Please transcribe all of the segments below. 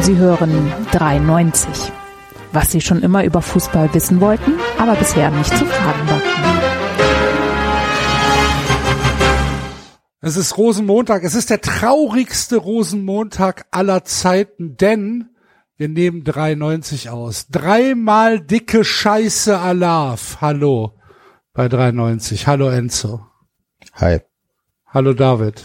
Sie hören 93. Was Sie schon immer über Fußball wissen wollten, aber bisher nicht zu fragen war. Es ist Rosenmontag. Es ist der traurigste Rosenmontag aller Zeiten, denn wir nehmen 93 aus. 3-mal dicke Scheiße Alarv. Hallo bei 93. Hallo Enzo. Hi. Hallo David.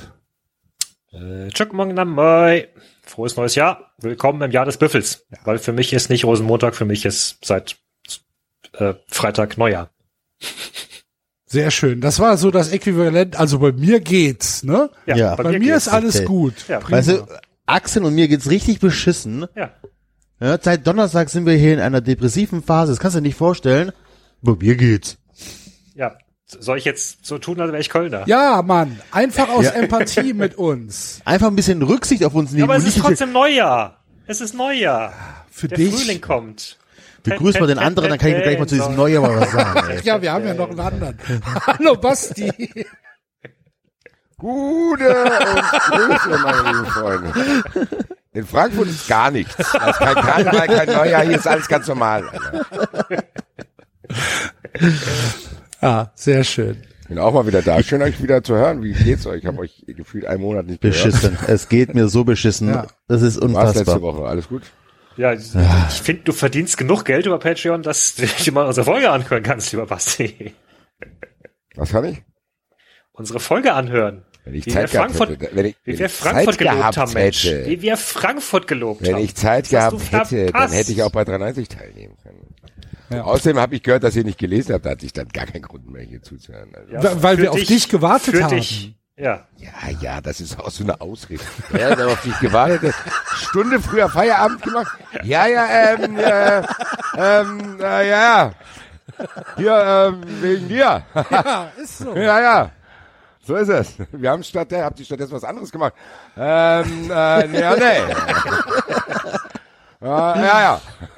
Frohes neues Jahr. Willkommen im Jahr des Büffels. Ja. Weil für mich ist nicht Rosenmontag, für mich ist seit Freitag Neujahr. Sehr schön. Das war so das Äquivalent. Also bei mir geht's, ne? Ja. Bei mir ist alles okay. Gut. Ja. Weißt du, Axel und mir geht's richtig beschissen. Ja. Ja. Seit Donnerstag sind wir hier in einer depressiven Phase. Das kannst du dir nicht vorstellen. Bei mir geht's. Ja. Soll ich jetzt so tun, als wäre ich Kölner? Ja, Mann. Einfach aus Empathie mit uns. Einfach ein bisschen Rücksicht auf uns nehmen. Aber es ist trotzdem Neujahr. Es ist Neujahr. Für der dich. Frühling kommt. Begrüß mal den anderen, dann kann ich mir gleich mal zu diesem Neujahr mal was sagen. Ey. Ja, wir haben ja noch einen anderen. Hallo Basti. Gute und Grüße, meine lieben Freunde. In Frankfurt ist gar nichts. Da ist kein Karneval, kein Neujahr, hier ist alles ganz normal. Alter. Ja, sehr schön. Bin auch mal wieder da. Schön, euch wieder zu hören. Wie geht's euch? Ich habe euch gefühlt einen Monat nicht gehört. Beschissen. Es geht mir so beschissen. Ja. Das ist unfassbar. Was letzte Woche? Alles gut? Ja, ich finde, du verdienst genug Geld über Patreon, dass du dir mal unsere Folge anhören kannst, lieber Basti. Was kann ich? Unsere Folge anhören. Wenn ich Zeit gehabt hätte. Wie wir Frankfurt gelobt haben, Mensch. Wie wir Frankfurt gelobt haben. Wenn ich Zeit gehabt hätte, dann hätte ich auch bei 93 teilnehmen können. Ja. Außerdem habe ich gehört, dass ihr nicht gelesen habt, da hatte ich dann gar keinen Grund mehr hier zuzuhören. Also. Ja, weil wir auf dich gewartet haben. Ja, das ist auch so eine Ausrede. Ja, ich habe auf dich gewartet. Stunde früher Feierabend gemacht. Ja. Hier, wegen dir. Ja, ist so. Ja. So ist es. Wir haben habt ihr stattdessen was anderes gemacht. Nee. Ja.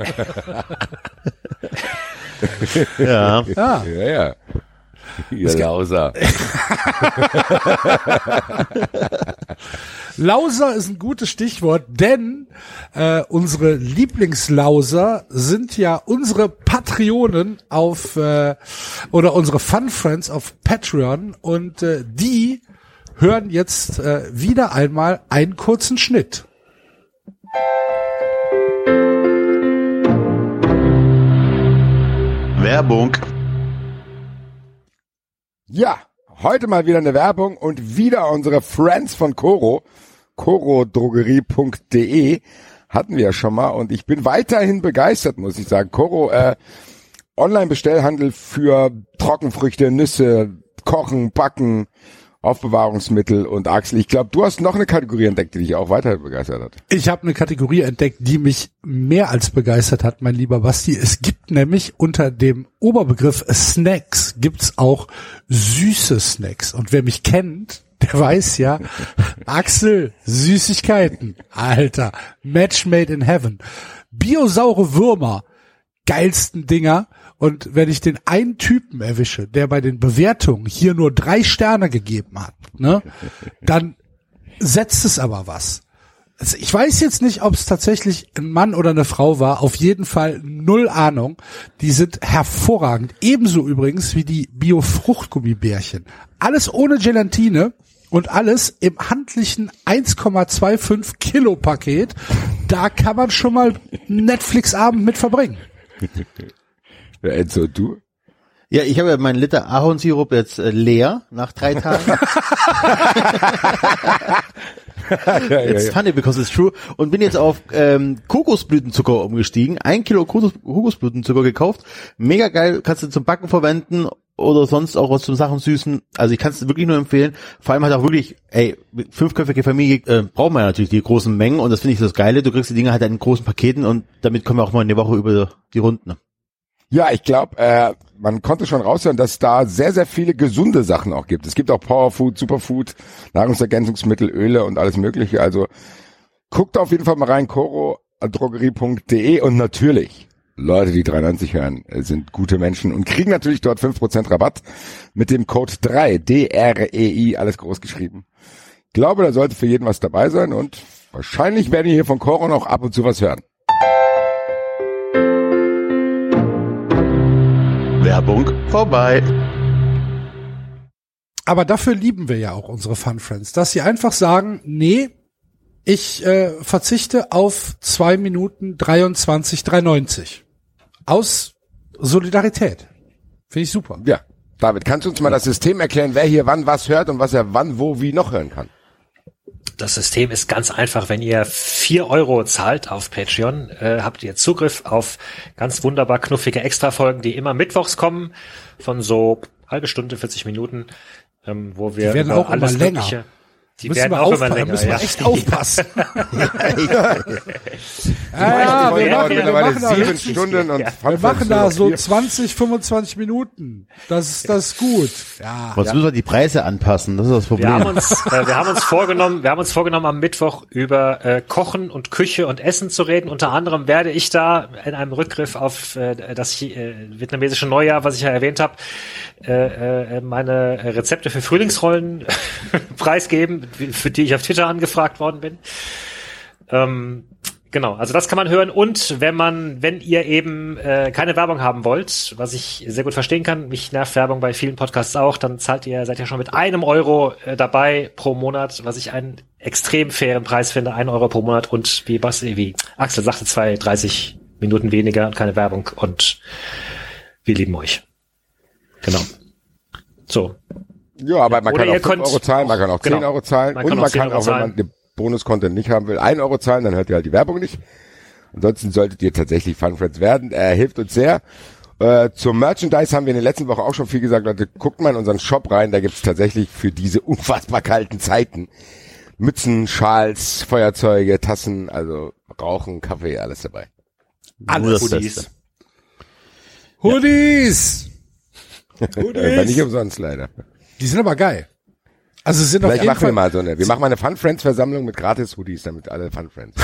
Ja. Ihr Lauser. Lauser ist ein gutes Stichwort, denn unsere Lieblingslauser sind ja unsere Patreonen oder unsere Fun Friends auf Patreon und die hören jetzt wieder einmal einen kurzen Schnitt. Werbung. Ja, heute mal wieder eine Werbung und wieder unsere Friends von Coro. corodrogerie.de hatten wir ja schon mal und ich bin weiterhin begeistert, muss ich sagen. Coro, Online-Bestellhandel für Trockenfrüchte, Nüsse, Kochen, Backen, Aufbewahrungsmittel und Axel. Ich glaube, du hast noch eine Kategorie entdeckt, die dich auch weiter begeistert hat. Ich habe eine Kategorie entdeckt, die mich mehr als begeistert hat, mein lieber Basti. Es gibt nämlich unter dem Oberbegriff Snacks gibt's auch süße Snacks. Und wer mich kennt, der weiß ja, Axel, Süßigkeiten, Alter, Match made in heaven. Biosaure Würmer, geilsten Dinger. Und wenn ich den einen Typen erwische, der bei den Bewertungen hier nur 3 Sterne gegeben hat, ne, dann setzt es aber was. Also ich weiß jetzt nicht, ob es tatsächlich ein Mann oder eine Frau war. Auf jeden Fall 0 Ahnung. Die sind hervorragend. Ebenso übrigens wie die Bio-Fruchtgummibärchen. Alles ohne Gelatine und alles im handlichen 1,25 Kilo Paket. Da kann man schon mal Netflix-Abend mit verbringen. Ja, Enzo, du? Ja, ich habe ja meinen Liter Ahornsirup jetzt leer nach 3 Tagen. It's funny because it's true. Und bin jetzt auf Kokosblütenzucker umgestiegen. 1 Kilo Kokosblütenzucker gekauft. Mega geil, kannst du zum Backen verwenden oder sonst auch was zum Sachen süßen. Also ich kann es wirklich nur empfehlen. Vor allem hat auch wirklich, 5-köpfige Familie braucht man ja natürlich die großen Mengen und das finde ich das Geile. Du kriegst die Dinge halt in großen Paketen und damit kommen wir auch mal eine Woche über die Runden. Ja, ich glaube, man konnte schon raushören, dass da sehr, sehr viele gesunde Sachen auch gibt. Es gibt auch Powerfood, Superfood, Nahrungsergänzungsmittel, Öle und alles Mögliche. Also guckt auf jeden Fall mal rein, corodrogerie.de und natürlich, Leute, die 93 hören, sind gute Menschen und kriegen natürlich dort 5% Rabatt mit dem Code 3, DREI, alles groß geschrieben. Ich glaube, da sollte für jeden was dabei sein und Wahrscheinlich werden wir hier von Coro noch ab und zu was hören. Werbung vorbei. Aber dafür lieben wir ja auch unsere Fun Friends, dass sie einfach sagen, nee, ich verzichte auf 2 Minuten 23,93. Aus Solidarität. Finde ich super. Ja, David, kannst du uns mal das System erklären, wer hier wann was hört und was er wann, wo, wie noch hören kann? Das System ist ganz einfach. Wenn ihr 4 € zahlt auf Patreon, habt ihr Zugriff auf ganz wunderbar knuffige Extrafolgen, die immer mittwochs kommen, von so halbe Stunde, 40 Minuten, wo wir die werden auch immer länger. Die werden auch immer länger. Müssen wir echt aufpassen. Wir machen da so 20, 25 Minuten. Das ist gut. Ja. Jetzt müssen wir die Preise anpassen, das ist das Problem. Wir haben uns vorgenommen, am Mittwoch über Kochen und Küche und Essen zu reden. Unter anderem werde ich da in einem Rückgriff auf das vietnamesische Neujahr, was ich ja erwähnt habe, meine Rezepte für Frühlingsrollen preisgeben, für die ich auf Twitter angefragt worden bin. Genau, also das kann man hören. Und wenn ihr eben keine Werbung haben wollt, was ich sehr gut verstehen kann, mich nervt Werbung bei vielen Podcasts auch, dann seid ihr schon mit 1 € dabei pro Monat, was ich einen extrem fairen Preis finde, 1 € pro Monat und wie Axel sagte, 30 Minuten weniger und keine Werbung und wir lieben euch. Genau. So. Ja, aber man kann auch 5 € zahlen, man kann auch 10 € zahlen und man kann auch, wenn man den Bonus-Content nicht haben will, 1 € zahlen, dann hört ihr halt die Werbung nicht. Ansonsten solltet ihr tatsächlich Fun Friends werden. Hilft uns sehr. Zum Merchandise haben wir in den letzten Wochen auch schon viel gesagt. Leute, guckt mal in unseren Shop rein, da gibt's tatsächlich für diese unfassbar kalten Zeiten Mützen, Schals, Feuerzeuge, Tassen, also Rauchen, Kaffee, alles dabei. Alles. Hoodies! War nicht umsonst leider. Die sind aber geil. Also es sind auf jeden Fall. Wir machen mal eine Fun Friends Versammlung mit gratis Hoodies, damit alle Fun Friends.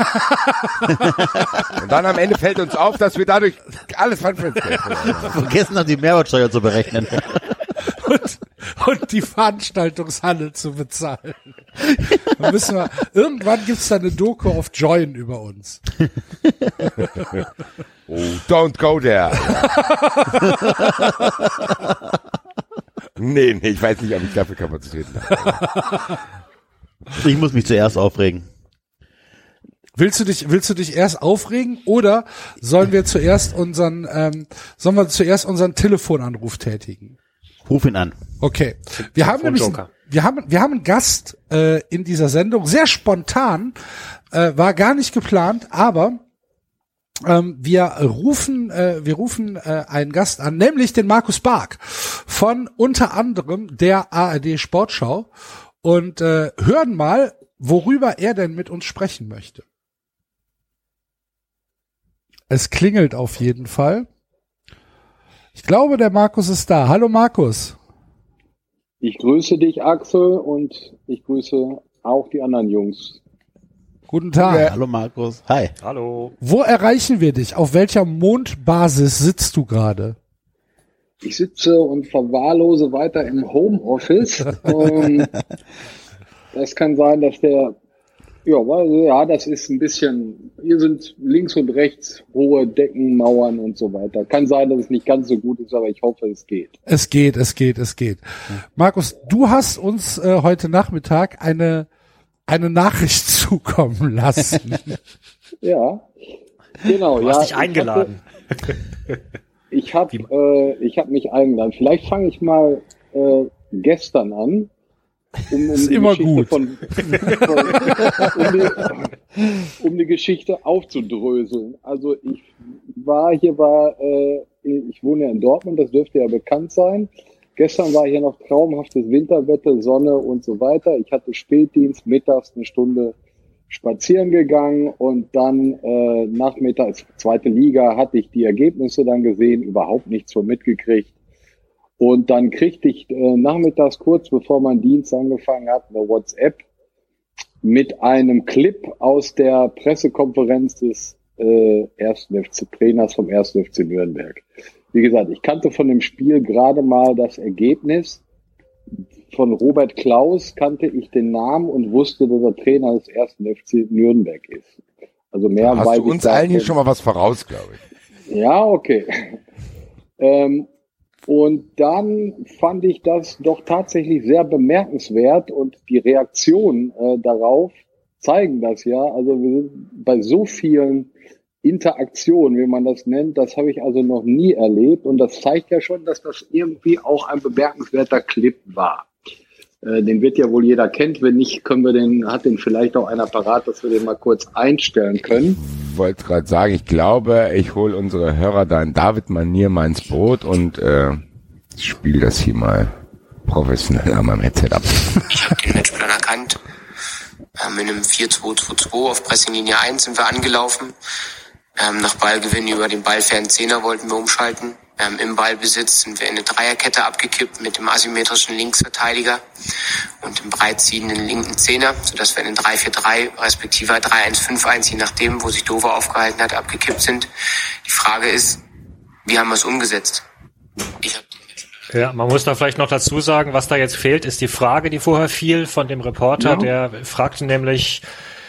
Und dann am Ende fällt uns auf, dass wir dadurch alles Fun Friends kriegen. Vergessen haben, die Mehrwertsteuer zu berechnen. Und die Veranstaltungshalle zu bezahlen. Dann irgendwann gibt's da eine Doku auf Join über uns. Oh, don't go there. Nee, ich weiß nicht, ob ich dafür Kapazitäten habe. Ich muss mich zuerst aufregen. Willst du dich erst aufregen oder sollen wir zuerst unseren Telefonanruf tätigen? Ruf ihn an. Okay. Wir haben einen Gast in dieser Sendung, sehr spontan, war gar nicht geplant, aber wir rufen einen Gast an, nämlich den Markus Bark von unter anderem der ARD Sportschau und hören mal, worüber er denn mit uns sprechen möchte. Es klingelt auf jeden Fall. Ich glaube, der Markus ist da. Hallo Markus. Ich grüße dich, Axel, und ich grüße auch die anderen Jungs. Guten Tag. Ja. Hallo Markus. Hi. Hallo. Wo erreichen wir dich? Auf welcher Mondbasis sitzt du gerade? Ich sitze und verwahrlose weiter im Homeoffice. Das kann sein, dass das ist ein bisschen, hier sind links und rechts hohe Decken, Mauern und so weiter. Kann sein, dass es nicht ganz so gut ist, aber ich hoffe, es geht. Es geht. Markus, du hast uns heute Nachmittag eine Nachricht zukommen lassen. Ja, genau. Du hast dich eingeladen. Ich hab mich eingeladen. Vielleicht fange ich mal gestern an. Ist immer gut. Um die Geschichte aufzudröseln. Also ich wohne ja in Dortmund, das dürfte ja bekannt sein. Gestern war hier noch traumhaftes Winterwetter, Sonne und so weiter. Ich hatte Spätdienst, mittags eine Stunde spazieren gegangen und dann nachmittags, 2. Liga, hatte ich die Ergebnisse dann gesehen, überhaupt nichts von mitgekriegt. Und dann kriegte ich nachmittags, kurz bevor mein Dienst angefangen hat, eine WhatsApp mit einem Clip aus der Pressekonferenz des 1. FC Trainers vom 1. FC Nürnberg. Wie gesagt, ich kannte von dem Spiel gerade mal das Ergebnis. von Robert Klaus kannte ich den Namen und wusste, dass er Trainer des 1. FC Nürnberg ist. Also mehr Hast du uns allen hier schon mal was voraus, glaube ich. Ja, okay. Und dann fand ich das doch tatsächlich sehr bemerkenswert und die Reaktionen darauf zeigen das ja. Also wir sind bei so vielen Interaktionen, wie man das nennt, das habe ich also noch nie erlebt und das zeigt ja schon, dass das irgendwie auch ein bemerkenswerter Clip war. Den wird ja wohl jeder kennt, wenn nicht, hat den vielleicht auch einer parat, dass wir den mal kurz einstellen können. Ich wollte gerade sagen, ich glaube, ich hole unsere Hörer da in David-Manier mal ins Boot und spiele das hier mal professionell an meinem Headset ab. Ich habe den Matchplan erkannt. In einem 4-2-2-2 auf Pressinglinie 1 sind wir angelaufen. Nach Ballgewinn über den ballfernen Zehner wollten wir umschalten. Im Ballbesitz sind wir in eine Dreierkette abgekippt mit dem asymmetrischen Linksverteidiger und dem breitziehenden linken Zehner, sodass wir in den 3-4-3 respektive 3-1-5-1, je nachdem, wo sich Dover aufgehalten hat, abgekippt sind. Die Frage ist, wie haben wir es umgesetzt? Ja, man muss da vielleicht noch dazu sagen, was da jetzt fehlt, ist die Frage, die vorher fiel von dem Reporter, der fragte nämlich,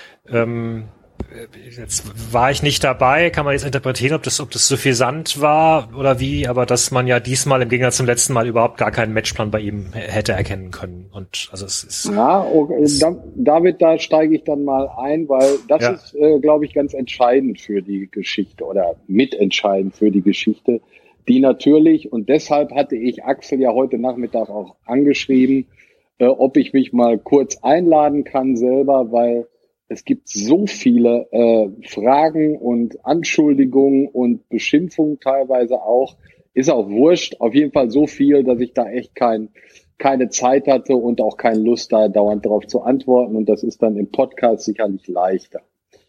jetzt war ich nicht dabei, kann man jetzt interpretieren, ob das suffisant war oder wie, aber dass man ja diesmal im Gegensatz zum letzten Mal überhaupt gar keinen Matchplan bei ihm hätte erkennen können. Und also es ist. Ja, okay. David, da steige ich dann mal ein, weil das ist, glaube ich, ganz entscheidend für die Geschichte oder mitentscheidend für die Geschichte, die natürlich, und deshalb hatte ich Axel ja heute Nachmittag auch angeschrieben, ob ich mich mal kurz einladen kann selber, weil es gibt so viele Fragen und Anschuldigungen und Beschimpfungen teilweise auch. Ist auch wurscht. Auf jeden Fall so viel, dass ich da echt keine Zeit hatte und auch keine Lust, da dauernd darauf zu antworten. Und das ist dann im Podcast sicherlich leichter.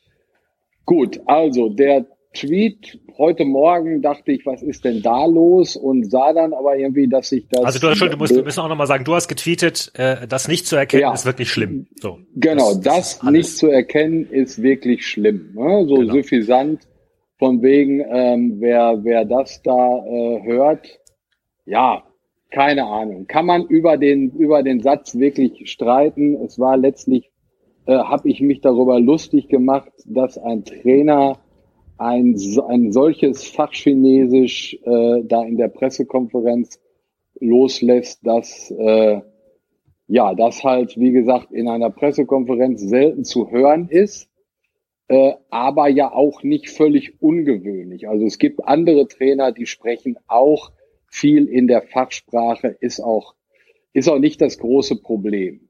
Gut, also der Tweet heute Morgen dachte ich, was ist denn da los? Und sah dann aber irgendwie, dass sich das... Also wir müssen auch nochmal sagen, du hast getweetet, das nicht zu erkennen ist wirklich schlimm. So, genau, das nicht zu erkennen ist wirklich schlimm. Ne? So genau. Suffisant von wegen, wer das da hört, ja, keine Ahnung. Kann man über den Satz wirklich streiten? Es war letztlich, habe ich mich darüber lustig gemacht, dass ein Trainer ein solches Fachchinesisch da in der Pressekonferenz loslässt, dass das halt, wie gesagt, in einer Pressekonferenz selten zu hören ist, aber ja auch nicht völlig ungewöhnlich. Also es gibt andere Trainer, die sprechen auch viel in der Fachsprache, ist auch nicht das große Problem.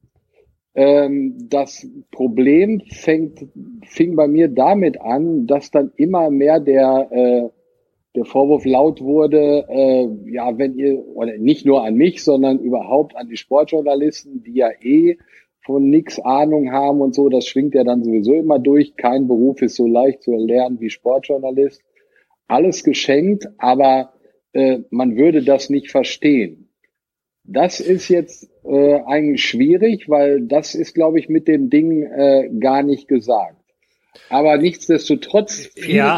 Das Problem fing bei mir damit an, dass dann immer mehr der Vorwurf laut wurde, wenn ihr, oder nicht nur an mich, sondern überhaupt an die Sportjournalisten, die ja von nix Ahnung haben und so, das schwingt ja dann sowieso immer durch. Kein Beruf ist so leicht zu erlernen wie Sportjournalist. Alles geschenkt, aber man würde das nicht verstehen. Das ist jetzt eigentlich schwierig, weil das ist, glaube ich, mit dem Ding gar nicht gesagt. Aber nichtsdestotrotz...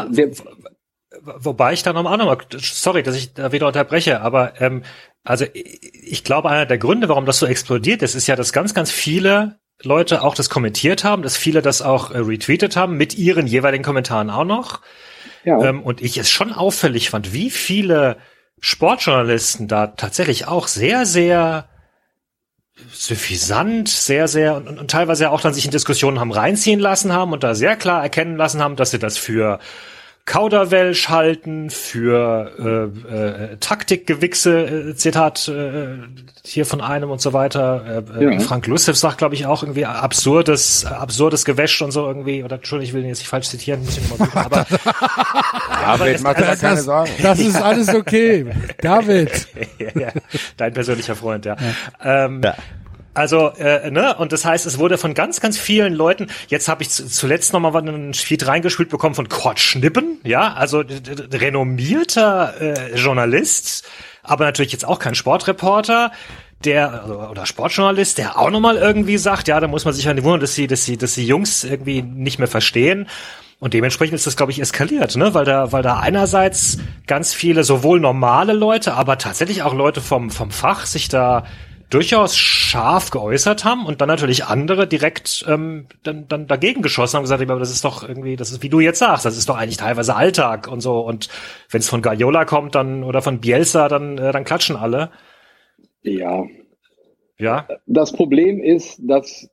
Wobei ich dann auch nochmal, sorry, dass ich da wieder unterbreche, aber also ich glaube, einer der Gründe, warum das so explodiert ist ja, dass ganz, ganz viele Leute auch das kommentiert haben, dass viele das auch retweetet haben, mit ihren jeweiligen Kommentaren auch noch. Ja. Und ich es schon auffällig fand, wie viele Sportjournalisten da tatsächlich auch sehr, sehr suffisant, sehr, sehr und teilweise auch dann sich in Diskussionen haben reinziehen lassen haben und da sehr klar erkennen lassen haben, dass sie das für Kauderwelsch halten, für Taktikgewichse, Zitat hier von einem und so weiter. Frank Lustev sagt, glaube ich, auch irgendwie absurdes Gewäsch und so irgendwie. Oder Entschuldigung, ich will ihn jetzt nicht falsch zitieren, muss ich mal suchen, aber David, mach dir keine Sorgen. Das ist alles okay. David. Ja, dein persönlicher Freund, ja. Also, und das heißt, es wurde von ganz, ganz vielen Leuten, jetzt habe ich zuletzt nochmal einen Tweet reingespielt bekommen von Kurt Schnippen, ja, also renommierter Journalist, aber natürlich jetzt auch kein Sportreporter, oder Sportjournalist, der auch nochmal irgendwie sagt, ja, da muss man sich an die wundern, dass die Jungs irgendwie nicht mehr verstehen. Und dementsprechend ist das, glaube ich, eskaliert, ne, weil da einerseits ganz viele sowohl normale Leute, aber tatsächlich auch Leute vom Fach sich da durchaus scharf geäußert haben und dann natürlich andere direkt dann dagegen geschossen haben, gesagt, aber das ist doch irgendwie, das ist, wie du jetzt sagst, das ist doch eigentlich teilweise Alltag und so. Und wenn es von Guardiola kommt, dann oder von Bielsa, dann klatschen alle. Ja. Ja. Das Problem ist, das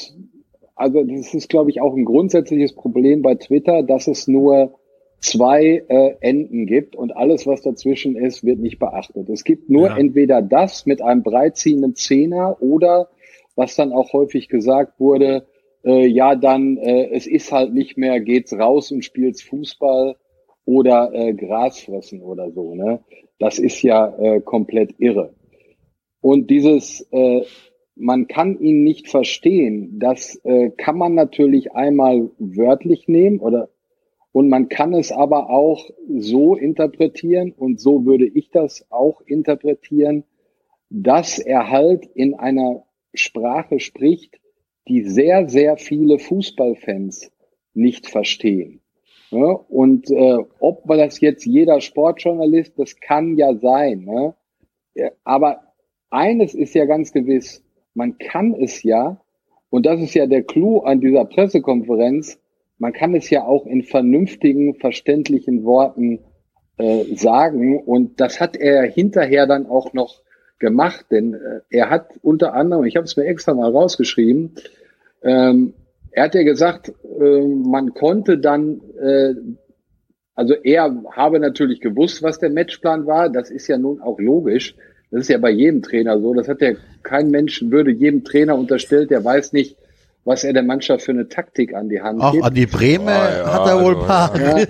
ist, glaube ich, auch ein grundsätzliches Problem bei Twitter, dass es nur 2 Enden gibt und alles, was dazwischen ist, wird nicht beachtet. Es gibt nur entweder das mit einem breitziehenden Zehner oder, was dann auch häufig gesagt wurde, es ist halt nicht mehr, geht's raus und spielt's Fußball oder Gras fressen oder so. Ne? Das ist ja komplett irre. Und dieses, man kann ihn nicht verstehen, das kann man natürlich einmal wörtlich nehmen und man kann es aber auch so interpretieren, und so würde ich das auch interpretieren, dass er halt in einer Sprache spricht, die sehr, sehr viele Fußballfans nicht verstehen. Ja, und ob das jetzt jeder Sportjournalist, das kann ja sein. Ne? Aber eines ist ja ganz gewiss, man kann es ja, und das ist ja der Clou an dieser Pressekonferenz, man kann es ja auch in vernünftigen, verständlichen Worten sagen. Und das hat er hinterher dann auch noch gemacht, denn er hat unter anderem, ich habe es mir extra mal rausgeschrieben, er hat ja gesagt, man konnte dann, also er habe natürlich gewusst, was der Matchplan war, das ist ja nun auch logisch, das ist ja bei jedem Trainer so, das hat ja kein Mensch, würde jedem Trainer unterstellt, der weiß nicht, was er der Mannschaft für eine Taktik an die Hand gibt. Auch an die Bremen hat er wohl ein paar. Ja.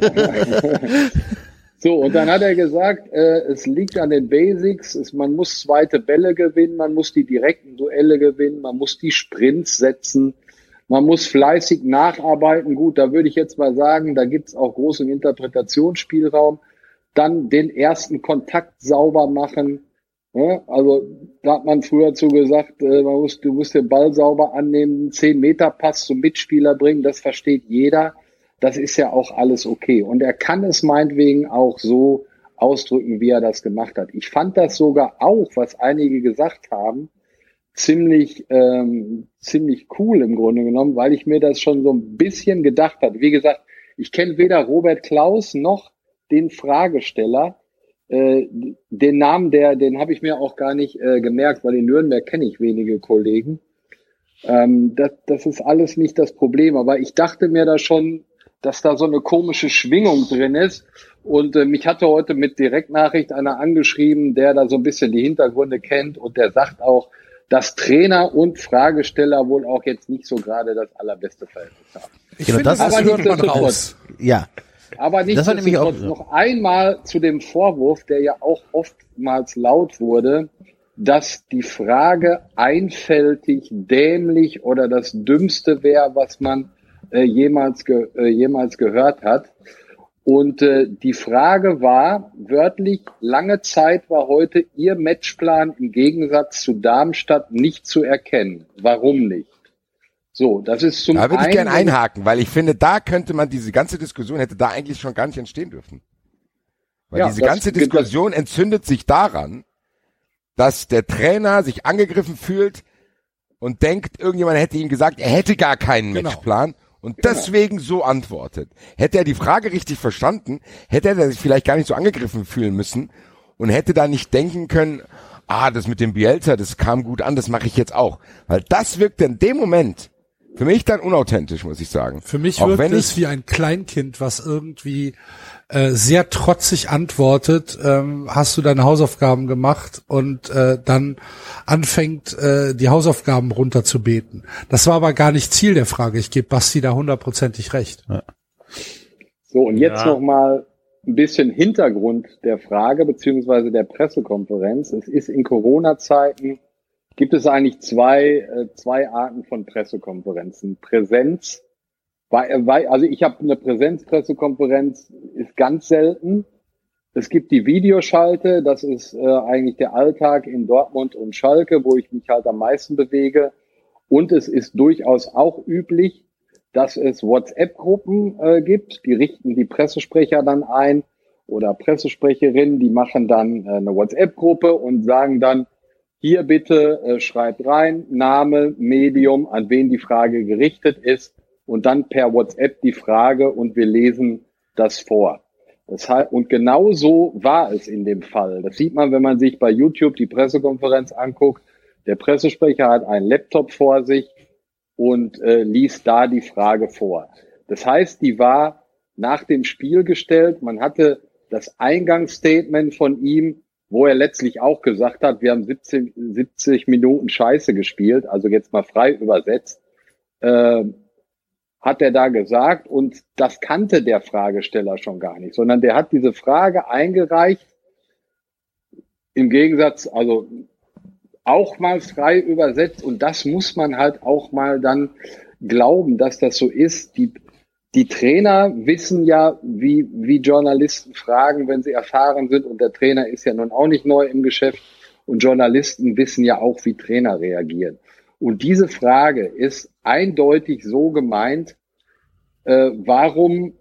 So, und dann hat er gesagt, es liegt an den Basics, man muss zweite Bälle gewinnen, man muss die direkten Duelle gewinnen, man muss die Sprints setzen, man muss fleißig nacharbeiten. Gut, da würde ich jetzt mal sagen, da gibt's auch großen Interpretationsspielraum. Dann den ersten Kontakt sauber machen. Ja, also da hat man früher zu gesagt, du musst den Ball sauber annehmen, 10-Meter-Pass zum Mitspieler bringen, das versteht jeder. Das ist ja auch alles okay. Und er kann es meinetwegen auch so ausdrücken, wie er das gemacht hat. Ich fand das sogar auch, was einige gesagt haben, ziemlich cool im Grunde genommen, weil ich mir das schon so ein bisschen gedacht habe. Wie gesagt, ich kenne weder Robert Klaus noch den Fragesteller. Den Namen, den habe ich mir auch gar nicht gemerkt, weil in Nürnberg kenne ich wenige Kollegen. Das ist alles nicht das Problem, aber ich dachte mir da schon, dass da so eine komische Schwingung drin ist. Und mich hatte heute mit Direktnachricht einer angeschrieben, der da so ein bisschen die Hintergründe kennt, und der sagt auch, dass Trainer und Fragesteller wohl auch jetzt nicht so gerade das allerbeste Verhältnis haben. Ich finde, das hört man raus. Ja. Aber nichtsdestotrotz noch einmal zu dem Vorwurf, der ja auch oftmals laut wurde, dass die Frage einfältig, dämlich oder das Dümmste wäre, was man jemals gehört hat. Und die Frage war wörtlich, lange Zeit war heute Ihr Matchplan im Gegensatz zu Darmstadt nicht zu erkennen. Warum nicht? So, das ist zum einen. Da würde ich gerne einhaken, weil ich finde, da könnte man diese ganze Diskussion hätte da eigentlich schon gar nicht entstehen dürfen. Weil ja, diese ganze Diskussion entzündet sich daran, dass der Trainer sich angegriffen fühlt und denkt, irgendjemand hätte ihm gesagt, er hätte gar keinen Matchplan und deswegen so antwortet. Hätte er die Frage richtig verstanden, hätte er sich vielleicht gar nicht so angegriffen fühlen müssen und hätte da nicht denken können, das mit dem Bielsa, das kam gut an, das mache ich jetzt auch. Weil das wirkt in dem Moment für mich dann unauthentisch, muss ich sagen. Für mich wirkt es wie ein Kleinkind, was irgendwie sehr trotzig antwortet, hast du deine Hausaufgaben gemacht und dann anfängt, die Hausaufgaben runterzubeten. Das war aber gar nicht Ziel der Frage. Ich gebe Basti da 100%ig recht. Ja. So, und jetzt noch mal ein bisschen Hintergrund der Frage beziehungsweise der Pressekonferenz. Es ist in Corona-Zeiten, gibt es eigentlich zwei Arten von Pressekonferenzen. Präsenz, also ich habe eine Präsenzpressekonferenz, ist ganz selten. Es gibt die Videoschalte, das ist eigentlich der Alltag in Dortmund und Schalke, wo ich mich halt am meisten bewege. Und es ist durchaus auch üblich, dass es WhatsApp-Gruppen gibt, die richten die Pressesprecher dann ein oder Pressesprecherinnen, die machen dann eine WhatsApp-Gruppe und sagen dann, hier bitte schreibt rein, Name, Medium, an wen die Frage gerichtet ist und dann per WhatsApp die Frage und wir lesen das vor. Das heißt, und genau so war es in dem Fall. Das sieht man, wenn man sich bei YouTube die Pressekonferenz anguckt. Der Pressesprecher hat einen Laptop vor sich und liest da die Frage vor. Das heißt, die war nach dem Spiel gestellt. Man hatte das Eingangsstatement von ihm, wo er letztlich auch gesagt hat, wir haben 70 Minuten Scheiße gespielt, also jetzt mal frei übersetzt, hat er da gesagt, und das kannte der Fragesteller schon gar nicht, sondern der hat diese Frage eingereicht, im Gegensatz, also auch mal frei übersetzt, und das muss man halt auch mal dann glauben, dass das so ist. Die Trainer wissen ja, wie Journalisten fragen, wenn sie erfahren sind, und der Trainer ist ja nun auch nicht neu im Geschäft, und Journalisten wissen ja auch, wie Trainer reagieren. Und diese Frage ist eindeutig so gemeint, warum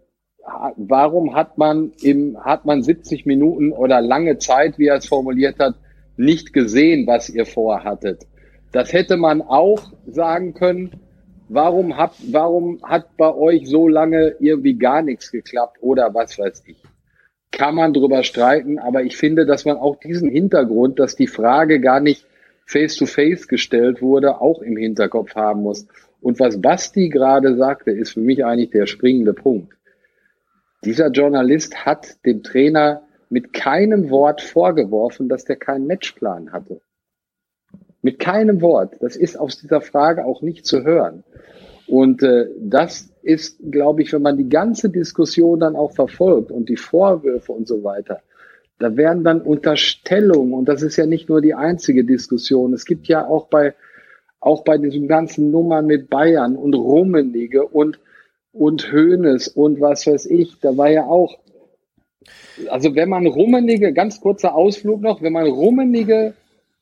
hat man 70 Minuten oder lange Zeit, wie er es formuliert hat, nicht gesehen, was ihr vorhattet? Das hätte man auch sagen können, warum hat bei euch so lange irgendwie gar nichts geklappt oder was weiß ich. Kann man drüber streiten, aber ich finde, dass man auch diesen Hintergrund, dass die Frage gar nicht face-to-face gestellt wurde, auch im Hinterkopf haben muss. Und was Basti gerade sagte, ist für mich eigentlich der springende Punkt. Dieser Journalist hat dem Trainer mit keinem Wort vorgeworfen, dass der keinen Matchplan hatte. Mit keinem Wort. Das ist aus dieser Frage auch nicht zu hören. Und das ist, glaube ich, wenn man die ganze Diskussion dann auch verfolgt und die Vorwürfe und so weiter, da werden dann Unterstellungen, und das ist ja nicht nur die einzige Diskussion, es gibt ja auch bei diesen ganzen Nummern mit Bayern und Rummenigge und Hoeneß und was weiß ich, da war ja auch, also wenn man Rummenigge, ganz kurzer Ausflug noch, wenn man Rummenigge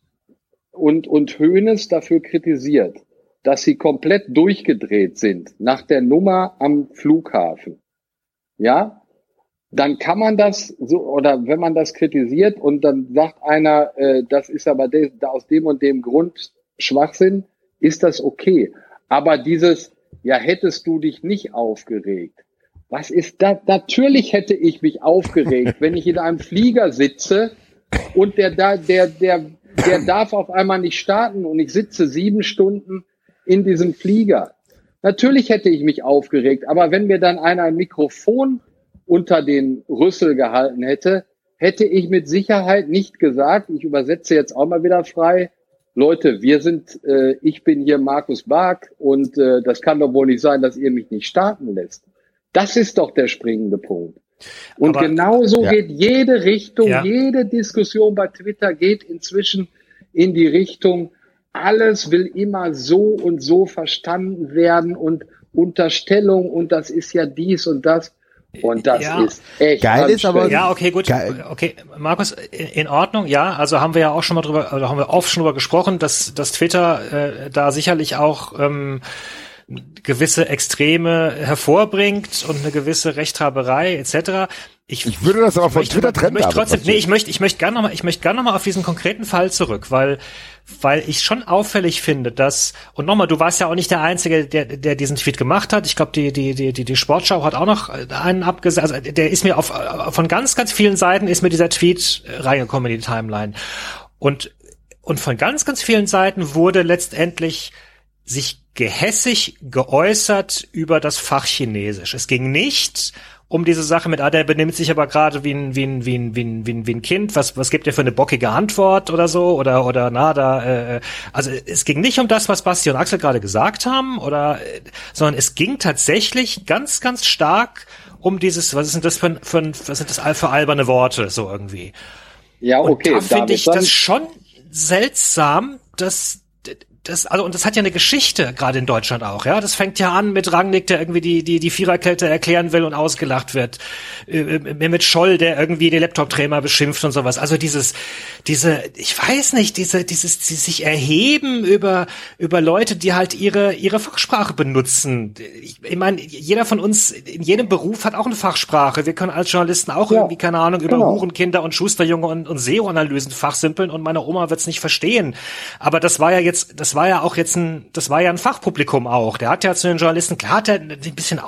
und Hoeneß dafür kritisiert, dass sie komplett durchgedreht sind nach der Nummer am Flughafen, ja, dann kann man das so, oder wenn man das kritisiert und dann sagt einer, das ist aber aus dem und dem Grund Schwachsinn, ist das okay. Aber dieses, ja, hättest du dich nicht aufgeregt? Was ist das? Natürlich hätte ich mich aufgeregt, wenn ich in einem Flieger sitze und der darf auf einmal nicht starten und ich sitze 7 Stunden in diesem Flieger. Natürlich hätte ich mich aufgeregt, aber wenn mir dann einer ein Mikrofon unter den Rüssel gehalten hätte, hätte ich mit Sicherheit nicht gesagt, ich übersetze jetzt auch mal wieder frei, Leute, ich bin hier Markus Bark und das kann doch wohl nicht sein, dass ihr mich nicht starten lässt. Das ist doch der springende Punkt. Und aber genauso geht jede Richtung, jede Diskussion bei Twitter geht inzwischen in die Richtung, alles will immer so und so verstanden werden und Unterstellung und das ist ja dies und das. Und das ist echt geil, ist aber ja, okay, gut, okay, Markus, in Ordnung, ja, also haben wir ja auch schon mal drüber, oder haben wir oft schon drüber gesprochen, dass Twitter da sicherlich auch gewisse Extreme hervorbringt und eine gewisse Rechthaberei etc. Ich würde das aber von Twitter trennen. Ich möchte gerne noch mal auf diesen konkreten Fall zurück, weil ich schon auffällig finde, dass, und nochmal, du warst ja auch nicht der Einzige, der diesen Tweet gemacht hat. Ich glaube, die Sportschau hat auch noch einen abgesagt. Also der ist mir von ganz, ganz vielen Seiten ist mir dieser Tweet reingekommen in die Timeline. Und von ganz, ganz vielen Seiten wurde letztendlich sich gehässig geäußert über das Fach Chinesisch. Es ging nicht um diese Sache mit, der benimmt sich aber gerade wie ein Kind, was gibt er für eine bockige Antwort oder so, also es ging nicht um das, was Basti und Axel gerade gesagt haben, sondern es ging tatsächlich ganz, ganz stark um dieses, was sind das für alberne Worte, so irgendwie. Ja, okay. Und da finde ich das schon seltsam, dass und das hat ja eine Geschichte, gerade in Deutschland auch, ja. Das fängt ja an mit Rangnick, der irgendwie die Viererkette erklären will und ausgelacht wird. Mit Scholl, der irgendwie den Laptop-Trainer beschimpft und sowas. Also dieses sich erheben über Leute, die halt ihre Fachsprache benutzen. Ich meine, jeder von uns in jedem Beruf hat auch eine Fachsprache. Wir können als Journalisten auch irgendwie, keine Ahnung, über Hurenkinder und Schusterjunge und SEO-Analysen fachsimpeln und meine Oma wird's nicht verstehen. Aber das war ja ein Fachpublikum auch. Der hat ja zu den Journalisten, klar hat er ein bisschen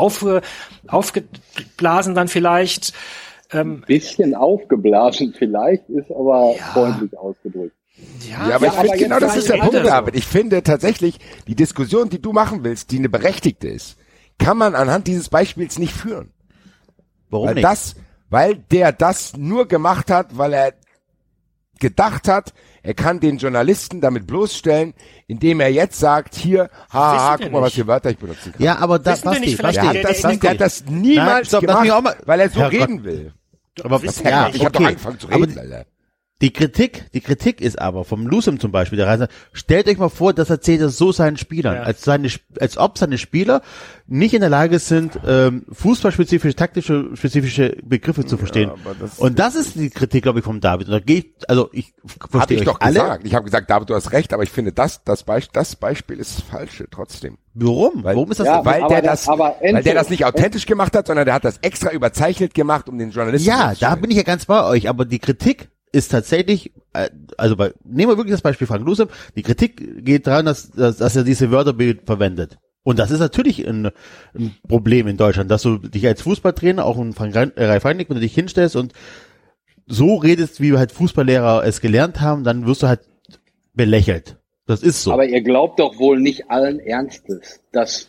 aufgeblasen dann vielleicht. Bisschen aufgeblasen vielleicht, ist aber freundlich ausgedrückt. Ja, aber ich finde genau, das ist der Punkt, David. Ich finde tatsächlich, die Diskussion, die du machen willst, die eine berechtigte ist, kann man anhand dieses Beispiels nicht führen. Warum nicht? Weil der das nur gemacht hat, weil er gedacht hat, er kann den Journalisten damit bloßstellen, indem er jetzt sagt, hier, guck mal, was für Wörter ich benutzen kann. Ja, aber der hat das niemals gemacht, weil er so reden will. Aber ich habe doch angefangen zu reden, Alter. Die Kritik ist aber vom Lucem zum Beispiel, der Reisender, stellt euch mal vor, das erzählt er so seinen Spielern, als ob seine Spieler nicht in der Lage sind, fußballspezifische, spezifische Begriffe zu verstehen. Und das ist die Kritik, glaube ich, vom David. Und ich verstehe euch alle. Gesagt. Ich habe gesagt, David, du hast recht, aber ich finde, das Beispiel ist falsch trotzdem. Warum ist das so? Weil der das nicht authentisch gemacht hat, sondern der hat das extra überzeichnet gemacht, um den Journalisten zu da bin ich ja ganz bei euch, aber die Kritik ist tatsächlich, nehmen wir wirklich das Beispiel Frank Lucem, die Kritik geht daran, dass er diese Wörter verwendet. Und das ist natürlich ein Problem in Deutschland, dass du dich als Fußballtrainer, auch ein Ralf Rangnick, wenn du dich hinstellst und so redest, wie wir halt Fußballlehrer es gelernt haben, dann wirst du halt belächelt. Das ist so. Aber ihr glaubt doch wohl nicht allen Ernstes, dass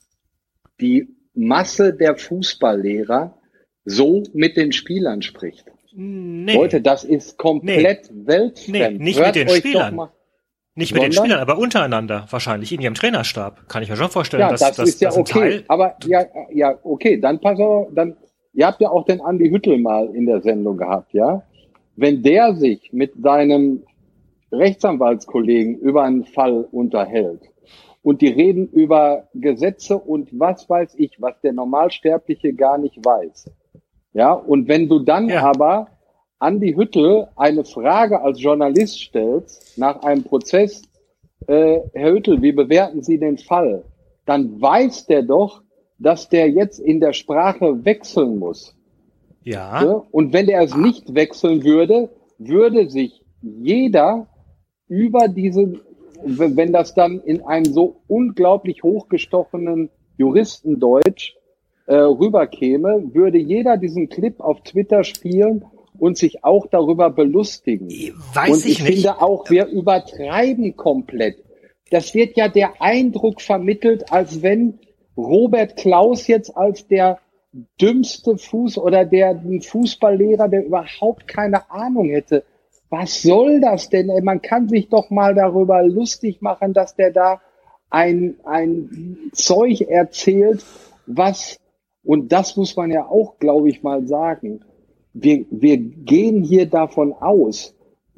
die Masse der Fußballlehrer so mit den Spielern spricht. Nee. Leute, das ist komplett weltfremd. Nee, nicht mit den Spielern. Nicht mit den Spielern, aber untereinander wahrscheinlich in ihrem Trainerstab. Kann ich mir schon vorstellen. Ja, das ist ja okay. Aber okay, dann pass auf, ihr habt ja auch den Andi Hüttel mal in der Sendung gehabt, ja? Wenn der sich mit seinem Rechtsanwaltskollegen über einen Fall unterhält und die reden über Gesetze und was weiß ich, was der Normalsterbliche gar nicht weiß. Ja, und wenn du dann aber Andi Hüttel eine Frage als Journalist stellst nach einem Prozess, Herr Hüttel, wie bewerten Sie den Fall? Dann weiß der doch, dass der jetzt in der Sprache wechseln muss. Ja. Und wenn der es nicht wechseln würde, würde sich jeder über wenn das dann in einem so unglaublich hochgestochenen Juristendeutsch rüberkäme, würde jeder diesen Clip auf Twitter spielen und sich auch darüber belustigen. Weiß ich nicht. Finde auch, wir übertreiben komplett. Das wird ja der Eindruck vermittelt, als wenn Robert Klaus jetzt als der dümmste der Fußballlehrer, der überhaupt keine Ahnung hätte. Was soll das denn? Man kann sich doch mal darüber lustig machen, dass der da ein Zeug erzählt, und das muss man ja auch, glaube ich, mal sagen. Wir gehen hier davon aus,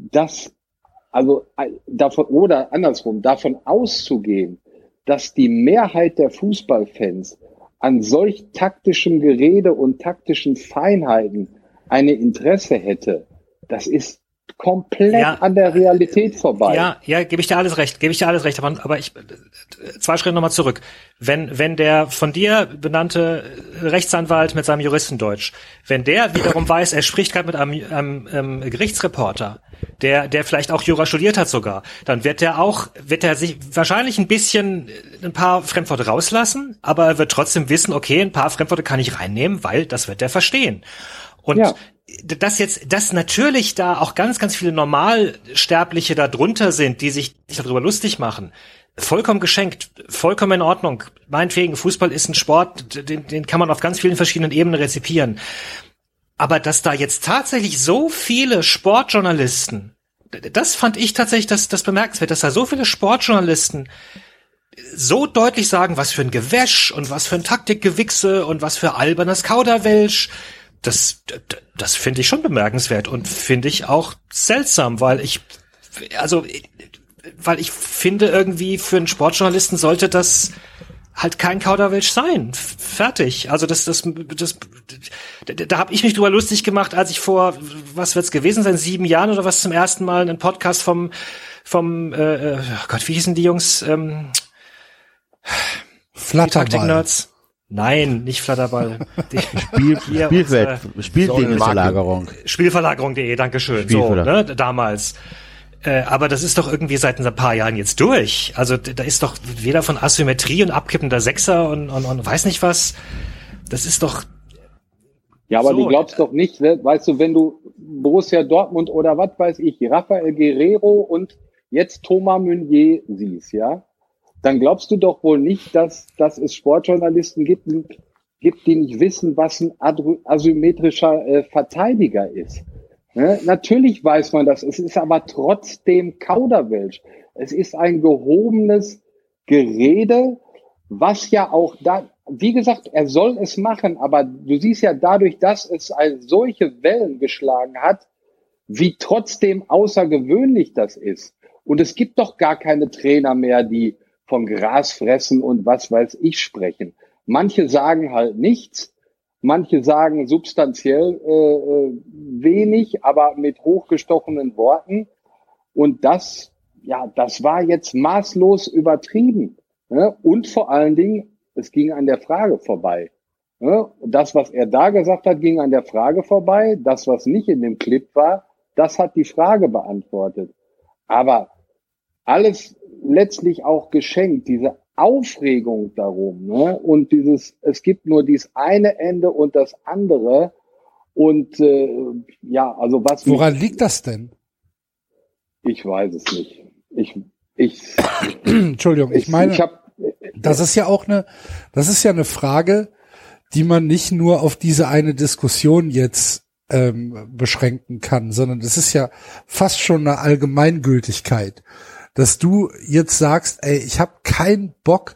davon auszugehen, dass die Mehrheit der Fußballfans an solch taktischem Gerede und taktischen Feinheiten eine Interesse hätte, das ist komplett an der Realität vorbei. Ja, gebe ich dir alles recht. Aber ich, 2 Schritte nochmal zurück. Wenn der von dir benannte Rechtsanwalt mit seinem Juristendeutsch, wenn der wiederum weiß, er spricht gerade mit einem Gerichtsreporter, der vielleicht auch Jura studiert hat sogar, dann wird er sich wahrscheinlich ein paar Fremdworte rauslassen, aber er wird trotzdem wissen, okay, ein paar Fremdworte kann ich reinnehmen, weil das wird er verstehen. Und dass natürlich da auch ganz, ganz viele Normalsterbliche da drunter sind, die sich darüber lustig machen, vollkommen geschenkt, vollkommen in Ordnung. Meinetwegen, Fußball ist ein Sport, den kann man auf ganz vielen verschiedenen Ebenen rezipieren. Aber dass da jetzt tatsächlich so viele Sportjournalisten, das fand ich tatsächlich das bemerkenswert, dass da so viele Sportjournalisten so deutlich sagen, was für ein Gewäsch und was für ein Taktikgewichse und was für albernes Kauderwelsch. Das finde ich schon bemerkenswert und finde ich auch seltsam, weil weil ich finde irgendwie für einen Sportjournalisten sollte das halt kein Kauderwelsch sein. Fertig. Also da habe ich mich drüber lustig gemacht, als ich vor, was wird's gewesen sein, 7 Jahren oder was, zum ersten Mal einen Podcast vom Gott, wie hießen die Jungs? Flatterball. Nein, nicht Flatterball. Spielverlagerung.de, Dankeschön. So, ne, damals. Aber das ist doch irgendwie seit ein paar Jahren jetzt durch. Also da ist doch weder von Asymmetrie und abkippender Sechser und weiß nicht was. Das ist doch... Ja, aber so. Du glaubst doch nicht, weißt du, wenn du Borussia Dortmund oder was weiß ich, Rafael Guerrero und jetzt Thomas Meunier siehst, ja, dann glaubst du doch wohl nicht, dass es Sportjournalisten gibt, die nicht wissen, was ein asymmetrischer Verteidiger ist. Ne? Natürlich weiß man das, es ist aber trotzdem Kauderwelsch. Es ist ein gehobenes Gerede, was ja auch da, wie gesagt, er soll es machen, aber du siehst ja dadurch, dass es solche Wellen geschlagen hat, wie trotzdem außergewöhnlich das ist. Und es gibt doch gar keine Trainer mehr, die von Gras fressen und was weiß ich sprechen. Manche sagen halt nichts, manche sagen substanziell wenig, aber mit hochgestochenen Worten. Und das war jetzt maßlos übertrieben. Ne? Und vor allen Dingen, es ging an der Frage vorbei. Ne? Das, was er da gesagt hat, ging an der Frage vorbei. Das, was nicht in dem Clip war, das hat die Frage beantwortet. Aber alles letztlich auch geschenkt, diese Aufregung darum, ne? Und es gibt nur dieses eine Ende und das andere. Und also was... Woran liegt das denn? Ich weiß es nicht. Entschuldigung, ich meine, das ist ja eine Frage, die man nicht nur auf diese eine Diskussion jetzt beschränken kann, sondern das ist ja fast schon eine Allgemeingültigkeit, dass du jetzt sagst, ey, ich habe keinen Bock,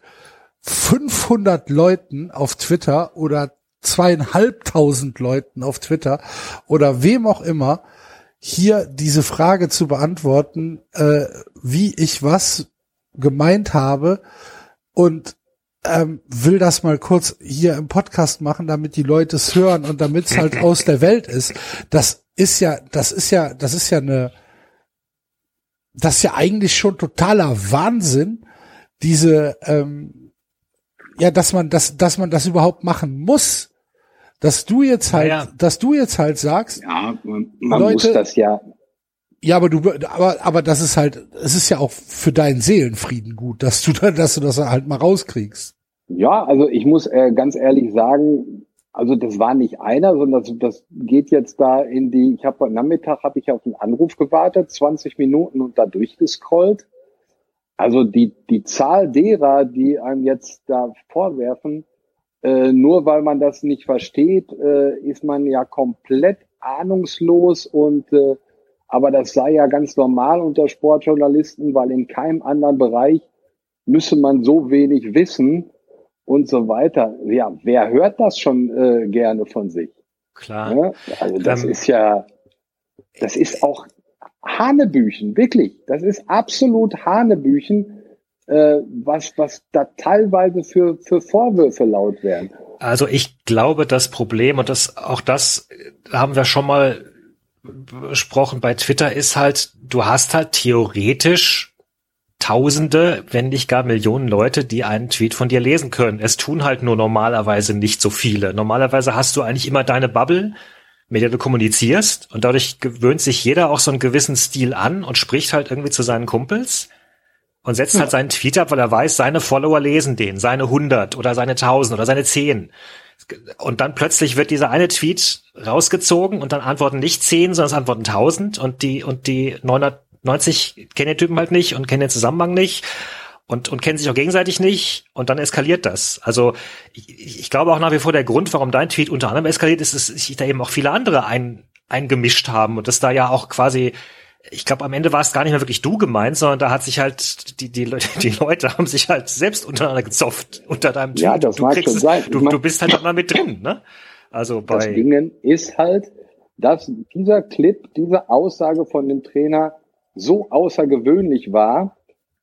500 Leuten auf Twitter oder 2.500 Leuten auf Twitter oder wem auch immer hier diese Frage zu beantworten, wie ich was gemeint habe, und will das mal kurz hier im Podcast machen, damit die Leute es hören und damit es halt aus der Welt ist. Das ist ja eigentlich schon totaler Wahnsinn, dass man das überhaupt machen muss. Dass du jetzt halt sagst, ja, man Leute, muss das ja. Ja, aber das ist halt, es ist ja auch für deinen Seelenfrieden gut, dass du das halt mal rauskriegst. Ja, also ich muss ganz ehrlich sagen, also das war nicht einer, sondern das geht jetzt da am Nachmittag habe ich auf einen Anruf gewartet, 20 Minuten und da durchgescrollt. Also die Zahl derer, die einem jetzt da vorwerfen, nur weil man das nicht versteht, ist man ja komplett ahnungslos und aber das sei ja ganz normal unter Sportjournalisten, weil in keinem anderen Bereich müsse man so wenig wissen und so weiter. Ja, wer hört das schon gerne von sich? Klar. Ja? Also das ist auch Hanebüchen, wirklich. Das ist absolut Hanebüchen, was da teilweise für Vorwürfe laut werden. Also ich glaube, das Problem, und das haben wir schon mal besprochen bei Twitter, ist halt, du hast halt theoretisch Tausende, wenn nicht gar Millionen Leute, die einen Tweet von dir lesen können. Es tun halt nur normalerweise nicht so viele. Normalerweise hast du eigentlich immer deine Bubble, mit der du kommunizierst, und dadurch gewöhnt sich jeder auch so einen gewissen Stil an und spricht halt irgendwie zu seinen Kumpels und setzt halt seinen Tweet ab, weil er weiß, seine Follower lesen den, seine 100 oder seine 1000 oder seine 10. Und dann plötzlich wird dieser eine Tweet rausgezogen und dann antworten nicht 10, sondern es antworten 1000 und die 990 kennen den Typen halt nicht und kennen den Zusammenhang nicht und kennen sich auch gegenseitig nicht, und dann eskaliert das. Also ich glaube auch nach wie vor, der Grund, warum dein Tweet unter anderem eskaliert, ist, dass sich da eben auch viele andere eingemischt haben und das da ja auch quasi, ich glaube, am Ende war es gar nicht mehr wirklich du gemeint, sondern da hat sich halt die Leute haben sich halt selbst untereinander gezopft unter deinem Tweet. Ja, das mag schon sein. Du bist halt mal mit drin, ne? Also das Ding ist halt, dass dieser Clip, diese Aussage von dem Trainer so außergewöhnlich war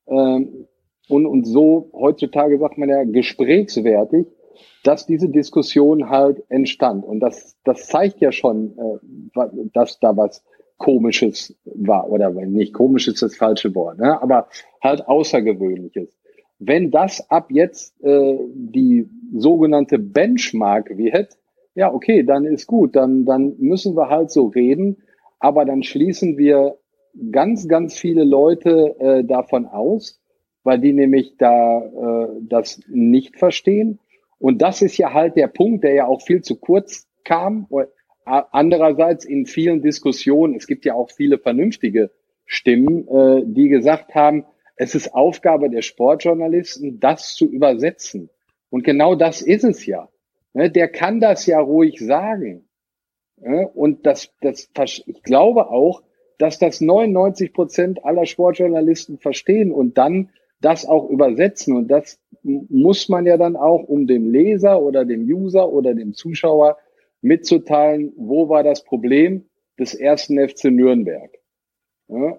und so, heutzutage sagt man ja, gesprächswertig, dass diese Diskussion halt entstand. Und das zeigt ja schon, dass da was Komisches war, oder nicht Komisches ist das falsche Wort, ne? Aber halt Außergewöhnliches. Wenn das ab jetzt die sogenannte Benchmark wird, ja okay, dann ist gut, dann müssen wir halt so reden, aber dann schließen wir ganz, ganz viele Leute davon aus, weil die nämlich da das nicht verstehen. Und das ist ja halt der Punkt, der ja auch viel zu kurz kam. Andererseits in vielen Diskussionen, es gibt ja auch viele vernünftige Stimmen, die gesagt haben, es ist Aufgabe der Sportjournalisten, das zu übersetzen. Und genau das ist es ja. Der kann das ja ruhig sagen. Und ich glaube auch, dass das 99% aller Sportjournalisten verstehen und dann das auch übersetzen. Und das muss man ja dann auch, um dem Leser oder dem User oder dem Zuschauer mitzuteilen, wo war das Problem des 1. FC Nürnberg. Ja?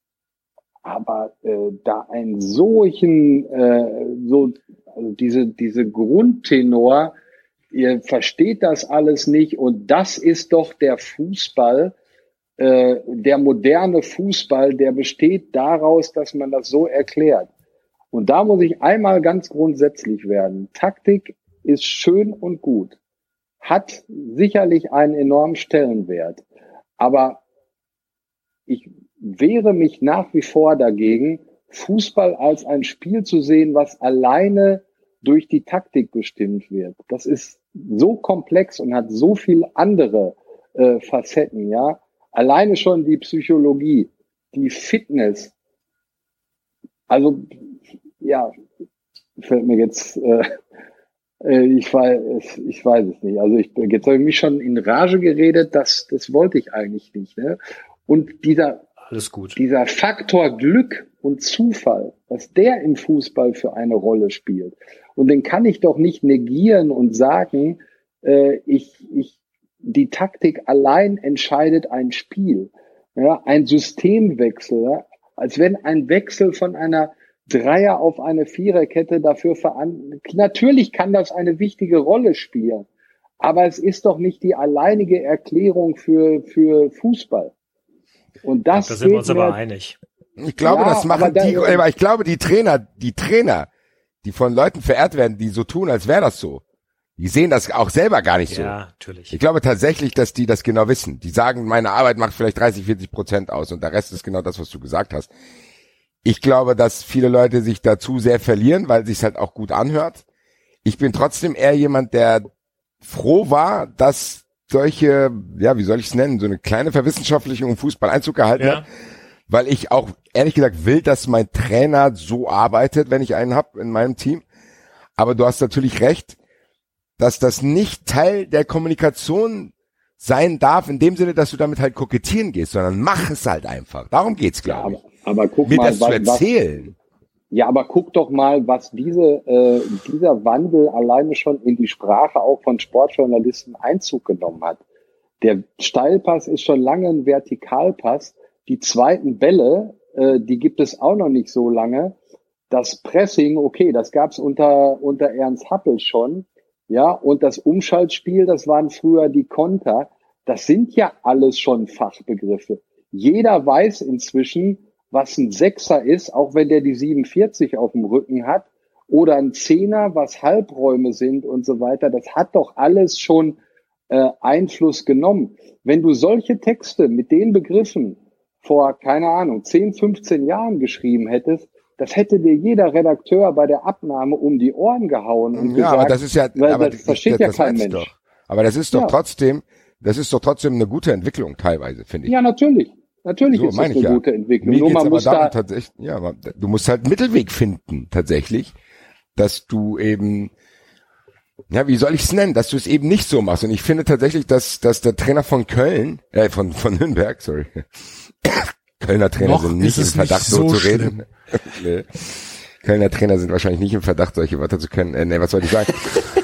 Aber da einen solchen, also diese Grundtenor, ihr versteht das alles nicht und das ist doch der Fußball, der moderne Fußball, der besteht daraus, dass man das so erklärt. Und da muss ich einmal ganz grundsätzlich werden. Taktik ist schön und gut, hat sicherlich einen enormen Stellenwert, aber ich wehre mich nach wie vor dagegen, Fußball als ein Spiel zu sehen, was alleine durch die Taktik bestimmt wird. Das ist so komplex und hat so viel andere Facetten, ja. Alleine schon die Psychologie, die Fitness. Also, ja, fällt mir jetzt, ich weiß es nicht. Also jetzt habe ich mich schon in Rage geredet, das wollte ich eigentlich nicht, ne? Und dieser Faktor Glück und Zufall, was der im Fußball für eine Rolle spielt. Und den kann ich doch nicht negieren und sagen, die Taktik allein entscheidet ein Spiel. Ja, ein Systemwechsel, ja, als wenn ein Wechsel von einer Dreier- auf eine Viererkette dafür natürlich kann das eine wichtige Rolle spielen, aber es ist doch nicht die alleinige Erklärung für Fußball. Und da sind wir uns aber einig. Ich glaube, das machen aber ich glaube, die Trainer, die von Leuten verehrt werden, die so tun, als wäre das so, die sehen das auch selber gar nicht so. Ja, natürlich. Ich glaube tatsächlich, dass die das genau wissen. Die sagen, meine Arbeit macht vielleicht 30-40% aus und der Rest ist genau das, was du gesagt hast. Ich glaube, dass viele Leute sich dazu sehr verlieren, weil es sich halt auch gut anhört. Ich bin trotzdem eher jemand, der froh war, dass solche, ja, wie soll ich es nennen, so eine kleine Verwissenschaftlichung im Fußball Einzug gehalten hat, weil ich auch ehrlich gesagt will, dass mein Trainer so arbeitet, wenn ich einen habe in meinem Team. Aber du hast natürlich recht, dass das nicht Teil der Kommunikation sein darf, in dem Sinne, dass du damit halt kokettieren gehst, sondern mach es halt einfach. Darum geht's, glaube ich. Aber guck mir mal, das zu erzählen. Aber guck doch mal, was dieser Wandel alleine schon in die Sprache auch von Sportjournalisten Einzug genommen hat. Der Steilpass ist schon lange ein Vertikalpass. Die zweiten Bälle, die gibt es auch noch nicht so lange. Das Pressing, okay, das gab's unter Ernst Happel schon. Ja, und das Umschaltspiel, das waren früher die Konter. Das sind ja alles schon Fachbegriffe. Jeder weiß inzwischen, was ein Sechser ist, auch wenn der die 47 auf dem Rücken hat, oder ein Zehner, was Halbräume sind und so weiter. Das hat doch alles schon Einfluss genommen. Wenn du solche Texte mit den Begriffen vor, keine Ahnung, 10, 15 Jahren geschrieben hättest, das hätte dir jeder Redakteur bei der Abnahme um die Ohren gehauen und gesagt, aber das ist ja, aber das versteht ja kein Mensch. Doch. Aber das ist doch trotzdem eine gute Entwicklung teilweise, finde ich. Ja, natürlich. Natürlich so, ist das eine gute Entwicklung. Nur man muss du musst halt einen Mittelweg finden, tatsächlich, dass du eben, ja, wie soll ich es nennen, dass du es eben nicht so machst. Und ich finde tatsächlich, dass der Trainer von Köln, von Nürnberg, sorry, Kölner Trainer sind nicht im Verdacht, so zu reden. Nee. Kölner Trainer sind wahrscheinlich nicht im Verdacht, solche Wörter zu können. Was soll ich sagen?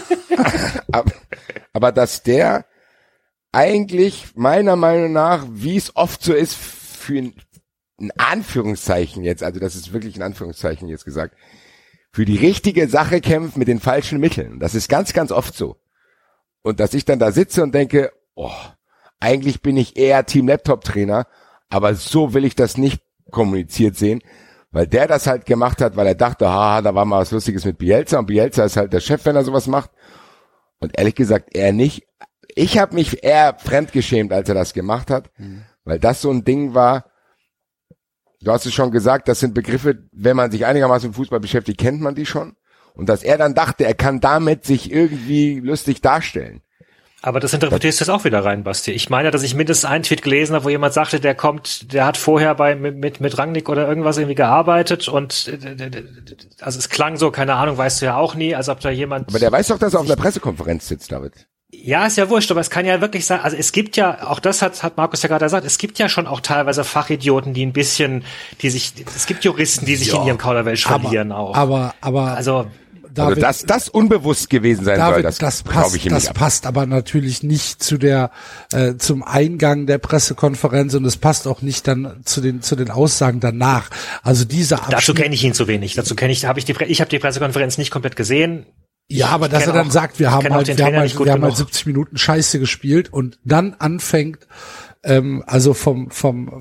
aber dass der eigentlich meiner Meinung nach, wie es oft so ist, in Anführungszeichen jetzt, also das ist wirklich in Anführungszeichen jetzt gesagt, für die richtige Sache kämpft mit den falschen Mitteln. Das ist ganz, ganz oft so. Und dass ich dann da sitze und denke, eigentlich bin ich eher Team-Laptop-Trainer, aber so will ich das nicht kommuniziert sehen, weil der das halt gemacht hat, weil er dachte, da war mal was Lustiges mit Bielsa und Bielsa ist halt der Chef, wenn er sowas macht. Und ehrlich gesagt, er nicht. Ich habe mich eher fremdgeschämt, als er das gemacht hat, weil das so ein Ding war. Du hast es schon gesagt, das sind Begriffe, wenn man sich einigermaßen mit Fußball beschäftigt, kennt man die schon. Und dass er dann dachte, er kann damit sich irgendwie lustig darstellen. Aber das interpretierst du jetzt auch wieder rein, Basti. Ich meine, dass ich mindestens einen Tweet gelesen habe, wo jemand sagte, der hat vorher mit Rangnick oder irgendwas irgendwie gearbeitet und also es klang so, keine Ahnung, weißt du ja auch nie, als ob da jemand... Aber der weiß doch, dass er auf einer Pressekonferenz sitzt, David. Ja, ist ja wurscht, aber es kann ja wirklich sein, also es gibt ja, auch das hat Markus ja gerade gesagt, es gibt ja schon auch teilweise Fachidioten, die ein bisschen, es gibt Juristen, die sich in ihrem Kauderwelsch verlieren auch. Aber also David, also das unbewusst gewesen sein David, soll, das glaube ich ihm nicht ab. Passt aber natürlich nicht zu zum Eingang der Pressekonferenz und es passt auch nicht dann zu den Aussagen danach. Also dieser Abschnitt. Dazu kenne ich ihn zu wenig. Ich habe die Pressekonferenz nicht komplett gesehen. Ja, aber dass er dann sagt, wir haben halt 70 Minuten Scheiße gespielt und dann anfängt, also vom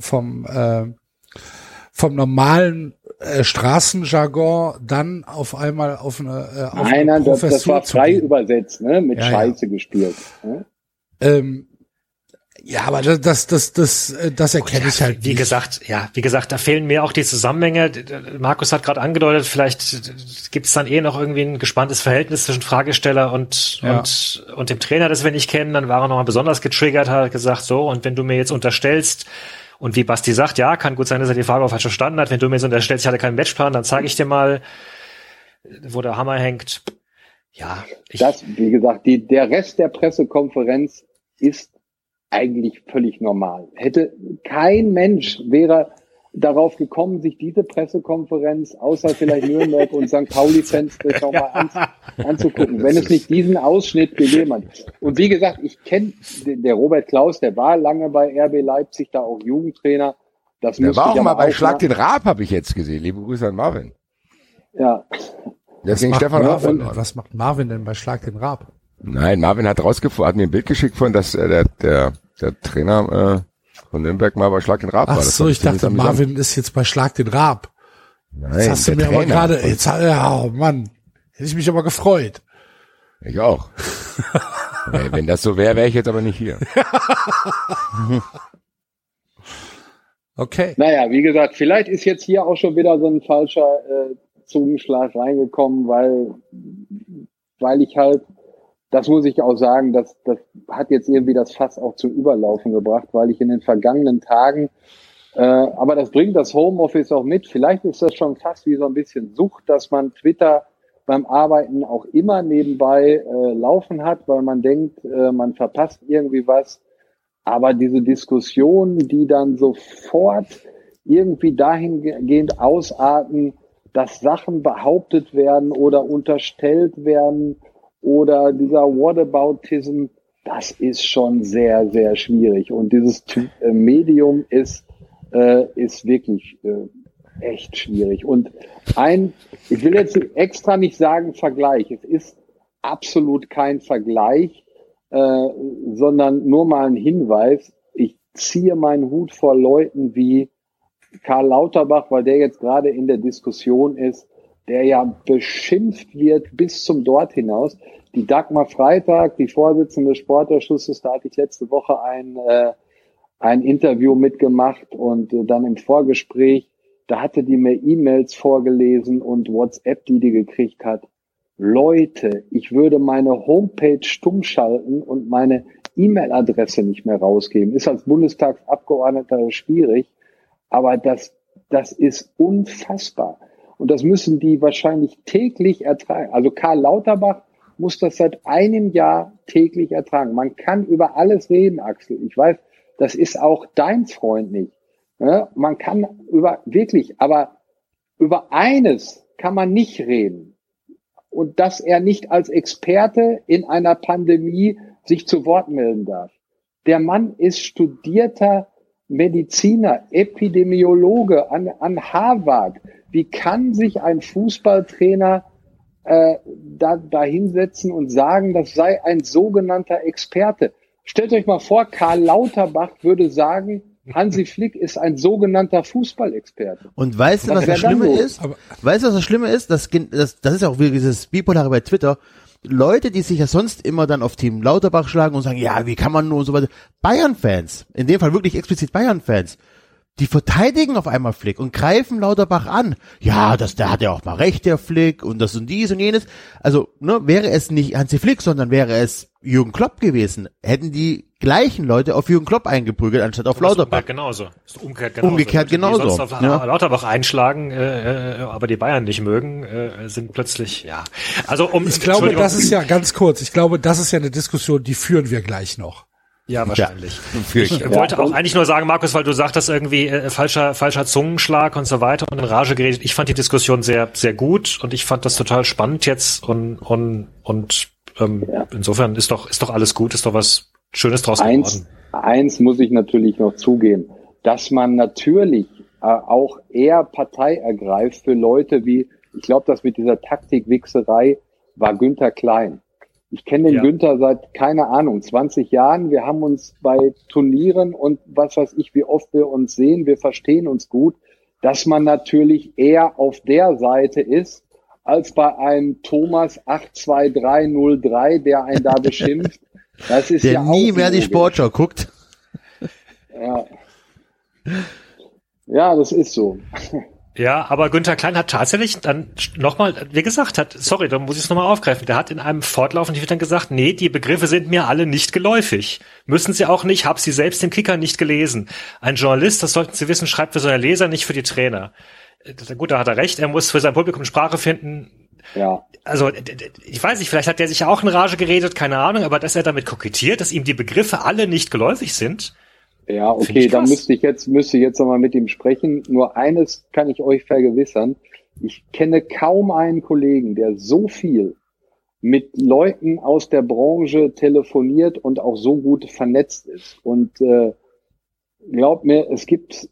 normalen Straßenjargon dann auf einmal auf eine Nein, das war frei übersetzt, ne, mit Scheiße gespielt. Ne? Ja, aber das erkenne ich halt. Wie gesagt, da fehlen mir auch die Zusammenhänge. Markus hat gerade angedeutet, vielleicht gibt es dann noch irgendwie ein gespanntes Verhältnis zwischen Fragesteller und dem Trainer, das wir nicht kennen. Dann war er nochmal besonders getriggert, hat gesagt, so, und wenn du mir jetzt unterstellst, und wie Basti sagt, ja, kann gut sein, dass er die Frage auch falsch verstanden hat, wenn du mir jetzt unterstellst, ich hatte keinen Matchplan, dann zeige ich dir mal, wo der Hammer hängt. Ja. Wie gesagt, der Rest der Pressekonferenz ist eigentlich völlig normal. Kein Mensch wäre darauf gekommen, sich diese Pressekonferenz außer vielleicht Nürnberg und St. Pauli-Fans nochmal anzugucken, wenn es nicht diesen Ausschnitt gegeben hat. Und wie gesagt, ich kenne der Robert Klaus, der war lange bei RB Leipzig, da auch Jugendtrainer. Der war auch mal bei Schlag den Raab, habe ich jetzt gesehen. Liebe Grüße an Marvin. Ja. Deswegen Stefan Raab. Was macht Marvin denn bei Schlag den Raab? Nein, Marvin hat hat mir ein Bild geschickt von, dass der Trainer von Nürnberg mal bei Schlag den Raab war. Ach so, ich dachte, Marvin ist jetzt bei Schlag den Raab. Nein, das hast du mir aber gerade, oh Mann, hätte ich mich aber gefreut. Ich auch. Wenn das so wäre ich jetzt aber nicht hier. Okay. Naja, wie gesagt, vielleicht ist jetzt hier auch schon wieder so ein falscher Zungenschlag reingekommen, weil ich halt, das muss ich auch sagen, das hat jetzt irgendwie das Fass auch zum Überlaufen gebracht, weil ich in den vergangenen Tagen, aber das bringt das Homeoffice auch mit, vielleicht ist das schon fast wie so ein bisschen Sucht, dass man Twitter beim Arbeiten auch immer nebenbei laufen hat, weil man denkt, man verpasst irgendwie was, aber diese Diskussionen, die dann sofort irgendwie dahingehend ausarten, dass Sachen behauptet werden oder unterstellt werden, oder dieser Whataboutism, das ist schon sehr, sehr schwierig. Und dieses Medium ist wirklich echt schwierig. Und ich will jetzt extra nicht sagen Vergleich. Es ist absolut kein Vergleich, sondern nur mal ein Hinweis. Ich ziehe meinen Hut vor Leuten wie Karl Lauterbach, weil der jetzt gerade in der Diskussion ist, der ja beschimpft wird bis zum Dort hinaus. Die Dagmar Freitag, die Vorsitzende des Sportausschusses, da hatte ich letzte Woche ein Interview mitgemacht und dann im Vorgespräch, da hatte die mir E-Mails vorgelesen und WhatsApp, die gekriegt hat. Leute, ich würde meine Homepage stumm schalten und meine E-Mail-Adresse nicht mehr rausgeben. Ist als Bundestagsabgeordneter schwierig, aber das ist unfassbar. Und das müssen die wahrscheinlich täglich ertragen. Also Karl Lauterbach muss das seit einem Jahr täglich ertragen. Man kann über alles reden, Axel. Ich weiß, das ist auch dein Freund nicht. Ja, man kann aber über eines kann man nicht reden. Und dass er nicht als Experte in einer Pandemie sich zu Wort melden darf. Der Mann ist studierter Mediziner, Epidemiologe an Harvard. Wie kann sich ein Fußballtrainer da hinsetzen und sagen, das sei ein sogenannter Experte? Stellt euch mal vor, Karl Lauterbach würde sagen, Hansi Flick ist ein sogenannter Fußballexperte. Und weißt du, was das Schlimme ist? Weißt du, was das Schlimme ist? Das ist auch wie dieses Bipolare bei Twitter. Leute, die sich ja sonst immer dann auf Team Lauterbach schlagen und sagen, ja, wie kann man nur und so weiter. Bayern-Fans, in dem Fall wirklich explizit Bayern-Fans, die verteidigen auf einmal Flick und greifen Lauterbach an. Ja, der hat ja auch mal recht, der Flick, und das und dies und jenes. Also, wäre es nicht Hansi Flick, sondern wäre es Jürgen Klopp gewesen, hätten die gleichen Leute auf Jürgen Klopp eingeprügelt, anstatt auf Lauterbach. Umgekehrt genauso. Die sonst auf Lauterbach einschlagen, aber die Bayern nicht mögen, sind plötzlich, ja. Also ich glaube, das ist ja ganz kurz. Ich glaube, das ist ja eine Diskussion, die führen wir gleich noch. Ja, wahrscheinlich. Ja. Ich wollte auch eigentlich nur sagen, Markus, weil du sagtest irgendwie falscher Zungenschlag und so weiter und in Rage geredet. Ich fand die Diskussion sehr, sehr gut und ich fand das total spannend jetzt und insofern ist doch alles gut, ist doch was Schönes draus geworden. Eins muss ich natürlich noch zugeben, dass man natürlich auch eher Partei ergreift für Leute wie, ich glaube, das mit dieser Taktikwichserei war Günther Klein. Ich kenne den Günther seit, keine Ahnung, 20 Jahren. Wir haben uns bei Turnieren und was weiß ich, wie oft wir uns sehen, wir verstehen uns gut, dass man natürlich eher auf der Seite ist, als bei einem Thomas 82303, der einen da beschimpft. Das ist der ja nie auch mehr die Sportschau guckt. Ja, das ist so. Ja, aber Günther Klein hat tatsächlich dann nochmal, wie gesagt, da muss ich es nochmal aufgreifen, der hat in einem fortlaufenden Twitter gesagt, nee, die Begriffe sind mir alle nicht geläufig. Müssen sie auch nicht, hab sie selbst im Kicker nicht gelesen. Ein Journalist, das sollten Sie wissen, schreibt für seine Leser, nicht für die Trainer. Gut, da hat er recht, er muss für sein Publikum Sprache finden. Ja. Also, ich weiß nicht, vielleicht hat der sich ja auch in Rage geredet, keine Ahnung, aber dass er damit kokettiert, dass ihm die Begriffe alle nicht geläufig sind. Ja, okay, dann müsste ich jetzt nochmal mit ihm sprechen. Nur eines kann ich euch vergewissern. Ich kenne kaum einen Kollegen, der so viel mit Leuten aus der Branche telefoniert und auch so gut vernetzt ist. Und glaubt mir, es gibt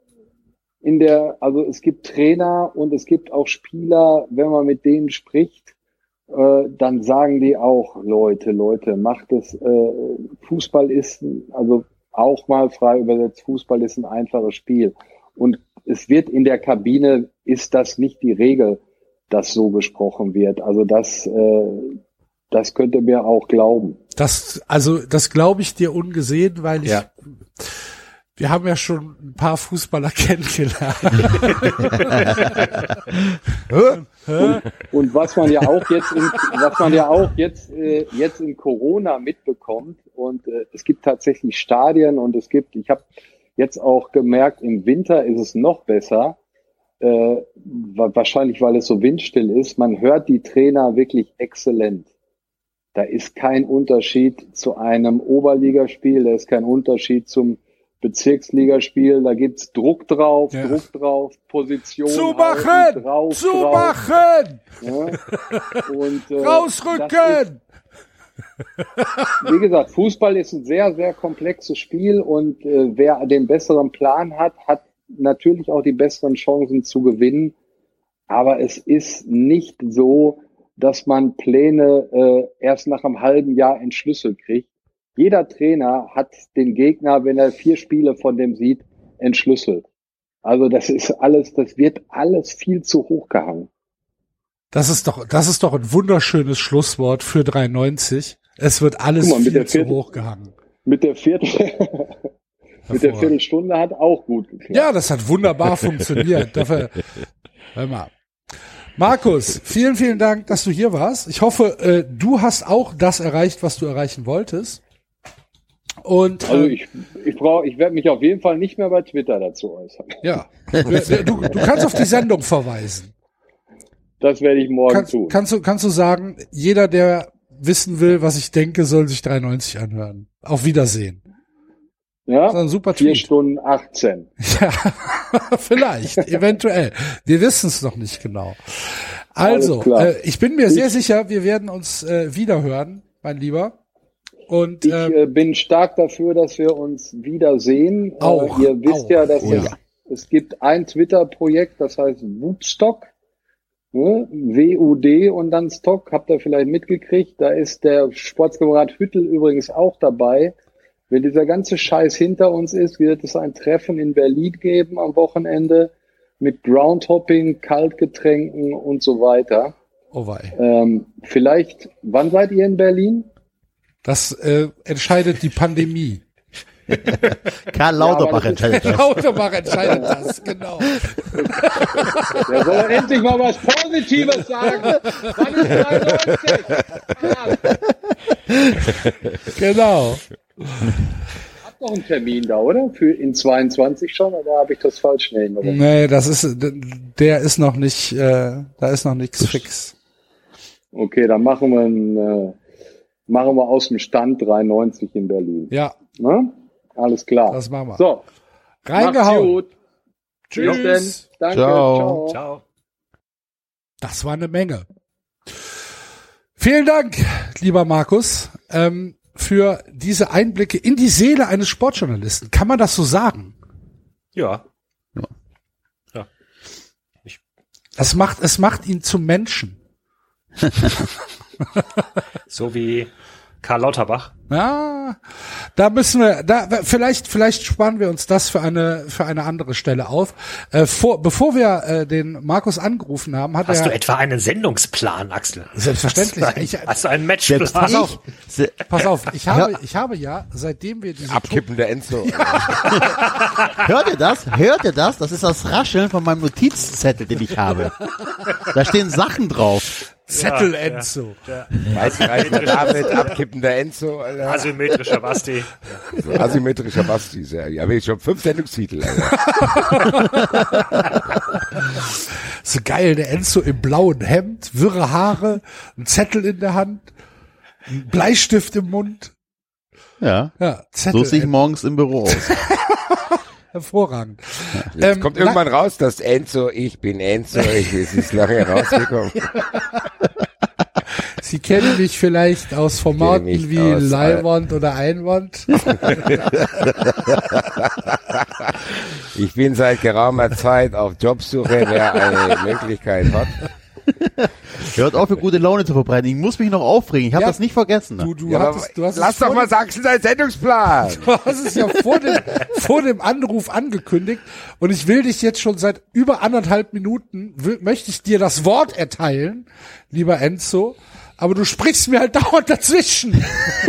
Trainer und es gibt auch Spieler, wenn man mit denen spricht, dann sagen die auch, Leute, macht es, Fußball ist, also auch mal frei übersetzt, Fußball ist ein einfaches Spiel. Und es wird in der Kabine, ist das nicht die Regel, dass so gesprochen wird. Also das könnt ihr mir auch glauben. Das glaube ich dir ungesehen, weil wir haben ja schon ein paar Fußballer kennengelernt. und was man ja auch jetzt in Corona mitbekommt, und es gibt tatsächlich Stadien und ich habe jetzt auch gemerkt, im Winter ist es noch besser, wahrscheinlich weil es so windstill ist, man hört die Trainer wirklich exzellent. Da ist kein Unterschied zu einem Oberligaspiel, da ist kein Unterschied zum Bezirksligaspiel, da gibt's Druck drauf, Position zumachen, drauf. Ja. Und, rausrücken! Wie gesagt, Fußball ist ein sehr, sehr komplexes Spiel und wer den besseren Plan hat natürlich auch die besseren Chancen zu gewinnen. Aber es ist nicht so, dass man Pläne erst nach einem halben Jahr entschlüsselt kriegt. Jeder Trainer hat den Gegner, wenn er 4 Spiele von dem sieht, entschlüsselt. Also das wird alles viel zu hoch gehangen. Das ist doch ein wunderschönes Schlusswort für 93. Es wird alles viel zu hoch gehangen. Mit der Viertelstunde hat auch gut geklappt. Ja, das hat wunderbar funktioniert. Dafür, hör mal. Markus, vielen, vielen Dank, dass du hier warst. Ich hoffe, du hast auch das erreicht, was du erreichen wolltest. Und also ich werde mich auf jeden Fall nicht mehr bei Twitter dazu äußern. Ja, du kannst auf die Sendung verweisen. Das werde ich morgen tun. Kannst du sagen, jeder, der wissen will, was ich denke, soll sich 93 anhören. Auf Wiedersehen. Ja, das ist ein super Tweet. 4 Stunden 18. Ja, vielleicht, eventuell. Wir wissen es noch nicht genau. Also, ich bin mir sehr sicher, wir werden uns wiederhören, mein Lieber. Und Ich bin stark dafür, dass wir uns wiedersehen. Auch, ihr wisst auch. ja, dass Ja. es gibt ein Twitter-Projekt, das heißt Wutstock, ne? WUD und dann Stock, habt ihr vielleicht mitgekriegt. Da ist der Sportskamerad Hüttel übrigens auch dabei. Wenn dieser ganze Scheiß hinter uns ist, wird es ein Treffen in Berlin geben am Wochenende mit Groundhopping, Kaltgetränken und so weiter. Oh wei. Vielleicht, wann seid ihr in Berlin? Das entscheidet die Pandemie. Karl Lauterbach entscheidet das. Lauterbach entscheidet das, genau. Der soll doch endlich mal was Positives sagen. Wann ist 93? Genau. Habt doch einen Termin da, oder? Für in 22 schon, oder habe ich das falsch in Erinnerung? Nee, der ist noch nicht, da ist noch nichts fix. Okay, dann machen wir aus dem Stand 93 in Berlin. Ja, Ne? Alles klar. das machen wir. So, Reingehauen. macht's gut. Tschüss. Bis dann. Danke. Ciao. Ciao. Das war eine Menge. Vielen Dank, lieber Markus, für diese Einblicke in die Seele eines Sportjournalisten. Kann man das so sagen? Ja. Es macht ihn zum Menschen. So wie Karl Lauterbach. Ja, da müssen wir, vielleicht sparen wir uns das für eine andere Stelle auf. Bevor wir den Markus angerufen haben, hat Hast er du etwa einen Sendungsplan, Axel? selbstverständlich. Hast du einen Matchplan? Pass auf, ich habe ja, seitdem wir diese Abkippender Enzo. Hört ihr das? Hört ihr das? Das ist das Rascheln von meinem Notizzettel, den ich habe. Da stehen Sachen drauf. Zettel Enzo. Weißreicher David, abkippender Enzo, Alter. Asymmetrischer Basti. So, asymmetrischer Basti, ja. Ja, ich schon 5 Sendungstitel, Alter. So geil, der Enzo im blauen Hemd, wirre Haare, ein Zettel in der Hand, ein Bleistift im Mund. Ja. Ja, Zettel. So sehe ich morgens im Büro aus. Hervorragend. Jetzt kommt irgendwann raus, dass Enzo, ich bin Enzo, es ist nachher rausgekommen. Sie kennen mich vielleicht aus Formaten mich wie aus, Leihwand oder Einwand. Ich bin seit geraumer Zeit auf Jobsuche, wer eine Möglichkeit hat. Hört auf, für gute Laune zu verbreiten. Ich muss mich noch aufregen. Ich habe Ja, das nicht vergessen. Du Ja, hast lass es doch vor mal sagen, dein Sendungsplan. Du hast es ja vor dem Anruf angekündigt und ich will dich jetzt schon seit über 1,5 Minuten, möchte ich dir das Wort erteilen, lieber Enzo, aber du sprichst mir halt dauernd dazwischen.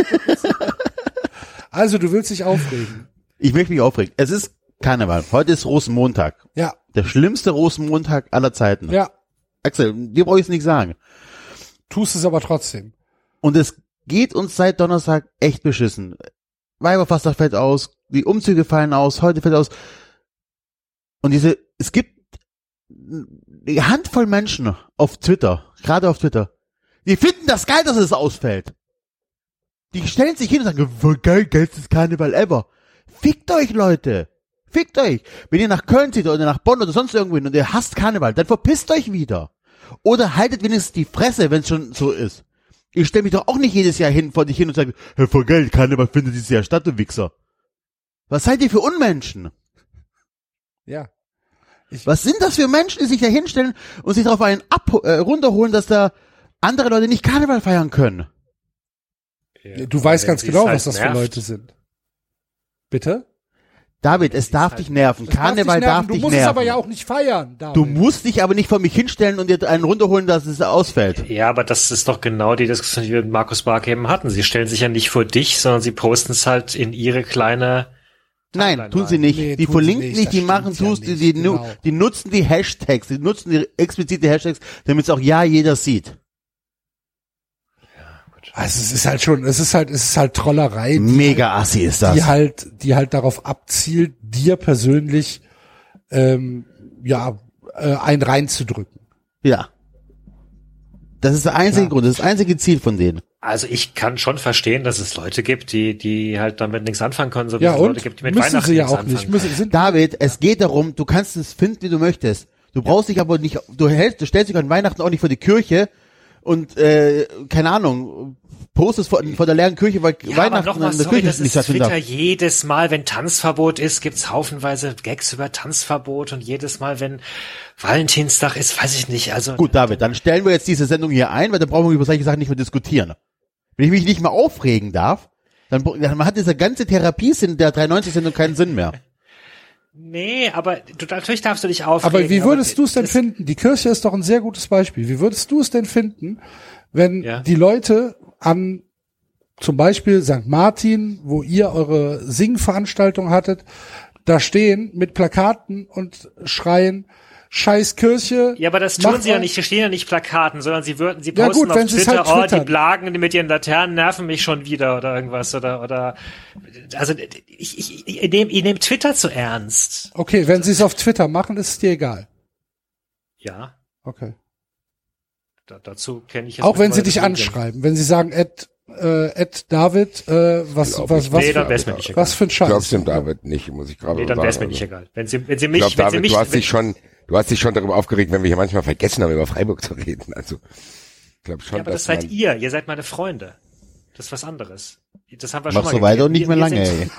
Also, du willst dich aufregen. Ich möchte mich aufregen. Es ist Karneval. Heute ist Rosenmontag. Ja, Der schlimmste Rosenmontag aller Zeiten. ja, Axel, dir brauche ich es nicht sagen. tust es aber trotzdem. Und es geht uns seit Donnerstag echt beschissen. Weiberfastnacht fällt aus, die Umzüge fallen aus, heute fällt aus. Und es gibt eine Handvoll Menschen auf Twitter, gerade auf Twitter, die finden das geil, dass es ausfällt. Die stellen sich hin und sagen, voll geil, geilstes Karneval ever. Fickt euch, Leute. Fickt euch. Wenn ihr nach Köln zieht oder nach Bonn oder sonst irgendwo hin und ihr hasst Karneval, dann verpisst euch wieder. Oder haltet wenigstens die Fresse, wenn es schon so ist. Ich stelle mich doch auch nicht jedes Jahr vor dich hin und sage, hey, voll geil, Karneval findet dieses Jahr statt, du Wichser. Was seid ihr für Unmenschen? Ja. Was sind das für Menschen, die sich da hinstellen und sich darauf einen runterholen, dass da andere Leute nicht Karneval feiern können? Du weißt wenn ganz sie es genau, halt was das für nervt. Leute sind. Bitte? David, es darf dich nerven. Karneval darf dich Du musst nerven. es aber ja auch nicht feiern, David. Du musst dich aber nicht vor mich hinstellen und dir einen runterholen, dass es ausfällt. Ja, aber das ist doch genau die Diskussion, die wir mit Markus Bark eben hatten. Sie stellen sich ja nicht vor dich, sondern sie posten es halt in ihre kleine... Nein, Timeline tun sie rein. nicht. Nee, Die tun verlinken sie nicht, nicht, die das machen stimmt ja tust, nicht, genau. die nutzen die Hashtags, die nutzen die explizite Hashtags, damit es auch ja jeder sieht. Also es ist halt Trollerei. Mega assi ist das. Die halt darauf abzielt, dir persönlich einen reinzudrücken. Ja. Das ist der einzige Grund, das ist das einzige Ziel von denen. Also ich kann schon verstehen, dass es Leute gibt, die halt damit nichts anfangen können, so wie Ja, es und Leute gibt, die mit müssen Weihnachten sie ja nichts auch nicht. anfangen können. David, es geht darum, du kannst es finden, wie du möchtest. Du brauchst dich aber nicht, du stellst dich an Weihnachten auch nicht vor die Kirche und, keine Ahnung, postest vor der leeren Kirche, weil Weihnachten in der Kirche nicht stattfindet. Twitter jedes Mal, wenn Tanzverbot ist, gibt's haufenweise Gags über Tanzverbot und jedes Mal, wenn Valentinstag ist, weiß ich nicht. Also gut, David, dann stellen wir jetzt diese Sendung hier ein, weil dann brauchen wir über solche Sachen nicht mehr diskutieren. Wenn ich mich nicht mehr aufregen darf, dann hat dieser ganze Therapiesinn der 93-Sendung keinen Sinn mehr. Nee, aber natürlich darfst du dich aufregen. Aber wie würdest du es denn finden? Die Kirche ist doch ein sehr gutes Beispiel. Wie würdest du es denn finden, wenn die Leute an zum Beispiel St. Martin, wo ihr eure Singveranstaltung hattet, da stehen mit Plakaten und schreien, Scheiß Kirche. Ja, aber das tun sie ja nicht, hier stehen ja nicht Plakaten, sondern sie posten ja gut, auf Twitter, halt die Blagen mit ihren Laternen nerven mich schon wieder oder irgendwas oder also ich nehme Twitter zu ernst. Okay, wenn sie es auf Twitter machen, ist es dir egal. Ja. Okay. Dazu kenne ich jetzt auch wenn sie dich anschreiben, wenn sie sagen David, was für ein Scheiß. Glaubst du dem David nicht, muss ich gerade sagen. Dann wäre es mir nicht egal. Wenn sie mich, ich glaub, David, du hast dich schon darüber aufgeregt, wenn wir hier manchmal vergessen haben, über Freiburg zu reden. Also, ich glaube schon. Ja, aber das seid ihr seid meine Freunde. Das ist was anderes. Das haben wir schon mal. Mach so weiter und nicht mehr lange, ey.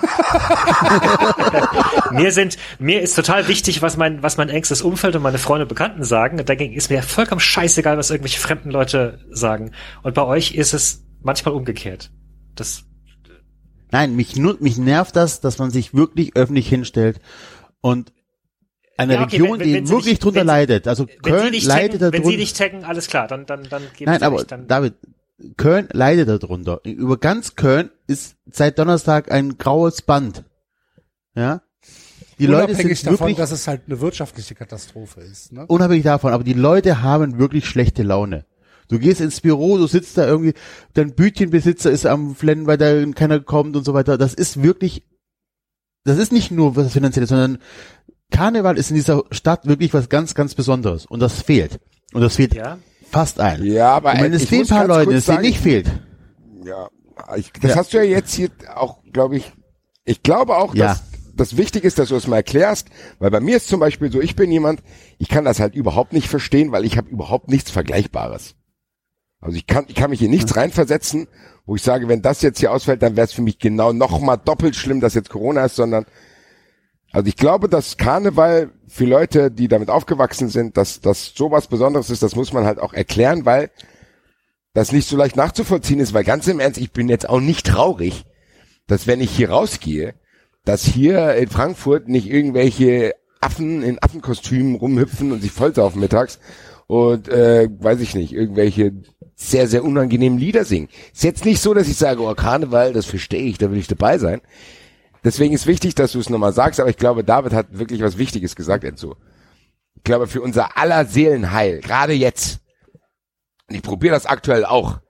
Mir ist total wichtig, was mein engstes Umfeld und meine Freunde und Bekannten sagen. Dagegen ist mir vollkommen scheißegal, was irgendwelche fremden Leute sagen. Und bei euch ist es manchmal umgekehrt. Nein, mich nervt das, dass man sich wirklich öffentlich hinstellt und eine Region, die wirklich drunter leidet. Also Köln leidet darunter. Wenn sie nicht taggen, alles klar, dann geben Nein, aber David, Köln leidet darunter. Über ganz Köln ist seit Donnerstag ein graues Band. Ja? Die Leute sind davon, wirklich, dass es halt eine wirtschaftliche Katastrophe ist. Ne? Unabhängig davon, aber die Leute haben wirklich schlechte Laune. Du gehst ins Büro, du sitzt da irgendwie, dein Bütchenbesitzer ist am Flennen, weil da keiner kommt und so weiter. Das ist nicht nur was Finanzielles, sondern Karneval ist in dieser Stadt wirklich was ganz, ganz Besonderes. Und das fehlt. Und das fehlt fast allen. Ja, aber und wenn es den paar Leuten ist, denen nicht fehlt. Ja, das hast du ja jetzt hier auch, glaube ich. Ich glaube auch, dass das wichtig ist, dass du es mal erklärst, weil bei mir ist zum Beispiel so, ich bin jemand, ich kann das halt überhaupt nicht verstehen, weil ich habe überhaupt nichts Vergleichbares. Also ich kann mich hier nichts reinversetzen, wo ich sage, wenn das jetzt hier ausfällt, dann wäre es für mich genau nochmal doppelt schlimm, dass jetzt Corona ist, sondern also ich glaube, dass Karneval für Leute, die damit aufgewachsen sind, dass das sowas Besonderes ist, das muss man halt auch erklären, weil das nicht so leicht nachzuvollziehen ist, weil ganz im Ernst, ich bin jetzt auch nicht traurig, dass wenn ich hier rausgehe, dass hier in Frankfurt nicht irgendwelche Affen in Affenkostümen rumhüpfen und sich vollsaufen mittags und, weiß ich nicht, irgendwelche sehr, sehr unangenehmen Lieder singen. Ist jetzt nicht so, dass ich sage, oh, Karneval, das verstehe ich, da will ich dabei sein. Deswegen ist wichtig, dass du es nochmal sagst, aber ich glaube, David hat wirklich was Wichtiges gesagt, Enzo. Ich glaube, für unser aller Seelenheil, gerade jetzt, und ich probiere das aktuell auch,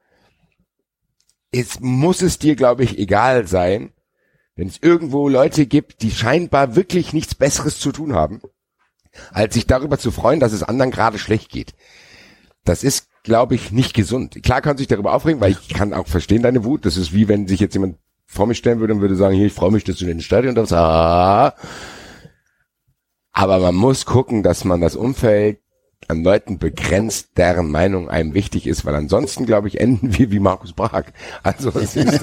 muss es dir, glaube ich, egal sein, wenn es irgendwo Leute gibt, die scheinbar wirklich nichts Besseres zu tun haben, als sich darüber zu freuen, dass es anderen gerade schlecht geht. Das ist, glaube ich, nicht gesund. Klar kann sich darüber aufregen, weil ich kann auch verstehen deine Wut. Das ist wie wenn sich jetzt jemand vor mich stellen würde und würde sagen, hier, ich freue mich, dass du in den Stadion darfst. Aber man muss gucken, dass man das Umfeld an Leuten begrenzt, deren Meinung einem wichtig ist, weil ansonsten, glaube ich, enden wir wie Markus Brag. Also es ist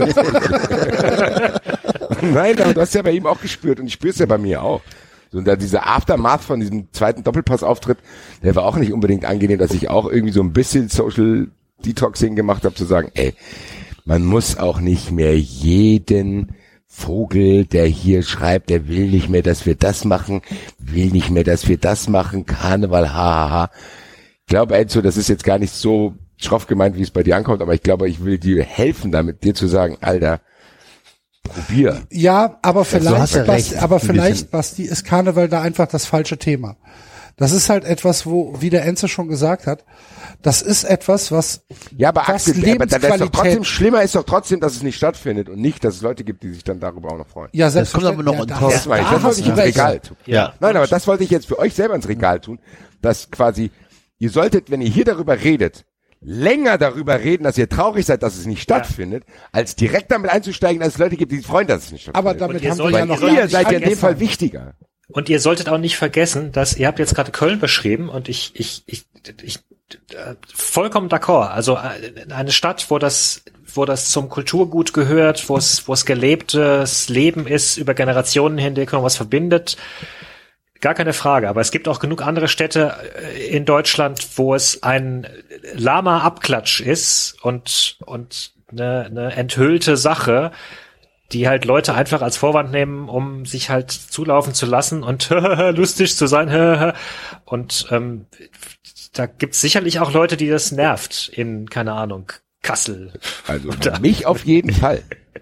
Nein, aber du hast ja bei ihm auch gespürt und ich spüre es ja bei mir auch. So, und da dieser Aftermath von diesem zweiten Doppelpass-Auftritt, der war auch nicht unbedingt angenehm, dass ich auch irgendwie so ein bisschen Social Detoxing gemacht habe, zu sagen, ey, man muss auch nicht mehr jeden Vogel, der hier schreibt, der will nicht mehr, dass wir das machen, will nicht mehr, dass wir das machen, Karneval, hahaha. Ich glaube, Enzo, das ist jetzt gar nicht so schroff gemeint, wie es bei dir ankommt, aber ich glaube, ich will dir helfen damit, dir zu sagen, Alter, probier. Ja, aber vielleicht, Basti, ist Karneval da einfach das falsche Thema. Das ist halt etwas, wie der Enzo schon gesagt hat, das ist etwas, was aber das ist doch trotzdem schlimmer ist doch trotzdem, dass es nicht stattfindet und nicht, dass es Leute gibt, die sich dann darüber auch noch freuen. Ja, das kommt aber noch das wollte ich ins Regal tun. Ja. Nein, aber das wollte ich jetzt für euch selber ins Regal tun, dass quasi, ihr solltet, wenn ihr hier darüber redet, länger darüber reden, dass ihr traurig seid, dass es nicht stattfindet, als direkt damit einzusteigen, dass es Leute gibt, die sich freuen, dass es nicht stattfindet. Aber damit haben wir ja noch ihr seid ja in dem Fall wichtiger. Und ihr solltet auch nicht vergessen, dass ihr habt jetzt gerade Köln beschrieben und ich vollkommen d'accord. Also eine Stadt, wo das wo das zum Kulturgut gehört, wo es gelebtes Leben ist, über Generationen hinweg und was verbindet. Gar keine Frage. Aber es gibt auch genug andere Städte in Deutschland, wo es ein lahmer Abklatsch ist und eine enthüllte Sache, die halt Leute einfach als Vorwand nehmen, um sich halt zulaufen zu lassen und lustig zu sein. Und da gibt's sicherlich auch Leute, die das nervt in, keine Ahnung, Kassel. Also mich auf jeden Fall.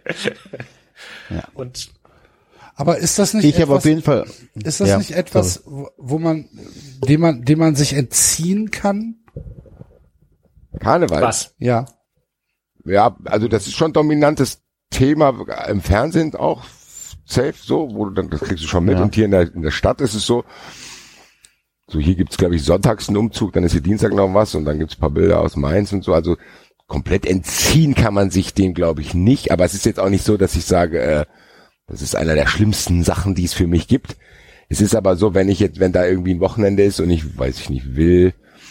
Ja. Und aber ist das nicht ich habe auf jeden Fall. Ist das nicht etwas, dem man sich entziehen kann? Karneval. was? Ja. Ja, also das ist schon ein dominantes Thema im Fernsehen auch safe so, wo du dann, das kriegst du schon mit. Und hier in der Stadt ist es so hier gibt's, glaube ich, sonntags einen Umzug, dann ist hier Dienstag noch was und dann gibt's ein paar Bilder aus Mainz und so. Also komplett entziehen kann man sich dem, glaube ich, nicht. Aber es ist jetzt auch nicht so, dass ich sage, das ist einer der schlimmsten Sachen, die es für mich gibt. Es ist aber so, wenn da irgendwie ein Wochenende ist und ich, weiß ich nicht, will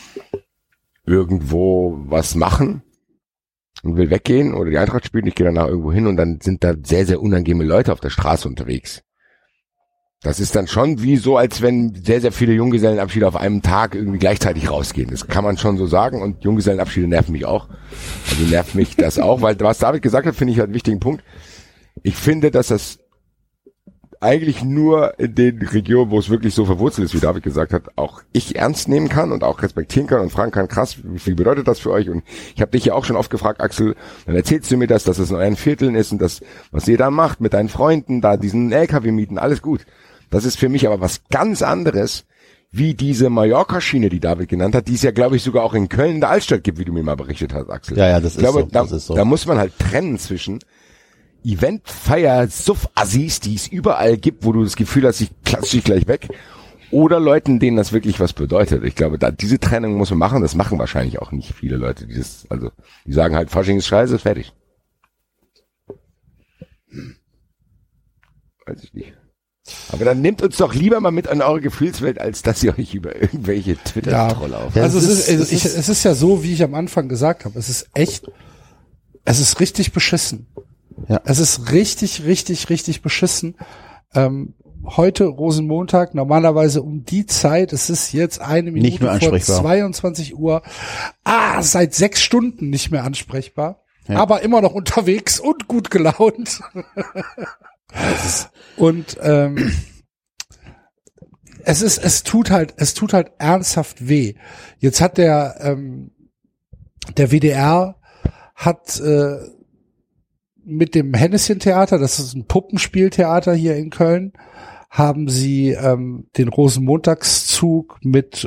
irgendwo was machen und will weggehen oder die Eintracht spielen, ich gehe danach irgendwo hin und dann sind da sehr, sehr unangenehme Leute auf der Straße unterwegs. Das ist dann schon wie so, als wenn sehr, sehr viele Junggesellenabschiede auf einem Tag irgendwie gleichzeitig rausgehen. Das kann man schon so sagen und Junggesellenabschiede nerven mich auch. Also nervt mich das auch, weil was David gesagt hat, finde ich halt einen wichtigen Punkt. Ich finde, dass das eigentlich nur in den Regionen, wo es wirklich so verwurzelt ist, wie David gesagt hat, auch ich ernst nehmen kann und auch respektieren kann und fragen kann, krass, wie viel bedeutet das für euch? Und ich habe dich ja auch schon oft gefragt, Axel, dann erzählst du mir das, dass es in euren Vierteln ist und das, was ihr da macht mit deinen Freunden, da diesen LKW mieten, alles gut. Das ist für mich aber was ganz anderes, wie diese Mallorca-Schiene, die David genannt hat, die es ja, glaube ich, sogar auch in Köln in der Altstadt gibt, wie du mir mal berichtet hast, Axel. Ja, das ist so. Da muss man halt trennen zwischen Event-Feier-Suff-Assis, die es überall gibt, wo du das Gefühl hast, ich klatsche dich gleich weg, oder Leuten, denen das wirklich was bedeutet. Ich glaube, diese Trennung muss man machen, das machen wahrscheinlich auch nicht viele Leute, die sagen halt, Fasching ist scheiße, fertig. Weiß ich nicht. Aber dann nehmt uns doch lieber mal mit an eure Gefühlswelt, als dass ihr euch über irgendwelche Twitter-Trolle auf. Also es ist ja so, wie ich am Anfang gesagt habe, es ist richtig beschissen. Ja. Es ist richtig beschissen. Heute Rosenmontag, normalerweise um die Zeit, es ist jetzt 1 Minute nicht mehr vor 22 Uhr, seit 6 Stunden nicht mehr ansprechbar, aber immer noch unterwegs und gut gelaunt. Und es tut halt ernsthaft weh. Jetzt hat der WDR hat mit dem Henneschen-Theater, das ist ein Puppenspieltheater hier in Köln, haben sie den Rosenmontagszug mit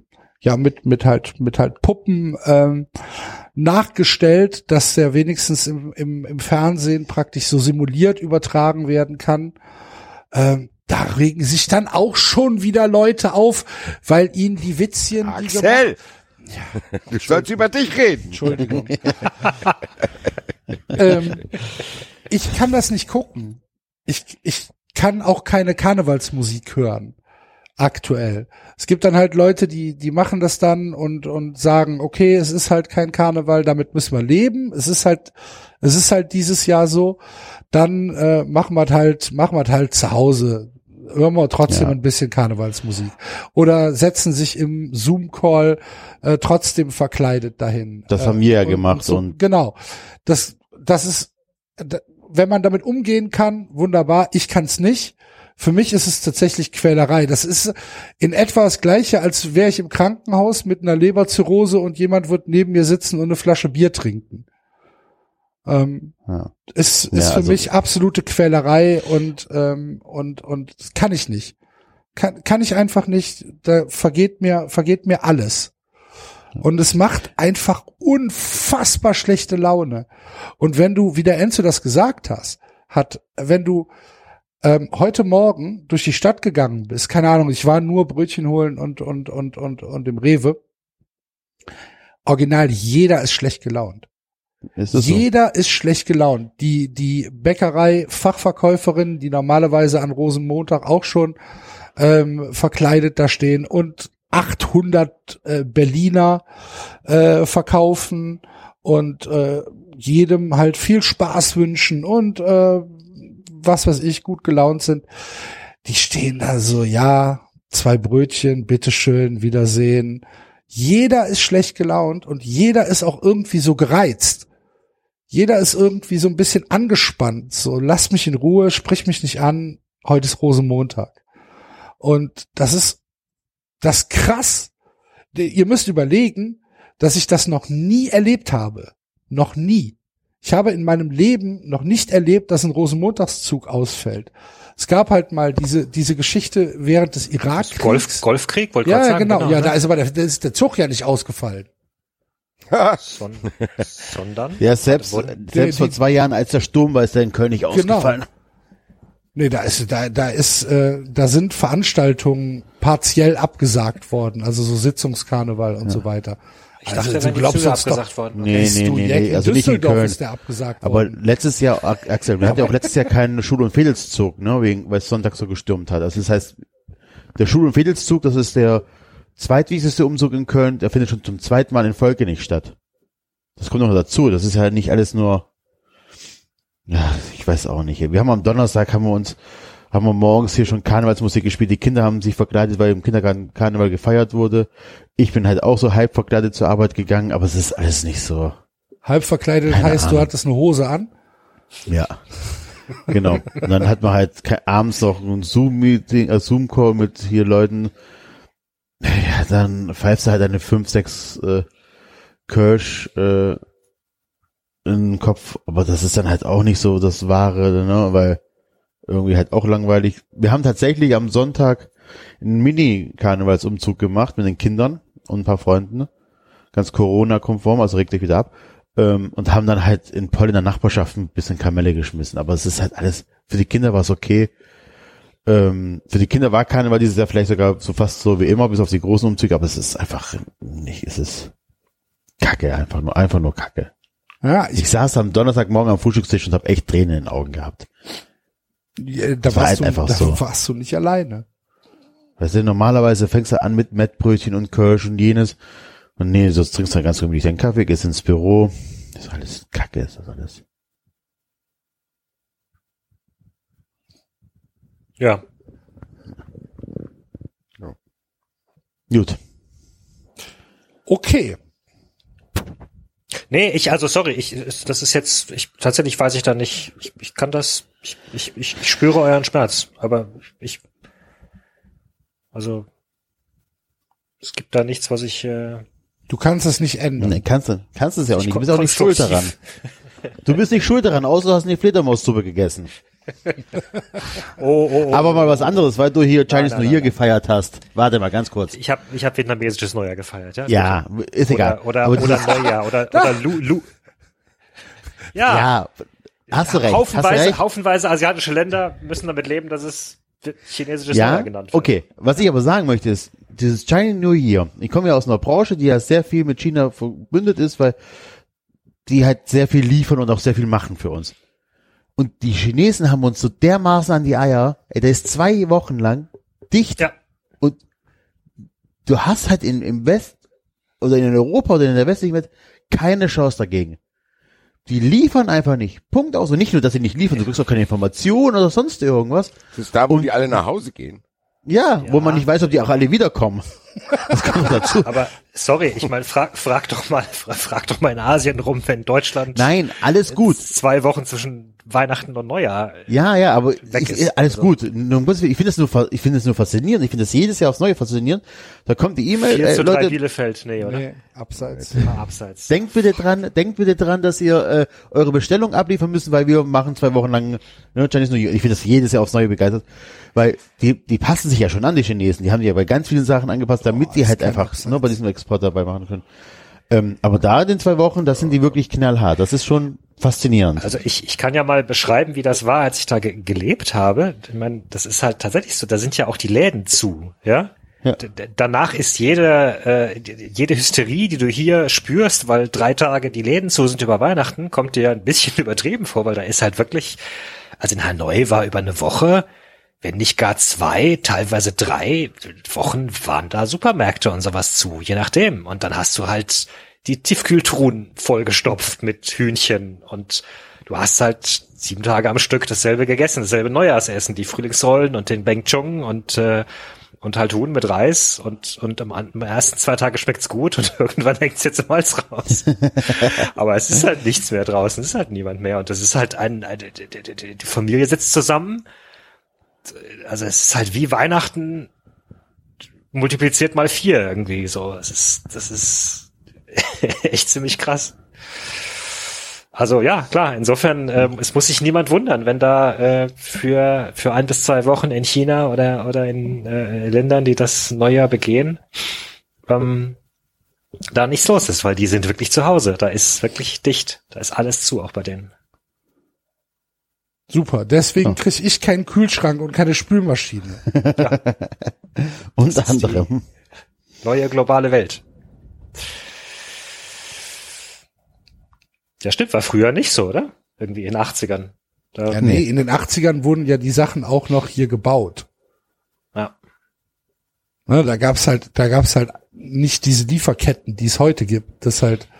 Puppen nachgestellt, dass der wenigstens im Fernsehen praktisch so simuliert übertragen werden kann. Da regen sich dann auch schon wieder Leute auf, weil ihnen die Witzchen... Axel! Du sollst über dich reden. Entschuldigung. Ich kann das nicht gucken. Ich kann auch keine Karnevalsmusik hören. Aktuell. Es gibt dann halt Leute, die machen das dann und sagen, okay, es ist halt kein Karneval, damit müssen wir leben. Es ist halt dieses Jahr so. Dann machen wir halt zu Hause. Hören wir trotzdem ein bisschen Karnevalsmusik. Oder setzen sich im Zoom-Call trotzdem verkleidet dahin. Das haben wir ja gemacht. So, genau. Das ist, wenn man damit umgehen kann, wunderbar. Ich kann es nicht. Für mich ist es tatsächlich Quälerei. Das ist in etwa das Gleiche, als wäre ich im Krankenhaus mit einer Leberzirrhose und jemand wird neben mir sitzen und eine Flasche Bier trinken. Ist für mich absolute Quälerei und kann ich nicht. Kann ich einfach nicht. Da vergeht mir alles. Und es macht einfach unfassbar schlechte Laune. Und wenn du, wie der Enzo das gesagt hat, wenn du heute Morgen durch die Stadt gegangen bist, keine Ahnung, ich war nur Brötchen holen und im Rewe. Original, jeder ist schlecht gelaunt. Jeder ist schlecht gelaunt. Die Bäckerei-Fachverkäuferinnen, die normalerweise an Rosenmontag auch schon verkleidet da stehen und 800 Berliner verkaufen und jedem halt viel Spaß wünschen und was weiß ich, gut gelaunt sind. Die stehen da so, ja, 2 Brötchen, bitteschön, Wiedersehen. Jeder ist schlecht gelaunt und jeder ist auch irgendwie so gereizt. Jeder ist irgendwie so ein bisschen angespannt. So, lass mich in Ruhe, sprich mich nicht an, heute ist Rosenmontag. Und das ist krass. Ihr müsst überlegen, dass ich das noch nie erlebt habe. Noch nie. Ich habe in meinem Leben noch nicht erlebt, dass ein Rosenmontagszug ausfällt. Es gab halt mal diese Geschichte während des Irakkriegs. Golfkrieg, wollte ich ja, gerade sagen. genau. Ja, ne? da ist aber der Zug ja nicht ausgefallen. Sondern? Ja, selbst vor 2 Jahren, als der Sturm war, ist der in Köln nicht ausgefallen. Nee, da sind Veranstaltungen partiell abgesagt worden, also so Sitzungskarneval und so weiter. Ich dachte, da wären die Züge abgesagt worden. Nee, also nicht in Köln. Ist der abgesagt Aber worden. letztes Jahr, Axel, wir hatten ja auch letztes Jahr keinen Schul- und Fädelszug, ne, weil es Sonntag so gestürmt hat. Also das heißt, der Schul- und Fädelszug, das ist der zweitwichtigste Umzug in Köln, der findet schon zum 2. Mal in Folge nicht statt. Das kommt noch dazu. Das ist ja nicht alles nur, ja, ich weiß auch nicht. Wir haben am Donnerstag haben wir morgens hier schon Karnevalsmusik gespielt. Die Kinder haben sich verkleidet, weil im Kindergarten Karneval gefeiert wurde. Ich bin halt auch so halb verkleidet zur Arbeit gegangen, aber es ist alles nicht so. Halb verkleidet heißt, du hattest eine Hose an? Ja. Genau. Und dann hat man halt abends noch ein Zoom-Meeting, Zoom-Call mit hier Leuten. Ja, dann pfeifst du halt eine 5, 6 Kirsch in den Kopf. Aber das ist dann halt auch nicht so das Wahre, ne, weil irgendwie halt auch langweilig. Wir haben tatsächlich am Sonntag einen Mini-Karnevalsumzug gemacht mit den Kindern und ein paar Freunden. Ganz Corona-konform, also regt euch wieder ab. Und haben dann halt in Poll in der Nachbarschaft ein bisschen Kamelle geschmissen. Aber es ist halt alles, für die Kinder war es okay. Für die Kinder war Karneval dieses Jahr vielleicht sogar so fast so wie immer, bis auf die großen Umzüge, aber es ist einfach nicht, es ist Kacke, einfach nur Kacke. Ja, ich saß am Donnerstagmorgen am Frühstückstisch und habe echt Tränen in den Augen gehabt. Ja, da warst du nicht alleine. Weißt du, normalerweise fängst du an mit Mettbrötchen und Kirsch und jenes. Und nee, sonst trinkst du dann ganz gemütlich deinen Kaffee, gehst ins Büro. Das ist alles Kacke, ist das alles. Ja. Gut. Okay. Nee, das ist jetzt, tatsächlich weiß ich da nicht, ich kann das, ich spüre euren Schmerz, aber also, es gibt da nichts, was ich, Du kannst es nicht ändern. Nee, kannst du es ja auch nicht. Du bist auch nicht schuld daran. Du bist nicht schuld daran, außer du hast eine Fledermaussuppe gegessen. Oh. Aber mal was anderes, weil du hier Chinese New Year gefeiert hast. Warte mal, ganz kurz. Ich hab vietnamesisches Neujahr gefeiert, ja? Ja, ist egal. Oder Neujahr, oder Lu. Ja, hast du recht. Haufenweise asiatische Länder müssen damit leben, dass es chinesisches Neujahr genannt wird. Okay. Was ich aber sagen möchte ist, dieses Chinese New Year, ich komme ja aus einer Branche, die ja sehr viel mit China verbündet ist, weil die halt sehr viel liefern und auch sehr viel machen für uns. Und die Chinesen haben uns so dermaßen an die Eier, der ist 2 Wochen lang dicht. Ja. Und du hast halt im West oder in Europa oder in der westlichen Welt keine Chance dagegen. Die liefern einfach nicht. Punkt aus. Und nicht nur, dass sie nicht liefern, du kriegst auch keine Informationen oder sonst irgendwas. Das ist da, wo die alle nach Hause gehen. Ja, wo man nicht weiß, ob die auch alle wiederkommen. Das kommt noch dazu. Aber sorry, ich meine, frag doch mal in Asien rum, wenn Deutschland. Nein, alles gut. 2 Wochen zwischen Weihnachten und Neujahr. Ja, aber ist. Alles also gut. Ich finde es nur faszinierend. Ich finde es jedes Jahr aufs Neue faszinierend. Da kommt die E-Mail. 4:3 Leute, Bielefeld, nee, oder? Nee, abseits. Abseits. Denkt bitte dran, dass ihr eure Bestellung abliefern müsst, weil wir machen 2 Wochen lang Chinese New Year. Ich finde das jedes Jahr aufs Neue begeistert, weil die passen sich ja schon an, die Chinesen. Die haben sich ja bei ganz vielen Sachen angepasst, damit die halt einfach bei diesem Export dabei machen können. Aber da in den 2 Wochen, das sind die wirklich knallhart. Das ist schon faszinierend. Also ich kann ja mal beschreiben, wie das war, als ich da gelebt habe. Ich meine, das ist halt tatsächlich so, da sind ja auch die Läden zu, ja? Ja. Danach ist jede Hysterie, die du hier spürst, weil 3 Tage die Läden zu sind über Weihnachten, kommt dir ein bisschen übertrieben vor, weil da ist halt wirklich, also in Hanoi war über eine Woche, wenn nicht gar 2, teilweise 3 Wochen waren da Supermärkte und sowas zu, je nachdem. Und dann hast du halt die Tiefkühltruhen vollgestopft mit Hühnchen und du hast halt 7 Tage am Stück dasselbe gegessen, dasselbe Neujahrsessen, die Frühlingsrollen und den Beng Chung und halt Huhn mit Reis und am ersten 2 Tage schmeckt's gut und irgendwann hängt's jetzt im Hals raus. Aber es ist halt nichts mehr draußen, es ist halt niemand mehr und das ist halt die Familie sitzt zusammen. Also es ist halt wie Weihnachten multipliziert mal 4 irgendwie so. Das ist echt ziemlich krass. Also ja, klar, insofern, es muss sich niemand wundern, wenn da für 1 bis 2 Wochen in China oder in Ländern, die das Neujahr begehen, da nichts los ist, weil die sind wirklich zu Hause. Da ist wirklich dicht. Da ist alles zu, auch bei denen. Super, deswegen kriege ich keinen Kühlschrank und keine Spülmaschine. Ja. Unter anderem. Neue globale Welt. Ja, stimmt, war früher nicht so, oder? Irgendwie in den 80ern. Ja, nee, in den 80ern wurden ja die Sachen auch noch hier gebaut. Ja. Ne, da gab's halt nicht diese Lieferketten, die es heute gibt. Dass halt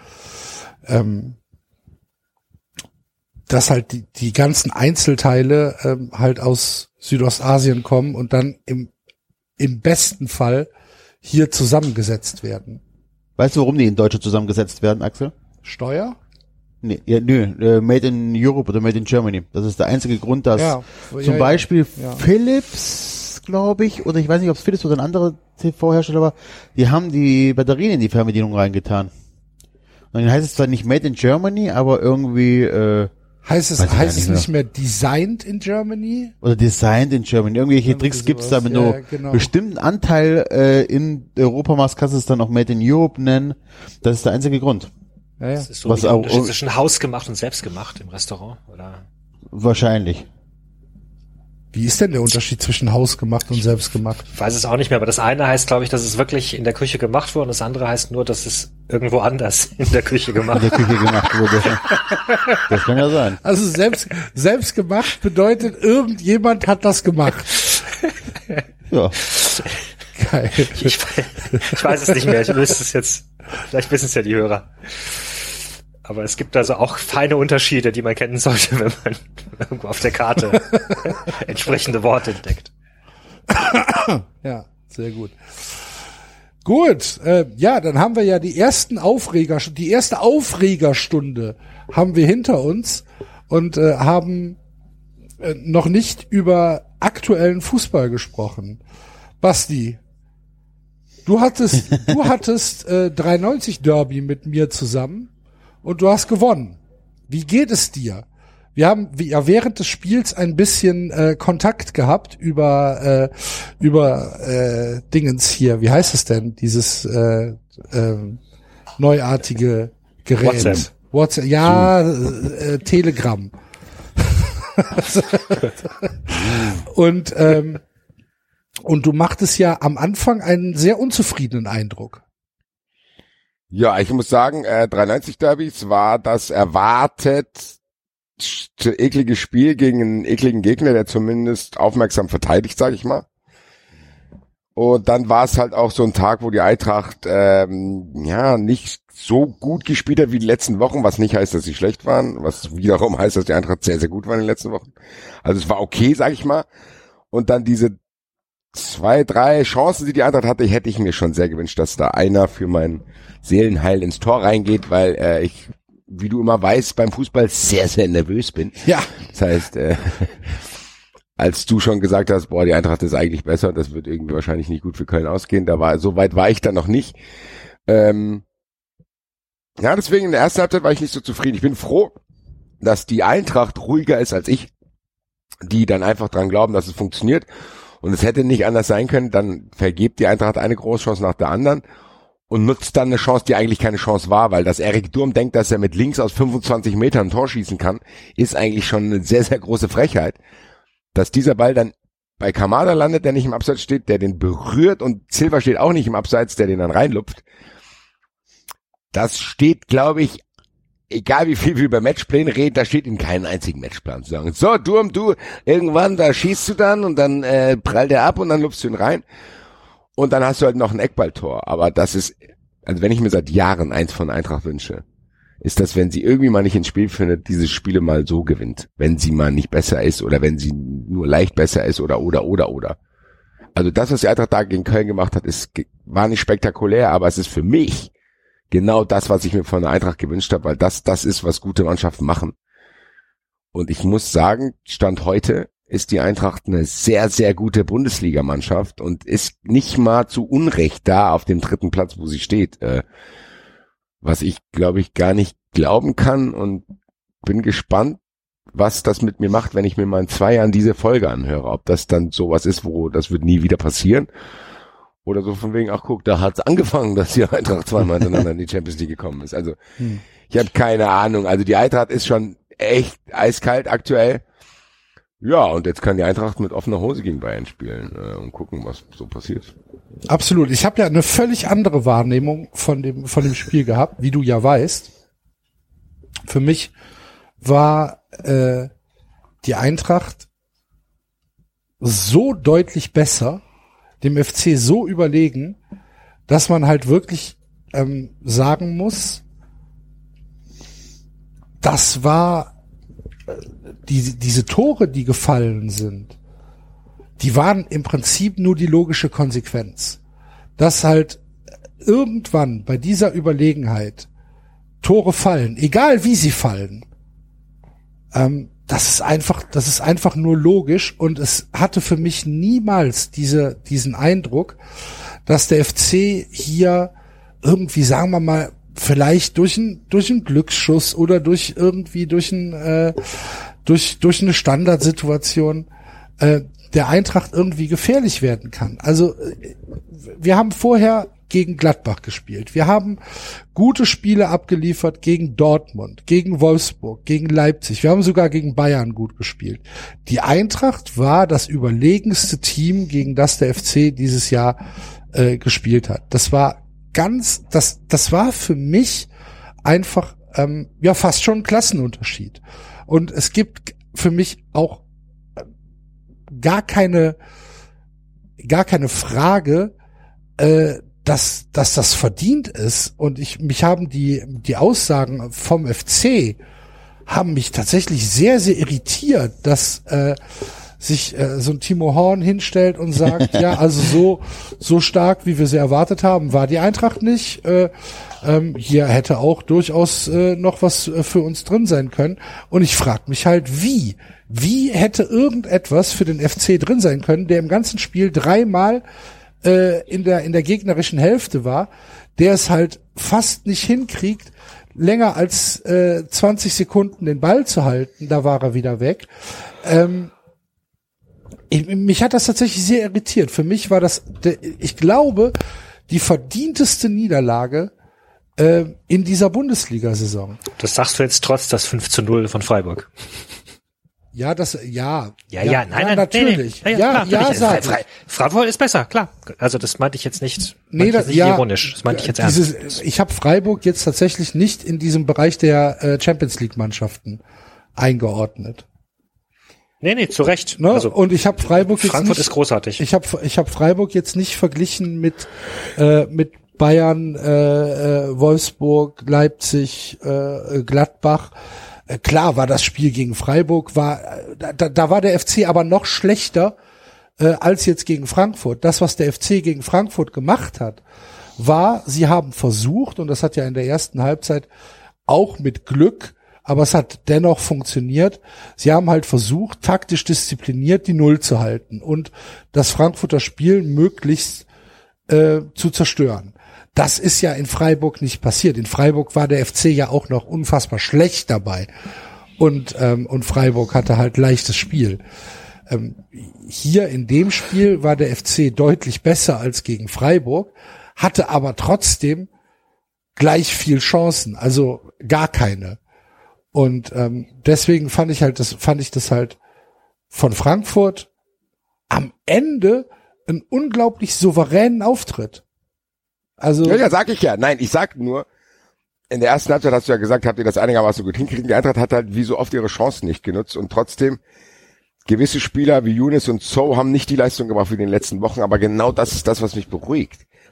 die ganzen Einzelteile halt aus Südostasien kommen und dann im besten Fall hier zusammengesetzt werden. Weißt du, warum die in Deutschland zusammengesetzt werden, Axel? Steuer? Nee, ja, Made in Europe oder Made in Germany. Das ist der einzige Grund, dass zum Beispiel Philips, glaube ich, oder ich weiß nicht, ob es Philips oder ein anderer TV-Hersteller war, die haben die Batterien in die Fernbedienung reingetan. Und dann heißt es zwar nicht Made in Germany, aber irgendwie heißt es nicht mehr Designed in Germany? Oder Designed in Germany. Irgendwelche Tricks gibt's da, wenn du bestimmten Anteil in Europa machst, kannst du es dann auch Made in Europe nennen. Das ist der einzige Grund. Ja. Das ist so der Unterschied zwischen hausgemacht und selbstgemacht im Restaurant, oder? Wahrscheinlich. Wie ist denn der Unterschied zwischen hausgemacht und selbstgemacht? Ich weiß es auch nicht mehr, aber das eine heißt, glaube ich, dass es wirklich in der Küche gemacht wurde und das andere heißt nur, dass es irgendwo anders in der Küche gemacht wurde. Das kann ja sein. Also selbstgemacht bedeutet, irgendjemand hat das gemacht. Ja. Geil. Ich weiß es nicht mehr, ich wüsste es jetzt. Vielleicht wissen es ja die Hörer. Aber es gibt also auch feine Unterschiede, die man kennen sollte, wenn man irgendwo auf der Karte entsprechende Worte entdeckt. Ja, sehr gut. Gut, dann haben wir ja die erste Aufregerstunde haben wir hinter uns und haben noch nicht über aktuellen Fußball gesprochen. Basti, du hattest 93 Derby mit mir zusammen und du hast gewonnen. Wie geht es dir? Wir haben ja während des Spiels ein bisschen Kontakt gehabt über Dingens hier. Wie heißt es denn? Dieses neuartige Gerät. WhatsApp. Ja, Telegram. Und du machtest ja am Anfang einen sehr unzufriedenen Eindruck. Ja, ich muss sagen, 93 Derbys war das erwartet eklige Spiel gegen einen ekligen Gegner, der zumindest aufmerksam verteidigt, sage ich mal. Und dann war es halt auch so ein Tag, wo die Eintracht nicht so gut gespielt hat wie die letzten Wochen, was nicht heißt, dass sie schlecht waren, was wiederum heißt, dass die Eintracht sehr, sehr gut war in den letzten Wochen. Also es war okay, sag ich mal. Und dann diese 2, 3 Chancen, die Eintracht hatte, hätte ich mir schon sehr gewünscht, dass da einer für mein Seelenheil ins Tor reingeht, weil ich, wie du immer weißt, beim Fußball sehr, sehr nervös bin. Ja. Das heißt, als du schon gesagt hast, die Eintracht ist eigentlich besser, das wird irgendwie wahrscheinlich nicht gut für Köln ausgehen, so weit war ich dann noch nicht. Deswegen in der ersten Halbzeit war ich nicht so zufrieden. Ich bin froh, dass die Eintracht ruhiger ist als ich, die dann einfach dran glauben, dass es funktioniert. Und es hätte nicht anders sein können, dann vergibt die Eintracht eine Großchance nach der anderen und nutzt dann eine Chance, die eigentlich keine Chance war, weil dass Erik Durm denkt, dass er mit links aus 25 Metern ein Tor schießen kann, ist eigentlich schon eine sehr, sehr große Frechheit. Dass dieser Ball dann bei Kamada landet, der nicht im Abseits steht, der den berührt und Silva steht auch nicht im Abseits, der den dann reinlupft. Das steht, glaube ich, egal wie viel wir über Matchpläne reden, da steht in keinem einzigen Matchplan zu sagen, so Durm, du, irgendwann, da schießt du dann und dann prallt er ab und dann lupfst du ihn rein und dann hast du halt noch ein Eckballtor. Aber das ist also wenn ich mir seit Jahren eins von Eintracht wünsche, ist das, wenn sie irgendwie mal nicht ins Spiel findet, diese Spiele mal so gewinnt. Wenn sie mal nicht besser ist oder wenn sie nur leicht besser ist oder. Also das, was die Eintracht da gegen Köln gemacht hat, war nicht spektakulär, aber es ist für mich genau das, was ich mir von der Eintracht gewünscht habe, weil das ist, was gute Mannschaften machen. Und ich muss sagen, Stand heute ist die Eintracht eine sehr, sehr gute Bundesligamannschaft und ist nicht mal zu Unrecht da auf dem 3. Platz, wo sie steht. Was ich, glaube ich, gar nicht glauben kann und bin gespannt, was das mit mir macht, wenn ich mir mal in 2 Jahren diese Folge anhöre. Ob das dann sowas ist, wo das wird nie wieder passieren. Oder so von wegen, ach guck, da hat's angefangen, dass die Eintracht 2-mal hintereinander in die Champions League gekommen ist. Also ich habe keine Ahnung. Also die Eintracht ist schon echt eiskalt aktuell. Ja, und jetzt kann die Eintracht mit offener Hose gegen Bayern spielen und gucken, was so passiert. Absolut. Ich habe ja eine völlig andere Wahrnehmung von dem Spiel gehabt, wie du ja weißt. Für mich war die Eintracht so deutlich besser, dem FC so überlegen, dass man halt wirklich sagen muss, das war diese Tore, die gefallen sind, die waren im Prinzip nur die logische Konsequenz. Dass halt irgendwann bei dieser Überlegenheit Tore fallen, egal wie sie fallen, das ist einfach nur logisch und es hatte für mich niemals diesen Eindruck, dass der FC hier irgendwie, sagen wir mal, vielleicht durch einen Glücksschuss oder durch eine Standardsituation der Eintracht irgendwie gefährlich werden kann. Also wir haben vorher gegen Gladbach gespielt. Wir haben gute Spiele abgeliefert gegen Dortmund, gegen Wolfsburg, gegen Leipzig. Wir haben sogar gegen Bayern gut gespielt. Die Eintracht war das überlegenste Team, gegen das der FC dieses Jahr gespielt hat. Das war für mich einfach fast schon ein Klassenunterschied. Und es gibt für mich auch gar keine Frage, dass das verdient ist. Und mich haben die Aussagen vom FC haben mich tatsächlich sehr, sehr irritiert, dass sich so ein Timo Horn hinstellt und sagt, ja, also so stark, wie wir sie erwartet haben, war die Eintracht nicht. Hier hätte auch durchaus noch was für uns drin sein können. Und ich frage mich halt, wie hätte irgendetwas für den FC drin sein können, der im ganzen Spiel 3-mal in der gegnerischen Hälfte war, der es halt fast nicht hinkriegt, länger als 20 Sekunden den Ball zu halten. Da war er wieder weg. Mich hat das tatsächlich sehr irritiert. Für mich war das, ich glaube, die verdienteste Niederlage in dieser Bundesliga-Saison. Das sagst du jetzt trotz das 5:0 von Freiburg. Ja, nein, natürlich. Nee. Frankfurt ist besser, klar. Also das meinte ich jetzt nicht, ironisch. Das meinte ich jetzt ernst. Ich habe Freiburg jetzt tatsächlich nicht in diesem Bereich der Champions League Mannschaften eingeordnet. Nee, zu Recht. Ne? Also, und ich habe Freiburg jetzt Frankfurt nicht, ist großartig. Ich hab Freiburg jetzt nicht verglichen mit Bayern, Wolfsburg, Leipzig, Gladbach. Klar war das Spiel gegen Freiburg, da war der FC aber noch schlechter als jetzt gegen Frankfurt. Das, was der FC gegen Frankfurt gemacht hat, war, sie haben versucht, und das hat ja in der ersten Halbzeit auch mit Glück, aber es hat dennoch funktioniert, sie haben halt versucht, taktisch diszipliniert die Null zu halten und das Frankfurter Spiel möglichst zu zerstören. Das ist ja in Freiburg nicht passiert. In Freiburg war der FC ja auch noch unfassbar schlecht dabei. Und Freiburg hatte halt leichtes Spiel. Hier in dem Spiel war der FC deutlich besser als gegen Freiburg, hatte aber trotzdem gleich viel Chancen, also gar keine. Und deswegen fand ich das halt von Frankfurt am Ende einen unglaublich souveränen Auftritt. Also ja, sag ich ja. Nein, ich sag nur, in der ersten Halbzeit hast du ja gesagt, habt ihr das einigermaßen gut hinkriegen. Die Eintracht hat halt wie so oft ihre Chancen nicht genutzt und trotzdem gewisse Spieler wie Younes und So haben nicht die Leistung gebracht wie in den letzten Wochen, aber genau das ist das, was mich beruhigt.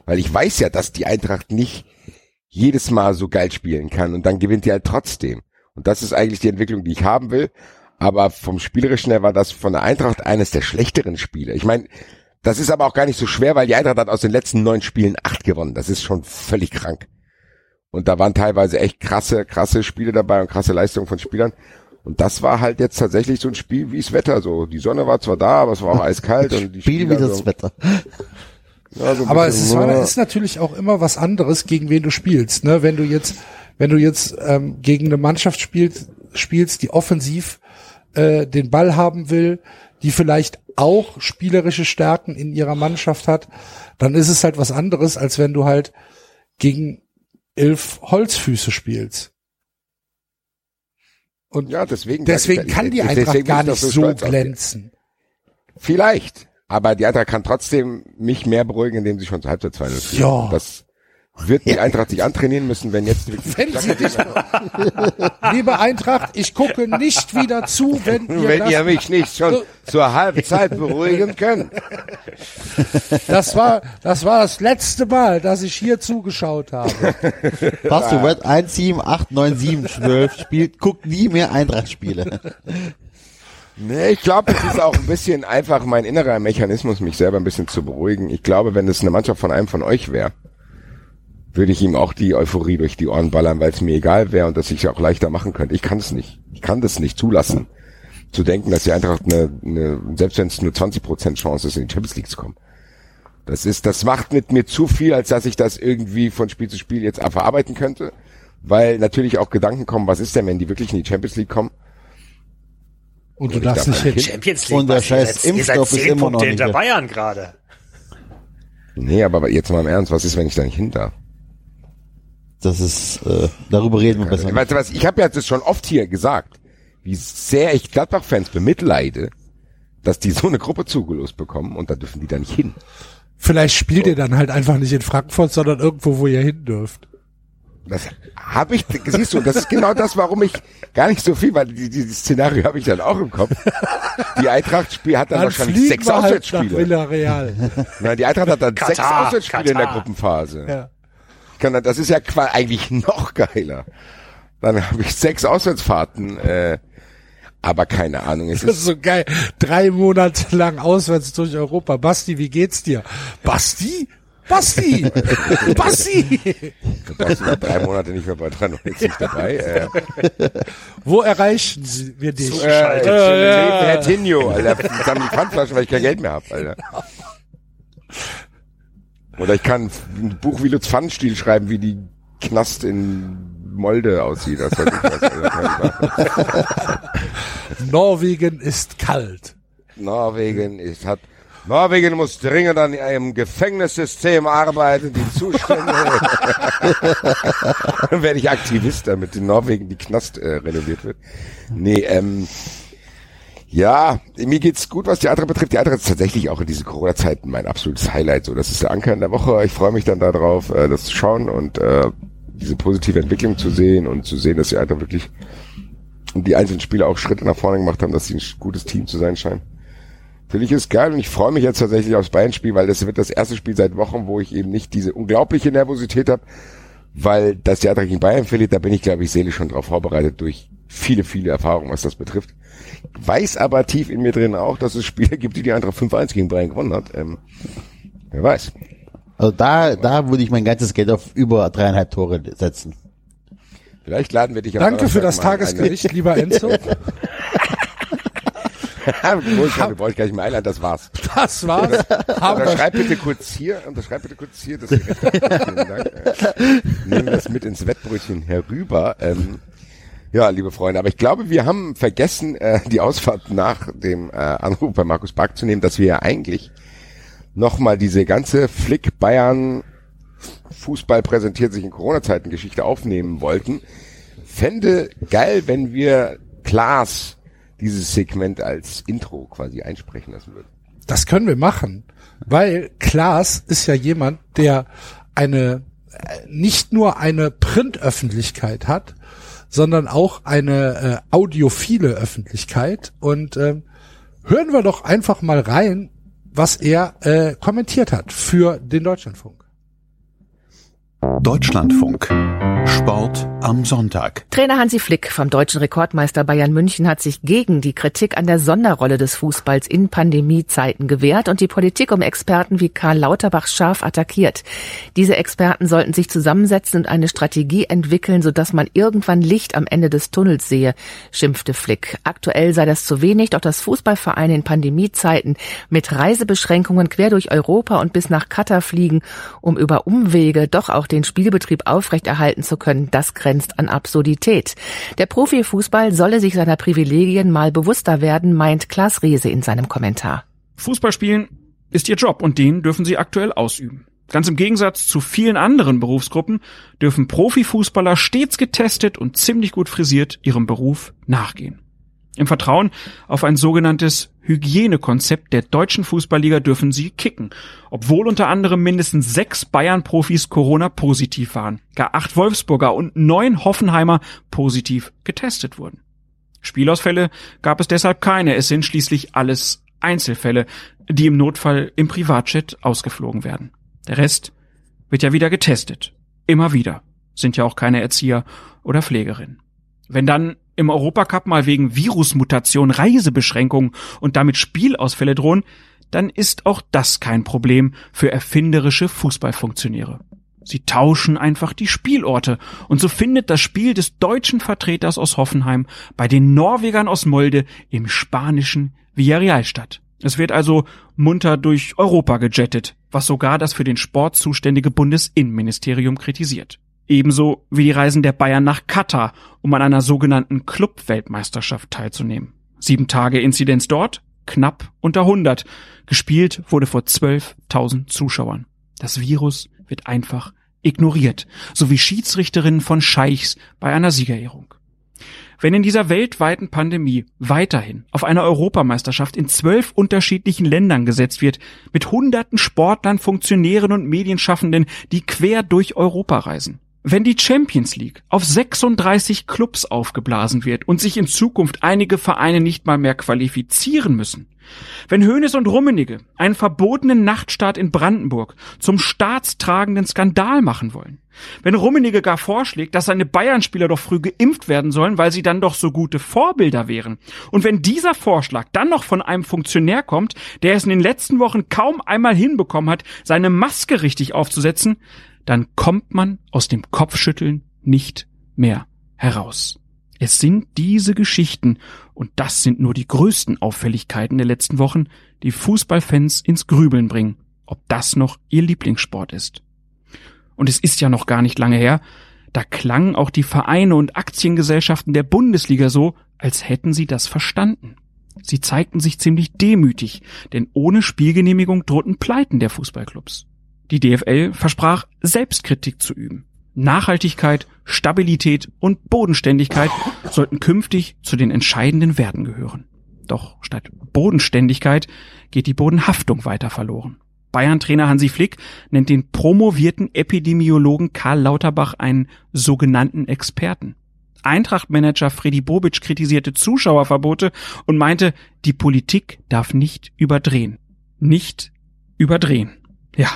Weil ich weiß ja, dass die Eintracht nicht jedes Mal so geil spielen kann und dann gewinnt die halt trotzdem. Und das ist eigentlich die Entwicklung, die ich haben will. Aber vom Spielerischen her war das von der Eintracht eines der schlechteren Spiele. Ich meine, das ist aber auch gar nicht so schwer, weil die Eintracht hat aus den letzten 9 Spielen 8 gewonnen. Das ist schon völlig krank. Und da waren teilweise echt krasse Spiele dabei und krasse Leistungen von Spielern. Und das war halt jetzt tatsächlich so ein Spiel wie das Wetter. So, die Sonne war zwar da, aber es war auch eiskalt und die Spiel wie das Wetter. Ja, so aber es ist natürlich auch immer was anderes, gegen wen du spielst. Ne? Wenn du jetzt gegen eine Mannschaft spielst, die offensiv den Ball haben will, die vielleicht auch spielerische Stärken in ihrer Mannschaft hat, dann ist es halt was anderes, als wenn du halt gegen 11 Holzfüße spielst. Und ja, deswegen kann die Eintracht gar nicht so glänzen. Vielleicht. Aber die Eintracht kann trotzdem mich mehr beruhigen, indem sie schon zur Halbzeit 2-0 führen. Ja. Das wird die Eintracht sich antrainieren müssen, wenn jetzt Liebe Eintracht, ich gucke nicht wieder zu, wenn ihr mich nicht schon zur Halbzeit beruhigen könnt. Das war das letzte Mal, dass ich hier zugeschaut habe. Passt du, Red 178912 spielt, guckt nie mehr Eintracht-Spiele. Nee, ich glaube, es ist auch ein bisschen einfach mein innerer Mechanismus, mich selber ein bisschen zu beruhigen. Ich glaube, wenn es eine Mannschaft von einem von euch wäre, würde ich ihm auch die Euphorie durch die Ohren ballern, weil es mir egal wäre und dass ich es auch leichter machen könnte. Ich kann es nicht. Ich kann das nicht zulassen, zu denken, dass die Eintracht selbst wenn es nur 20% Chance ist, in die Champions League zu kommen. Das macht mit mir zu viel, als dass ich das irgendwie von Spiel zu Spiel jetzt verarbeiten könnte, weil natürlich auch Gedanken kommen, was ist denn, wenn die wirklich in die Champions League kommen? Und du darfst nicht hin. Champions League, und der scheiß Impfstoff ist immer noch nicht hinter Bayern gerade. Nee, aber jetzt mal im Ernst, was ist, wenn ich da nicht hin darf? Das ist, darüber reden wir besser. Weißt du was, ich habe ja das schon oft hier gesagt, wie sehr ich Gladbach-Fans bemitleide, dass die so eine Gruppe zugelost bekommen und da dürfen die da nicht hin. Vielleicht spielt ihr dann halt einfach nicht in Frankfurt, sondern irgendwo, wo ihr hin dürft. Das habe ich, siehst du, das ist genau das, warum ich gar nicht so viel, weil dieses Szenario habe ich dann auch im Kopf. Die Eintracht hat dann wahrscheinlich 6 Auswärtsspiele. Halt nach Villarreal. Nein, die Eintracht hat dann 6 Auswärtsspiele in der Gruppenphase. Ja. Das ist ja eigentlich noch geiler. Dann habe ich 6 Auswärtsfahrten, aber keine Ahnung. Das ist so geil. 3 Monate lang auswärts durch Europa. Basti, wie geht's dir? Basti? Basti war 3 Monate nicht mehr bei 93 dabei. Wo erreichen wir dich? Herr Tinio, Alter. Das haben die Pfandflaschen, weil ich kein Geld mehr habe, Alter. Oder ich kann ein Buch wie Lutz Pfannenstiel schreiben, wie die Knast in Molde aussieht. Das weiß ich was. Norwegen ist kalt. Norwegen muss dringend an einem Gefängnissystem arbeiten, die Zustände. Dann werde ich Aktivist, damit in Norwegen die Knast renoviert wird. Nee, ja, mir geht's gut, was die Eintracht betrifft. Die Eintracht ist tatsächlich auch in diesen Corona-Zeiten mein absolutes Highlight. So, das ist der Anker in der Woche. Ich freue mich dann darauf, das zu schauen und diese positive Entwicklung zu sehen und zu sehen, dass die Eintracht wirklich die einzelnen Spieler auch Schritte nach vorne gemacht haben, dass sie ein gutes Team zu sein scheinen. Natürlich ist geil und ich freue mich jetzt tatsächlich aufs Bayern-Spiel, weil das wird das erste Spiel seit Wochen, wo ich eben nicht diese unglaubliche Nervosität habe, weil das die Eintracht gegen Bayern verliert, da bin ich, glaube ich, seelisch schon drauf vorbereitet durch viele, viele Erfahrungen, was das betrifft. Weiß aber tief in mir drin auch, dass es Spiele gibt, die Eintracht 5-1 gegen Bayern gewonnen hat. Wer weiß. Also da würde ich mein ganzes Geld auf über 3,5 Tore setzen. Vielleicht laden wir dich auf Danke für das Tagesgericht, lieber Enzo. Wir brauchen gar nicht mehr Eiland, das war's. Das war's. Unterschreib bitte kurz hier, dass ihr recht habt. Vielen Dank. Nehmen das mit ins Wettbrötchen herüber. Ja, liebe Freunde, aber ich glaube, wir haben vergessen, die Ausfahrt nach dem Anruf bei Markus Bark zu nehmen, dass wir ja eigentlich nochmal diese ganze Flick Bayern Fußball präsentiert sich in Corona-Zeiten Geschichte aufnehmen wollten. Fände geil, wenn wir Klaas dieses Segment als Intro quasi einsprechen lassen würden. Das können wir machen, weil Klaas ist ja jemand, der nicht nur eine Printöffentlichkeit hat, sondern auch eine audiophile Öffentlichkeit. Und hören wir doch einfach mal rein, was er kommentiert hat für den Deutschlandfunk. Deutschlandfunk. Sport am Sonntag. Trainer Hansi Flick vom deutschen Rekordmeister Bayern München hat sich gegen die Kritik an der Sonderrolle des Fußballs in Pandemiezeiten gewehrt und die Politik um Experten wie Karl Lauterbach scharf attackiert. Diese Experten sollten sich zusammensetzen und eine Strategie entwickeln, sodass man irgendwann Licht am Ende des Tunnels sehe, schimpfte Flick. Aktuell sei das zu wenig, doch dass Fußballvereine in Pandemiezeiten mit Reisebeschränkungen quer durch Europa und bis nach Katar fliegen, um über Umwege doch auch den Spielbetrieb aufrechterhalten zu können, das grenzt an Absurdität. Der Profifußball solle sich seiner Privilegien mal bewusster werden, meint Klaas Reese in seinem Kommentar. Fußball spielen ist ihr Job und den dürfen sie aktuell ausüben. Ganz im Gegensatz zu vielen anderen Berufsgruppen dürfen Profifußballer stets getestet und ziemlich gut frisiert ihrem Beruf nachgehen. Im Vertrauen auf ein sogenanntes Hygienekonzept der deutschen Fußballliga dürfen sie kicken, obwohl unter anderem mindestens 6 Bayern-Profis Corona-positiv waren, gar 8 Wolfsburger und 9 Hoffenheimer positiv getestet wurden. Spielausfälle gab es deshalb keine, es sind schließlich alles Einzelfälle, die im Notfall im Privatjet ausgeflogen werden. Der Rest wird ja wieder getestet, immer wieder, sind ja auch keine Erzieher oder Pflegerinnen. Wenn dann im Europacup mal wegen Virusmutation Reisebeschränkungen und damit Spielausfälle drohen, dann ist auch das kein Problem für erfinderische Fußballfunktionäre. Sie tauschen einfach die Spielorte und so findet das Spiel des deutschen Vertreters aus Hoffenheim bei den Norwegern aus Molde im spanischen Villarreal statt. Es wird also munter durch Europa gejettet, was sogar das für den Sport zuständige Bundesinnenministerium kritisiert. Ebenso wie die Reisen der Bayern nach Katar, um an einer sogenannten Club-Weltmeisterschaft teilzunehmen. 7 Tage Inzidenz dort, knapp unter 100. Gespielt wurde vor 12.000 Zuschauern. Das Virus wird einfach ignoriert, so wie Schiedsrichterinnen von Scheichs bei einer Siegerehrung. Wenn in dieser weltweiten Pandemie weiterhin auf eine Europameisterschaft in 12 unterschiedlichen Ländern gesetzt wird, mit hunderten Sportlern, Funktionären und Medienschaffenden, die quer durch Europa reisen, wenn die Champions League auf 36 Clubs aufgeblasen wird und sich in Zukunft einige Vereine nicht mal mehr qualifizieren müssen, wenn Hoeneß und Rummenigge einen verbotenen Nachtstart in Brandenburg zum staatstragenden Skandal machen wollen, wenn Rummenigge gar vorschlägt, dass seine Bayern-Spieler doch früh geimpft werden sollen, weil sie dann doch so gute Vorbilder wären, und wenn dieser Vorschlag dann noch von einem Funktionär kommt, der es in den letzten Wochen kaum einmal hinbekommen hat, seine Maske richtig aufzusetzen, dann kommt man aus dem Kopfschütteln nicht mehr heraus. Es sind diese Geschichten, und das sind nur die größten Auffälligkeiten der letzten Wochen, die Fußballfans ins Grübeln bringen, ob das noch ihr Lieblingssport ist. Und es ist ja noch gar nicht lange her, da klangen auch die Vereine und Aktiengesellschaften der Bundesliga so, als hätten sie das verstanden. Sie zeigten sich ziemlich demütig, denn ohne Spielgenehmigung drohten Pleiten der Fußballclubs. Die DFL versprach, Selbstkritik zu üben. Nachhaltigkeit, Stabilität und Bodenständigkeit sollten künftig zu den entscheidenden Werten gehören. Doch statt Bodenständigkeit geht die Bodenhaftung weiter verloren. Bayern-Trainer Hansi Flick nennt den promovierten Epidemiologen Karl Lauterbach einen sogenannten Experten. Eintracht-Manager Freddy Bobic kritisierte Zuschauerverbote und meinte, die Politik darf nicht überdrehen. Nicht überdrehen. Ja,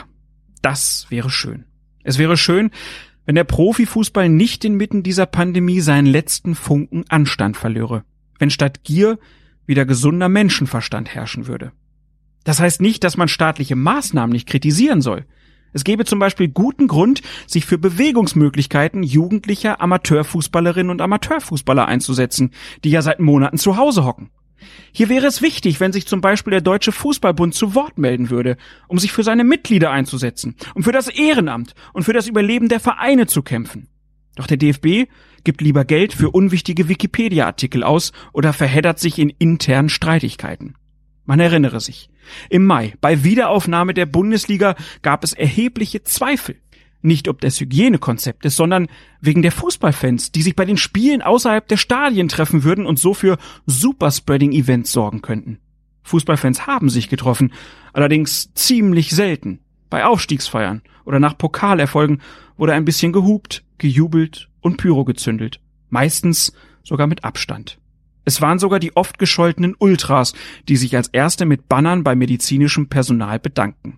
das wäre schön. Es wäre schön, wenn der Profifußball nicht inmitten dieser Pandemie seinen letzten Funken Anstand verlöre. Wenn statt Gier wieder gesunder Menschenverstand herrschen würde. Das heißt nicht, dass man staatliche Maßnahmen nicht kritisieren soll. Es gäbe zum Beispiel guten Grund, sich für Bewegungsmöglichkeiten jugendlicher Amateurfußballerinnen und Amateurfußballer einzusetzen, die ja seit Monaten zu Hause hocken. Hier wäre es wichtig, wenn sich zum Beispiel der Deutsche Fußballbund zu Wort melden würde, um sich für seine Mitglieder einzusetzen, um für das Ehrenamt und für das Überleben der Vereine zu kämpfen. Doch der DFB gibt lieber Geld für unwichtige Wikipedia-Artikel aus oder verheddert sich in internen Streitigkeiten. Man erinnere sich, im Mai bei Wiederaufnahme der Bundesliga gab es erhebliche Zweifel. Nicht ob des Hygienekonzeptes, sondern wegen der Fußballfans, die sich bei den Spielen außerhalb der Stadien treffen würden und so für Superspreading-Events sorgen könnten. Fußballfans haben sich getroffen, allerdings ziemlich selten. Bei Aufstiegsfeiern oder nach Pokalerfolgen wurde ein bisschen gehupt, gejubelt und Pyro gezündelt. Meistens sogar mit Abstand. Es waren sogar die oft gescholtenen Ultras, die sich als Erste mit Bannern bei medizinischem Personal bedankten.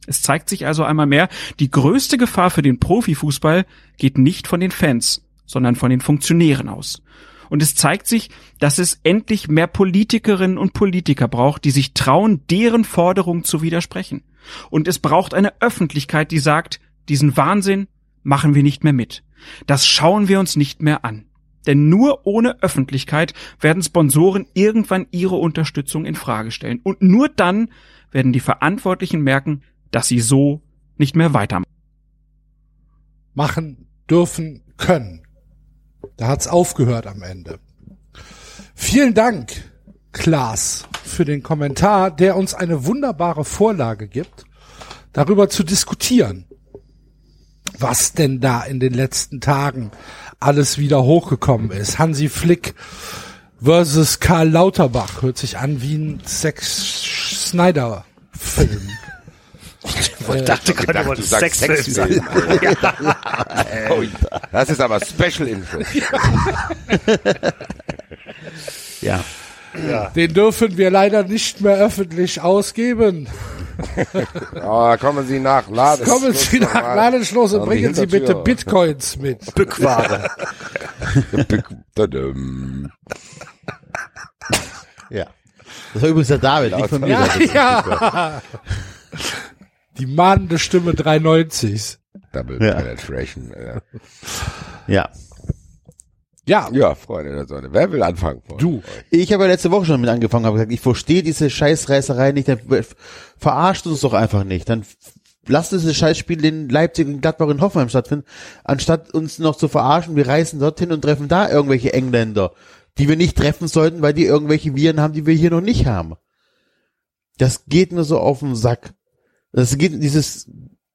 Es zeigt sich also einmal mehr, die größte Gefahr für den Profifußball geht nicht von den Fans, sondern von den Funktionären aus. Und es zeigt sich, dass es endlich mehr Politikerinnen und Politiker braucht, die sich trauen, deren Forderungen zu widersprechen. Und es braucht eine Öffentlichkeit, die sagt, diesen Wahnsinn machen wir nicht mehr mit. Das schauen wir uns nicht mehr an. Denn nur ohne Öffentlichkeit werden Sponsoren irgendwann ihre Unterstützung in Frage stellen. Und nur dann werden die Verantwortlichen merken, dass sie so nicht mehr weitermachen. Machen, dürfen, können. Da hat's aufgehört am Ende. Vielen Dank, Klaas, für den Kommentar, der uns eine wunderbare Vorlage gibt, darüber zu diskutieren, was denn da in den letzten Tagen alles wieder hochgekommen ist. Hansi Flick versus Karl Lauterbach hört sich an wie ein Zack Snyder-Film. Ich dachte gerade, du wolltest Sexfilm sagen. Oh, das ist aber Special Interest. Ja. Den dürfen wir leider nicht mehr öffentlich ausgeben. Oh, kommen Sie nach Ladenschluss und bringen Sie bitte Bitcoins mit. Bückware. Ja. Das war übrigens der David, nicht von mir. Ja. Die mahnende Stimme 93. Double Penetration. Ja. Ja, Freunde der Sonne. Wer will anfangen? Du. Ich habe ja letzte Woche schon mit angefangen, habe gesagt, ich verstehe diese Scheißreißerei nicht, dann verarscht uns doch einfach nicht. Dann lasst dieses Scheißspiel in Leipzig, in Gladbach, in Hoffenheim stattfinden, anstatt uns noch zu verarschen, wir reisen dorthin und treffen da irgendwelche Engländer, die wir nicht treffen sollten, weil die irgendwelche Viren haben, die wir hier noch nicht haben. Das geht nur so auf den Sack. Das geht dieses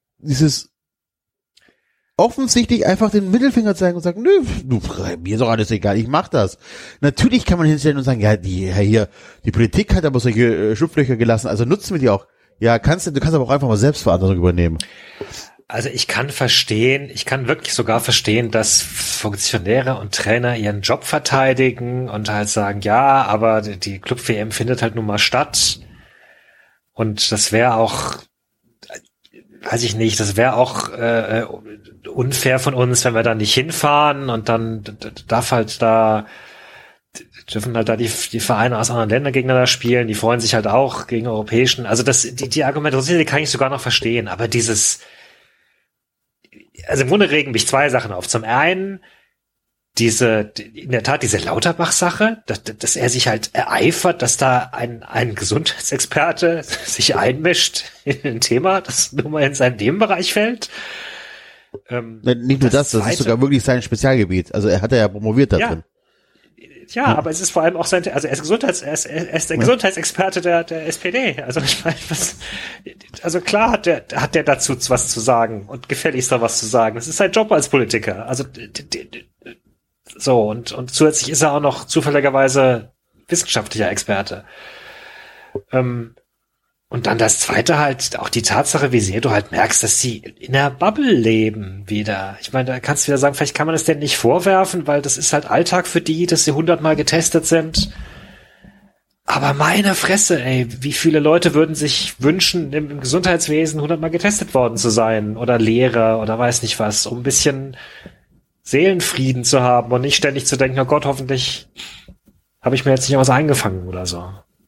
offensichtlich einfach den Mittelfinger zeigen und sagen, nö, mir ist doch alles egal, ich mach das. Natürlich kann man hinstellen und sagen, ja, die Politik hat aber solche Schlupflöcher gelassen, also nutzen wir die auch. Ja, du kannst aber auch einfach mal Selbstverantwortung übernehmen. Also ich kann wirklich sogar verstehen, dass Funktionäre und Trainer ihren Job verteidigen und halt sagen, ja, aber die Club-WM findet halt nun mal statt. Und das wäre auch, weiß ich nicht, das wäre auch unfair von uns, wenn wir da nicht hinfahren und dann dürfen halt da die Vereine aus anderen Ländern gegeneinander spielen, die freuen sich halt auch gegen europäischen. Also die Argumentation, die kann ich sogar noch verstehen, aber also im Grunde regen mich zwei Sachen auf. Zum einen in der Tat diese Lauterbach-Sache, dass er sich halt ereifert, dass da ein Gesundheitsexperte sich einmischt in ein Thema, das nur mal in seinen Themenbereich fällt. Nicht nur das ist sogar wirklich sein Spezialgebiet. Also er hat ja promoviert da drin. Ja, aber es ist vor allem auch er ist der Gesundheitsexperte der SPD. Also ich meine, also klar hat der dazu was zu sagen und gefälligst da was zu sagen. Das ist sein Job als Politiker. Also so, und zusätzlich ist er auch noch zufälligerweise wissenschaftlicher Experte. Und dann das Zweite halt, auch die Tatsache, wie sehr du halt merkst, dass sie in der Bubble leben wieder. Ich meine, da kannst du wieder sagen, vielleicht kann man das denn nicht vorwerfen, weil das ist halt Alltag für die, dass sie 100-mal getestet sind. Aber meine Fresse, ey, wie viele Leute würden sich wünschen, im Gesundheitswesen 100-mal getestet worden zu sein oder Lehrer oder weiß nicht was, um ein bisschen Seelenfrieden zu haben und nicht ständig zu denken, oh Gott, hoffentlich habe ich mir jetzt nicht was eingefangen oder so.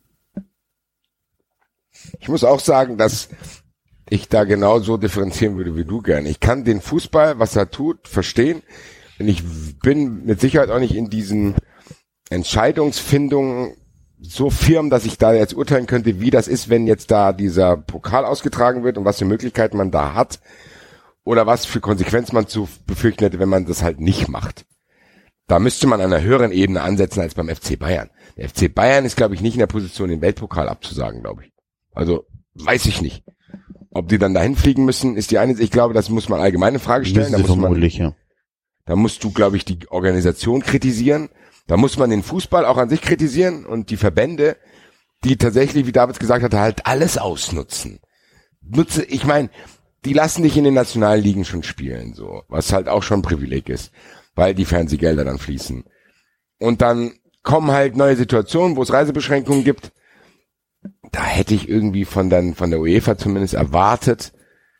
Ich muss auch sagen, dass ich da genauso differenzieren würde wie du gerne. Ich kann den Fußball, was er tut, verstehen. Und ich bin mit Sicherheit auch nicht in diesen Entscheidungsfindungen so firm, dass ich da jetzt urteilen könnte, wie das ist, wenn jetzt da dieser Pokal ausgetragen wird und was für Möglichkeiten man da hat oder was für Konsequenzen man zu befürchten hätte, wenn man das halt nicht macht. Da müsste man an einer höheren Ebene ansetzen als beim FC Bayern. Der FC Bayern ist, glaube ich, nicht in der Position, den Weltpokal abzusagen, glaube ich. Also, weiß ich nicht. Ob die dann dahin fliegen müssen, ist die eine, ich glaube, das muss man allgemeine Frage stellen. Da musst du, glaube ich, die Organisation kritisieren. Da muss man den Fußball auch an sich kritisieren und die Verbände, die tatsächlich, wie David gesagt hat, halt alles ausnutzen. Ich meine, die lassen dich in den nationalen Ligen schon spielen, so, was halt auch schon ein Privileg ist, weil die Fernsehgelder dann fließen. Und dann kommen halt neue Situationen, wo es Reisebeschränkungen gibt, da hätte ich irgendwie von der UEFA zumindest erwartet,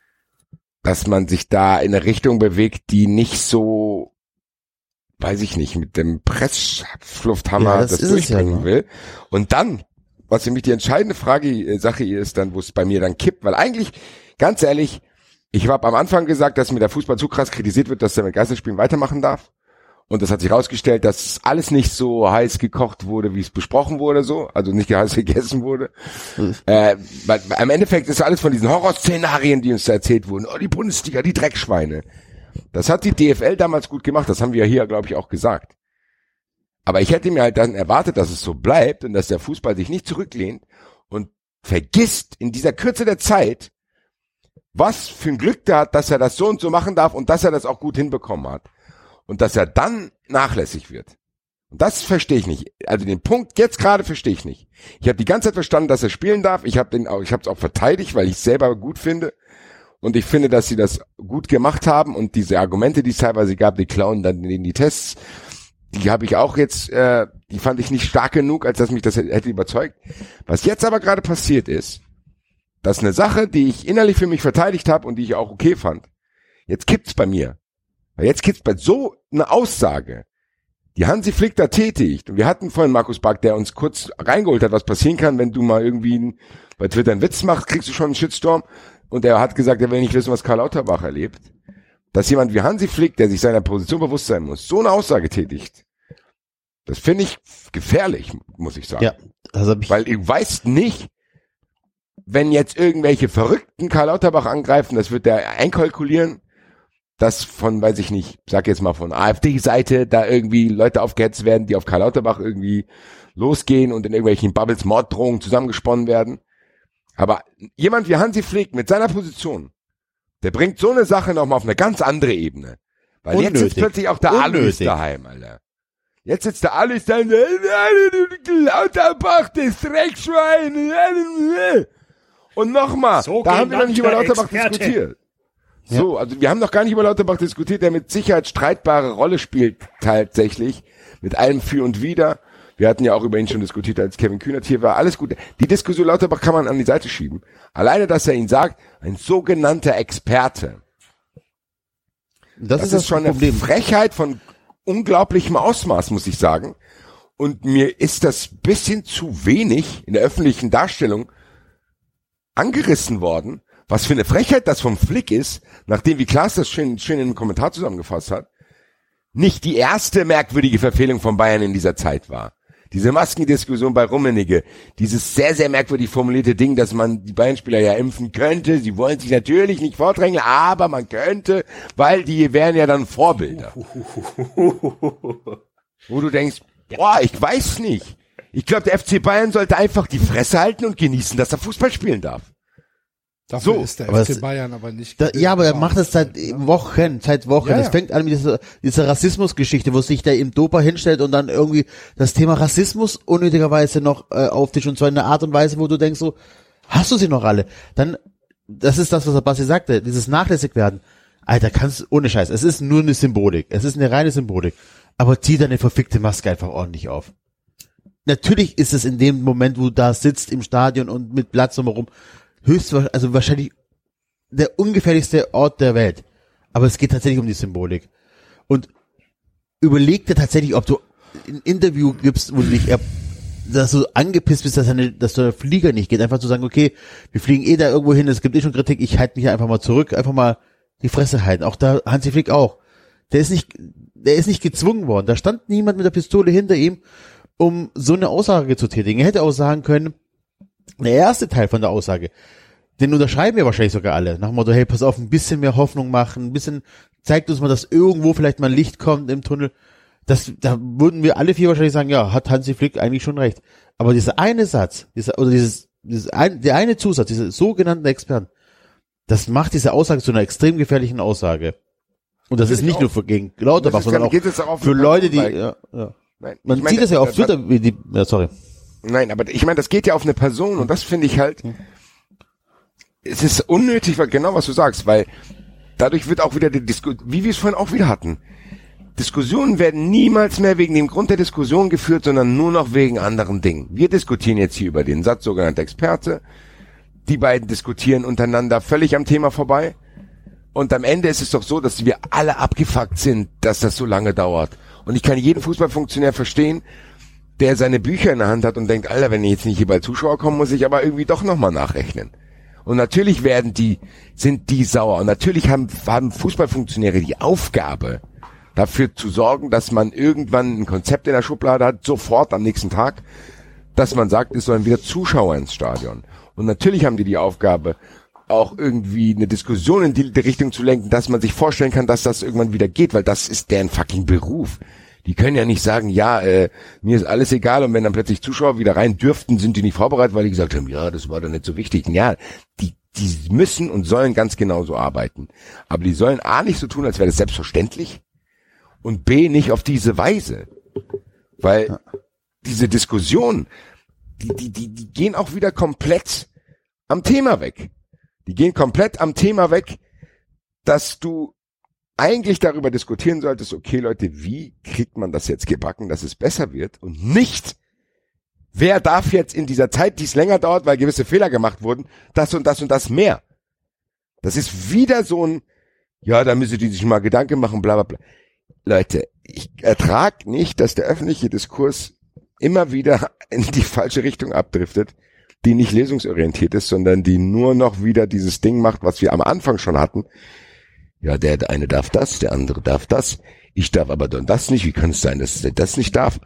dass man sich da in eine Richtung bewegt, die nicht so, weiß ich nicht, mit dem Presslufthammer das durchbringen will. Und dann, was nämlich die entscheidende Sache hier ist, dann, wo es bei mir dann kippt, weil eigentlich, ganz ehrlich, ich habe am Anfang gesagt, dass mir der Fußball zu krass kritisiert wird, dass er mit Geisterspielen weitermachen darf. Und das hat sich herausgestellt, dass alles nicht so heiß gekocht wurde, wie es besprochen wurde, so. Also nicht heiß gegessen wurde. Weil im Endeffekt ist alles von diesen Horrorszenarien, die uns da erzählt wurden. Oh, die Bundesliga, die Dreckschweine. Das hat die DFL damals gut gemacht. Das haben wir ja hier, glaube ich, auch gesagt. Aber ich hätte mir halt dann erwartet, dass es so bleibt und dass der Fußball sich nicht zurücklehnt und vergisst in dieser Kürze der Zeit, was für ein Glück der hat, dass er das so und so machen darf und dass er das auch gut hinbekommen hat. Und dass er dann nachlässig wird. Und das verstehe ich nicht. Also den Punkt jetzt gerade verstehe ich nicht. Ich habe die ganze Zeit verstanden, dass er spielen darf. Ich habe es auch verteidigt, weil ich es selber gut finde. Und ich finde, dass sie das gut gemacht haben. Und diese Argumente, die es teilweise gab, die klauen dann in die Tests, die habe ich auch jetzt, die fand ich nicht stark genug, als dass mich das hätte überzeugt. Was jetzt aber gerade passiert ist, dass eine Sache, die ich innerlich für mich verteidigt habe und die ich auch okay fand, jetzt kippt's bei mir. Weil jetzt gibt's bei so einer Aussage, die Hansi Flick da tätigt, und wir hatten vorhin Markus Bark, der uns kurz reingeholt hat, was passieren kann, wenn du mal irgendwie bei Twitter einen Witz machst, kriegst du schon einen Shitstorm, und er hat gesagt, er will nicht wissen, was Karl Lauterbach erlebt. Dass jemand wie Hansi Flick, der sich seiner Position bewusst sein muss, so eine Aussage tätigt, das finde ich gefährlich, muss ich sagen. Ja, weil du weißt nicht, wenn jetzt irgendwelche Verrückten Karl Lauterbach angreifen, das wird der einkalkulieren, dass von, weiß ich nicht, sag jetzt mal von AfD-Seite da irgendwie Leute aufgehetzt werden, die auf Karl Lauterbach irgendwie losgehen und in irgendwelchen Bubbles Morddrohungen zusammengesponnen werden. Aber jemand wie Hansi Flick mit seiner Position, der bringt so eine Sache nochmal auf eine ganz andere Ebene. Weil jetzt sitzt plötzlich auch der Alois daheim, Alter. Jetzt sitzt der Alois da, Lauterbach, das Dreckschwein. Und nochmal, so da haben wir noch nicht über Lauterbach diskutiert. So, also wir haben noch gar nicht über Lauterbach diskutiert, der mit Sicherheit streitbare Rolle spielt tatsächlich, mit allem Für und Wider. Wir hatten ja auch über ihn schon diskutiert, als Kevin Kühnert hier war. Alles gut. Die Diskussion Lauterbach kann man an die Seite schieben. Alleine, dass er ihn sagt, ein sogenannter Experte. Das ist schon eine Frechheit von unglaublichem Ausmaß, muss ich sagen. Und mir ist das bisschen zu wenig in der öffentlichen Darstellung angerissen worden, was für eine Frechheit das vom Flick ist, nachdem, wie Klaas das schön in einem Kommentar zusammengefasst hat, nicht die erste merkwürdige Verfehlung von Bayern in dieser Zeit war. Diese Maskendiskussion bei Rummenigge, dieses sehr, sehr merkwürdig formulierte Ding, dass man die Bayern-Spieler ja impfen könnte, sie wollen sich natürlich nicht vordrängeln, aber man könnte, weil die wären ja dann Vorbilder. Wo du denkst, boah, ich weiß nicht. Ich glaube, der FC Bayern sollte einfach die Fresse halten und genießen, dass er Fußball spielen darf. Dafür ist der FC Bayern aber nicht. Ja, aber er macht das seit Wochen. Ja, das fängt an mit dieser Rassismusgeschichte, wo sich der im Dopa hinstellt und dann irgendwie das Thema Rassismus unnötigerweise noch auftischt, und zwar in einer Art und Weise, wo du denkst so, hast du sie noch alle? Dann, das ist das, was der Basti sagte, dieses Nachlässigwerden. Alter, ohne Scheiß, es ist nur eine Symbolik. Es ist eine reine Symbolik. Aber zieh deine verfickte Maske einfach ordentlich auf. Natürlich ist es in dem Moment, wo du da sitzt im Stadion und mit Platz drumherum, also wahrscheinlich der ungefährlichste Ort der Welt. Aber es geht tatsächlich um die Symbolik. Und überleg dir tatsächlich, ob du ein Interview gibst, wo du dich dass du angepisst bist, dass der Flieger nicht geht. Einfach zu sagen, okay, wir fliegen da irgendwo hin, es gibt schon Kritik, ich halte mich einfach mal zurück, einfach mal die Fresse halten. Auch da, Hansi Flick auch. Der ist nicht gezwungen worden. Da stand niemand mit der Pistole hinter ihm, um so eine Aussage zu tätigen. Er hätte auch sagen können, der erste Teil von der Aussage, den unterschreiben wir wahrscheinlich sogar alle. Nach dem Motto, hey, pass auf, ein bisschen mehr Hoffnung machen, ein bisschen, zeigt uns mal, dass irgendwo vielleicht mal Licht kommt im Tunnel. Da würden wir alle vier wahrscheinlich sagen, ja, hat Hansi Flick eigentlich schon recht. Aber dieser eine Satz, der eine Zusatz, diese sogenannten Experten, das macht diese Aussage zu einer extrem gefährlichen Aussage. Und das ist nicht nur gegen Lauterbach, sondern auch für Leute, die, Nein, man sieht das ja auf Twitter, sorry. Nein, aber ich meine, das geht ja auf eine Person, und das finde ich halt, es ist unnötig, weil genau was du sagst, weil dadurch wird auch wieder die Diskussion, wie wir es vorhin auch wieder hatten, Diskussionen werden niemals mehr wegen dem Grund der Diskussion geführt, sondern nur noch wegen anderen Dingen. Wir diskutieren jetzt hier über den Satz sogenannter Experte. Die beiden diskutieren untereinander völlig am Thema vorbei. Und am Ende ist es doch so, dass wir alle abgefuckt sind, dass das so lange dauert. Und ich kann jeden Fußballfunktionär verstehen, der seine Bücher in der Hand hat und denkt, Alter, wenn jetzt nicht hier bei Zuschauer kommen, muss ich aber irgendwie doch nochmal nachrechnen. Und natürlich sind die sauer. Und natürlich haben Fußballfunktionäre die Aufgabe, dafür zu sorgen, dass man irgendwann ein Konzept in der Schublade hat, sofort am nächsten Tag, dass man sagt, es sollen wieder Zuschauer ins Stadion. Und natürlich haben die Aufgabe, auch irgendwie eine Diskussion in die Richtung zu lenken, dass man sich vorstellen kann, dass das irgendwann wieder geht, weil das ist deren fucking Beruf. Die können ja nicht sagen, ja, mir ist alles egal, und wenn dann plötzlich Zuschauer wieder rein dürften, sind die nicht vorbereitet, weil die gesagt haben, ja, das war doch nicht so wichtig. Ja, die müssen und sollen ganz genauso arbeiten. Aber die sollen A, nicht so tun, als wäre das selbstverständlich, und B, nicht auf diese Weise. Weil diese Diskussion, die gehen auch wieder komplett am Thema weg. Die gehen komplett am Thema weg, dass du eigentlich darüber diskutieren solltest, okay Leute, wie kriegt man das jetzt gebacken, dass es besser wird, und nicht, wer darf jetzt in dieser Zeit, die es länger dauert, weil gewisse Fehler gemacht wurden, das und das und das mehr. Das ist wieder so ein, ja, da müssen die sich mal Gedanken machen, bla bla bla. Leute, ich ertrage nicht, dass der öffentliche Diskurs immer wieder in die falsche Richtung abdriftet, die nicht lösungsorientiert ist, sondern die nur noch wieder dieses Ding macht, was wir am Anfang schon hatten. Ja, der eine darf das, der andere darf das, ich darf aber dann das nicht. Wie kann es sein, dass der das nicht darf?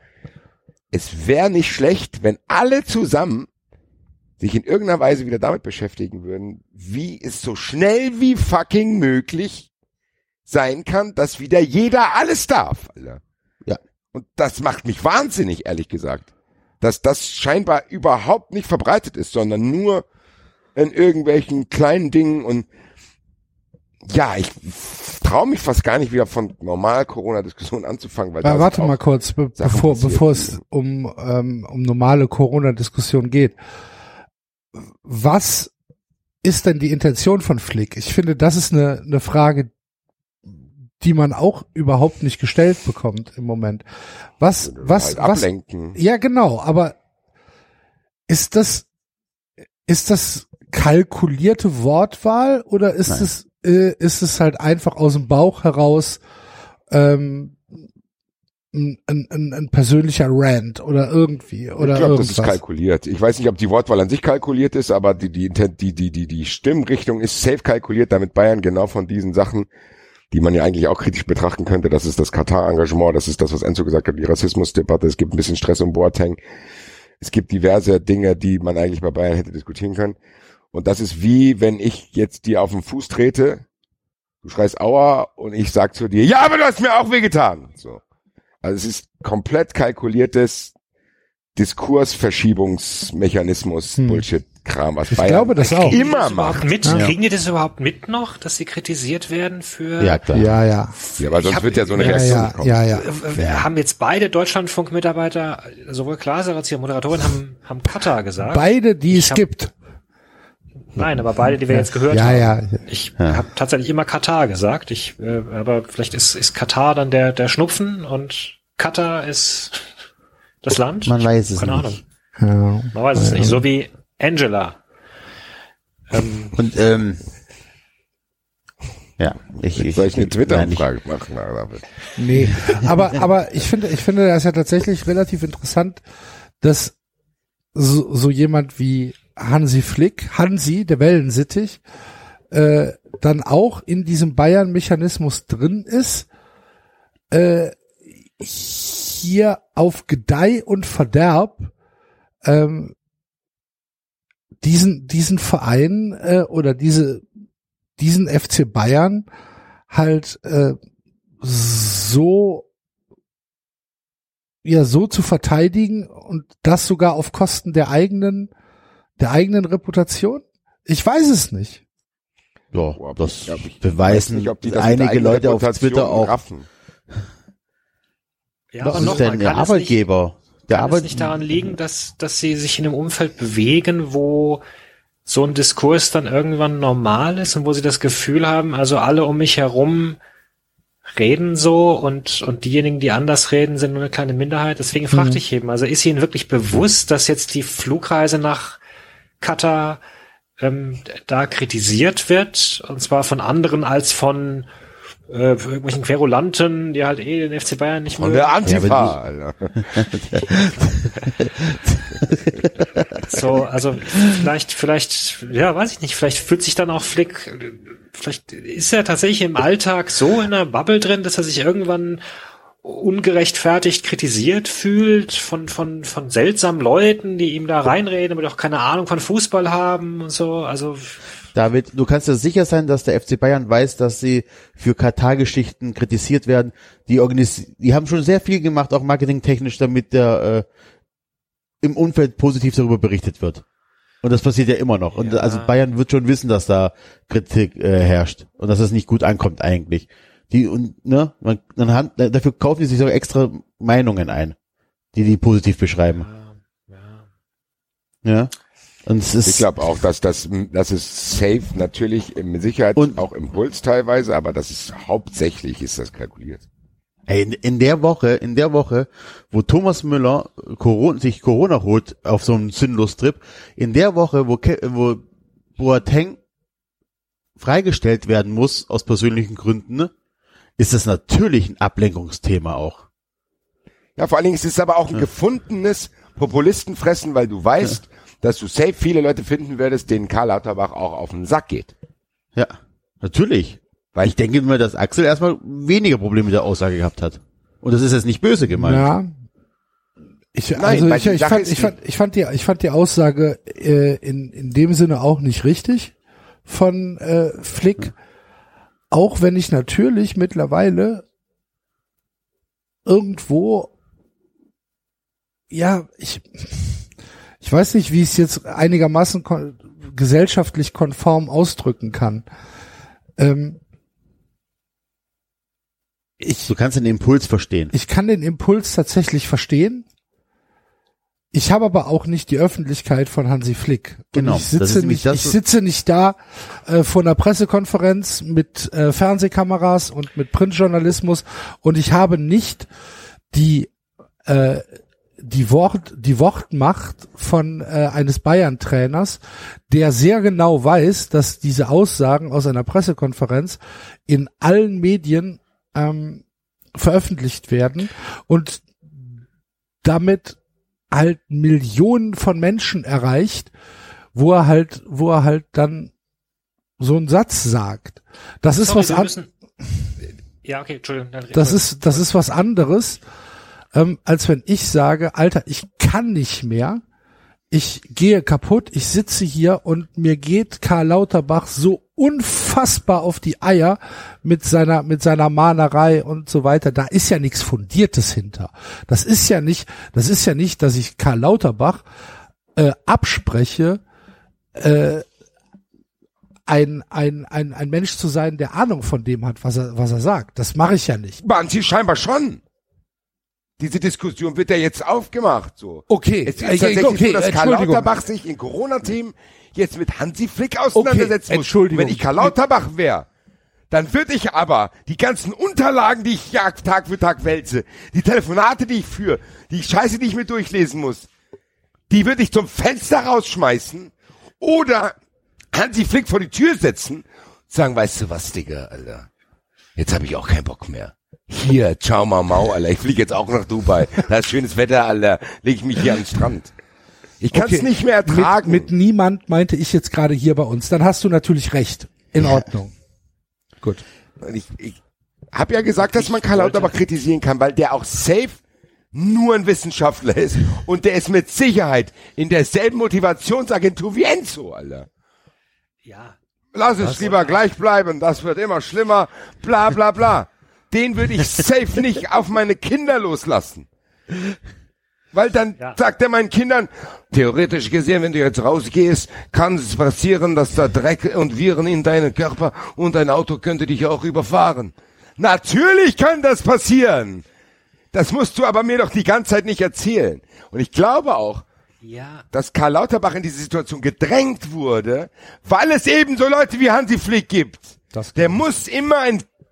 Es wäre nicht schlecht, wenn alle zusammen sich in irgendeiner Weise wieder damit beschäftigen würden, wie es so schnell wie fucking möglich sein kann, dass wieder jeder alles darf, Alter. Ja. Und das macht mich wahnsinnig, ehrlich gesagt. Dass das scheinbar überhaupt nicht verbreitet ist, sondern nur in irgendwelchen kleinen Dingen. Und ja, ich traue mich fast gar nicht wieder von normal Corona-Diskussionen anzufangen. Weil warte mal kurz, bevor es um normale Corona-Diskussionen geht. Was ist denn die Intention von Flick? Ich finde, das ist eine Frage, die man auch überhaupt nicht gestellt bekommt im Moment. Was, ablenken. Ja, genau, aber ist das kalkulierte Wortwahl oder ist es halt einfach aus dem Bauch heraus ein persönlicher Rant oder irgendwie oder ich glaube, irgendwas? Das ist kalkuliert. Ich weiß nicht, ob die Wortwahl an sich kalkuliert ist, aber die Stimmrichtung ist safe kalkuliert, damit Bayern genau von diesen Sachen, die man ja eigentlich auch kritisch betrachten könnte, das ist das Katar-Engagement, das ist das, was Enzo gesagt hat, die Rassismusdebatte, es gibt ein bisschen Stress um Boateng, es gibt diverse Dinge, die man eigentlich bei Bayern hätte diskutieren können. Und das ist wie, wenn ich jetzt dir auf den Fuß trete, du schreist Aua und ich sag zu dir, ja, aber du hast mir auch wehgetan. So. Also es ist komplett kalkuliertes Diskursverschiebungsmechanismus, Bullshit-Kram, was Bayern glaube, das auch immer macht. Kriegen die das überhaupt mit noch, dass sie kritisiert werden für... Ja, klar. Ja, aber sonst wird ja so eine Reaktion kommen. Wir haben jetzt beide Deutschlandfunk-Mitarbeiter, sowohl Glaser als auch Moderatorin, haben Katar gesagt. Beide, die es gibt. Nein, aber beide, die wir jetzt gehört haben. Ja. Ich habe tatsächlich immer Katar gesagt. Aber vielleicht ist Katar dann der Schnupfen und Katar ist das Land? Man weiß es Keine nicht. Ahnung. Ja. Man weiß es nicht. So wie Angela. Soll ich eine Twitter-Umfrage machen? Nee, aber ich finde das ja tatsächlich relativ interessant, dass so jemand wie Hansi Flick, der Wellensittich, dann auch in diesem Bayern-Mechanismus drin ist, hier auf Gedeih und Verderb diesen Verein oder diesen FC Bayern halt so zu verteidigen und das sogar auf Kosten der eigenen Reputation? Ich weiß es nicht. Ja, das beweisen nicht, einige Leute auf Twitter auch. Raffen. Ja, Was aber ist denn der Arbeitgeber? Kann es nicht daran liegen, dass sie sich in einem Umfeld bewegen, wo so ein Diskurs dann irgendwann normal ist und wo sie das Gefühl haben, also alle um mich herum reden so und diejenigen, die anders reden, sind nur eine kleine Minderheit. Deswegen fragte ich eben, also ist Ihnen wirklich bewusst, dass jetzt die Flugreise nach Katar da kritisiert wird, und zwar von anderen als von irgendwelchen Querulanten, die halt den FC Bayern nicht mögen. Von der Antifa, Alter. So, also vielleicht, ja, weiß ich nicht, vielleicht fühlt sich dann auch Flick, vielleicht ist er tatsächlich im Alltag so in einer Bubble drin, dass er sich irgendwann ungerechtfertigt kritisiert fühlt von seltsamen Leuten, die ihm da reinreden, aber doch keine Ahnung von Fußball haben und so, also. David, du kannst dir sicher sein, dass der FC Bayern weiß, dass sie für Katar-Geschichten kritisiert werden. Die haben schon sehr viel gemacht, auch marketingtechnisch, damit der im Umfeld positiv darüber berichtet wird. Und das passiert ja immer noch. Und also Bayern wird schon wissen, dass da Kritik herrscht und dass es nicht gut ankommt eigentlich. Dafür kaufen die sich sogar extra Meinungen ein, die positiv beschreiben. Ja. Und ich glaube auch, dass das ist safe natürlich mit Sicherheit und auch Impuls teilweise, aber das ist hauptsächlich das kalkuliert. Ey, in der Woche, wo Thomas Müller sich Corona holt auf so einem Sinnlos-Trip, in der Woche, wo Boateng freigestellt werden muss aus persönlichen Gründen, ist das natürlich ein Ablenkungsthema auch. Ja, vor allen Dingen ist es aber auch ein gefundenes Populistenfressen, weil du weißt, dass du safe viele Leute finden würdest, denen Karl Lauterbach auch auf den Sack geht. Ja, natürlich. Weil ich denke mir, dass Axel erstmal weniger Probleme mit der Aussage gehabt hat. Und das ist jetzt nicht böse gemeint. Ja. Ich fand die Aussage in dem Sinne auch nicht richtig von Flick. Auch wenn ich natürlich mittlerweile irgendwo, ja, ich weiß nicht, wie ich es jetzt einigermaßen gesellschaftlich konform ausdrücken kann. Du kannst den Impuls verstehen. Ich kann den Impuls tatsächlich verstehen. Ich habe aber auch nicht die Öffentlichkeit von Hansi Flick. Genau. Ich sitze nicht da vor einer Pressekonferenz mit Fernsehkameras und mit Printjournalismus und ich habe nicht die Wortmacht von eines Bayern-Trainers, der sehr genau weiß, dass diese Aussagen aus einer Pressekonferenz in allen Medien veröffentlicht werden und damit halt Millionen von Menschen erreicht, wo er halt dann so einen Satz sagt. Das ist ja, okay, Entschuldigung. Das ist was anderes, als wenn ich sage, Alter, ich kann nicht mehr, ich gehe kaputt, ich sitze hier und mir geht Karl Lauterbach so unfassbar auf die Eier mit seiner Mahnerei und so weiter. Da ist ja nichts Fundiertes hinter. Das ist ja nicht, dass ich Karl Lauterbach abspreche, ein Mensch zu sein, der Ahnung von dem hat, was er sagt. Das mache ich ja nicht. Banzi scheinbar schon. Diese Diskussion wird ja jetzt aufgemacht, so. Okay. Es ist tatsächlich so, dass Karl Lauterbach sich in Corona-Themen jetzt mit Hansi Flick auseinandersetzen muss. Entschuldigung. Wenn ich Karl Lauterbach wäre, dann würde ich aber die ganzen Unterlagen, die ich Tag für Tag wälze, die Telefonate, die ich führe, die Scheiße, die ich mir durchlesen muss, die würde ich zum Fenster rausschmeißen oder Hansi Flick vor die Tür setzen und sagen, weißt du was, Digga, Alter, jetzt habe ich auch keinen Bock mehr. Hier, ciao Mau, Alter, ich fliege jetzt auch nach Dubai. Da ist schönes Wetter, Alter, leg ich mich hier an den Strand. Ich kann es nicht mehr ertragen. Mit niemand meinte ich jetzt gerade hier bei uns. Dann hast du natürlich recht. In Ordnung. Gut. Ich habe ja gesagt, dass man Karl Lauterbach kritisieren kann, weil der auch safe nur ein Wissenschaftler ist. Und der ist mit Sicherheit in derselben Motivationsagentur wie Enzo, Alter. Ja. Lass es lieber gleich bleiben, das wird immer schlimmer, bla bla bla. Den würde ich safe nicht auf meine Kinder loslassen. Weil dann sagt er meinen Kindern, theoretisch gesehen, wenn du jetzt rausgehst, kann es passieren, dass da Dreck und Viren in deinen Körper und dein Auto könnte dich auch überfahren. Natürlich kann das passieren. Das musst du aber mir doch die ganze Zeit nicht erzählen. Und ich glaube auch, dass Karl Lauterbach in diese Situation gedrängt wurde, weil es eben so Leute wie Hansi Flick gibt. Der muss immer ein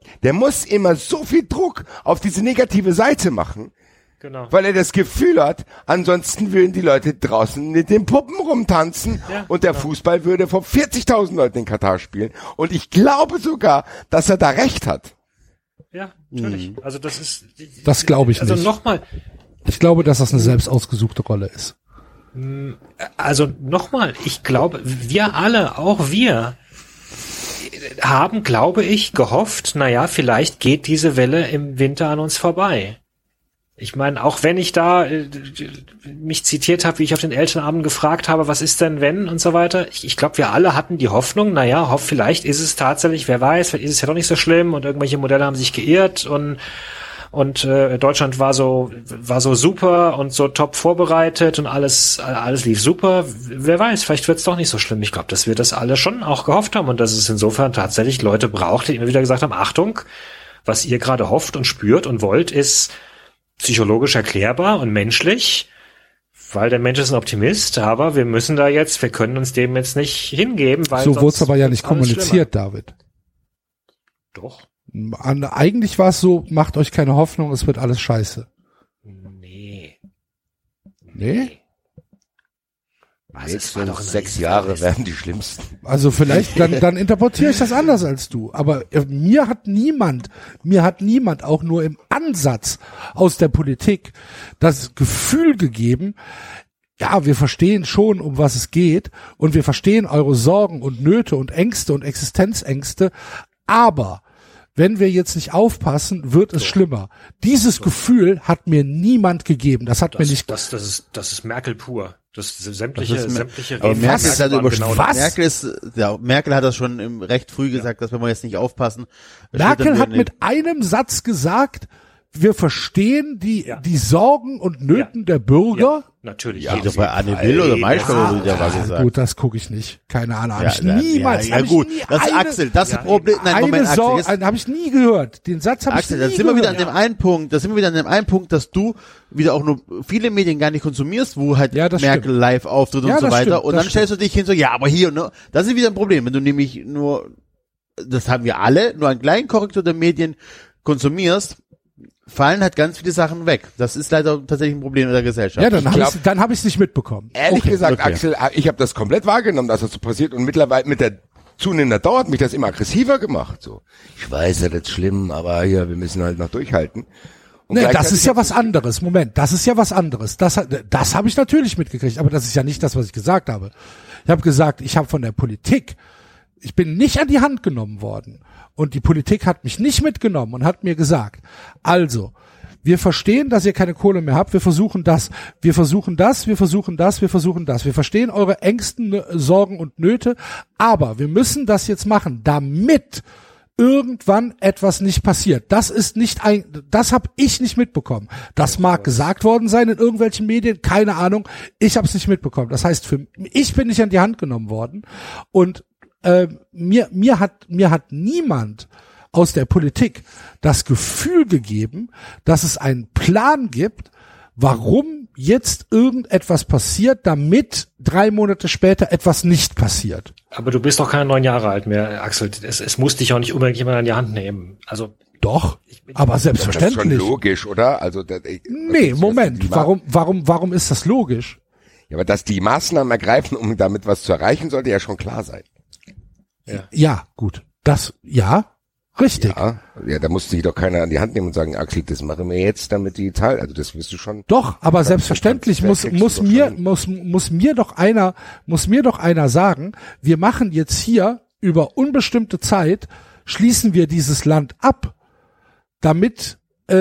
Der muss immer so viel Druck auf diese negative Seite machen, Genau. weil er das Gefühl hat, ansonsten würden die Leute draußen mit den Puppen rumtanzen und der Fußball würde vor 40.000 Leuten in Katar spielen. Und ich glaube sogar, dass er da recht hat. Ja, natürlich. Also Das glaube ich nicht. Also nochmal. Ich glaube, dass das eine selbst ausgesuchte Rolle ist. Also nochmal, ich glaube, wir alle, auch wir, haben, glaube ich, gehofft, naja, vielleicht geht diese Welle im Winter an uns vorbei. Ich meine, auch wenn ich da mich zitiert habe, wie ich auf den Elternabend gefragt habe, was ist denn wenn und so weiter. Ich glaube, wir alle hatten die Hoffnung, naja, vielleicht ist es tatsächlich, wer weiß, vielleicht ist es ja doch nicht so schlimm und irgendwelche Modelle haben sich geirrt und Deutschland war so super und so top vorbereitet und alles lief super. Wer weiß, vielleicht wird's doch nicht so schlimm. Ich glaube, dass wir das alle schon auch gehofft haben und dass es insofern tatsächlich Leute braucht, die immer wieder gesagt haben, Achtung, was ihr gerade hofft und spürt und wollt, ist psychologisch erklärbar und menschlich, weil der Mensch ist ein Optimist, aber wir können uns dem jetzt nicht hingeben, weil so wurde es aber ja nicht kommuniziert, schlimmer. David. Doch. Eigentlich war es so, macht euch keine Hoffnung, es wird alles scheiße. Nee? Nächsten 6 Jahre werden die schlimmsten. Also vielleicht, dann interpretiere ich das anders als du. Aber mir hat niemand auch nur im Ansatz aus der Politik das Gefühl gegeben, ja, wir verstehen schon, um was es geht und wir verstehen eure Sorgen und Nöte und Ängste und Existenzängste, aber wenn wir jetzt nicht aufpassen, wird es schlimmer. Dieses Gefühl hat mir niemand gegeben. Das ist Merkel pur. Sämtliche aber Merkel ist also was? Merkel hat das schon recht früh gesagt, dass wenn wir jetzt nicht aufpassen. Merkel hat mit einem Satz gesagt, wir verstehen die Sorgen und Nöten der Bürger. Ja, natürlich. Ja, bei Anne Will oder Maischberger wurde ja was gesagt. Gut, das gucke ich nicht. Keine Ahnung. Habe ich niemals. Ja, gut. Das ist Axel. Das ist Problem. Nein, Moment, Axel. Habe ich nie gehört. Den Satz habe ich nie gehört. Da sind wir wieder an dem einen Punkt, dass du wieder auch nur viele Medien gar nicht konsumierst, wo halt Merkel stimmt. Live auftritt und so weiter. Stimmt, und dann stellst du dich hin so, ja, aber hier, ne? Das ist wieder ein Problem. Wenn du nämlich nur, das haben wir alle, nur einen kleinen Korrektor der Medien konsumierst, fallen halt ganz viele Sachen weg. Das ist leider tatsächlich ein Problem in der Gesellschaft. Ja, dann habe ich es nicht mitbekommen. Ehrlich gesagt, Axel, ich habe das komplett wahrgenommen, dass das so passiert und mittlerweile mit der zunehmender Dauer hat mich das immer aggressiver gemacht. So, ich weiß ja, das ist schlimm, aber hier, wir müssen halt noch durchhalten. Nee, das ist ja was anderes. Moment, das ist ja was anderes. Das habe ich natürlich mitgekriegt, aber das ist ja nicht das, was ich gesagt habe. Ich habe gesagt, ich habe von der Politik, ich bin nicht an die Hand genommen worden. Und die Politik hat mich nicht mitgenommen und hat mir gesagt, also, wir verstehen, dass ihr keine Kohle mehr habt, wir versuchen das. Wir verstehen eure Ängsten, Sorgen und Nöte, aber wir müssen das jetzt machen, damit irgendwann etwas nicht passiert. Das habe ich nicht mitbekommen. Das mag gesagt worden sein in irgendwelchen Medien, keine Ahnung, ich habe es nicht mitbekommen. Das heißt, ich bin nicht an die Hand genommen worden und mir hat niemand aus der Politik das Gefühl gegeben, dass es einen Plan gibt, warum jetzt irgendetwas passiert, damit 3 Monate später etwas nicht passiert. Aber du bist doch keine 9 Jahre alt mehr, Axel. Es muss dich auch nicht unbedingt jemand an die Hand nehmen. Also doch, aber selbstverständlich. Das ist schon logisch, oder? Also Moment. Warum ist das logisch? Ja, aber dass die Maßnahmen ergreifen, um damit was zu erreichen, sollte ja schon klar sein. Ja, gut. Richtig. Ja, da musste sich doch keiner an die Hand nehmen und sagen, Axel, das machen wir jetzt, damit die Zahl, also das wirst du schon. Doch, aber selbstverständlich muss mir doch einer sagen, wir machen jetzt hier über unbestimmte Zeit, schließen wir dieses Land ab, damit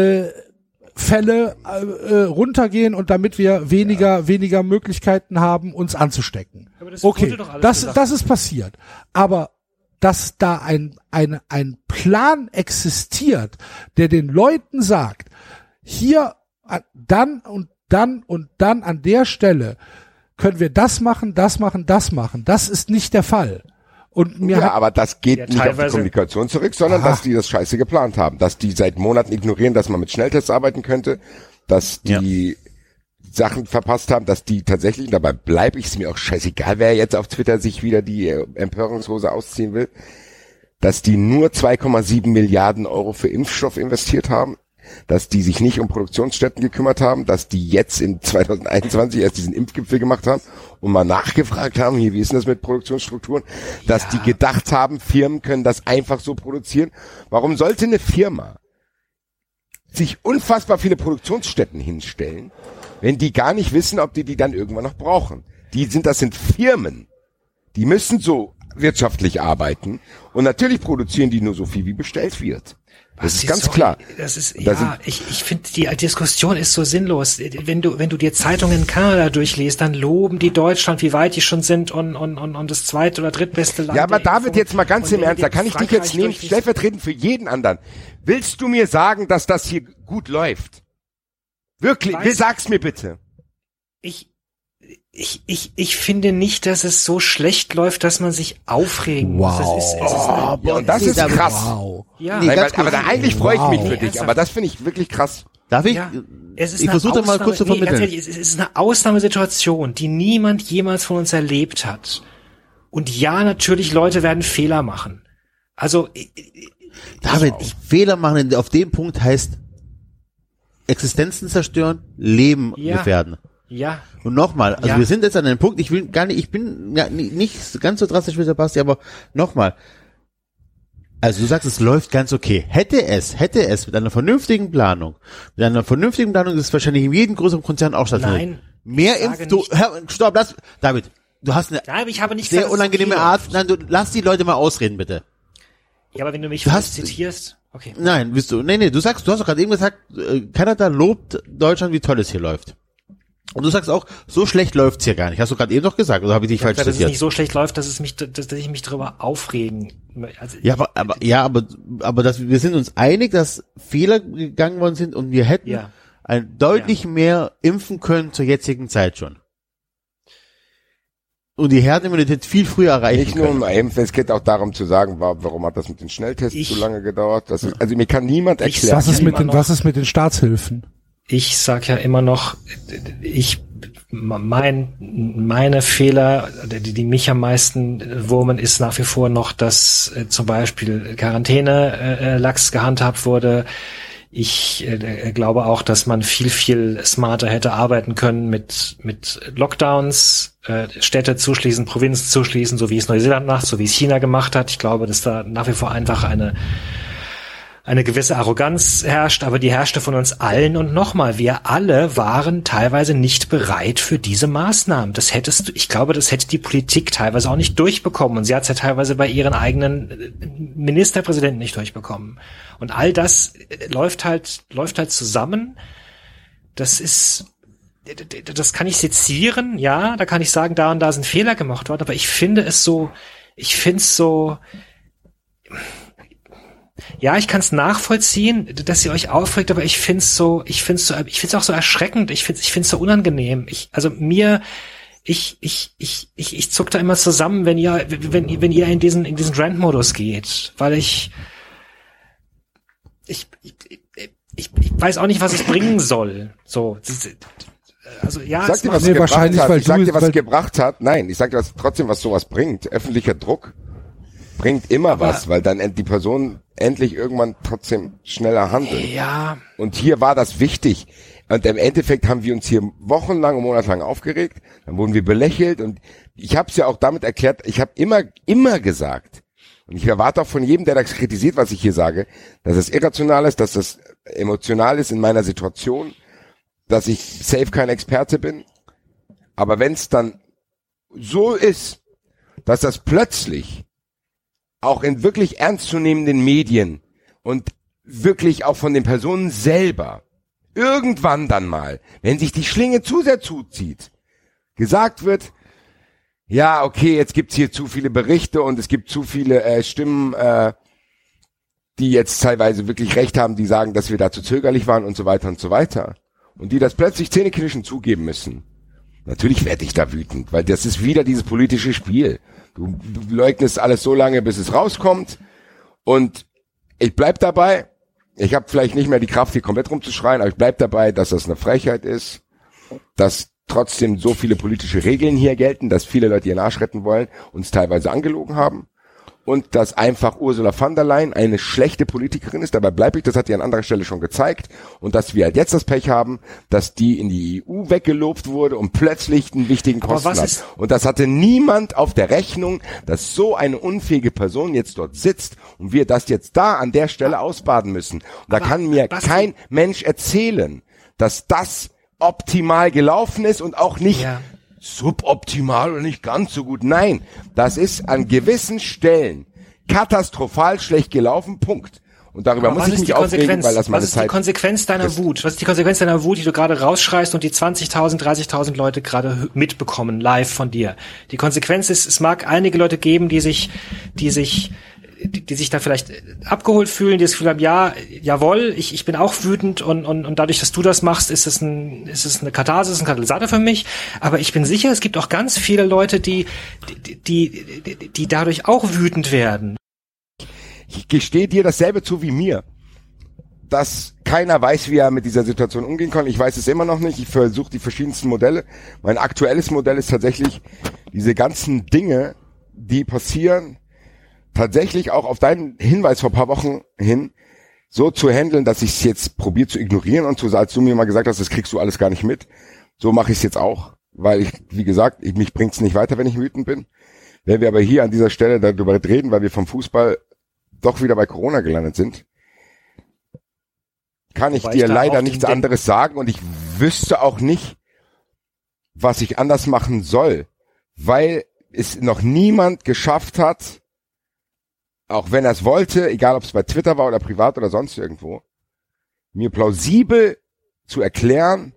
Fälle runtergehen und damit wir weniger Möglichkeiten haben, uns anzustecken. Okay, das ist passiert. Aber dass da ein Plan existiert, der den Leuten sagt, hier dann und dann und dann an der Stelle können wir das machen, das ist nicht der Fall. Und aber das geht nicht auf die Kommunikation zurück, sondern dass die das Scheiße geplant haben, dass die seit Monaten ignorieren, dass man mit Schnelltests arbeiten könnte, dass die Sachen verpasst haben, dass die tatsächlich, dabei bleibe ich es mir auch scheißegal, wer jetzt auf Twitter sich wieder die Empörungshose ausziehen will, dass die nur 2,7 Milliarden Euro für Impfstoff investiert haben, dass die sich nicht um Produktionsstätten gekümmert haben, dass die jetzt in 2021 erst diesen Impfgipfel gemacht haben und mal nachgefragt haben, hier, wie ist denn das mit Produktionsstrukturen, dass die gedacht haben, Firmen können das einfach so produzieren. Warum sollte eine Firma sich unfassbar viele Produktionsstätten hinstellen, wenn die gar nicht wissen, ob die dann irgendwann noch brauchen? Das sind Firmen, die müssen so wirtschaftlich arbeiten und natürlich produzieren die nur so viel, wie bestellt wird. Das ist ganz klar. Das ist, ich finde, die Diskussion ist so sinnlos. Wenn du dir Zeitungen in Kanada durchliest, dann loben die Deutschland, wie weit die schon sind und das zweit- oder drittbeste Land. Ja, aber David, jetzt mal ganz im Ernst, da kann ich dich jetzt nehmen, stellvertretend für jeden anderen. Willst du mir sagen, dass das hier gut läuft? Wirklich? Sag's mir bitte. Ich finde nicht, dass es so schlecht läuft, dass man sich aufregen muss. Das ist krass. Wow. Ja. Nee, aber da eigentlich freue ich mich für dich, aber das finde ich wirklich krass. Darf ich? Ja, ich versuche mal kurz zu vermitteln. Ganz ehrlich, es ist eine Ausnahmesituation, die niemand jemals von uns erlebt hat. Und ja, natürlich, Leute werden Fehler machen. Also, David, Fehler machen auf dem Punkt heißt Existenzen zerstören, Leben gefährden. Ja. Und nochmal, also wir sind jetzt an einem Punkt, ich bin ja nicht ganz so drastisch wie Sebastian, aber nochmal. Also du sagst, es läuft ganz okay. Hätte es mit einer vernünftigen Planung ist es wahrscheinlich in jedem größeren Konzern auch stattfinden. Nein. David, du hast eine ich habe nicht sehr gesagt, unangenehme Art. Nein, lass die Leute mal ausreden, bitte. Ja, aber wenn du mich zitierst, okay. Nein, du hast doch gerade eben gesagt, Kanada lobt Deutschland, wie toll es hier läuft. Und du sagst auch, so schlecht läuft's hier gar nicht. Hast du gerade eben noch gesagt, oder habe ich dich falsch zitiert? Dass es nicht so schlecht läuft, dass ich mich darüber aufregen. Also wir sind uns einig, dass Fehler gegangen worden sind und wir hätten deutlich mehr impfen können zur jetzigen Zeit schon. Und die Herdenimmunität viel früher erreichen Nicht nur um Impfen, es geht auch darum zu sagen, warum hat das mit den Schnelltests so lange gedauert? Also mir kann niemand erklären. Was ist mit den Staatshilfen? Ich sag ja immer noch, meine Fehler, die mich am meisten wurmen, ist nach wie vor noch, dass zum Beispiel Quarantäne lax gehandhabt wurde. Ich glaube auch, dass man viel smarter hätte arbeiten können mit Lockdowns, Städte zuschließen, Provinzen zuschließen, so wie es Neuseeland macht, so wie es China gemacht hat. Ich glaube, dass da nach wie vor einfach eine gewisse Arroganz herrscht, aber die herrschte von uns allen. Und nochmal, wir alle waren teilweise nicht bereit für diese Maßnahmen. Ich glaube, das hätte die Politik teilweise auch nicht durchbekommen. Und sie hat es ja teilweise bei ihren eigenen Ministerpräsidenten nicht durchbekommen. Und all das läuft halt zusammen. Das kann ich sezieren, ja, da kann ich sagen, da und da sind Fehler gemacht worden, aber ich finde es so, ja, ich kann es nachvollziehen, dass ihr euch aufregt, aber ich find's auch so erschreckend, ich find's so unangenehm. Ich zuck da immer zusammen, wenn ihr in diesen Rant-Modus geht, weil ich weiß auch nicht, was es bringen soll. So, also ja, ich sag dir, was es gebracht hat. Nein, ich sag dir trotzdem, was sowas bringt. Öffentlicher Druck bringt immer was, weil dann die Person endlich irgendwann trotzdem schneller handelt. Ja. Und hier war das wichtig. Und im Endeffekt haben wir uns hier wochenlang und monatelang aufgeregt. Dann wurden wir belächelt. Und ich habe es ja auch damit erklärt, ich habe immer gesagt, und ich erwarte auch von jedem, der das kritisiert, was ich hier sage, dass es irrational ist, dass es emotional ist in meiner Situation, dass ich safe kein Experte bin. Aber wenn es dann so ist, dass das plötzlich auch in wirklich ernstzunehmenden Medien und wirklich auch von den Personen selber irgendwann dann mal, wenn sich die Schlinge zu sehr zuzieht, gesagt wird, ja, okay, jetzt gibt's hier zu viele Berichte und es gibt zu viele Stimmen, die jetzt teilweise wirklich recht haben, die sagen, dass wir da zu zögerlich waren und so weiter und so weiter. Und die das plötzlich zähneknirschend zugeben müssen. Natürlich werde ich da wütend, weil das ist wieder dieses politische Spiel. Du leugnest alles so lange, bis es rauskommt. Und ich bleib dabei. Ich habe vielleicht nicht mehr die Kraft, hier komplett rumzuschreien, aber ich bleib dabei, dass das eine Frechheit ist, dass trotzdem so viele politische Regeln hier gelten, dass viele Leute ihren Arsch retten wollen, uns teilweise angelogen haben. und dass einfach Ursula von der Leyen eine schlechte Politikerin ist. Dabei bleibe ich, das hat die an anderer Stelle schon gezeigt. Und dass wir halt jetzt das Pech haben, dass die in die EU weggelobt wurde und plötzlich einen wichtigen Posten hat. Und das hatte niemand auf der Rechnung, dass so eine unfähige Person jetzt dort sitzt und wir das jetzt da an der Stelle ausbaden müssen. Und da kann mir kein Mensch erzählen, dass das optimal gelaufen ist und auch nicht suboptimal oder nicht ganz so gut. Nein, das ist an gewissen Stellen katastrophal schlecht gelaufen, Punkt. Und darüber muss ich mich aufregen, weil das meine Zeit... Was ist die Konsequenz deiner Wut? Was ist die Konsequenz deiner Wut, die du gerade rausschreist und die 20.000, 30.000 Leute gerade mitbekommen, live von dir? Die Konsequenz ist, es mag einige Leute geben, die sich da vielleicht abgeholt fühlen, die das Gefühl haben, ja, jawohl, ich bin auch wütend und dadurch, dass du das machst, ist es eine Katharsis, ein Katalysator für mich. Aber ich bin sicher, es gibt auch ganz viele Leute, die dadurch auch wütend werden. Ich gestehe dir dasselbe zu wie mir, dass keiner weiß, wie er mit dieser Situation umgehen kann. Ich weiß es immer noch nicht. Ich versuche die verschiedensten Modelle. Mein aktuelles Modell ist tatsächlich diese ganzen Dinge, die passieren, tatsächlich auch auf deinen Hinweis vor ein paar Wochen hin so zu handeln, dass ich es jetzt probiere zu ignorieren und so, als du mir mal gesagt hast, das kriegst du alles gar nicht mit. So mache ich es jetzt auch, weil ich, wie gesagt, mich bringt's nicht weiter, wenn ich wütend bin. Wenn wir aber hier an dieser Stelle darüber reden, weil wir vom Fußball doch wieder bei Corona gelandet sind, kann ich dir leider nichts anderes sagen und ich wüsste auch nicht, was ich anders machen soll, weil es noch niemand geschafft hat, auch wenn er es wollte, egal ob es bei Twitter war oder privat oder sonst irgendwo, mir plausibel zu erklären,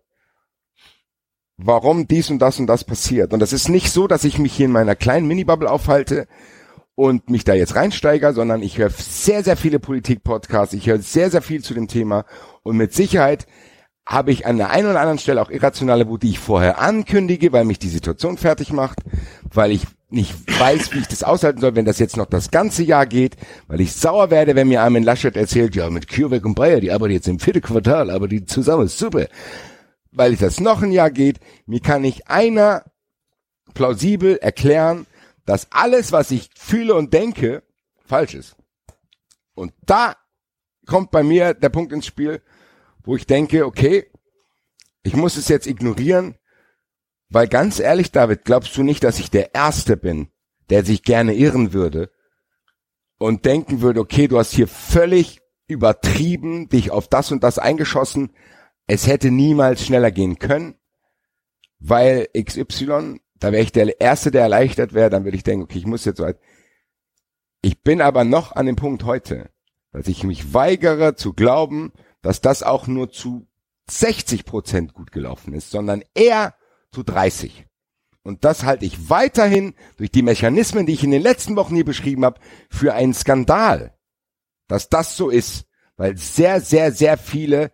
warum dies und das passiert. Und das ist nicht so, dass ich mich hier in meiner kleinen Mini-Bubble aufhalte und mich da jetzt reinsteige, sondern ich höre sehr, sehr viele Politik-Podcasts, ich höre sehr, sehr viel zu dem Thema und mit Sicherheit habe ich an der einen oder anderen Stelle auch irrationale Wut, die ich vorher ankündige, weil mich die Situation fertig macht, weil ich nicht weiß, wie ich das aushalten soll, wenn das jetzt noch das ganze Jahr geht, weil ich sauer werde, wenn mir Armin Laschet erzählt, ja, mit CureVac und Bayer, die arbeiten jetzt im 4. Quartal, aber die zusammen ist super. Weil ich das noch ein Jahr geht, mir kann nicht einer plausibel erklären, dass alles, was ich fühle und denke, falsch ist. Und da kommt bei mir der Punkt ins Spiel, wo ich denke, okay, ich muss es jetzt ignorieren, weil ganz ehrlich, David, glaubst du nicht, dass ich der Erste bin, der sich gerne irren würde und denken würde, okay, du hast hier völlig übertrieben, dich auf das und das eingeschossen, es hätte niemals schneller gehen können, weil XY, da wäre ich der Erste, der erleichtert wäre, dann würde ich denken, okay, ich muss jetzt so weit. Ich bin aber noch an dem Punkt heute, dass ich mich weigere zu glauben, dass das auch nur zu 60% gut gelaufen ist, sondern eher zu 30. Und das halte ich weiterhin durch die Mechanismen, die ich in den letzten Wochen hier beschrieben habe, für einen Skandal, dass das so ist, weil sehr, sehr, sehr viele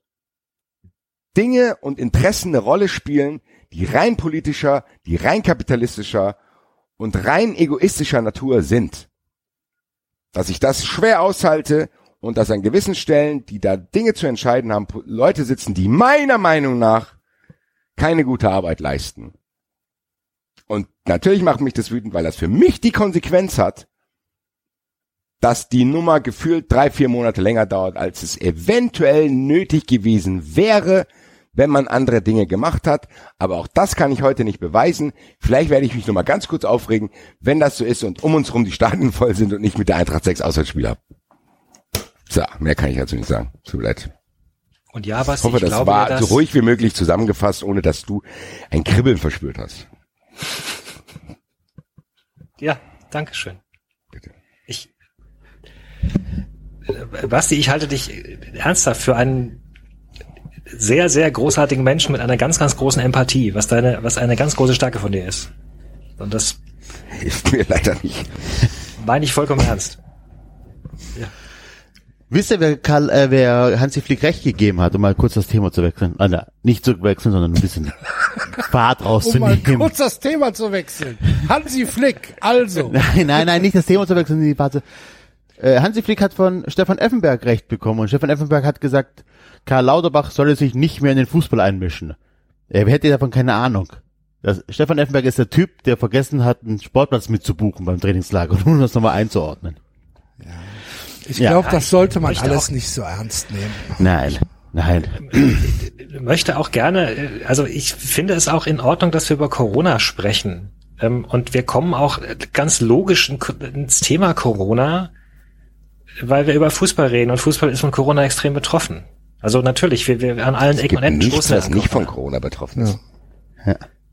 Dinge und Interessen eine Rolle spielen, die rein politischer, die rein kapitalistischer und rein egoistischer Natur sind. Dass ich das schwer aushalte und dass an gewissen Stellen, die da Dinge zu entscheiden haben, Leute sitzen, die meiner Meinung nach keine gute Arbeit leisten. Und natürlich macht mich das wütend, weil das für mich die Konsequenz hat, dass die Nummer gefühlt 3-4 Monate länger dauert, als es eventuell nötig gewesen wäre, wenn man andere Dinge gemacht hat. Aber auch das kann ich heute nicht beweisen. Vielleicht werde ich mich noch mal ganz kurz aufregen, wenn das so ist und um uns rum die Stadien voll sind und nicht mit der Eintracht 6 Auswärtsspiel habe. So, mehr kann ich dazu nicht sagen. Tut mir leid. Und ja, was ich hoffe, das war so ruhig wie möglich zusammengefasst, ohne dass du ein Kribbeln verspürt hast. Ja, danke schön. Bitte. Basti, ich halte dich ernsthaft für einen sehr, sehr großartigen Menschen mit einer ganz, ganz großen Empathie, was eine ganz große Stärke von dir ist. Und das hilft mir leider nicht. Meine ich vollkommen ernst. Ja. Wisst ihr, wer Hansi Flick recht gegeben hat, um mal kurz das Thema zu wechseln? Nicht zu wechseln, sondern ein bisschen Fahrt rauszunehmen. Um mal kurz das Thema zu wechseln. Hansi Flick, also. Nein, nicht das Thema zu wechseln, die Fahrt. Hansi Flick hat von Stefan Effenberg recht bekommen und Stefan Effenberg hat gesagt, Karl Lauterbach solle sich nicht mehr in den Fußball einmischen. Er hätte davon keine Ahnung. Stefan Effenberg ist der Typ, der vergessen hat, einen Sportplatz mitzubuchen beim Trainingslager, um das nochmal einzuordnen. Ja. Ich glaube, das sollte man alles nicht so ernst nehmen. Nein. Ich möchte auch gerne, also ich finde es auch in Ordnung, dass wir über Corona sprechen. Und wir kommen auch ganz logisch ins Thema Corona, weil wir über Fußball reden und Fußball ist von Corona extrem betroffen. Also natürlich, wir an allen Ecken und Enden stoßen. Das nicht von Corona betroffen ist. Ja.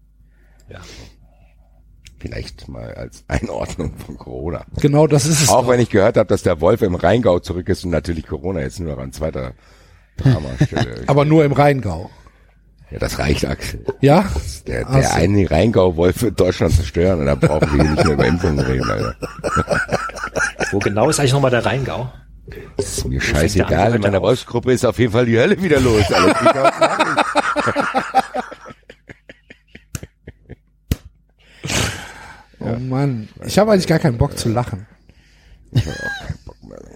Vielleicht mal als Einordnung von Corona. Genau, das ist es. Auch wenn ich gehört habe, dass der Wolf im Rheingau zurück ist und natürlich Corona jetzt nur noch an zweiter Dramastelle. Aber nur im Rheingau. Ja, das reicht, Axel. Ja? Der eine Rheingau-Wolf wird Deutschland zerstören und da brauchen wir nicht mehr über Impfungen reden, Alter. Wo genau ist eigentlich nochmal der Rheingau? Das ist mir scheißegal. In meiner Wolfsgruppe ist auf jeden Fall die Hölle wieder los. Oh Mann, ich habe eigentlich gar keinen Bock zu lachen. Ich habe auch keinen Bock mehr.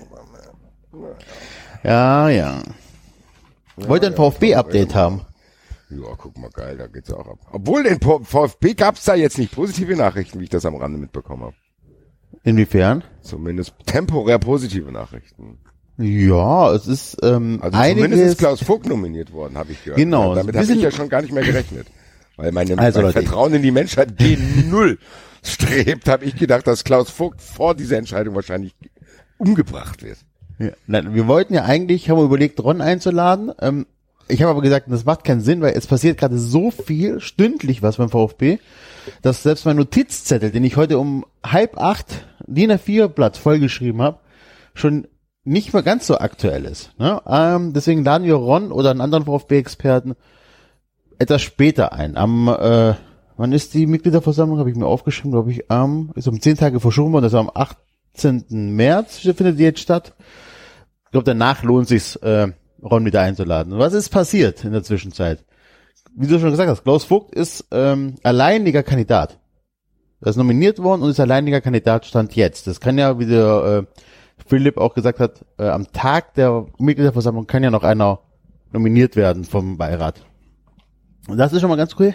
Ja. Wollt ihr ein VfB-Update haben? Ja, guck mal, geil, da geht's auch ab. Obwohl, den VfB gab's da jetzt nicht positive Nachrichten, wie ich das am Rande mitbekommen habe. Inwiefern? Zumindest temporär positive Nachrichten. Ja, es ist also einiges. Zumindest ist Klaus Vogt nominiert worden, habe ich gehört. Genau. Damit habe ich ja schon gar nicht mehr gerechnet. Weil mein Leute, Vertrauen in die Menschheit gegen null strebt, habe ich gedacht, dass Klaus Vogt vor dieser Entscheidung wahrscheinlich umgebracht wird. Ja, nein, wir wollten ja eigentlich, haben wir überlegt, Ron einzuladen. Ich habe aber gesagt, das macht keinen Sinn, weil es passiert gerade so viel, stündlich was beim VfB, dass selbst mein Notizzettel, den ich heute um 7:30 DIN A4-Blatt vollgeschrieben habe, schon nicht mehr ganz so aktuell ist. Ne? Deswegen laden wir Ron oder einen anderen VfB-Experten etwas später ein. Wann ist die Mitgliederversammlung? Habe ich mir aufgeschrieben, glaube ich, ist um 10 Tage verschoben worden, das ist am 18. März findet die jetzt statt. Ich glaube, danach lohnt es sich, Ron wieder einzuladen. Was ist passiert in der Zwischenzeit? Wie du schon gesagt hast, Klaus Vogt ist alleiniger Kandidat. Er ist nominiert worden und ist alleiniger Kandidat, Stand jetzt. Das kann ja, wie der Philipp auch gesagt hat, am Tag der Mitgliederversammlung kann ja noch einer nominiert werden vom Beirat. Und das ist schon mal ganz cool.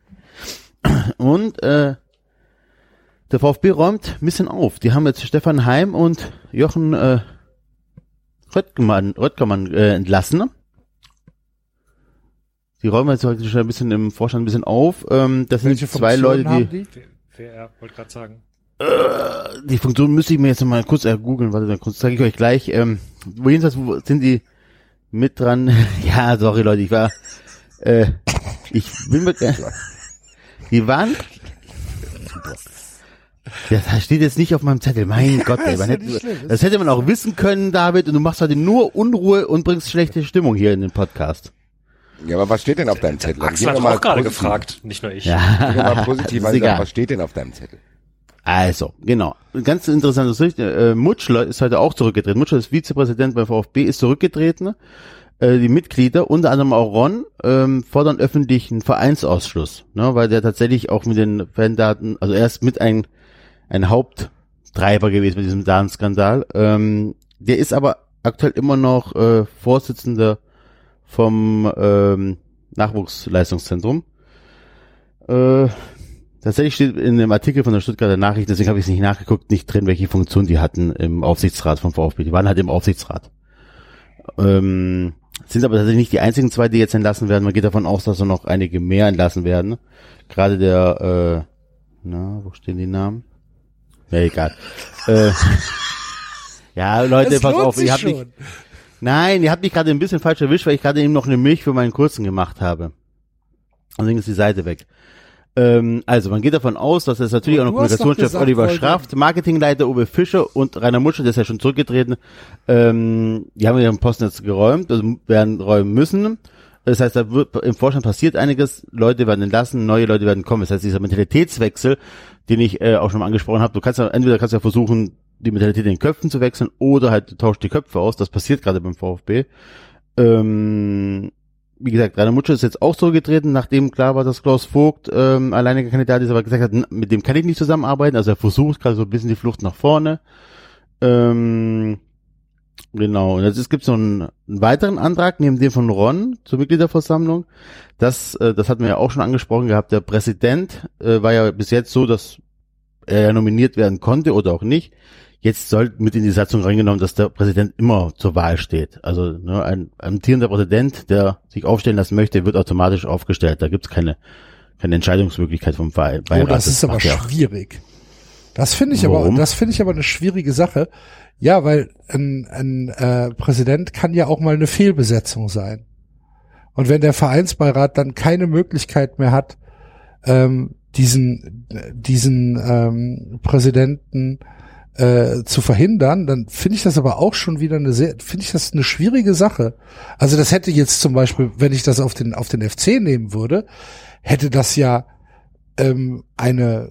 Und der VfB räumt ein bisschen auf. Die haben jetzt Stefan Heim und Jochen Röttgermann entlassen. Die räumen jetzt heute schon ein bisschen im Vorstand ein bisschen auf. Das sind zwei Leute, die... Wer wollte gerade sagen. Die Funktion müsste ich mir jetzt noch mal kurz googeln. Warte, dann zeige ich euch gleich. Jedenfalls sind die mit dran. Ja, sorry Leute, ich war... ich will mir... Die waren... Ja, das steht jetzt nicht auf meinem Zettel. Mein Gott, ey, das hätte man auch wissen können, David, und du machst heute nur Unruhe und bringst schlechte Stimmung hier in den Podcast. Ja, aber was steht denn auf deinem Zettel? Axel hat auch gerade gefragt, nicht nur ich. Ja, mal positiv sagen, was steht denn auf deinem Zettel? Also, genau. Ein ganz interessantes Richt. Mutschler ist heute auch zurückgetreten. Mutschler ist Vizepräsident beim VfB, ist zurückgetreten. Die Mitglieder, unter anderem auch Ron, fordern öffentlichen Vereinsausschluss, ne, weil der tatsächlich auch mit den Fandaten, also er ist mit ein Haupttreiber gewesen mit diesem Datenskandal. Der ist aber aktuell immer noch Vorsitzender vom Nachwuchsleistungszentrum. Tatsächlich steht in dem Artikel von der Stuttgarter Nachricht, deswegen habe ich es nicht nachgeguckt, nicht drin, welche Funktion die hatten im Aufsichtsrat vom VfB. Die waren halt im Aufsichtsrat. Sind aber tatsächlich nicht die einzigen zwei, die jetzt entlassen werden. Man geht davon aus, dass noch einige mehr entlassen werden. Gerade der, wo stehen die Namen? Ja, egal. Ja, Leute, pass auf, ihr habt mich gerade ein bisschen falsch erwischt, weil ich gerade eben noch eine Milch für meinen Kurzen gemacht habe. Deswegen ist die Seite weg. Also, man geht davon aus, dass es natürlich auch noch Kommunikationschef Oliver Schraft, Marketingleiter Uwe Fischer und Rainer Mutschler, der ist ja schon zurückgetreten, die haben ihren Posten jetzt geräumt, also werden räumen müssen. Das heißt, da wird im Vorstand passiert einiges, Leute werden entlassen, neue Leute werden kommen. Das heißt, dieser Mentalitätswechsel, den ich auch schon mal angesprochen habe, entweder kannst du ja versuchen, die Mentalität in den Köpfen zu wechseln, oder halt du tauschst die Köpfe aus. Das passiert gerade beim VfB. Wie gesagt, Rainer Mutschler ist jetzt auch zurückgetreten, nachdem klar war, dass Klaus Vogt alleiniger Kandidat ist, aber gesagt hat, mit dem kann ich nicht zusammenarbeiten. Also er versucht gerade so ein bisschen die Flucht nach vorne. Genau, und jetzt gibt's noch einen weiteren Antrag, neben dem von Ron zur Mitgliederversammlung. Das hatten wir ja auch schon angesprochen gehabt. Der Präsident war ja bis jetzt so, dass er ja nominiert werden konnte oder auch nicht. Jetzt soll mit in die Satzung reingenommen, dass der Präsident immer zur Wahl steht. Also ein amtierender Präsident, der sich aufstellen lassen möchte, wird automatisch aufgestellt. Da gibt's keine Entscheidungsmöglichkeit vom Beirat. Oh, das ist aber schwierig. Das finde ich aber eine schwierige Sache. Ja, weil ein Präsident kann ja auch mal eine Fehlbesetzung sein. Und wenn der Vereinsbeirat dann keine Möglichkeit mehr hat, diesen Präsidenten zu verhindern, dann finde ich das aber auch schon wieder eine schwierige Sache. Also das hätte jetzt zum Beispiel, wenn ich das auf den FC nehmen würde, hätte das ja eine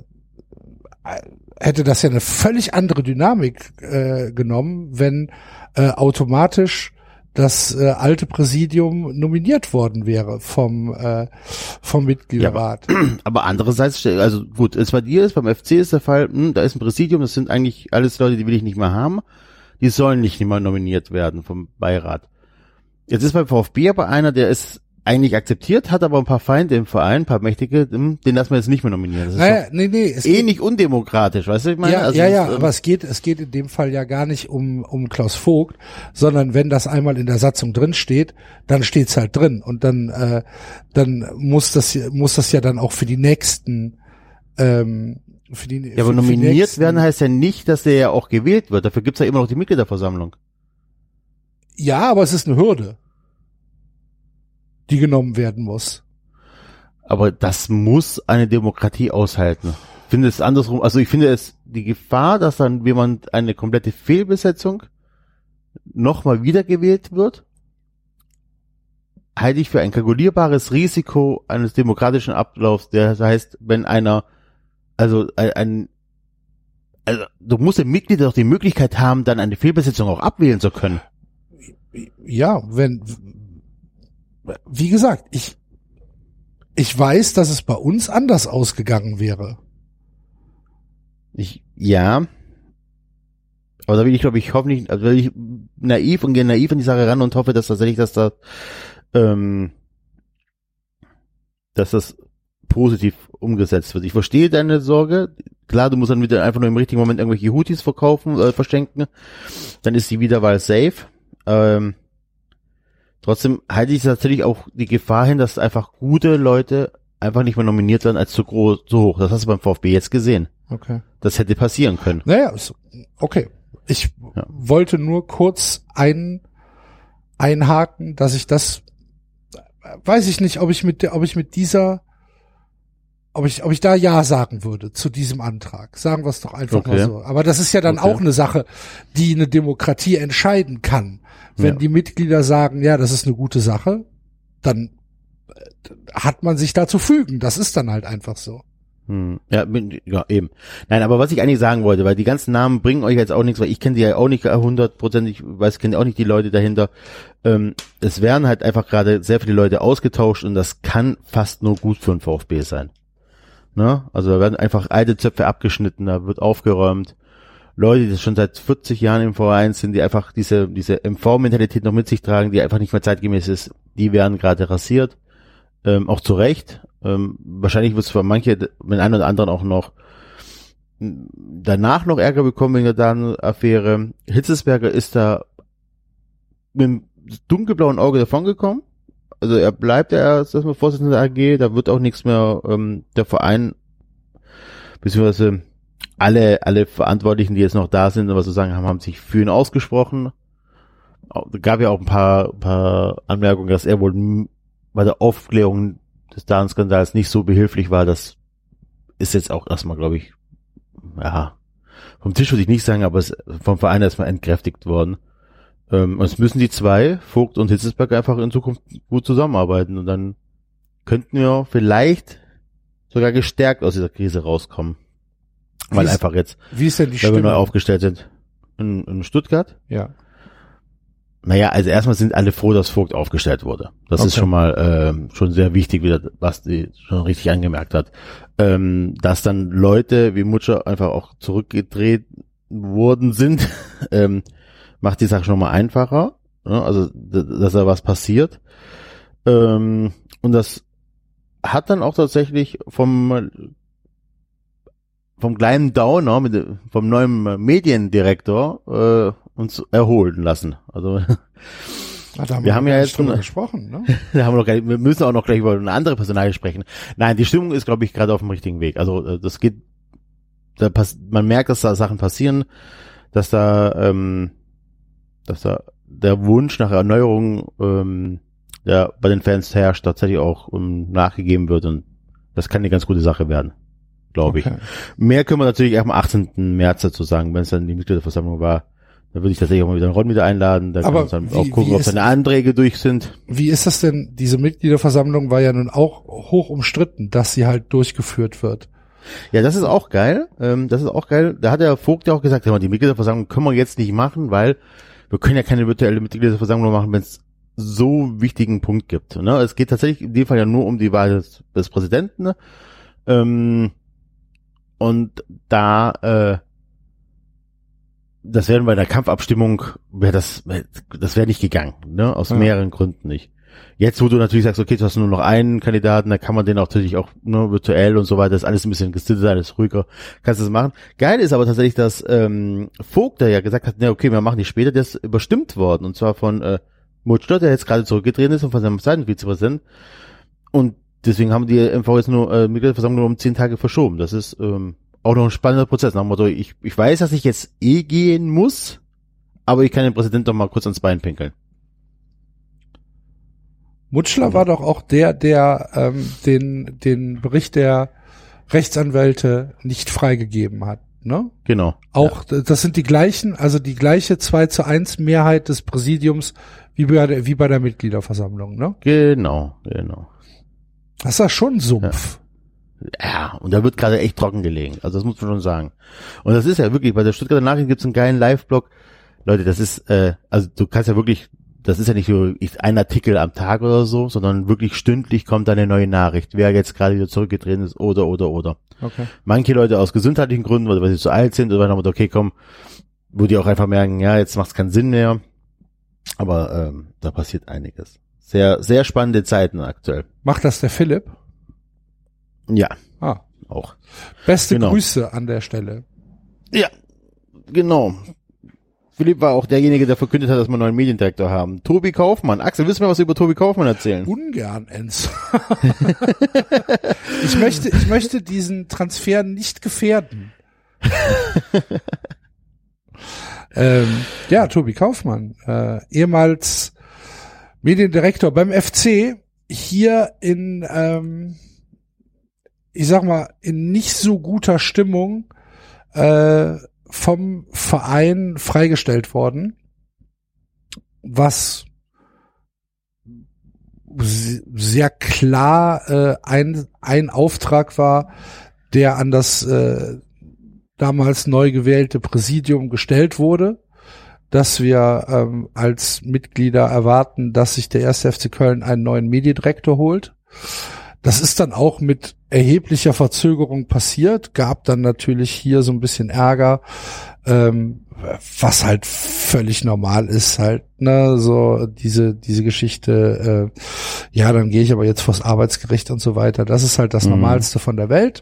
völlig andere Dynamik genommen, wenn automatisch das alte Präsidium nominiert worden wäre vom Mitgliederrat. Ja, aber andererseits, also gut, es bei dir ist, beim FC ist der Fall, da ist ein Präsidium, das sind eigentlich alles Leute, die will ich nicht mehr haben, die sollen nicht mehr nominiert werden vom Beirat. Jetzt ist beim VfB aber einer, der ist eigentlich akzeptiert, hat aber ein paar Feinde im Verein, ein paar Mächtige, den lassen wir jetzt nicht mehr nominieren. Das ist nicht undemokratisch, weißt du, ich meine? Ja, aber es geht in dem Fall ja gar nicht um Klaus Vogt, sondern wenn das einmal in der Satzung drin steht, dann steht's halt drin und dann muss das ja dann auch für die nächsten aber nominiert werden heißt ja nicht, dass der ja auch gewählt wird. Dafür gibt's ja immer noch die Mitgliederversammlung. Ja, aber es ist eine Hürde, die genommen werden muss. Aber das muss eine Demokratie aushalten. Ich finde es andersrum, also ich finde es die Gefahr, dass dann jemand eine komplette Fehlbesetzung nochmal wiedergewählt wird, halte ich für ein kalkulierbares Risiko eines demokratischen Ablaufs. Das heißt, wenn du musst den Mitglied doch die Möglichkeit haben, dann eine Fehlbesetzung auch abwählen zu können. Ja, wie gesagt, ich weiß, dass es bei uns anders ausgegangen wäre. Ja. Aber da will ich, glaube ich, hoffentlich, also will ich naiv an die Sache ran und hoffe, dass tatsächlich, dass das positiv umgesetzt wird. Ich verstehe deine Sorge. Klar, du musst dann wieder einfach nur im richtigen Moment irgendwelche Hutis verschenken. Dann ist die Wiederwahl safe. Trotzdem halte ich natürlich auch die Gefahr hin, dass einfach gute Leute einfach nicht mehr nominiert werden als zu hoch. Das hast du beim VfB jetzt gesehen. Okay. Das hätte passieren können. Naja, okay. Ich wollte nur kurz einhaken, dass ich das, weiß ich nicht, ob ich da Ja sagen würde zu diesem Antrag. Sagen wir es doch einfach mal so. Aber das ist ja dann auch eine Sache, die eine Demokratie entscheiden kann. Wenn die Mitglieder sagen, ja, das ist eine gute Sache, dann hat man sich da zu fügen. Das ist dann halt einfach so. Ja, eben. Nein, aber was ich eigentlich sagen wollte, weil die ganzen Namen bringen euch jetzt auch nichts, weil ich kenne die ja auch nicht 100%, kenne auch nicht die Leute dahinter. Es werden halt einfach gerade sehr viele Leute ausgetauscht und das kann fast nur gut für den VfB sein. Ne? Also da werden einfach alte Zöpfe abgeschnitten, da wird aufgeräumt. Leute, die schon seit 40 Jahren im Verein sind, die einfach diese MV-Mentalität noch mit sich tragen, die einfach nicht mehr zeitgemäß ist, die werden gerade rasiert. Auch zu Recht. Wahrscheinlich wird es für manche, mit einen oder anderen auch noch danach noch Ärger bekommen wegen der Daten-Affäre. Hitzelsberger ist da mit einem dunkelblauen Auge davongekommen. Also er bleibt erst erstmal Vorsitzender der AG, da wird auch nichts mehr der Verein, beziehungsweise alle Verantwortlichen, die jetzt noch da sind und was zu sagen haben sich für ihn ausgesprochen. Es gab ja auch ein paar Anmerkungen, dass er wohl bei der Aufklärung des Datenskandals nicht so behilflich war. Das ist jetzt auch erstmal, glaube ich, vom Tisch würde ich nicht sagen, aber es vom Verein erstmal entkräftigt worden. Und es müssen die zwei, Vogt und Hitzelsberg, einfach in Zukunft gut zusammenarbeiten und dann könnten wir vielleicht sogar gestärkt aus dieser Krise rauskommen. Weil einfach jetzt, wie ist denn die weil wir Stimme? neu aufgestellt sind. In Stuttgart? Ja. Naja, also erstmal sind alle froh, dass Vogt aufgestellt wurde. Das ist schon mal schon sehr wichtig, wie das Basti schon richtig angemerkt hat. Dass dann Leute wie Mutscher einfach auch zurückgedreht worden sind, macht die Sache schon mal einfacher, ne? Also, dass da was passiert. Und das hat dann auch tatsächlich vom kleinen Downer vom neuen Mediendirektor uns erholen lassen. Also wir haben ja jetzt drüber gesprochen, ne? wir müssen auch noch gleich über eine andere Personalie sprechen. Nein, die Stimmung ist, glaube ich, gerade auf dem richtigen Weg. Also das geht, man merkt, dass da Sachen passieren, dass da der Wunsch nach Erneuerung der bei den Fans herrscht, tatsächlich auch nachgegeben wird, und das kann eine ganz gute Sache werden, glaube ich. Mehr können wir natürlich am 18. März dazu sagen, wenn es dann die Mitgliederversammlung war. Da würde ich tatsächlich auch mal wieder einen Ron wieder einladen, da kann man dann auch gucken, ob seine Anträge durch sind. Wie ist das denn? Diese Mitgliederversammlung war ja nun auch hoch umstritten, dass sie halt durchgeführt wird. Ja, das ist auch geil. Da hat der Vogt ja auch gesagt, die Mitgliederversammlung können wir jetzt nicht machen, weil wir können ja keine virtuelle Mitgliederversammlung machen, wenn es so wichtigen Punkt gibt. Ne? Es geht tatsächlich in dem Fall ja nur um die Wahl des Präsidenten. Ne? Und da das wäre bei der Kampfabstimmung, das wäre nicht gegangen, ne? Aus mehreren Gründen nicht. Jetzt, wo du natürlich sagst, okay, du hast nur noch einen Kandidaten, da kann man den auch natürlich auch nur virtuell und so weiter, ist alles ein bisschen gesittet, alles ruhiger, kannst du das machen. Geil ist aber tatsächlich, dass Vogt, der ja gesagt hat, ne, okay, wir machen die später, der ist überstimmt worden, und zwar von Mutschler, der jetzt gerade zurückgetreten ist, und von seinem zweiten Vizepräsidenten, und deswegen haben die MV jetzt nur Mitgliederversammlung um 10 Tage verschoben. Das ist auch noch ein spannender Prozess. Nach dem Motto, ich weiß, dass ich jetzt gehen muss, aber ich kann den Präsidenten doch mal kurz ans Bein pinkeln. Mutschler war doch auch der den Bericht der Rechtsanwälte nicht freigegeben hat, ne? Genau. Auch, das sind die gleiche 2:1 Mehrheit des Präsidiums wie bei der Mitgliederversammlung, ne? Genau. Das ist ja schon ein Sumpf. Ja, und da wird gerade echt trocken gelegen. Also das muss man schon sagen. Und das ist ja wirklich, bei der Stuttgarter Nachrichten gibt's einen geilen Live-Blog. Leute, das ist, also du kannst ja wirklich, das ist ja nicht so ein Artikel am Tag oder so, sondern wirklich stündlich kommt da eine neue Nachricht, wer jetzt gerade wieder zurückgetreten ist oder. Okay. Manche Leute aus gesundheitlichen Gründen, weil sie zu alt sind, oder dann okay, komm, wo die auch einfach merken, ja, jetzt macht's keinen Sinn mehr. Aber da passiert einiges. Sehr, sehr spannende Zeiten aktuell. Macht das der Philipp? Ja. Auch. Beste Grüße an der Stelle. Ja, genau. Philipp war auch derjenige, der verkündet hat, dass wir einen neuen Mediendirektor haben. Tobi Kaufmann. Axel, willst du mir was über Tobi Kaufmann erzählen? Ungern, Enz. Ich möchte diesen Transfer nicht gefährden. Ja, Tobi Kaufmann, ehemals Mediendirektor beim FC, hier in, ich sag mal, in nicht so guter Stimmung vom Verein freigestellt worden, was sehr klar ein Auftrag war, der an das damals neu gewählte Präsidium gestellt wurde, dass wir als Mitglieder erwarten, dass sich der 1. FC Köln einen neuen Mediendirektor holt. Das ist dann auch mit erheblicher Verzögerung passiert, gab dann natürlich hier so ein bisschen Ärger, was halt völlig normal ist halt, ne, so diese Geschichte, ja, dann gehe ich aber jetzt vors Arbeitsgericht und so weiter, das ist halt das Normalste von der Welt.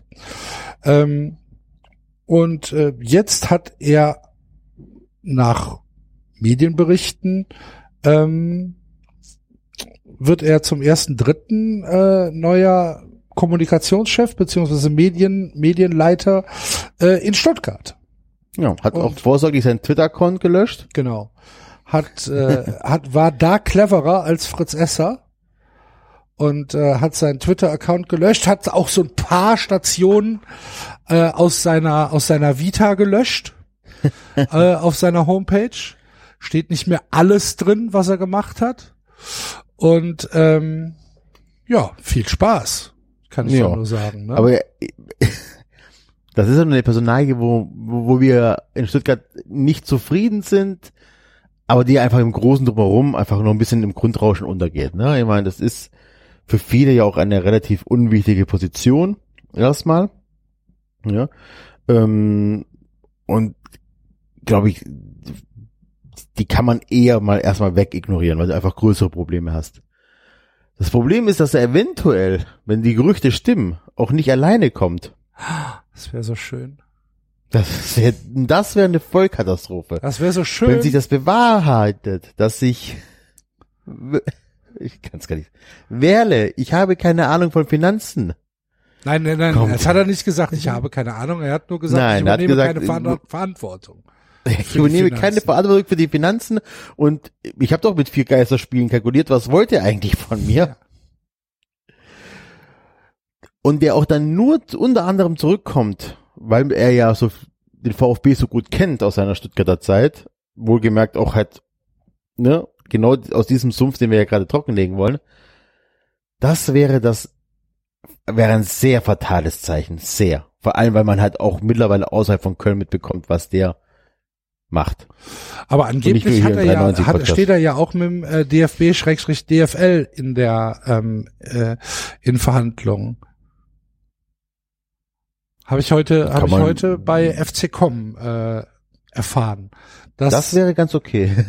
Und jetzt hat er nach Medienberichten wird er zum 1.3. Neuer Kommunikationschef beziehungsweise Medienleiter in Stuttgart. Ja, hat auch vorsorglich seinen Twitter-Account gelöscht. Genau. War da cleverer als Fritz Esser und hat seinen Twitter-Account gelöscht, hat auch so ein paar Stationen aus seiner Vita gelöscht auf seiner Homepage. Steht nicht mehr alles drin, was er gemacht hat. Und ja, viel Spaß, kann ich doch nur sagen. Ne? Aber das ist ja eine Personalie, wo wir in Stuttgart nicht zufrieden sind, aber die einfach im Großen Drumherum einfach noch ein bisschen im Grundrauschen untergeht. Ne? Ich meine, das ist für viele ja auch eine relativ unwichtige Position, erstmal. Ja. Und glaube ich, die kann man eher mal erstmal wegignorieren, weil du einfach größere Probleme hast. Das Problem ist, dass er eventuell, wenn die Gerüchte stimmen, auch nicht alleine kommt. Das wäre so schön. Das wäre eine Vollkatastrophe. Das wäre so schön. Wenn sich das bewahrheitet, dass ich kann es gar nicht. Werle, ich habe keine Ahnung von Finanzen. Nein, das hat er nicht gesagt, ich habe keine Ahnung. Er hat nur gesagt, ich übernehme keine Verantwortung. Ich übernehme keine Verantwortung für die Finanzen und ich habe doch mit 4 Geisterspielen kalkuliert, was wollt ihr eigentlich von mir? Ja. Und der auch dann nur unter anderem zurückkommt, weil er ja so den VfB so gut kennt aus seiner Stuttgarter Zeit, wohlgemerkt auch halt, ne, genau aus diesem Sumpf, den wir ja gerade trockenlegen wollen. Das wäre ein sehr fatales Zeichen, sehr. Vor allem, weil man halt auch mittlerweile außerhalb von Köln mitbekommt, was der macht. Aber angeblich steht er ja auch mit dem DFB/DFL in der in Verhandlungen. Habe ich heute bei FC.com erfahren. Das wäre ganz okay.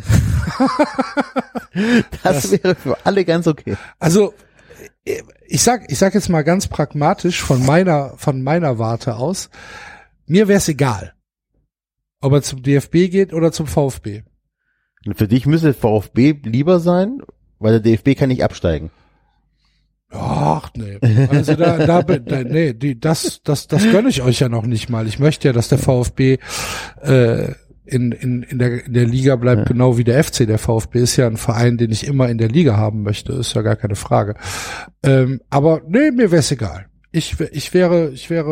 das wäre für alle ganz okay. Also ich sag jetzt mal ganz pragmatisch von meiner Warte aus, mir wäre es egal, ob er zum DFB geht oder zum VfB. Und für dich müsste VfB lieber sein, weil der DFB kann nicht absteigen. Ach nee, also das gönne ich euch ja noch nicht mal. Ich möchte ja, dass der VfB in der Liga bleibt, ja. Genau wie der FC. Der VfB ist ja ein Verein, den ich immer in der Liga haben möchte, ist ja gar keine Frage. Aber nee, mir wäre es egal. Ich wäre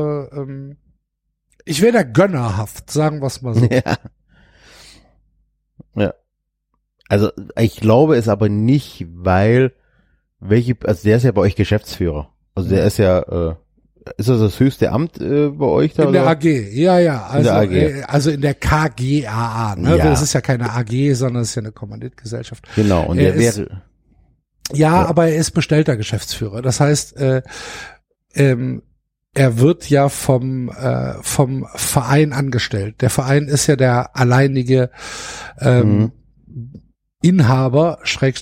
da gönnerhaft, sagen wir es mal so. Ja. Also ich glaube es aber nicht, weil also der ist ja bei euch Geschäftsführer. Also der ist ja ist das höchste Amt bei euch da? In der oder? AG, ja. Also in der KGaA. Ne? Ja. Das ist ja keine AG, sondern es ist ja eine Kommanditgesellschaft. Genau, und der wäre... Ja, aber er ist bestellter Geschäftsführer. Das heißt, er wird ja vom Verein angestellt. Der Verein ist ja der alleinige Inhaber,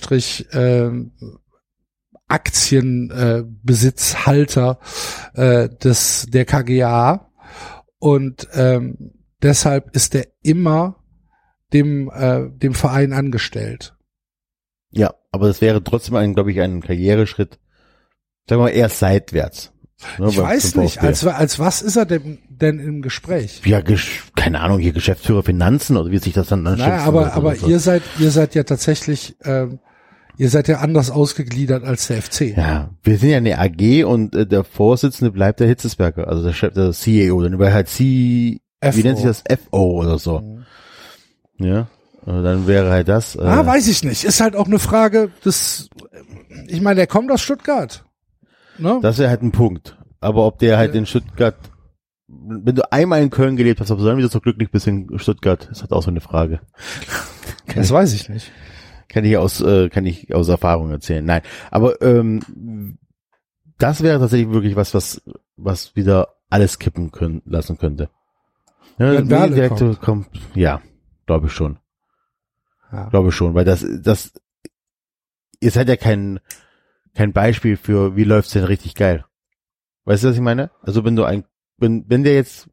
Aktienbesitzhalter der KGaA und deshalb ist er immer dem Verein angestellt. Ja, aber das wäre trotzdem glaube ich, ein Karriereschritt, sagen wir mal, eher seitwärts. Ne, ich weiß nicht, als was ist er denn im Gespräch? Ja, keine Ahnung, hier Geschäftsführer Finanzen oder wie sich das dann anschaut. Naja, aber so. Ihr seid ja tatsächlich ihr seid ja anders ausgegliedert als der FC. Ja, wir sind ja eine AG und der Vorsitzende bleibt der Hitzesberger, also der Chef, der CEO, dann wäre halt wie nennt sich das? FO oder so. Mhm. Ja, dann wäre halt das. Weiß ich nicht. Ist halt auch eine Frage ich meine, der kommt aus Stuttgart. Ne? Das wäre halt ein Punkt. Aber ob der halt in Stuttgart, wenn du einmal in Köln gelebt hast, ob du dann wieder so glücklich bist in Stuttgart, ist halt auch so eine Frage. Das weiß ich nicht. Kann ich aus Erfahrung erzählen. Nein, aber das wäre tatsächlich wirklich was wieder alles kippen lassen könnte. Ja, wenn Werle kommt. Ja, glaube ich schon. Ja. Glaube ich schon, weil das ihr seid ja kein Beispiel für, wie läuft's denn richtig geil. Weißt du, was ich meine? Also wenn der jetzt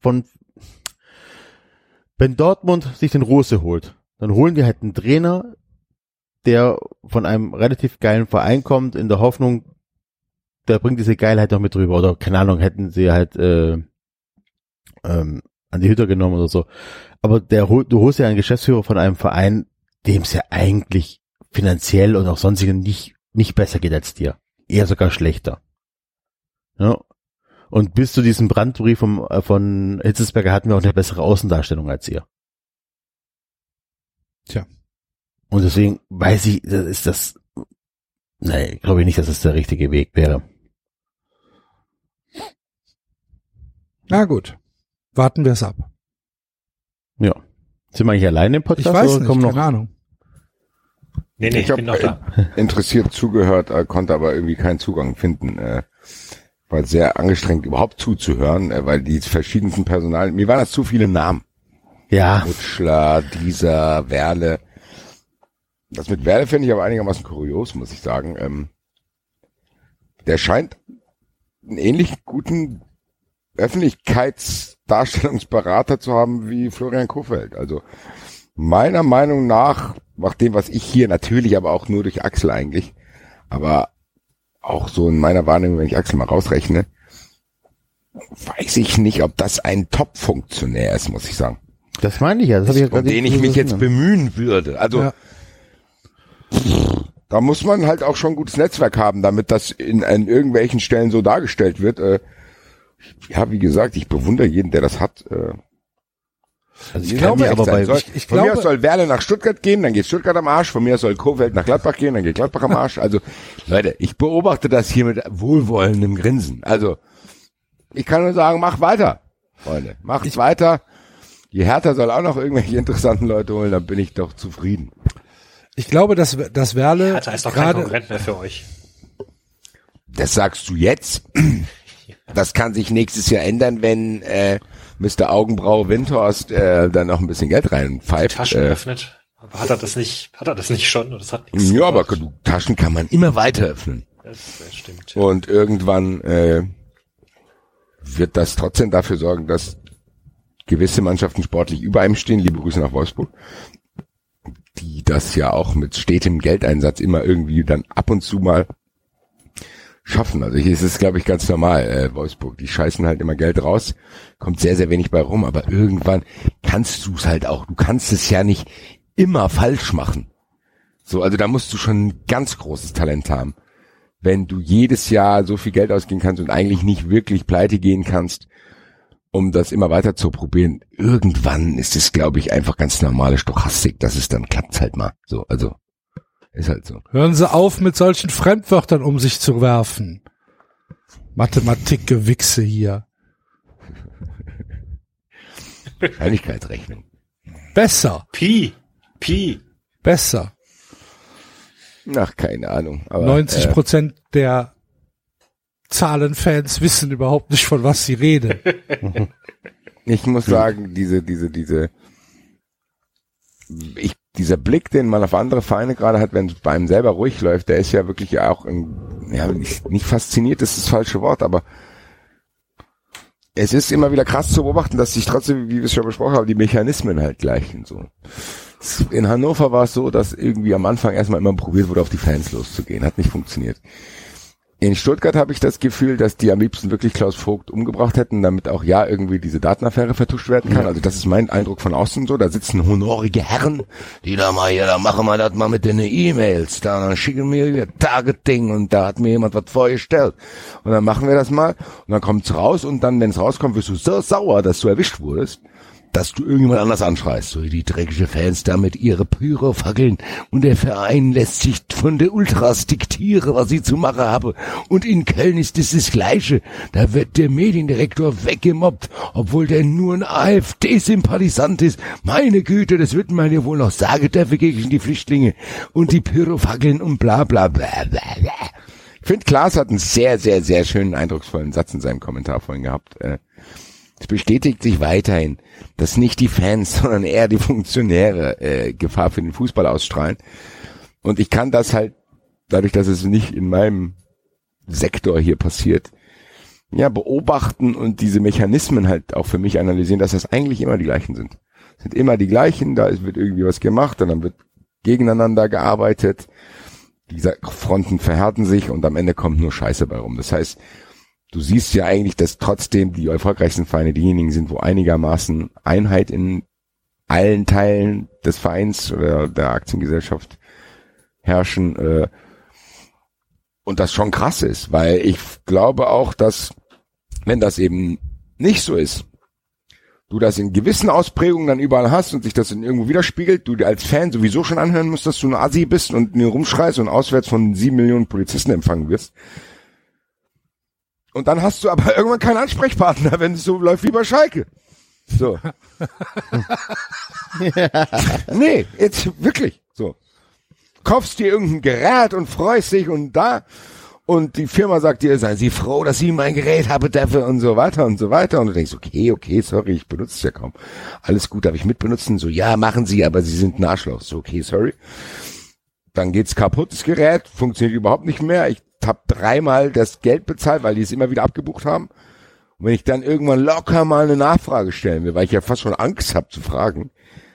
wenn Dortmund sich den Rose holt, dann holen die halt einen Trainer, der von einem relativ geilen Verein kommt, in der Hoffnung, der bringt diese Geilheit noch mit rüber. Oder keine Ahnung, hätten sie halt an die Hütter genommen oder so. Aber du holst ja einen Geschäftsführer von einem Verein, dem es ja eigentlich finanziell und auch sonstigen nicht besser geht als dir. Eher sogar schlechter. Ja. Und bis zu diesem Brandbrief von Hitzesberger hatten wir auch eine bessere Außendarstellung als ihr. Tja. Und deswegen weiß ich, glaube ich nicht, dass das der richtige Weg wäre. Na gut. Warten wir es ab. Ja. Sind wir eigentlich alleine im Podcast? Ich weiß nicht, keine Ahnung. Nee, ich bin noch da. Interessiert zugehört, konnte aber irgendwie keinen Zugang finden. War sehr angestrengt, überhaupt zuzuhören, weil die verschiedensten mir waren das zu viele Namen. Ja. Mutschler, dieser, Werle. Das mit Werle finde ich aber einigermaßen kurios, muss ich sagen. Der scheint einen ähnlich guten Öffentlichkeitsdarstellungsberater zu haben wie Florian Kohfeldt. Also meiner Meinung nach dem, was ich hier natürlich, aber auch nur durch Axel eigentlich, aber auch so in meiner Wahrnehmung, wenn ich Axel mal rausrechne, weiß ich nicht, ob das ein Top-Funktionär ist, muss ich sagen. Das meine ich ja. Das habe ich ja um den ich mich jetzt bemühen würde. Also da muss man halt auch schon ein gutes Netzwerk haben, damit das in irgendwelchen Stellen so dargestellt wird. Ja, wie gesagt, ich bewundere jeden, der das hat. Also ich glaube, aber bei von mir aus soll Werle nach Stuttgart gehen, dann geht Stuttgart am Arsch. Von mir aus soll Kohfeldt nach Gladbach gehen, dann geht Gladbach am Arsch. Also Leute, ich beobachte das hier mit wohlwollendem Grinsen. Also ich kann nur sagen, mach weiter, Freunde, macht weiter. Die Hertha soll auch noch irgendwelche interessanten Leute holen, dann bin ich doch zufrieden. Ich glaube, dass Werle Hertha ist doch kein Konkurrent mehr für euch. Das sagst du jetzt. Das kann sich nächstes Jahr ändern, wenn Mr. Augenbraue Windhorst dann noch ein bisschen Geld reinpfeift. Taschen öffnet. Aber hat er das nicht schon? Oder das hat nichts ja, gemacht? aber Taschen kann man immer weiter öffnen. Das stimmt. Ja. Und irgendwann wird das trotzdem dafür sorgen, dass gewisse Mannschaften sportlich über einem stehen. Liebe Grüße nach Wolfsburg. Die das ja auch mit stetem Geldeinsatz immer irgendwie dann ab und zu mal schaffen. Also hier ist es, glaube ich, ganz normal, Wolfsburg. Die scheißen halt immer Geld raus, kommt sehr, sehr wenig bei rum, aber irgendwann kannst du es halt auch. Du kannst es ja nicht immer falsch machen. So, also da musst du schon ein ganz großes Talent haben. Wenn du jedes Jahr so viel Geld ausgeben kannst und eigentlich nicht wirklich pleite gehen kannst, um das immer weiter zu probieren, irgendwann ist es, glaube ich, einfach ganz normale Stochastik, dass es dann klappt halt mal. So, also ist halt so. Hören Sie auf, mit solchen Fremdwörtern um sich zu werfen. Mathematikgewichse hier. Wahrscheinlichkeitsrechnung. Besser. Pi. Besser. Ach, keine Ahnung. Aber 90% der Zahlenfans wissen überhaupt nicht, von was sie reden. Ich muss sagen, dieser Blick, den man auf andere Vereine gerade hat, wenn es bei einem selber ruhig läuft, der ist ja wirklich auch nicht fasziniert, ist das falsche Wort, aber es ist immer wieder krass zu beobachten, dass sich trotzdem, wie wir es schon besprochen haben, die Mechanismen halt gleichen, so. In Hannover war es so, dass irgendwie am Anfang erstmal immer probiert wurde, auf die Fans loszugehen. Hat nicht funktioniert. In Stuttgart habe ich das Gefühl, dass die am liebsten wirklich Klaus Vogt umgebracht hätten, damit auch irgendwie diese Datenaffäre vertuscht werden kann. Ja. Also das ist mein Eindruck von außen so. Da sitzen honorige Herren, die da machen wir das mal mit den E-Mails. Da schicken wir ihr Targeting und da hat mir jemand was vorgestellt. Und dann machen wir das mal und dann kommt's raus und dann, wenn es rauskommt, wirst du so sauer, dass du erwischt wurdest, dass du irgendjemand anders anschreist. So die dreckige Fans da mit ihre Pyrofackeln und der Verein lässt sich von der Ultras diktieren, was sie zu machen habe. Und in Köln ist es das Gleiche. Da wird der Mediendirektor weggemobbt, obwohl der nur ein AfD-Sympathisant ist. Meine Güte, das wird man ja wohl noch sagen dürfen gegen die Flüchtlinge und die Pyrofackeln und bla bla bla bla bla. Ich finde, Klaas hat einen sehr, sehr, sehr schönen, eindrucksvollen Satz in seinem Kommentar vorhin gehabt. Es bestätigt sich weiterhin, dass nicht die Fans, sondern eher die Funktionäre Gefahr für den Fußball ausstrahlen. Und ich kann das halt, dadurch, dass es nicht in meinem Sektor hier passiert, ja, beobachten und diese Mechanismen halt auch für mich analysieren, dass das eigentlich immer die gleichen sind. Es sind immer die gleichen, da wird irgendwie was gemacht und dann wird gegeneinander gearbeitet. Diese Fronten verhärten sich und am Ende kommt nur Scheiße bei rum. Das heißt, du siehst ja eigentlich, dass trotzdem die erfolgreichsten Vereine diejenigen sind, wo einigermaßen Einheit in allen Teilen des Vereins oder der Aktiengesellschaft herrschen. Und das schon krass ist, weil ich glaube auch, dass, wenn das eben nicht so ist, du das in gewissen Ausprägungen dann überall hast und sich das in irgendwo widerspiegelt, du als Fan sowieso schon anhören musst, dass du ein Assi bist und nur rumschreist und auswärts von 7 Millionen Polizisten empfangen wirst. Und dann hast du aber irgendwann keinen Ansprechpartner, wenn es so läuft wie bei Schalke. So. Nee, jetzt wirklich so. Kaufst dir irgendein Gerät und freust dich und da. Und die Firma sagt dir, seien Sie froh, dass Sie mein Gerät haben dürfen und so weiter und so weiter. Und du denkst, okay, sorry, ich benutze es ja kaum. Alles gut, darf ich mitbenutzen? So, ja, machen Sie, aber Sie sind ein Arschloch. So, okay, sorry. Dann geht's kaputt, das Gerät, funktioniert überhaupt nicht mehr. Ich habe 3-mal das Geld bezahlt, weil die es immer wieder abgebucht haben. Und wenn ich dann irgendwann locker mal eine Nachfrage stellen will, weil ich ja fast schon Angst habe zu fragen,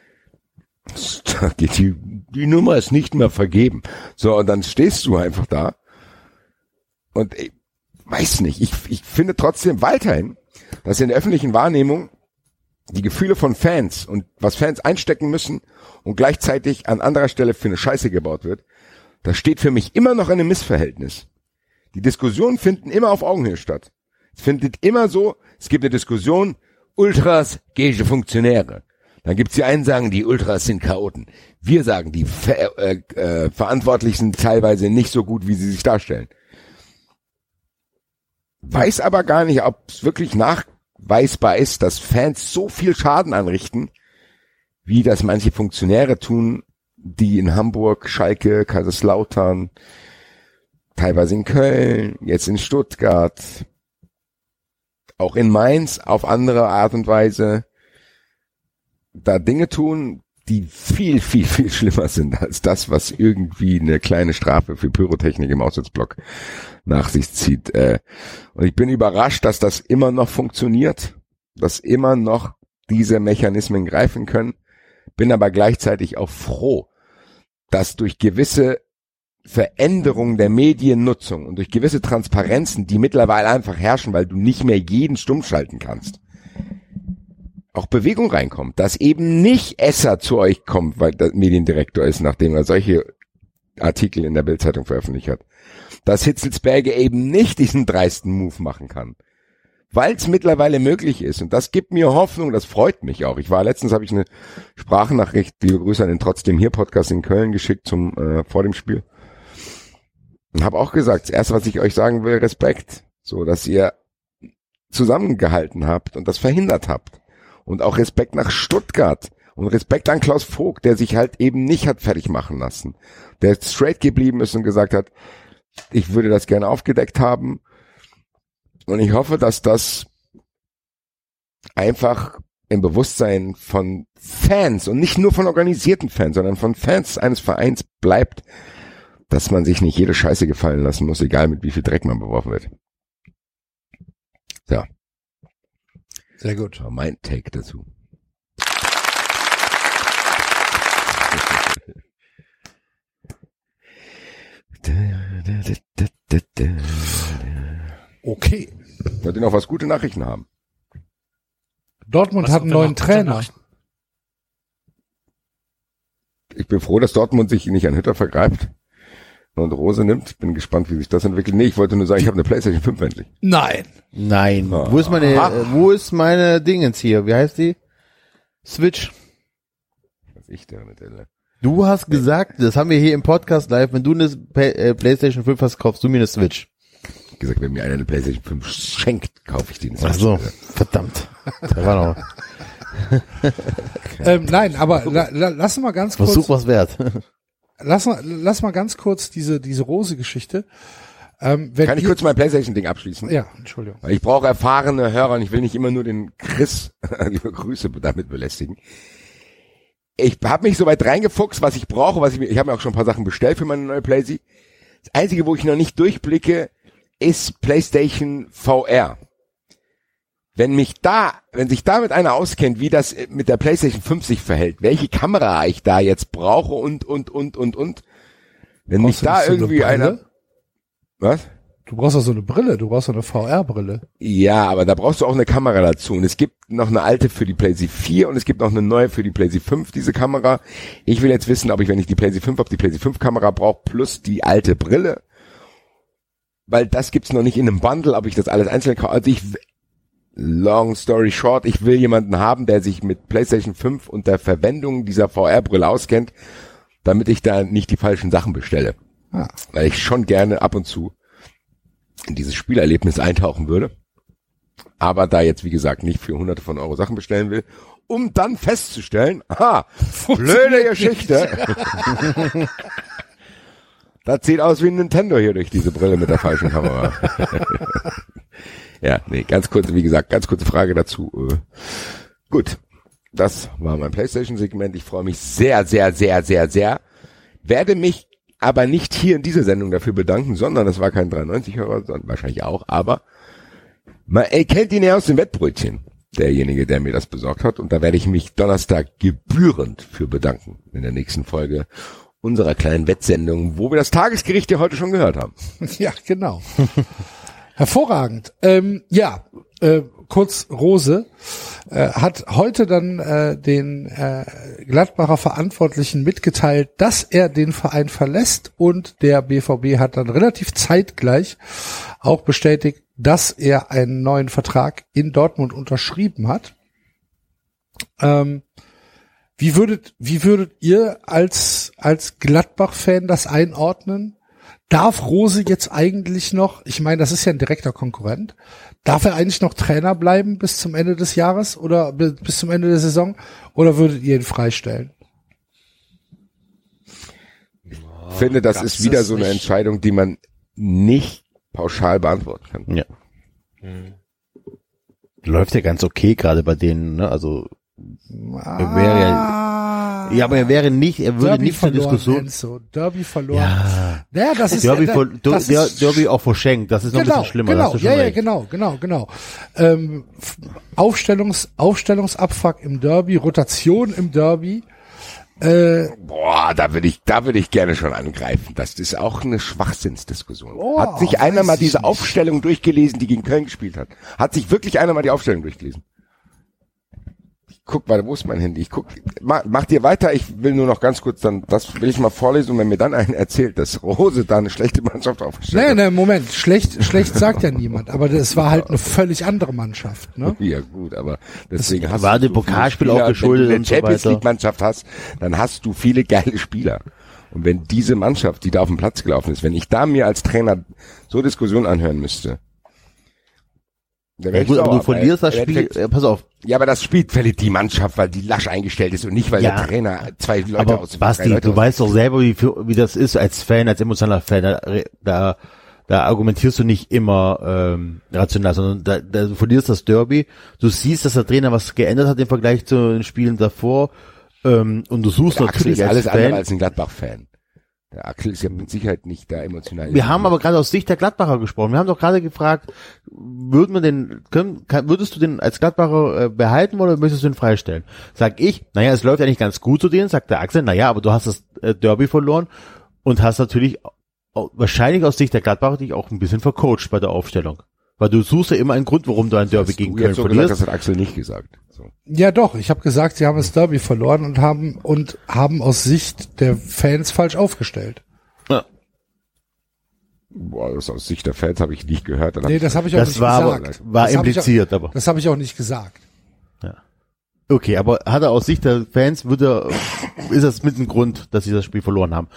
da geht die Nummer ist nicht mehr vergeben. So, und dann stehst du einfach da. Und ich weiß nicht, ich finde trotzdem weiterhin, dass in der öffentlichen Wahrnehmung die Gefühle von Fans und was Fans einstecken müssen und gleichzeitig an anderer Stelle für eine Scheiße gebaut wird, das steht für mich immer noch in einem Missverhältnis. Die Diskussionen finden immer auf Augenhöhe statt. Es findet immer so, es gibt eine Diskussion, Ultras gegen Funktionäre. Dann gibt's die einen, sagen, die Ultras sind Chaoten. Wir sagen, die Verantwortlichen sind teilweise nicht so gut, wie sie sich darstellen. Weiß aber gar nicht, ob es wirklich nachweisbar ist, dass Fans so viel Schaden anrichten, wie das manche Funktionäre tun, die in Hamburg, Schalke, Kaiserslautern, teilweise in Köln, jetzt in Stuttgart, auch in Mainz auf andere Art und Weise da Dinge tun, die viel, viel, viel schlimmer sind als das, was irgendwie eine kleine Strafe für Pyrotechnik im Auswärtsblock nach sich zieht. Und ich bin überrascht, dass das immer noch funktioniert, dass immer noch diese Mechanismen greifen können, bin aber gleichzeitig auch froh, dass durch gewisse Veränderungen der Mediennutzung und durch gewisse Transparenzen, die mittlerweile einfach herrschen, weil du nicht mehr jeden stumm schalten kannst, auch Bewegung reinkommt, dass eben nicht Esser zu euch kommt, weil der Mediendirektor ist, nachdem er solche Artikel in der Bild-Zeitung veröffentlicht hat, dass Hitzelsberger eben nicht diesen dreisten Move machen kann, weil es mittlerweile möglich ist, und das gibt mir Hoffnung, das freut mich auch. Letztens habe ich eine Sprachnachricht, liebe Grüße an den Trotzdem hier Podcast in Köln geschickt vor dem Spiel und habe auch gesagt, das erste, was ich euch sagen will, Respekt, so dass ihr zusammengehalten habt und das verhindert habt. Und auch Respekt nach Stuttgart und Respekt an Klaus Vogt, der sich halt eben nicht hat fertig machen lassen. Der straight geblieben ist und gesagt hat, ich würde das gerne aufgedeckt haben. Und ich hoffe, dass das einfach im Bewusstsein von Fans und nicht nur von organisierten Fans, sondern von Fans eines Vereins bleibt, dass man sich nicht jede Scheiße gefallen lassen muss, egal mit wie viel Dreck man beworfen wird. Ja. Sehr gut. War mein Take dazu. Okay. Wollt ihr noch was gute Nachrichten haben? Dortmund hat einen neuen Trainer. Ich bin froh, dass Dortmund sich nicht an Hütter vergreift und Rose nimmt. Bin gespannt, wie sich das entwickelt. Nee, ich wollte nur sagen, ich habe eine PlayStation 5 endlich. Nein. Oh. Wo ist meine Dingens hier? Wie heißt die? Switch. Was ich da mit der... Du hast gesagt, das haben wir hier im Podcast live, wenn du eine PlayStation 5 hast, kaufst du mir eine Switch. Ich hab gesagt, wenn mir einer eine PlayStation 5 schenkt, kaufe ich die. Ach so, verdammt. Da war noch. Nein, aber lass mal ganz kurz. Versuch was wert. Lass mal ganz kurz diese Rose-Geschichte. Kann ich kurz mein PlayStation-Ding abschließen? Ja, Entschuldigung. Ich brauche erfahrene Hörer und ich will nicht immer nur den Chris, liebe Grüße, damit belästigen. Ich habe mich so weit reingefuchst, was ich brauche, ich habe mir auch schon ein paar Sachen bestellt für meine neue PlayStation. Das Einzige, wo ich noch nicht durchblicke, ist PlayStation VR. Wenn sich damit einer auskennt, wie das mit der PlayStation 5 sich verhält, welche Kamera ich da jetzt brauche und. Wenn mich da irgendwie einer... Was? Du brauchst doch so eine Brille, du brauchst doch eine VR-Brille. Ja, aber da brauchst du auch eine Kamera dazu. Und es gibt noch eine alte für die PlayStation 4 und es gibt noch eine neue für die PlayStation 5, diese Kamera. Ich will jetzt wissen, ob ich, wenn ich die PlayStation 5 habe, die PlayStation 5 Kamera brauche, plus die alte Brille. Weil das gibt's noch nicht in einem Bundle, ob ich das alles einzeln kaufe. Also long story short, ich will jemanden haben, der sich mit PlayStation 5 und der Verwendung dieser VR-Brille auskennt, damit ich da nicht die falschen Sachen bestelle. Weil ich schon gerne ab und zu in dieses Spielerlebnis eintauchen würde, aber da jetzt, wie gesagt, nicht für Hunderte von Euro Sachen bestellen will, um dann festzustellen, blöde Geschichte, Das sieht aus wie ein Nintendo hier durch diese Brille mit der falschen Kamera. Ja, nee, ganz kurze Frage dazu. Gut, das war mein PlayStation-Segment. Ich freue mich sehr, sehr, sehr, sehr, sehr. Werde mich aber nicht hier in dieser Sendung dafür bedanken, sondern das war kein 93-Hörer, sondern wahrscheinlich auch, aber man kennt ihn ja aus dem Wettbrötchen, derjenige, der mir das besorgt hat. Und da werde ich mich Donnerstag gebührend für bedanken in der nächsten Folge unserer kleinen Wettsendung, wo wir das Tagesgericht ja heute schon gehört haben. Ja, genau. Hervorragend. Kurz Rose hat heute dann den Gladbacher Verantwortlichen mitgeteilt, dass er den Verein verlässt, und der BVB hat dann relativ zeitgleich auch bestätigt, dass er einen neuen Vertrag in Dortmund unterschrieben hat. Wie würdet ihr als Gladbach-Fan das einordnen? Darf Rose jetzt eigentlich noch, ich meine, das ist ja ein direkter Konkurrent, darf er eigentlich noch Trainer bleiben bis zum Ende des Jahres oder bis zum Ende der Saison, oder würdet ihr ihn freistellen? Ich finde, das ist wieder so eine Entscheidung, die man nicht pauschal beantworten kann. Ja. Läuft ja ganz okay gerade bei denen, ne? Also er würde nicht zur Diskussion. Enzo. Derby verloren. Ja. Naja, das ist Derby auch verschenkt. Das ist noch ein bisschen schlimmer. Genau. Aufstellungsabfuck im Derby, Rotation im Derby. Da würde ich gerne schon angreifen. Das ist auch eine Schwachsinnsdiskussion. Hat sich einer mal diese Aufstellung durchgelesen, die gegen Köln gespielt hat? Hat sich wirklich einer mal die Aufstellung durchgelesen? Guck mal, wo ist mein Handy? Mach dir weiter, ich will nur noch ganz kurz dann, das will ich mal vorlesen, und wenn mir dann einer erzählt, dass Rose da eine schlechte Mannschaft aufgestellt hat. Nee, Moment, schlecht sagt ja niemand, aber das war halt eine völlig andere Mannschaft, ne? Ja gut, aber deswegen hast du so Pokalspiel auch geschuldet, wenn du eine Champions League Mannschaft hast, dann hast du viele geile Spieler. Und wenn diese Mannschaft, die da auf dem Platz gelaufen ist, wenn ich da mir als Trainer so Diskussionen anhören müsste, ja gut, aber du verlierst das Spiel, pass auf. Ja, aber das Spiel verliert die Mannschaft, weil die lasch eingestellt ist und nicht, weil der Trainer zwei Leute aber Basti, du weißt doch selber, wie das ist als Fan, als emotionaler Fan. Da argumentierst du nicht immer rational, sondern du verlierst das Derby. Du siehst, dass der Trainer was geändert hat im Vergleich zu den Spielen davor, und du suchst natürlich als alles Fan. Andere als ein Gladbach-Fan. Der Axel ist ja mit Sicherheit nicht da emotional. Wir haben aber gerade aus Sicht der Gladbacher gesprochen. Wir haben doch gerade gefragt, würdest du den als Gladbacher behalten oder möchtest du den freistellen? Sag ich, es läuft eigentlich ganz gut zu denen, sagt der Axel, aber du hast das Derby verloren und hast natürlich wahrscheinlich aus Sicht der Gladbacher dich auch ein bisschen vercoacht bei der Aufstellung. Weil du suchst ja immer einen Grund, warum du ein Derby gegen Köln verlierst. Das hat Axel nicht gesagt. So. Ja doch, ich habe gesagt, sie haben das Derby verloren und haben aus Sicht der Fans falsch aufgestellt. Ja. Boah, das aus Sicht der Fans habe ich nicht gehört. Das habe ich auch nicht gesagt. War impliziert, aber. Das habe ich auch nicht gesagt. Ja. Okay, aber hat er aus Sicht der Fans, ist das mit ein Grund, dass sie das Spiel verloren haben.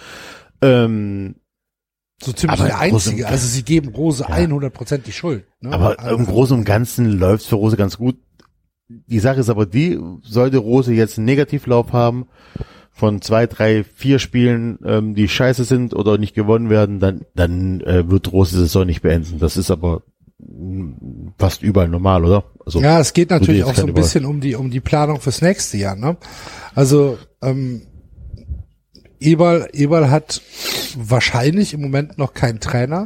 So ziemlich der einzige. Also sie geben Rose 100% die Schuld. Ne? Aber im Großen und Ganzen läuft's für Rose ganz gut. Die Sache ist aber sollte Rose jetzt einen Negativlauf haben von 2, 3, 4 Spielen, die scheiße sind oder nicht gewonnen werden, dann wird Rose die Saison nicht beenden. Das ist aber fast überall normal, oder? Also, ja, es geht natürlich auch so ein bisschen um die Planung fürs nächste Jahr, ne? Also, Eberl hat wahrscheinlich im Moment noch keinen Trainer.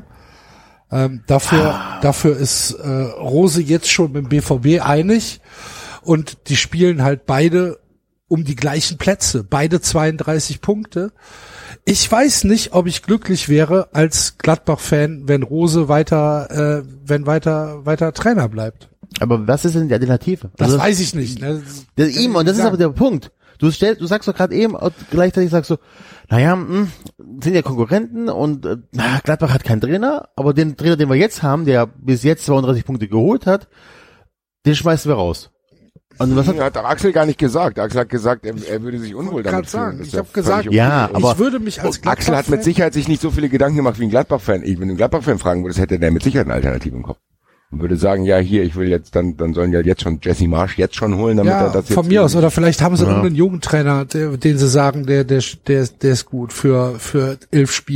Dafür ist Rose jetzt schon mit dem BVB einig, und die spielen halt beide um die gleichen Plätze, beide 32 Punkte. Ich weiß nicht, ob ich glücklich wäre als Gladbach-Fan, wenn Rose weiter Trainer bleibt. Aber was ist denn die Alternative? Das weiß ich nicht. Ne? Das ist aber der Punkt. Du sagst doch gerade eben, gleichzeitig sagst du, sind ja Konkurrenten und Gladbach hat keinen Trainer, aber den Trainer, den wir jetzt haben, der bis jetzt 32 Punkte geholt hat, den schmeißen wir raus. Und was hat Axel gar nicht gesagt. Axel hat gesagt, er würde sich unwohl damit fühlen. Ich habe gesagt, aber ich würde mich als Gladbach-Fan... Axel hat mit Sicherheit sich nicht so viele Gedanken gemacht wie ein Gladbach-Fan. Wenn du einen Gladbach-Fan fragen würdest, hätte der mit Sicherheit eine Alternative im Kopf. Und würde sagen, ich will jetzt, dann sollen ja jetzt schon Jesse Marsch jetzt schon holen, damit er das jetzt... von mir aus, oder vielleicht haben sie irgendeinen Jugendtrainer, den sie sagen, der ist gut für 11 Spiele.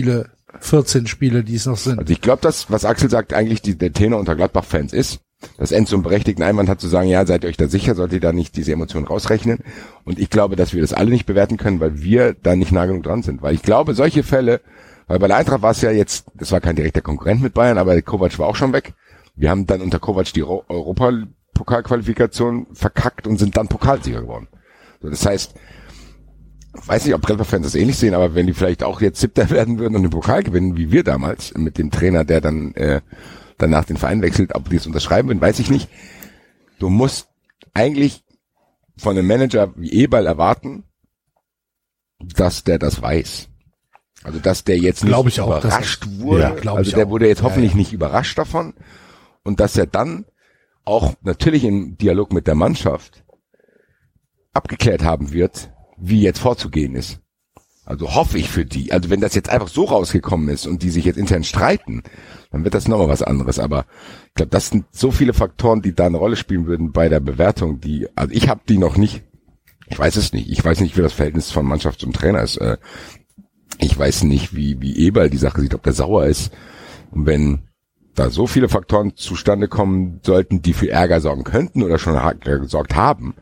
14 Spiele, die es noch sind. Also ich glaube, das, was Axel sagt, eigentlich der Tenor unter Gladbach-Fans ist, dass Enzo einen berechtigten Einwand hat zu sagen, ja, seid ihr euch da sicher, solltet ihr da nicht diese Emotionen rausrechnen. Und ich glaube, dass wir das alle nicht bewerten können, weil wir da nicht nah genug dran sind. Weil ich glaube, solche Fälle, weil bei der Eintracht war es ja jetzt, das war kein direkter Konkurrent mit Bayern, aber Kovac war auch schon weg. Wir haben dann unter Kovac die Europapokalqualifikation verkackt und sind dann Pokalsieger geworden. So, das heißt, ich weiß nicht, ob Gladbach-Fans das ähnlich sehen, aber wenn die vielleicht auch jetzt Siebter werden würden und den Pokal gewinnen, wie wir damals, mit dem Trainer, der dann danach den Verein wechselt, ob die es unterschreiben würden, weiß ich nicht. Du musst eigentlich von einem Manager wie Eberl erwarten, dass der das weiß. Also dass der jetzt nicht überrascht wurde. Ja, also der wurde jetzt hoffentlich nicht überrascht davon. Und dass er dann auch natürlich im Dialog mit der Mannschaft abgeklärt haben wird, wie jetzt vorzugehen ist. Also hoffe ich für die. Also wenn das jetzt einfach so rausgekommen ist und die sich jetzt intern streiten, dann wird das nochmal was anderes. Aber ich glaube, das sind so viele Faktoren, die da eine Rolle spielen würden bei der Bewertung, also ich habe die noch nicht. Ich weiß es nicht. Ich weiß nicht, wie das Verhältnis von Mannschaft zum Trainer ist. Ich weiß nicht, wie Eberl die Sache sieht, ob der sauer ist. Und wenn da so viele Faktoren zustande kommen sollten, die für Ärger sorgen könnten oder schon gesorgt haben,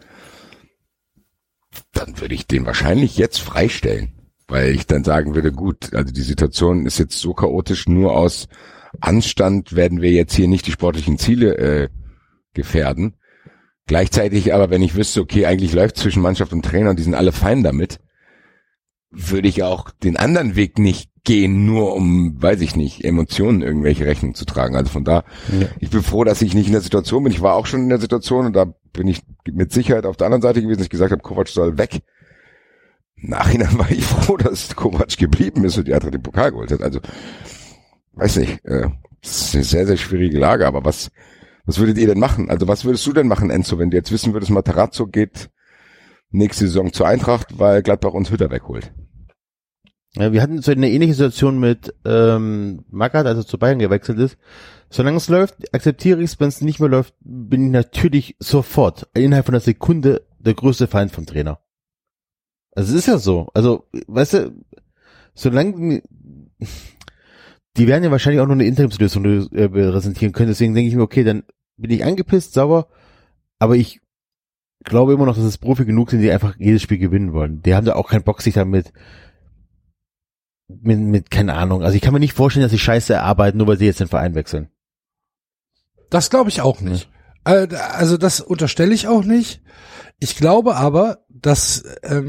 dann würde ich den wahrscheinlich jetzt freistellen. Weil ich dann sagen würde, gut, also die Situation ist jetzt so chaotisch, nur aus Anstand werden wir jetzt hier nicht die sportlichen Ziele gefährden. Gleichzeitig aber, wenn ich wüsste, okay, eigentlich läuft zwischen Mannschaft und Trainer und die sind alle fein damit, würde ich auch den anderen Weg nicht gehen, nur um, weiß ich nicht, Emotionen irgendwelche Rechnung zu tragen. Also von da, Ich bin froh, dass ich nicht in der Situation bin. Ich war auch schon in der Situation und da bin ich mit Sicherheit auf der anderen Seite gewesen, dass ich gesagt habe, Kovac soll weg. Im Nachhinein war ich froh, dass Kovac geblieben ist und die Eintracht den Pokal geholt hat. Also, weiß nicht, das ist eine sehr, sehr schwierige Lage, aber was würdet ihr denn machen? Also was würdest du denn machen, Enzo, wenn du jetzt wissen würdest, Matarazzo geht nächste Saison zur Eintracht, weil Gladbach uns Hütter wegholt? Ja, wir hatten so eine ähnliche Situation mit Magath, als er zu Bayern gewechselt ist. Solange es läuft, akzeptiere ich es. Wenn es nicht mehr läuft, bin ich natürlich sofort, innerhalb von einer Sekunde, der größte Feind vom Trainer. Also es ist ja so. Also, weißt du, solange die werden ja wahrscheinlich auch nur eine Interimslösung präsentieren können. Deswegen denke ich mir, okay, dann bin ich angepisst, sauer, aber ich glaube immer noch, dass es Profi genug sind, die einfach jedes Spiel gewinnen wollen. Die haben da auch keinen Bock, sich damit mit keine Ahnung. Also ich kann mir nicht vorstellen, dass sie Scheiße erarbeiten, nur weil sie jetzt den Verein wechseln. Das glaube ich auch nicht. Also das unterstelle ich auch nicht. Ich glaube aber, dass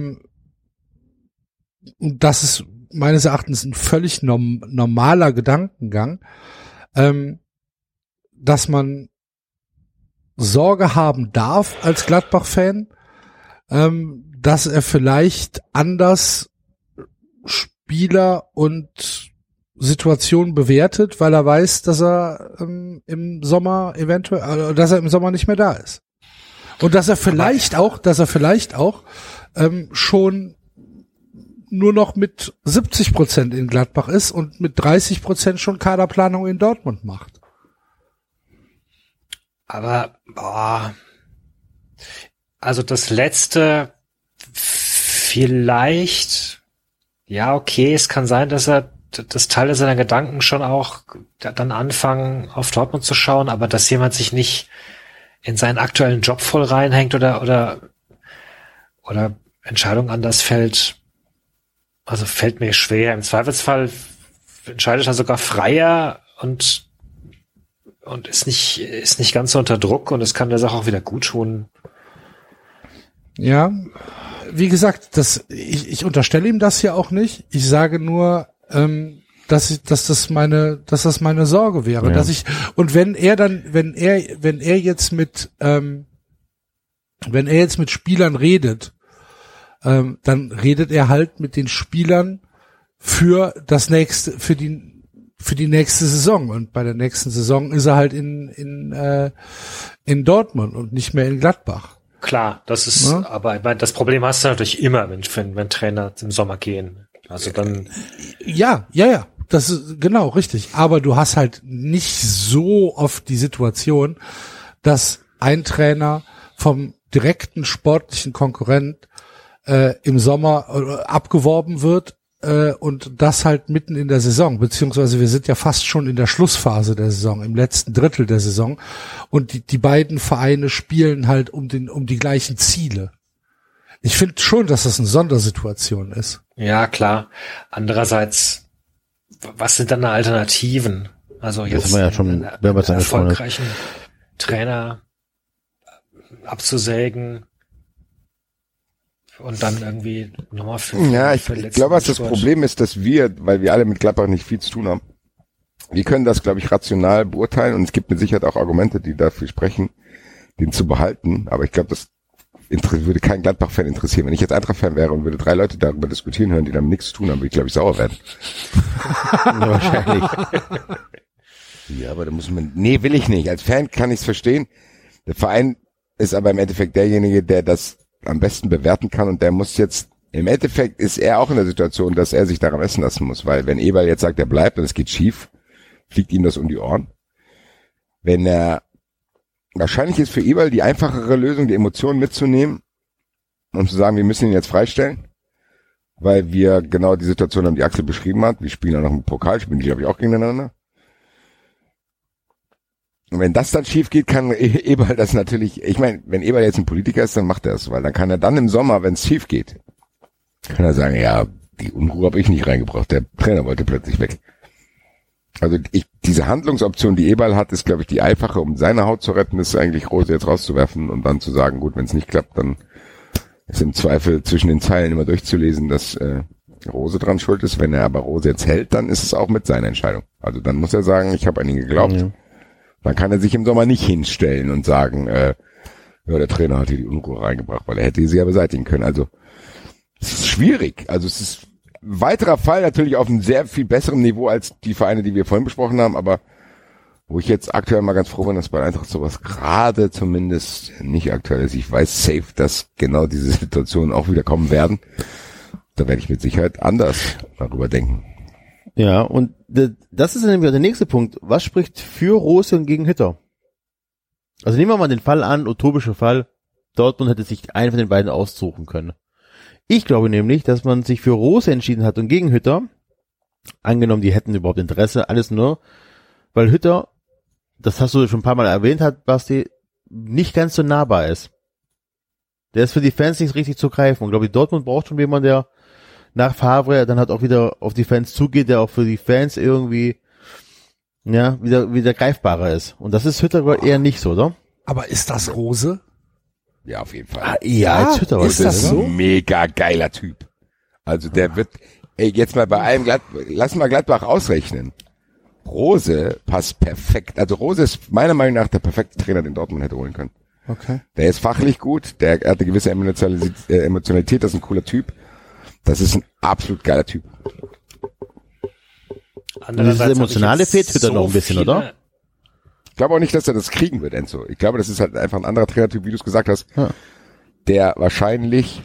das ist meines Erachtens ein völlig normaler Gedankengang, dass man Sorge haben darf als Gladbach-Fan, dass er vielleicht anders Spieler und Situationen bewertet, weil er weiß, dass er im Sommer nicht mehr da ist. Und dass er vielleicht auch schon nur noch mit 70% in Gladbach ist und mit 30% schon Kaderplanung in Dortmund macht. Aber, also das letzte vielleicht, ja, okay, es kann sein, dass er das Teile seiner Gedanken schon auch dann anfangen, auf Dortmund zu schauen, aber dass jemand sich nicht in seinen aktuellen Job voll reinhängt oder Entscheidungen anders fällt, also fällt mir schwer. Im Zweifelsfall entscheidet er sogar freier und ist nicht ganz so unter Druck und es kann der Sache auch wieder gut tun. Ja, wie gesagt, ich unterstelle ihm das ja auch nicht. Ich sage nur, dass das meine Sorge wäre, ja. Und wenn er jetzt mit Spielern redet, dann redet er halt mit den Spielern für die nächste Saison. Und bei der nächsten Saison ist er halt in Dortmund und nicht mehr in Gladbach. Klar, das ist, ja? Aber ich meine, das Problem hast du natürlich immer, wenn Trainer im Sommer gehen. Also dann. Ja. Das ist genau richtig. Aber du hast halt nicht so oft die Situation, dass ein Trainer vom direkten sportlichen Konkurrent im Sommer abgeworben wird und das halt mitten in der Saison, beziehungsweise wir sind ja fast schon in der Schlussphase der Saison, im letzten Drittel der Saison, und die beiden Vereine spielen halt um die gleichen Ziele. Ich finde schon, dass das eine Sondersituation ist. Ja, klar. Andererseits, was sind dann Alternativen? Also jetzt das haben wir ja schon, einen erfolgreichen Trainer abzusägen und dann irgendwie nochmal für ich glaube, was das Problem ist, dass wir, weil wir alle mit Gladbach nicht viel zu tun haben, wir können das, glaube ich, rational beurteilen, und es gibt mit Sicherheit auch Argumente, die dafür sprechen, den zu behalten, aber ich glaube, das würde kein Gladbach-Fan interessieren. Wenn ich jetzt Eintracht-Fan wäre und würde 3 Leute darüber diskutieren hören, die damit nichts zu tun haben, würde ich, glaube ich, sauer werden. Ja, wahrscheinlich. Ja, aber da muss man, will ich nicht. Als Fan kann ich es verstehen. Der Verein ist aber im Endeffekt derjenige, der das am besten bewerten kann, und der muss jetzt, im Endeffekt ist er auch in der Situation, dass er sich daran messen lassen muss, weil wenn Eberl jetzt sagt, er bleibt und es geht schief, fliegt ihm das um die Ohren. Wahrscheinlich ist für Eberl die einfachere Lösung, die Emotionen mitzunehmen und zu sagen, wir müssen ihn jetzt freistellen, weil wir genau die Situation haben, die Axel beschrieben hat. Wir spielen auch noch im Pokal, spielen die, glaube ich, auch gegeneinander. Und wenn das dann schief geht, kann Eberl das natürlich, ich meine, wenn Eberl jetzt ein Politiker ist, dann macht er es, weil dann kann er dann im Sommer, wenn es schief geht, kann er sagen, ja, die Unruhe habe ich nicht reingebracht, der Trainer wollte plötzlich weg. Also diese Handlungsoption, die Eberl hat, ist, glaube ich, die einfache, um seine Haut zu retten, ist eigentlich Rose jetzt rauszuwerfen und dann zu sagen, gut, wenn es nicht klappt, dann ist im Zweifel zwischen den Zeilen immer durchzulesen, dass Rose dran schuld ist. Wenn er aber Rose jetzt hält, dann ist es auch mit seiner Entscheidung. Also dann muss er sagen, ich habe an ihn geglaubt. Ja. Dann kann er sich im Sommer nicht hinstellen und sagen, der Trainer hat hier die Unruhe reingebracht, weil er hätte sie ja beseitigen können. Also es ist schwierig. Also es ist ein weiterer Fall, natürlich auf einem sehr viel besseren Niveau als die Vereine, die wir vorhin besprochen haben, aber wo ich jetzt aktuell mal ganz froh bin, dass bei Eintracht sowas gerade zumindest nicht aktuell ist. Ich weiß safe, dass genau diese Situationen auch wieder kommen werden. Da werde ich mit Sicherheit anders darüber denken. Ja, und das ist nämlich der nächste Punkt. Was spricht für Rose und gegen Hütter? Also nehmen wir mal den Fall an, utopischer Fall. Dortmund hätte sich einen von den beiden aussuchen können. Ich glaube nämlich, dass man sich für Rose entschieden hat und gegen Hütter. Angenommen, die hätten überhaupt Interesse, alles nur, weil Hütter, das hast du schon ein paar Mal erwähnt hat, Basti, nicht ganz so nahbar ist. Der ist für die Fans nicht richtig zu greifen. Und glaube ich, Dortmund braucht schon jemanden, der nach Favre dann halt auch wieder auf die Fans zugeht, der auch für die Fans irgendwie wieder greifbarer ist. Und das ist Hütter eher nicht so, oder? Aber ist das Rose? Ja, auf jeden Fall. Als Hütter ist das so? Ein mega geiler Typ. Also der wird, jetzt mal bei allem lass mal Gladbach ausrechnen. Rose passt perfekt. Also Rose ist meiner Meinung nach der perfekte Trainer, den Dortmund hätte holen können. Okay. Der ist fachlich gut, der hat eine gewisse Emotionalität, das ist ein cooler Typ. Das ist ein absolut geiler Typ. Dieses Emotionale fehlt Hütter noch ein bisschen, oder? Ich glaube auch nicht, dass er das kriegen wird, Enzo. Ich glaube, das ist halt einfach ein anderer Trainertyp, wie du es gesagt hast, der wahrscheinlich,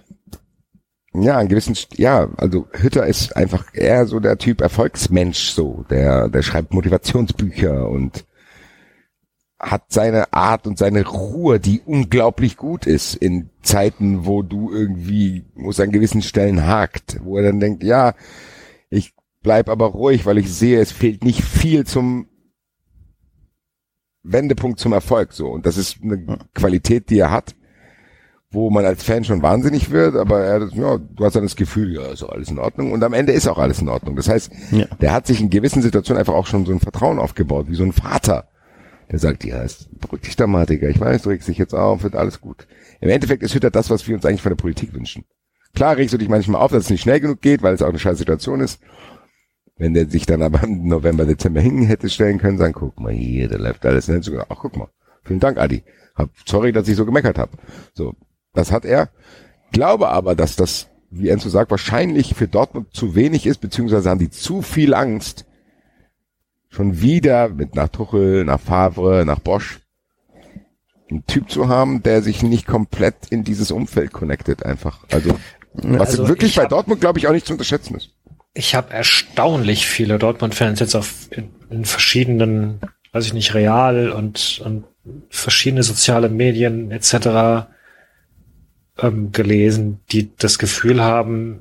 also Hütter ist einfach eher so der Typ Erfolgsmensch, so, der schreibt Motivationsbücher und hat seine Art und seine Ruhe, die unglaublich gut ist in Zeiten, wo wo es an gewissen Stellen hakt, wo er dann denkt, ja, ich bleib aber ruhig, weil ich sehe, es fehlt nicht viel zum Wendepunkt zum Erfolg, so. Und das ist eine Qualität, die er hat, wo man als Fan schon wahnsinnig wird, aber du hast dann das Gefühl, ja, ist alles in Ordnung. Und am Ende ist auch alles in Ordnung. Das heißt, der hat sich in gewissen Situationen einfach auch schon so ein Vertrauen aufgebaut, wie so ein Vater. Der sagt, ja, beruhig dich da mal, Digga. Ich weiß, du regst dich jetzt auf, wird alles gut. Im Endeffekt ist Hütter das, was wir uns eigentlich von der Politik wünschen. Klar regst du dich manchmal auf, dass es nicht schnell genug geht, weil es auch eine scheiß Situation ist. Wenn der sich dann aber im November, Dezember hin hätte stellen können, sagen, guck mal hier, da läuft alles nicht so. Ach, guck mal. Vielen Dank, Adi. Sorry, dass ich so gemeckert habe. So, das hat er. Glaube aber, dass das, wie Enzo sagt, wahrscheinlich für Dortmund zu wenig ist, beziehungsweise haben die zu viel Angst, schon wieder nach Tuchel, nach Favre, nach Bosch, einen Typ zu haben, der sich nicht komplett in dieses Umfeld connectet einfach. Also was wirklich bei Dortmund, glaube ich, auch nicht zu unterschätzen ist. Ich habe erstaunlich viele Dortmund-Fans jetzt in verschiedenen, weiß ich nicht, Real und verschiedene soziale Medien etc. Gelesen, die das Gefühl haben,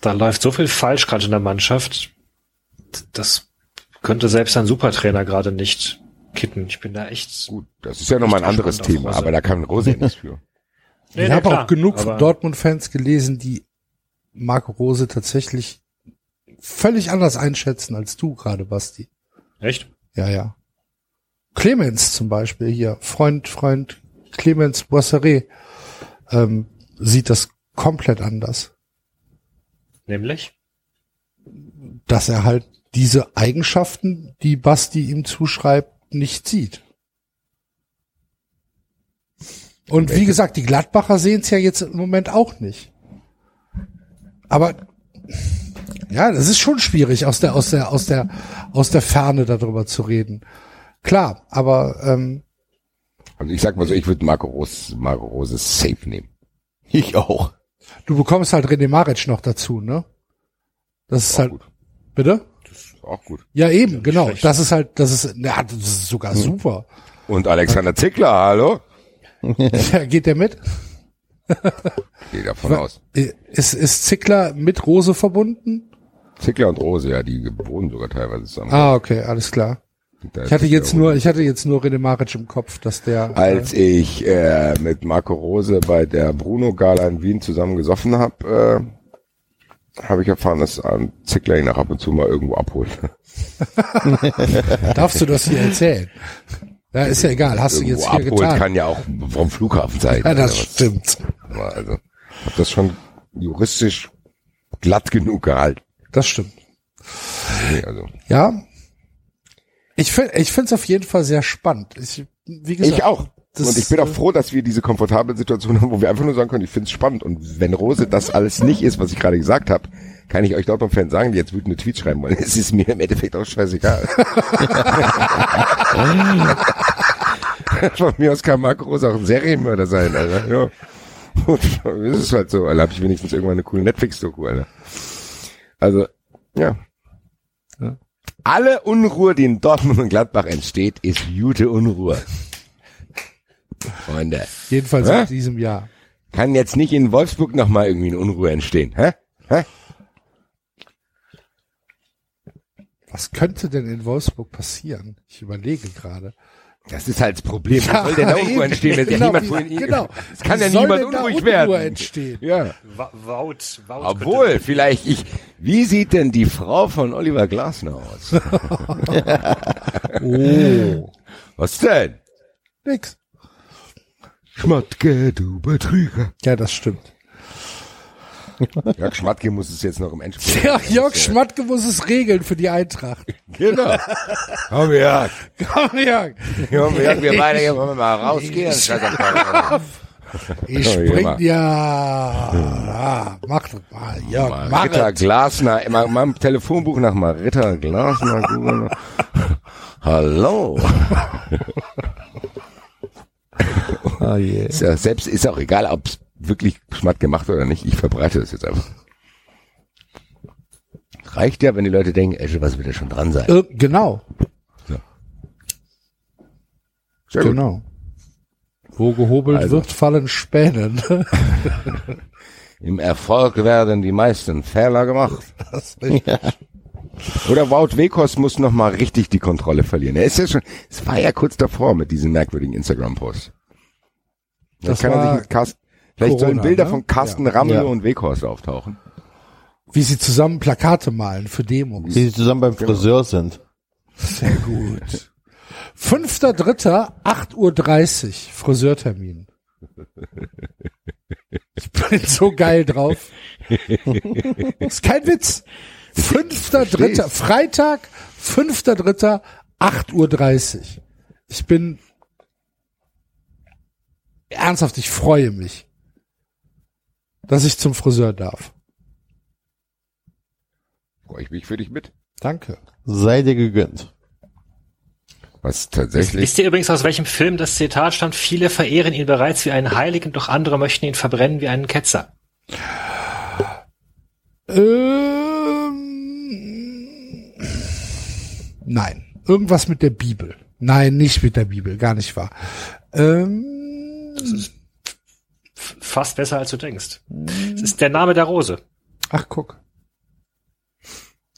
Da läuft so viel falsch gerade in der Mannschaft. Das könnte selbst ein Supertrainer gerade nicht kitten. Ich bin da echt... Gut, das ist ja nochmal ein anderes Thema, aber da kann Rose ja nichts für. Ich habe auch genug Dortmund-Fans gelesen, die Marco Rose tatsächlich völlig anders einschätzen als du gerade, Basti. Echt? Ja. Clemens zum Beispiel hier, Freund Clemens Boisseret, sieht das komplett anders. Nämlich? Dass er halt diese Eigenschaften, die Basti ihm zuschreibt, nicht sieht. Und wie gesagt, die Gladbacher sehen es ja jetzt im Moment auch nicht. Aber ja, das ist schon schwierig, aus der Ferne darüber zu reden. Klar, aber also ich sag mal so, ich würde Marco Rose safe nehmen. Ich auch. Du bekommst halt René Maric noch dazu, ne? Das ist halt gut. Bitte? Das ist auch gut. Ja, eben, genau. Das ist sogar super. Und Alexander Zickler, hallo? Ja, geht der mit? Geht davon aus. Ist Zickler mit Rose verbunden? Zickler und Rose, ja, die wohnen sogar teilweise zusammen. Ah, okay, alles klar. Ich hatte jetzt nur René Maric im Kopf, dass der... Als ich mit Marco Rose bei der Bruno-Gala in Wien zusammen gesoffen habe ich erfahren, dass Zickler ihn auch ab und zu mal irgendwo abholt. Darfst du das hier erzählen? Ja, ist ja egal, hast du jetzt hier abholt getan. Kann ja auch vom Flughafen sein. Ja, das stimmt. Also, hab das schon juristisch glatt genug gehalten. Das stimmt. Also. Ja. Ich find's auf jeden Fall sehr spannend. Wie gesagt, ich auch. Und ich bin auch froh, dass wir diese komfortable Situation haben, wo wir einfach nur sagen können, ich find's spannend. Und wenn Rose das alles nicht ist, was ich gerade gesagt habe, kann ich euch Dortmund-Fans sagen, die jetzt wütende Tweets schreiben wollen. Es ist mir im Endeffekt auch scheißegal. Von mir aus kann Marco Rose auch ein Serienmörder sein, Alter. Ja. Und es ist halt so, Alter. Hab ich wenigstens irgendwann eine coole Netflix-Doku, Alter. Also, ja. Alle Unruhe, die in Dortmund und Gladbach entsteht, ist gute Unruhe. Freunde. Jedenfalls in diesem Jahr. Kann jetzt nicht in Wolfsburg nochmal irgendwie eine Unruhe entstehen, hä? Was könnte denn in Wolfsburg passieren? Ich überlege gerade. Das ist halt das Problem. Was soll denn da Unruhe entstehen, wenn genau, niemand von Ihnen... Es kann ja niemand unruhig werden. Entstehen? Ja. Wout Obwohl, vielleicht wie sieht denn die Frau von Oliver Glasner aus? Oh. Was denn? Nix. Schmatke, du Betrüger. Ja, das stimmt. Jörg Schmatke muss es jetzt noch im Endspiel. Ja, Jörg Schmatke muss es regeln für die Eintracht. Genau. Komm, Jörg. Komm, Jörg, wir beide hier wollen mal rausgehen. Ich spring, ja. Mach das mal, Jörg. Ritter Glasner, in meinem Telefonbuch nach mal Ritter Glasner. Hallo. Oh yeah. Ist auch egal, ob es wirklich Schmatt gemacht oder nicht. Ich verbreite das jetzt einfach. Reicht ja, wenn die Leute denken, was wird ja schon dran sein. Genau. Ja. Sehr gut. Genau. Wo gehobelt wird, fallen Späne. Im Erfolg werden die meisten Fehler gemacht. Das ist richtig. Ja. Oder Wout Weghorst muss noch mal richtig die Kontrolle verlieren. Es war ja kurz davor mit diesem merkwürdigen Instagram-Post. Das kann er sich mit Carsten, vielleicht Corona, sollen Bilder ne? von Carsten Ramelow und Weghorst auftauchen. Wie sie zusammen Plakate malen für Demos. Wie sie zusammen beim Friseur sind. Sehr gut. 5.3., 8:30 Uhr, Friseurtermin. Ich bin so geil drauf. Ist kein Witz. 5.3., Freitag, 5.3., 8:30 Uhr. Ich bin ernsthaft, ich freue mich, dass ich zum Friseur darf. Freue ich mich für dich mit. Danke. Sei dir gegönnt. Was tatsächlich... Wisst ihr übrigens, aus welchem Film das Zitat stammt? Viele verehren ihn bereits wie einen Heiligen, doch andere möchten ihn verbrennen wie einen Ketzer. Nein. Irgendwas mit der Bibel. Nein, nicht mit der Bibel. Gar nicht wahr. Das ist fast besser, als du denkst. Es ist der Name der Rose. Ach, guck.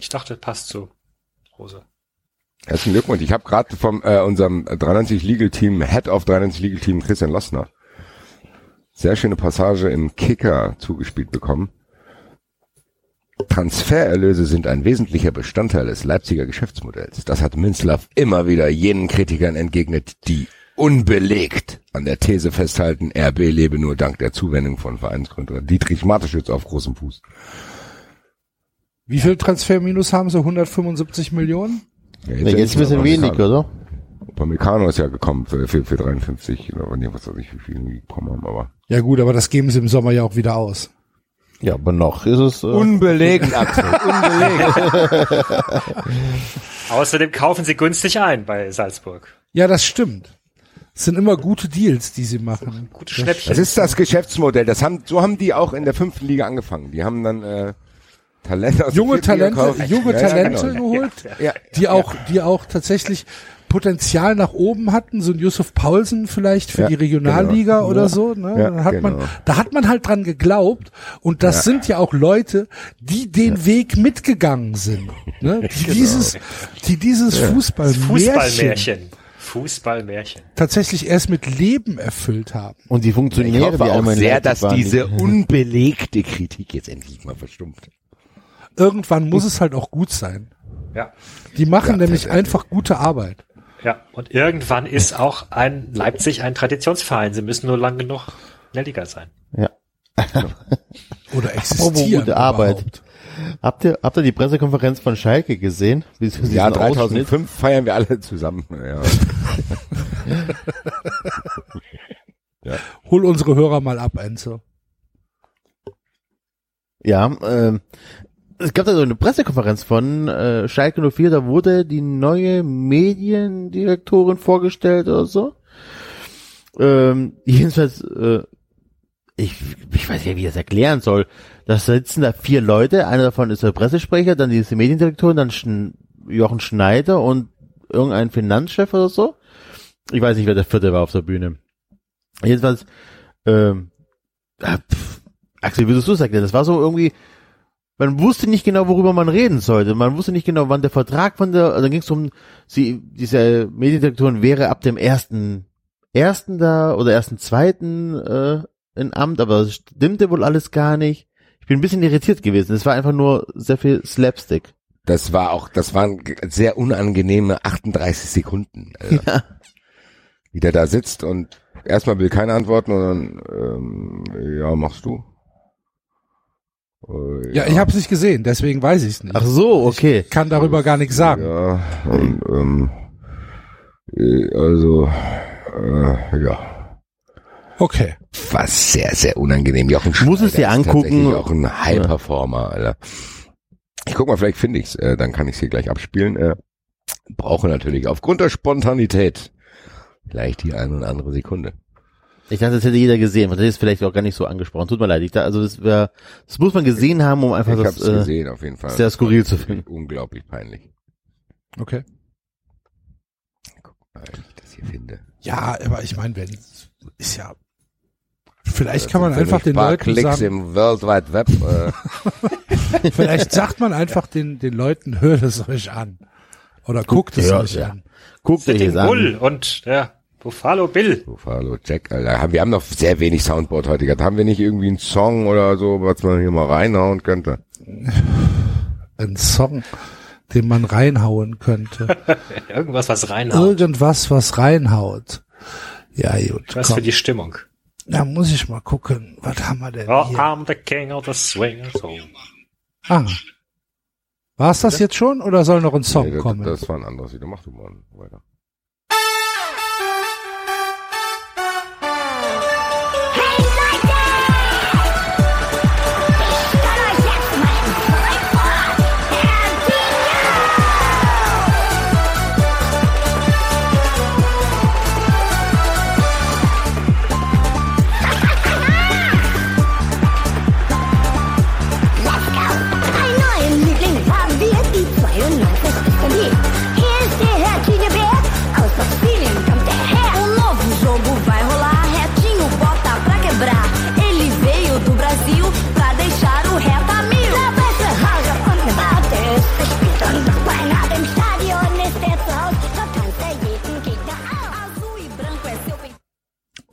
Ich dachte, passt zu Rose. Herzlichen Glückwunsch. Ich habe gerade vom unserem 93 Legal Team, Head of 93 Legal Team, Christian Lossner, sehr schöne Passage im Kicker zugespielt bekommen. Transfererlöse sind ein wesentlicher Bestandteil des Leipziger Geschäftsmodells. Das hat Minzlaff immer wieder jenen Kritikern entgegnet, die unbelegt an der These festhalten, RB lebe nur dank der Zuwendung von Vereinsgründer Dietrich Mateschitz auf großem Fuß. Wie viel Transferminus haben sie? 175 Millionen? Ja, jetzt ein bisschen wenig, oder? Upamecano ist ja gekommen für 53 oder was weiß ich, wie viel die bekommen haben, aber. Ja gut, aber das geben sie im Sommer ja auch wieder aus. Ja, aber noch ist es unbelegt, Axel, unbelegt. Außerdem kaufen sie günstig ein bei Salzburg. Ja, das stimmt. Es sind immer gute Deals, die sie machen. Gute Schnäppchen. Das ist das Geschäftsmodell. So haben die auch in der 5. Liga angefangen. Die haben dann Talente aus junge der Talente geholt, die auch tatsächlich Potenzial nach oben hatten, so ein Yusuf Paulsen vielleicht für die Regionalliga oder so, ne? Ja, da hat man halt dran geglaubt und das sind ja auch Leute, die den Weg mitgegangen sind, ne? Die dieses Fußballmärchen tatsächlich erst mit Leben erfüllt haben. Und die Funktionäre, ich hoffe die auch sehr, dass diese unbelegte Kritik jetzt endlich mal verstummt. Irgendwann muss es halt auch gut sein. Ja. Die machen nämlich einfach gute Arbeit. Ja, und irgendwann ist auch Leipzig ein Traditionsverein. Sie müssen nur lang genug in der Liga sein. Ja. Oder existieren. Gute Arbeit. Habt ihr die Pressekonferenz von Schalke gesehen? Ja, 3005 feiern wir alle zusammen. Ja. Ja. Hol unsere Hörer mal ab, Enzo. Ja, es gab da so eine Pressekonferenz von Schalke 04, da wurde die neue Mediendirektorin vorgestellt oder so. Jedenfalls, ich weiß nicht, wie ich das erklären soll. Da sitzen da 4 Leute, einer davon ist der Pressesprecher, dann diese Mediendirektorin, dann Jochen Schneider und irgendein Finanzchef oder so. Ich weiß nicht, wer der 4. war auf der Bühne. Jedenfalls, Axel, würdest du sagen, das war so irgendwie, man wusste nicht genau, worüber man reden sollte. Man wusste nicht genau, wann der Vertrag also dann ging es um, diese Mediendirektorin wäre ab dem 1.1. da oder 1.2. In Amt, aber das stimmte wohl alles gar nicht. Ich bin ein bisschen irritiert gewesen. Es war einfach nur sehr viel Slapstick. Das waren sehr unangenehme 38 Sekunden. Ja. Wie der da sitzt und erstmal will keiner antworten und dann, ja, machst du? Ja, ich habe es nicht gesehen, deswegen weiß ich es nicht. Ach so, okay. Ich kann darüber gar nichts sagen. Ja, und, also, ja. Okay. War sehr, sehr unangenehm. Jochen Schneider muss es dir angucken. Auch ein High-Performer, Alter. Ich guck mal, vielleicht finde ich's, dann kann ich's hier gleich abspielen. Brauche natürlich aufgrund der Spontanität vielleicht die eine oder andere Sekunde. Ich dachte, das hätte jeder gesehen, das ist vielleicht auch gar nicht so angesprochen. Tut mir leid. Das muss man gesehen haben, um einfach das gesehen, auf jeden Fall. Sehr skurril zu finden. Unglaublich peinlich. Okay. Guck mal, wenn ich das hier finde. Ja, aber ich meine, ist ja, vielleicht kann man einfach den Leuten Klicks sagen, im World Wide Web. Vielleicht sagt man einfach den Leuten, hört es euch an. Oder guckt es euch an. Guckt euch es an. Bull und Buffalo Bill. Buffalo Jack, Alter. Wir haben noch sehr wenig Soundboard heute gehabt. Haben wir nicht irgendwie einen Song oder so, was man hier mal reinhauen könnte? Ein Song, den man reinhauen könnte. Irgendwas, was reinhaut. Irgendwas, was reinhaut. Ja, gut. Was für die Stimmung. Da muss ich mal gucken. Was haben wir denn hier? I'm the king of the swingers. War's das jetzt schon oder soll noch ein Song kommen? Das war ein anderes Video. Mach du mal weiter. Hier ist der Herr Kinebär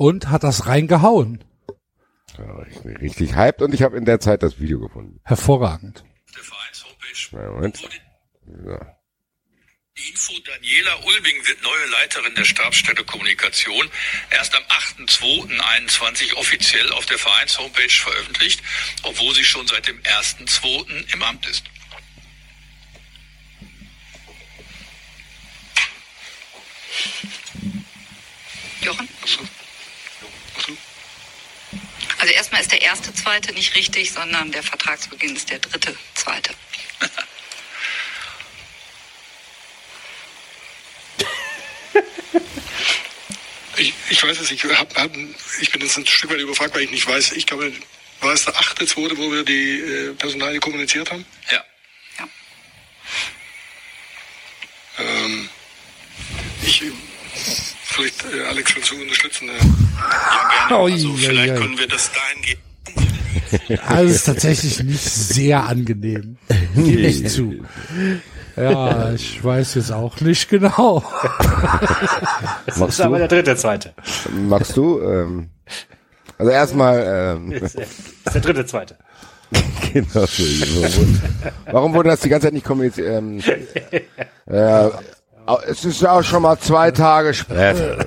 Und hat das reingehauen. Ja, ich bin richtig hyped und ich habe in der Zeit das Video gefunden. Hervorragend. Der Vereins-Homepage. Moment. So. Die Info: Daniela Ulbing wird neue Leiterin der Stabsstelle Kommunikation. Erst am 8.2.21 offiziell auf der Vereins-Homepage veröffentlicht, obwohl sie schon seit dem 1.2. im Amt ist. Jochen? Also erstmal ist der 1.2. nicht richtig, sondern der Vertragsbeginn ist der 3.2. Ich weiß es, ich bin jetzt ein Stück weit überfragt, weil ich nicht weiß. Ich glaube, war es der 8.2., wo wir die Personalie kommuniziert haben? Ja. Vielleicht, Alex, willst du unterstützen? Ja, gerne. Also vielleicht können wir das dahin gehen. Also es ist tatsächlich nicht sehr angenehm. Gebe ich zu. Ja, ich weiß jetzt auch nicht genau. Das ist aber der 3.2. Magst du? Also erstmal. Das ist der 3.2. Genau. Warum wurde das die ganze Zeit nicht kommuniziert? Es ist ja auch schon mal 2 Tage später.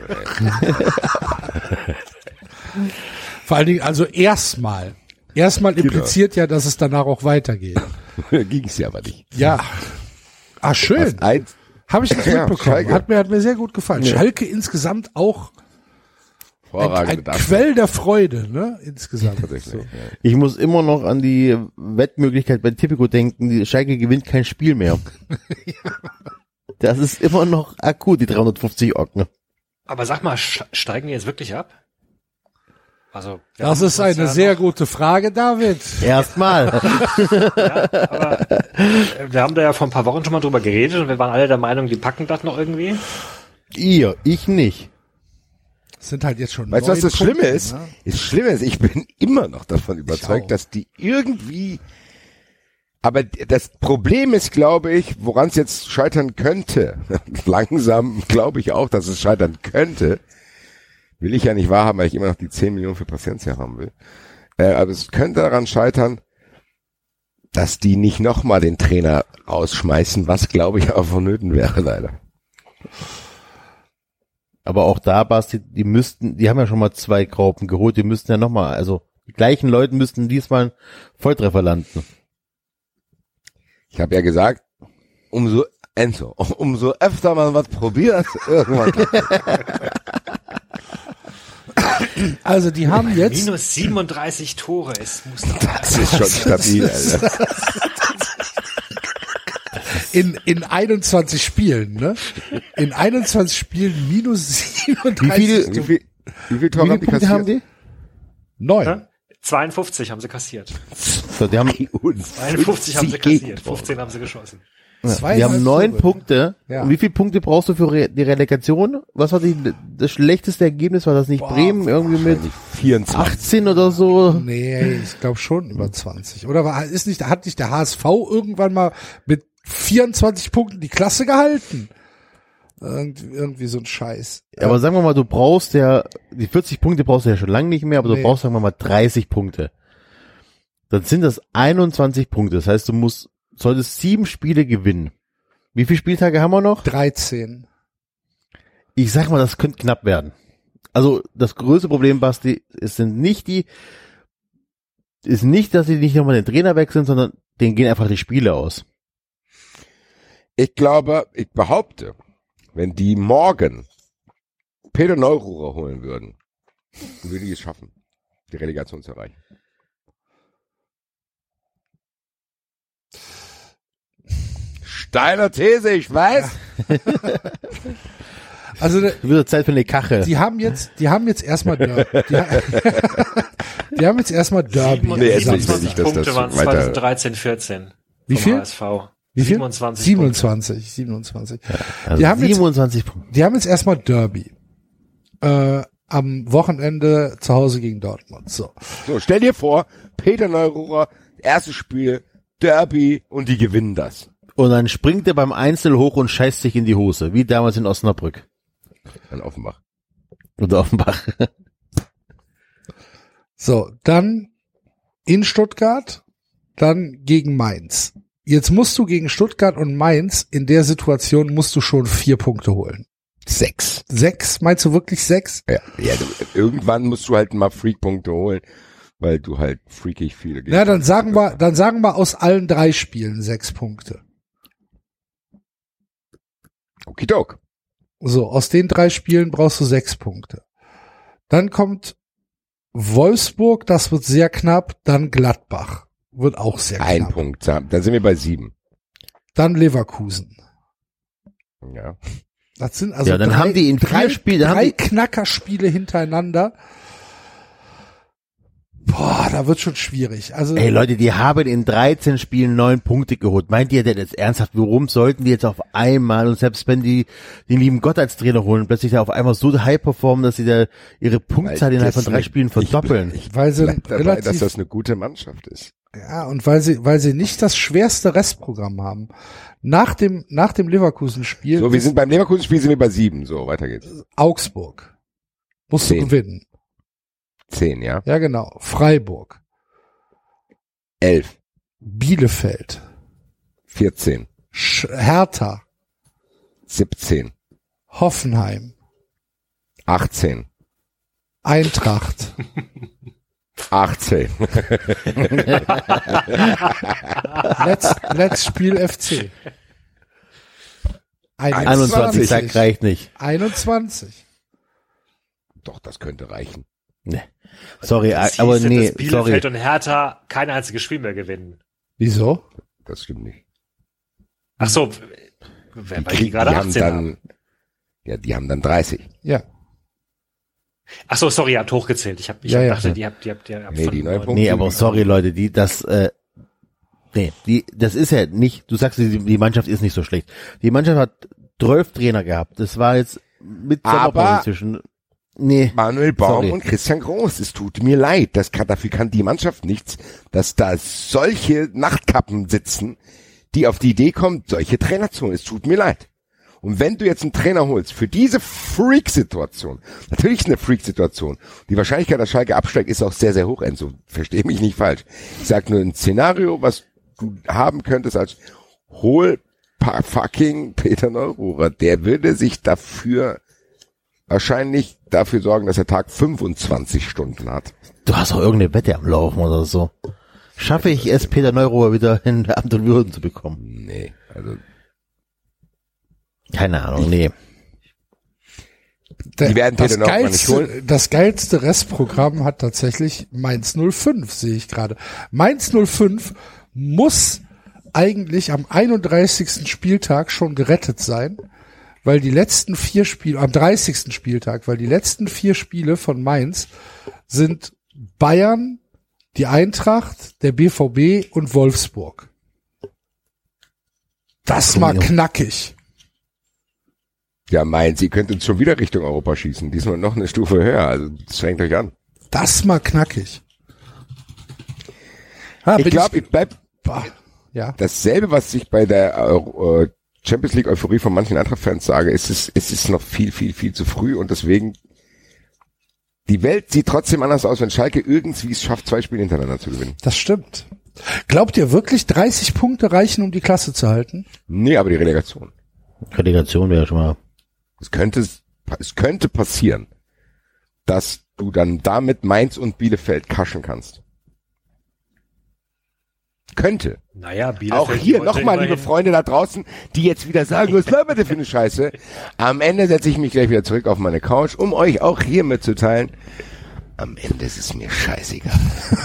Vor allen Dingen, also erstmal impliziert ja, dass es danach auch weitergeht. Ging es ja aber nicht. Ja. Ah, schön. Habe ich nicht mitbekommen. Hat mir sehr gut gefallen. Ja. Schalke insgesamt auch ein Quell der Freude, ne? Insgesamt. So. Ich muss immer noch an die Wettmöglichkeit bei Tipico denken. Die Schalke gewinnt kein Spiel mehr. Ja. Das ist immer noch akut, die 350 Ocken. Aber sag mal, steigen die jetzt wirklich ab? Also, das ist eine sehr gute Frage, David. Erstmal. Ja, aber wir haben da ja vor ein paar Wochen schon mal drüber geredet und wir waren alle der Meinung, die packen das noch irgendwie. Ich nicht. Das sind halt jetzt schon. Weißt du, was das Schlimme ist? Ne? Das Schlimme ist, ich bin immer noch davon überzeugt, dass die irgendwie. Aber das Problem ist, glaube ich, woran es jetzt scheitern könnte. Langsam glaube ich auch, dass es scheitern könnte. Will ich ja nicht wahrhaben, weil ich immer noch die 10 Millionen für Paciencia haben will. Aber es könnte daran scheitern, dass die nicht nochmal den Trainer rausschmeißen, was glaube ich auch vonnöten wäre, leider. Aber auch da, Basti, die haben ja schon mal 2 Graupen geholt, die müssten ja nochmal, also die gleichen Leute müssten diesmal einen Volltreffer landen. Ich habe ja gesagt, umso öfter man was probiert, irgendwann. Also die haben jetzt minus 37 Tore. Das ist schon stabil, Alter. In 21 Spielen, ne? In 21 Spielen minus 37. Wie viel Tore haben die? 9. Ja? 52 haben sie kassiert. So, die haben 51 haben sie kassiert, 15 haben sie geschossen. Wir haben 9 Punkte. Ja. Und wie viele Punkte brauchst du für die Relegation? Was war das schlechteste Ergebnis? War das nicht Bremen irgendwie mit 24. 18 oder so? Nee, ich glaube schon über 20. Oder hat nicht der HSV irgendwann mal mit 24 Punkten die Klasse gehalten? Irgendwie so ein Scheiß. Ja, aber sagen wir mal, du brauchst die 40 Punkte brauchst du ja schon lange nicht mehr, aber du brauchst, sagen wir mal, 30 Punkte. Dann sind das 21 Punkte. Das heißt, du solltest 7 Spiele gewinnen. Wie viele Spieltage haben wir noch? 13. Ich sag mal, das könnte knapp werden. Also, das größte Problem, Basti, ist nicht, dass sie nicht nochmal den Trainer wechseln, sondern denen gehen einfach die Spiele aus. Ich behaupte, wenn die morgen Peter Neururer holen würden, würde die es schaffen, die Relegation zu erreichen. Steiner These, ich weiß. Also wird Zeit für eine Kachel. Die haben jetzt erstmal Derby. Die haben jetzt erstmal Derby. 27 Punkte waren es 2013, 14. Wie viel? HSV. Wie viel? 27. 27. Ja, also die haben 27 Punkte. Die haben jetzt erstmal Derby. Am Wochenende zu Hause gegen Dortmund. So, stell dir vor, Peter Neururer, erstes Spiel, Derby und die gewinnen das. Und dann springt er beim Einzel hoch und scheißt sich in die Hose, wie damals in Osnabrück. In Offenbach. Oder Offenbach. So, dann in Stuttgart, dann gegen Mainz. Jetzt musst du gegen Stuttgart und Mainz, in der Situation musst du schon 4 Punkte holen. 6. 6? Meinst du wirklich 6? Ja, irgendwann musst du halt mal Freak-Punkte holen, weil du halt freakig viele Na, dann sagen wir aus allen 3 Spielen 6 Punkte. Okidok. So, aus den 3 Spielen brauchst du 6 Punkte. Dann kommt Wolfsburg, das wird sehr knapp, dann Gladbach. Wird auch sehr knapp. 1 Punkt, dann sind wir bei 7. Dann Leverkusen. Ja. Das sind also dann haben die in 4 Spielen, drei Knackerspiele hintereinander. Boah, da wird schon schwierig. Also, ey Leute, die haben in 13 Spielen 9 Punkte geholt. Meint ihr denn jetzt ernsthaft, warum sollten die jetzt auf einmal, und selbst wenn die den lieben Gott als Trainer holen, plötzlich da auf einmal so high performen, dass sie da ihre Punktzahl innerhalb von 3 Spielen verdoppeln? Weil sie dabei, dass das eine gute Mannschaft ist. Ja, und weil sie nicht das schwerste Restprogramm haben. Nach dem Leverkusen-Spiel. So, wir sind beim Leverkusen-Spiel sind wir bei 7. So, weiter geht's. Augsburg. Musst 10. du gewinnen. 10, ja? Ja, genau. Freiburg. 11. Bielefeld. 14. Hertha. 17. Hoffenheim. 18. Eintracht. 18. Let's Spiel FC. 21, das reicht nicht. 21. Doch, das könnte reichen. Nee. Sorry, das aber hieße, nee, dass Bielefeld sorry. und Hertha kein einziges Spiel mehr gewinnen. Wieso? Das stimmt nicht. Ach so, weil die gerade 18 haben. Ja, die haben dann 30. Ja. Ach so, sorry, ihr habt hochgezählt. Ich dachte, die habt Nee, die 9 Punkte. Nee, aber sorry, Leute, das ist ja nicht, du sagst, die Mannschaft ist nicht so schlecht. Die Mannschaft hat 12 Trainer gehabt. Das war jetzt mit Sommerpause zwischen. Nee. Manuel Baum sorry. und Christian Groß. Es tut mir leid. Dafür kann die Mannschaft nichts, dass da solche Nachtkappen sitzen, die auf die Idee kommen, solche Trainer zu holen. Es tut mir leid. Und wenn du jetzt einen Trainer holst für diese Freak-Situation, natürlich ist eine Freak-Situation, die Wahrscheinlichkeit, dass Schalke absteigt, ist auch sehr, sehr hoch, Enzo. Versteh mich nicht falsch. Ich sag nur ein Szenario, was du haben könntest als hol fucking Peter Neururer. Der würde sich wahrscheinlich dafür sorgen, dass der Tag 25 Stunden hat. Du hast doch irgendeine Wette am Laufen oder so. Schaffe ich es, Peter Neururer wieder in Amt und Würden zu bekommen? Nee, also keine Ahnung, nee. Die werden Peter Neururer nicht holen. Das geilste Restprogramm hat tatsächlich Mainz 05, sehe ich gerade. Mainz 05 muss eigentlich am 31. Spieltag schon gerettet sein, weil die letzten 4 Spiele, am 30. Spieltag, weil die letzten 4 Spiele von Mainz sind Bayern, die Eintracht, der BVB und Wolfsburg. Das mal knackig. Ja, Mainz, ihr könnt uns schon wieder Richtung Europa schießen. Diesmal noch eine Stufe höher, also strengt euch an. Das mal knackig. Ich glaube, ich bleib ja. Dasselbe, was ich bei der Champions League Euphorie von manchen Eintracht-Fans sage, es ist noch viel, viel, viel zu früh und deswegen die Welt sieht trotzdem anders aus, wenn Schalke irgendwie es schafft, 2 Spiele hintereinander zu gewinnen. Das stimmt. Glaubt ihr wirklich 30 Punkte reichen, um die Klasse zu halten? Nee, aber die Relegation. Relegation wäre schon mal. Es könnte passieren, dass du dann damit Mainz und Bielefeld kaschen kannst. Könnte. Naja, Bielefeld. Auch hier nochmal, liebe Freunde da draußen, die jetzt wieder sagen, was labert ihr für eine Scheiße? Am Ende setze ich mich gleich wieder zurück auf meine Couch, um euch auch hier mitzuteilen. Am Ende ist es mir scheißegal.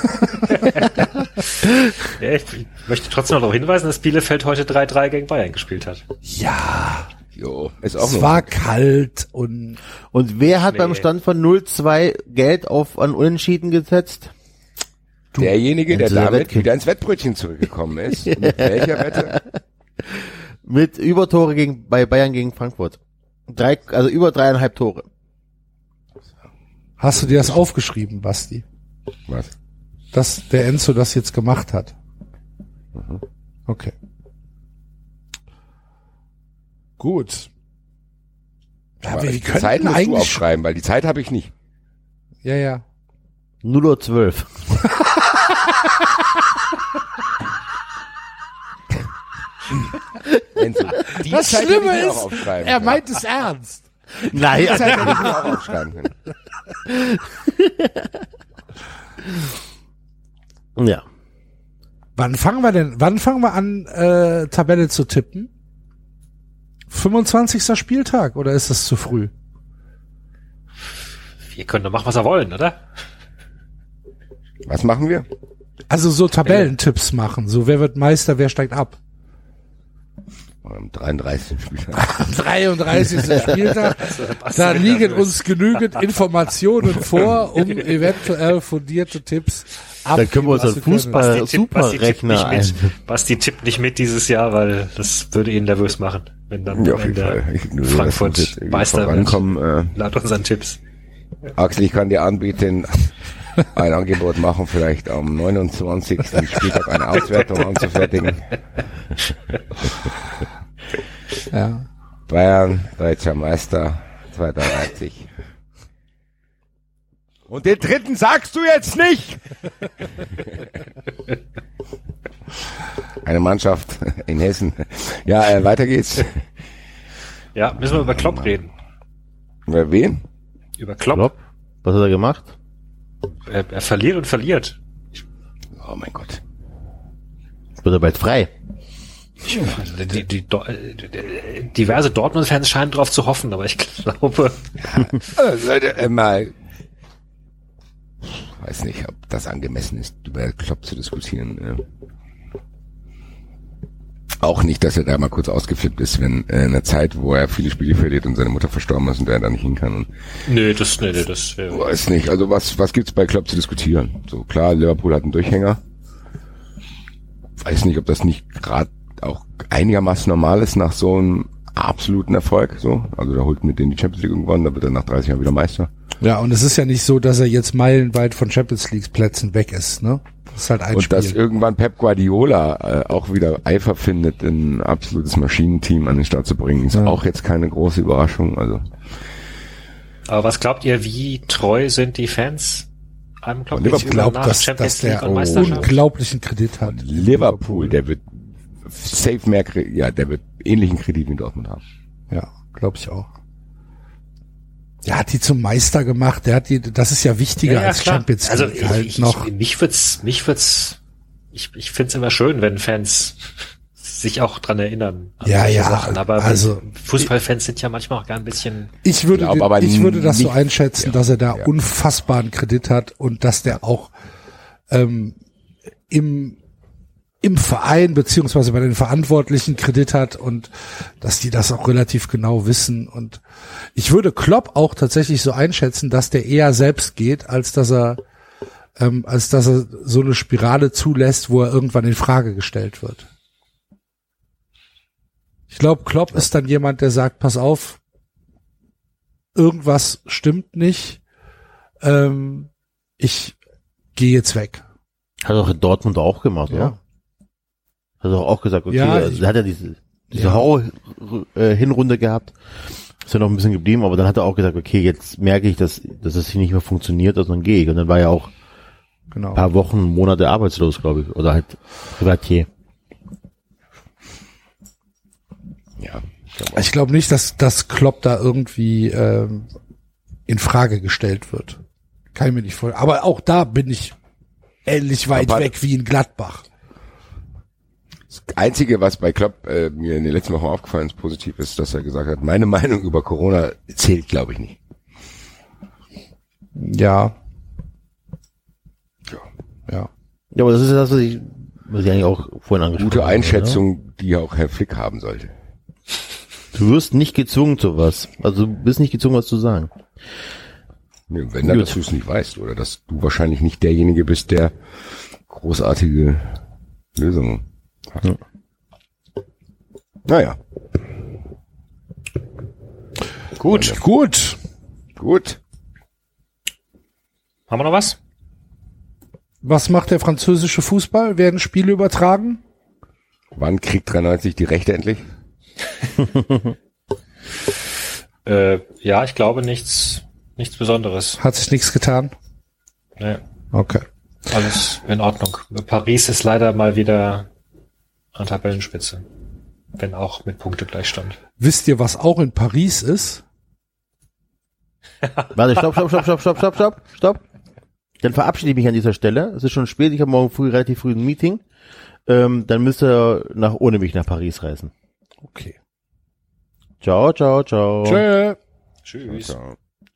Ich möchte trotzdem noch darauf hinweisen, dass Bielefeld heute 3-3 gegen Bayern gespielt hat. Ja. Jo, ist auch es war kalt und wer hat beim Stand von 0-2 Geld an Unentschieden gesetzt? Derjenige, der damit wieder ins Wettbrötchen zurückgekommen ist. Mit welcher Wette? Mit Übertore bei Bayern gegen Frankfurt. Also über 3,5 Tore. Hast du dir das aufgeschrieben, Basti? Was? Dass der Enzo das jetzt gemacht hat. Mhm. Okay. Gut. Aber die Zeit musst du aufschreiben, weil die Zeit habe ich nicht. Ja. 0:12. Das Schlimme ist, er meint es ernst. Nein, das hätte ich auch aufschreiben können. Ja. Wann fangen wir an, Tabelle zu tippen? 25. Spieltag, oder ist das zu früh? Wir können doch machen, was wir wollen, oder? Was machen wir? Also so Tabellentipps machen, so wer wird Meister, wer steigt ab. Am 33. Spieltag. Am 33. Spieltag, da liegen uns genügend Informationen vor, um eventuell fundierte Tipps abgeben. Dann können wir unseren Fußball-Superrechner ein. Basti tippt nicht mit dieses Jahr, weil das würde ihn nervös machen, wenn dann Frankfurt Meister wird. Laut unseren Tipps. Axel, ich kann dir anbieten, ein Angebot machen, vielleicht am 29. Spieltag eine Auswertung anzufertigen. Ja. Bayern, deutscher Meister 2030. Und den dritten sagst du jetzt nicht! Eine Mannschaft in Hessen. Ja, weiter geht's. Ja, müssen wir über Klopp reden. Über wen? Über Klopp. Was hat er gemacht? Er verliert und verliert. Oh mein Gott. Wird er bald frei? Diverse Dortmund-Fans scheinen drauf zu hoffen, aber ich glaube... Leute, mal... Weiß nicht, ob das angemessen ist, über Klopp zu diskutieren. Auch nicht, dass er da mal kurz ausgeflippt ist, wenn in einer Zeit, wo er viele Spiele verliert und seine Mutter verstorben ist und er da nicht hin kann. Und das wäre... Weiß nicht, also was gibt's bei Klopp zu diskutieren? So klar, Liverpool hat einen Durchhänger. Weiß nicht, ob das nicht gerade auch einigermaßen normal ist nach so einem absoluten Erfolg. So, also da holt mit denen die Champions League irgendwann, da wird er nach 30 Jahren wieder Meister. Ja, und es ist ja nicht so, dass er jetzt meilenweit von Champions League Plätzen weg ist, ne? Das ist halt ein und Spiel. dass irgendwann Pep Guardiola auch wieder Eifer findet, ein absolutes Maschinenteam an den Start zu bringen, ist auch jetzt keine große Überraschung. Also. Aber was glaubt ihr, wie treu sind die Fans einem Klopp? Ich glaube, dass der unglaublichen Kredit hat. Liverpool, der wird safe mehr, der wird ähnlichen Kredit wie Dortmund haben. Ja, glaube ich auch. Der hat die zum Meister gemacht, das ist ja wichtiger als klar. Champions League. Also ich find's immer schön, wenn Fans sich auch dran erinnern. An solche Sachen. Aber also Fußballfans sind ja manchmal auch gar ein bisschen. Ich würde das so einschätzen, dass er da unfassbaren Kredit hat und dass der auch im Verein beziehungsweise bei den Verantwortlichen Kredit hat und dass die das auch relativ genau wissen. Und ich würde Klopp auch tatsächlich so einschätzen, dass der eher selbst geht, als dass er so eine Spirale zulässt, wo er irgendwann in Frage gestellt wird. Ich glaube, Klopp ist dann jemand, der sagt, pass auf, irgendwas stimmt nicht, ich gehe jetzt weg. Hat doch in Dortmund auch gemacht, oder? Hat er auch gesagt, okay, er hat ja diese Horror-Hinrunde gehabt, ist ja noch ein bisschen geblieben, aber dann hat er auch gesagt, okay, jetzt merke ich, dass es hier nicht mehr funktioniert, also dann gehe ich. Und dann war er auch ein paar Wochen, Monate arbeitslos, glaube ich, oder halt Privatier. Ja. Ich glaube nicht, dass Klopp da irgendwie in Frage gestellt wird. Kann ich mir nicht vorstellen. Aber auch da bin ich ähnlich weit weg wie in Gladbach. Das Einzige, was bei Klopp mir in den letzten Wochen aufgefallen ist, positiv ist, dass er gesagt hat, meine Meinung über Corona zählt, glaube ich, nicht. Ja. Ja, aber das ist das, was ich eigentlich auch vorhin angesprochen habe. Gute Einschätzung, die auch Herr Flick haben sollte. Du wirst nicht gezwungen zu was. Also du bist nicht gezwungen, was zu sagen. Nee, wenn dann, dass du es nicht weißt oder dass du wahrscheinlich nicht derjenige bist, der großartige Lösungen hat. Ja. Naja. Gut. Haben wir noch was? Was macht der französische Fußball? Werden Spiele übertragen? Wann kriegt 93 die Rechte endlich? Ja, ich glaube nichts Besonderes. Hat sich nichts getan? Nee. Okay. Alles in Ordnung. Paris ist leider mal wieder an Tabellenspitze. Wenn auch mit Punktegleichstand. Wisst ihr, was auch in Paris ist? Warte, stopp. Dann verabschiede ich mich an dieser Stelle. Es ist schon spät, ich habe morgen relativ früh ein Meeting. Dann müsst ihr ohne mich nach Paris reisen. Okay. Ciao. Tschö. Tschüss. Ciao.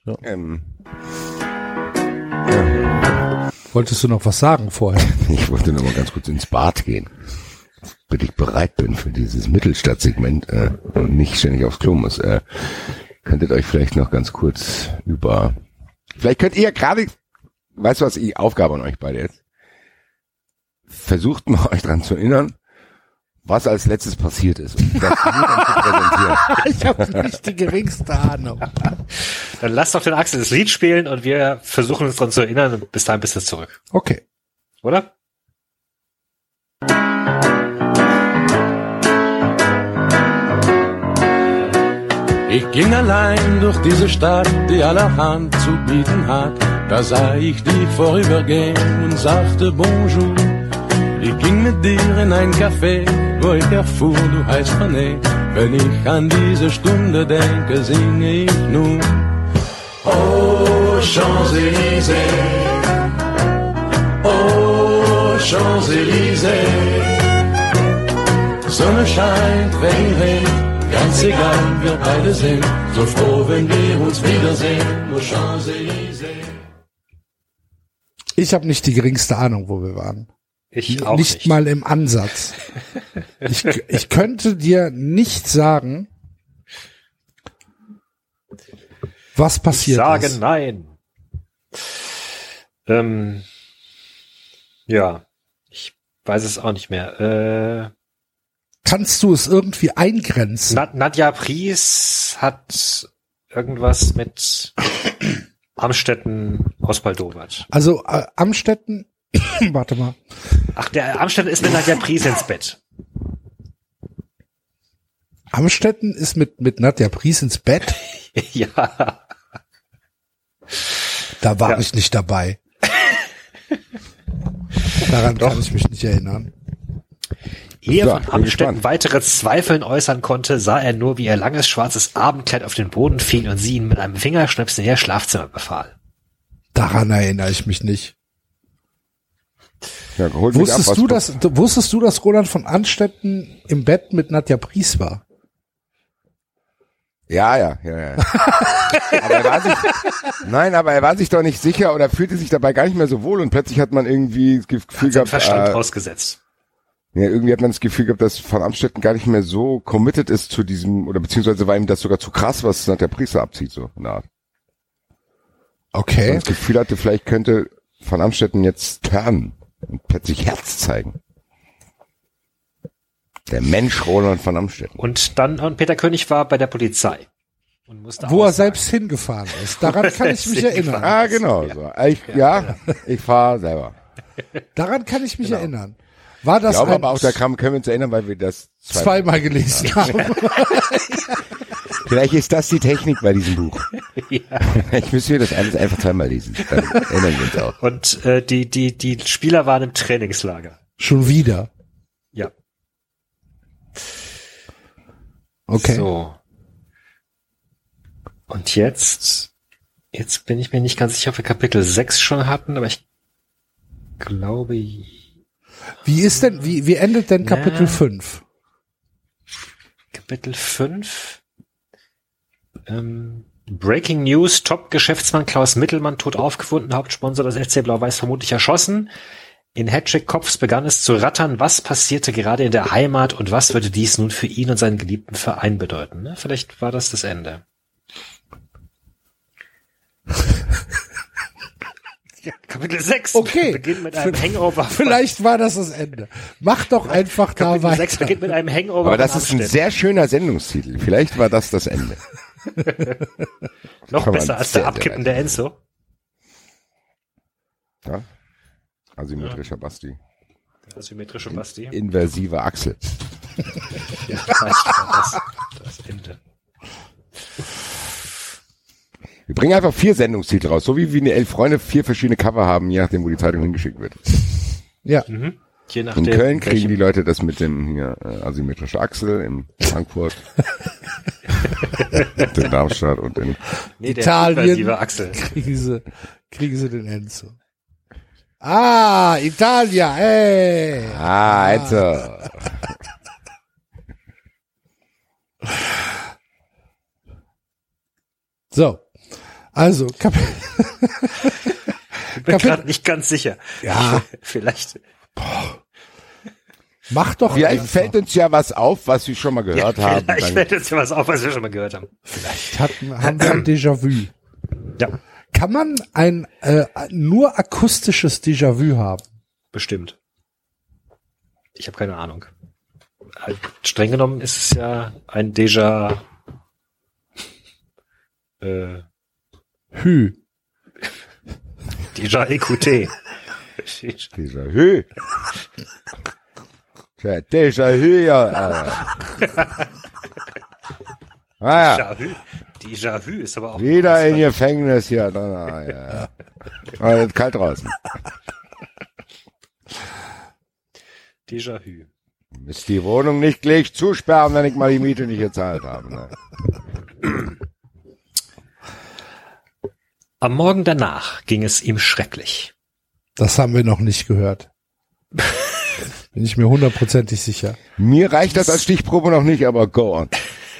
Wolltest du noch was sagen vorher? Ich wollte noch mal ganz kurz ins Bad gehen, damit ich bereit bin für dieses Mittelstadtsegment und nicht ständig aufs Klo muss. Könntet euch vielleicht noch ganz kurz vielleicht könnt ihr gerade, weißt du was, die Aufgabe an euch beide jetzt, versucht mal euch dran zu erinnern, was als letztes passiert ist. Und das dann zu präsentieren. Ich habe nicht die geringste Ahnung. Dann lass doch den Axel das Lied spielen und wir versuchen uns dran zu erinnern und bis dahin bist du zurück. Okay. Oder? Ich ging allein durch diese Stadt, die allerhand zu bieten hat. Da sah ich dich vorübergehen und sagte Bonjour. Ich ging mit dir in ein Café, wo ich erfuhr, du heißt René. Wenn ich an diese Stunde denke, singe ich nun. Oh, Champs-Élysées, oh, Champs-Élysées. Sonne scheint, Regen regnet, ganz egal, wir beide sind so froh, wenn wir uns wiedersehen. Oh, Champs-Élysées. Ich habe nicht die geringste Ahnung, wo wir waren. Ich auch nicht mal im Ansatz. Ich könnte dir nicht sagen, was passiert ist. Ich sage nein. Ja, ich weiß es auch nicht mehr. Kannst du es irgendwie eingrenzen? Nadja Pries hat irgendwas mit Amstetten ausbaldowert. Also Amstetten, warte mal. Ach, der Amstetten ist mit Nadja Pries ins Bett. Amstetten ist mit Nadja Pries ins Bett? Ja. Da war ich nicht dabei. Daran kann ich mich nicht erinnern. Ehe von Amstetten weitere Zweifeln äußern konnte, sah er nur, wie ihr langes schwarzes Abendkleid auf den Boden fiel und sie ihn mit einem Fingerschnipsen in ihr Schlafzimmer befahl. Daran erinnere ich mich nicht. Ja, Wusstest du, dass Roland von Amstetten im Bett mit Nadja Pries war? Ja. Aber er war sich doch nicht sicher oder fühlte sich dabei gar nicht mehr so wohl und plötzlich hat man irgendwie das Gefühl gehabt, Verstand ausgesetzt. Ja, irgendwie hat man das Gefühl gehabt, dass Van Amstetten gar nicht mehr so committed ist zu diesem, oder beziehungsweise war ihm das sogar zu krass, was Nadja Pries abzieht, so eine Art. Okay. Und das Gefühl hatte, vielleicht könnte Van Amstetten jetzt turnen und plötzlich Herz zeigen. Der Mensch Roland van Amstetten. Und Peter König war bei der Polizei. Und musste wo er selbst hingefahren ist. Daran kann ich mich erinnern. Ah, genau. So. Ich fahre selber. Daran kann ich mich erinnern. War das aber auch da können wir uns erinnern, weil wir das zweimal gelesen haben. Vielleicht ist das die Technik bei diesem Buch. Ja. Ich müsste mir das alles einfach zweimal lesen. Dann erinnern wir uns auch. Und die Spieler waren im Trainingslager. Schon wieder? Ja. Okay. So. Und jetzt bin ich mir nicht ganz sicher, ob wir Kapitel 6 schon hatten, aber ich glaube... Wie endet denn Kapitel 5? Kapitel 5? Breaking News, Top-Geschäftsmann Klaus Mittelmann tot aufgefunden, Hauptsponsor des FC Blau-Weiß vermutlich erschossen. In Hedrick Kopfs begann es zu rattern, was passierte gerade in der Heimat und was würde dies nun für ihn und seinen geliebten Verein bedeuten. Ne? Vielleicht war das Ende. Kapitel 6 beginnt mit einem Hangover. Vielleicht war das Ende. Mach doch einfach da weiter. Kapitel 6 beginnt mit einem Hangover. Aber das ist ein sehr schöner Sendungstitel. Vielleicht war das Ende. Noch besser als der Abkippen der Enzo. Ja. Asymmetrischer Basti. Asymmetrische Basti. Inversive Achsel. Ja, das Ende. Wir bringen einfach 4 Sendungstitel raus, so wie eine 11 Freunde 4 verschiedene Cover haben, je nachdem, wo die Zeitung hingeschickt wird. Ja. Mhm. Je nachdem, in Köln kriegen die Leute das mit dem hier asymmetrische Achsel, in Frankfurt, in Darmstadt und in Italien Achsel. kriegen sie den Enzo. Ah, Italia, ey. Ah, Enzo. So, also Ich bin gerade nicht ganz sicher. Ja. Vielleicht. Mach doch Vielleicht einfach. fällt uns ja was auf, was wir schon mal gehört haben. Vielleicht fällt uns ja was auf, was wir schon mal gehört haben. Vielleicht haben wir ein Déjà-vu. Ja. Kann man ein nur akustisches Déjà-vu haben? Bestimmt. Ich habe keine Ahnung. Streng genommen ist es ja ein Déjà Hü. Déjà écouté. Déjà-vu. Tja, Déjà-vu, ja. Ah, ja. Déjà-vu ist aber auch... Wieder in Gefängnis hier. Ja. Aber jetzt kalt draußen. Déjà-vu. Müsst die Wohnung nicht gleich zusperren, wenn ich mal die Miete nicht gezahlt habe. Ne? Am Morgen danach ging es ihm schrecklich. Das haben wir noch nicht gehört. Bin ich mir 100%ig sicher. Mir reicht das als Stichprobe noch nicht, aber go on.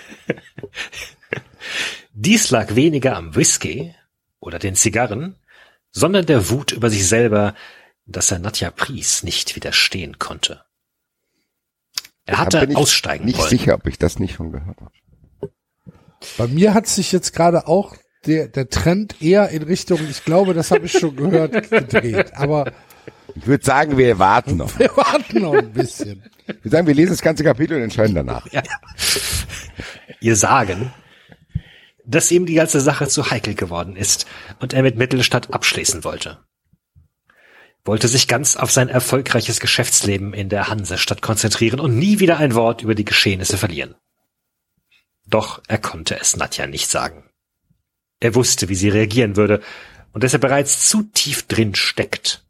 Dies lag weniger am Whisky oder den Zigarren, sondern der Wut über sich selber, dass er Nadja Pries nicht widerstehen konnte. Er hatte aussteigen nicht wollen. Sicher, ob ich das nicht schon gehört habe. Bei mir hat sich jetzt gerade auch der Trend eher in Richtung, ich glaube, das habe ich schon gehört, gedreht. Aber ich würde sagen, wir warten noch. Wir warten noch ein bisschen. Ich würde sagen, wir lesen das ganze Kapitel und entscheiden danach. Ja. Ihr sagen, dass ihm die ganze Sache zu heikel geworden ist und er mit Mittelstadt abschließen wollte. Wollte sich ganz auf sein erfolgreiches Geschäftsleben in der Hansestadt konzentrieren und nie wieder ein Wort über die Geschehnisse verlieren. Doch er konnte es Nadja nicht sagen. Er wusste, wie sie reagieren würde und dass er bereits zu tief drin steckt.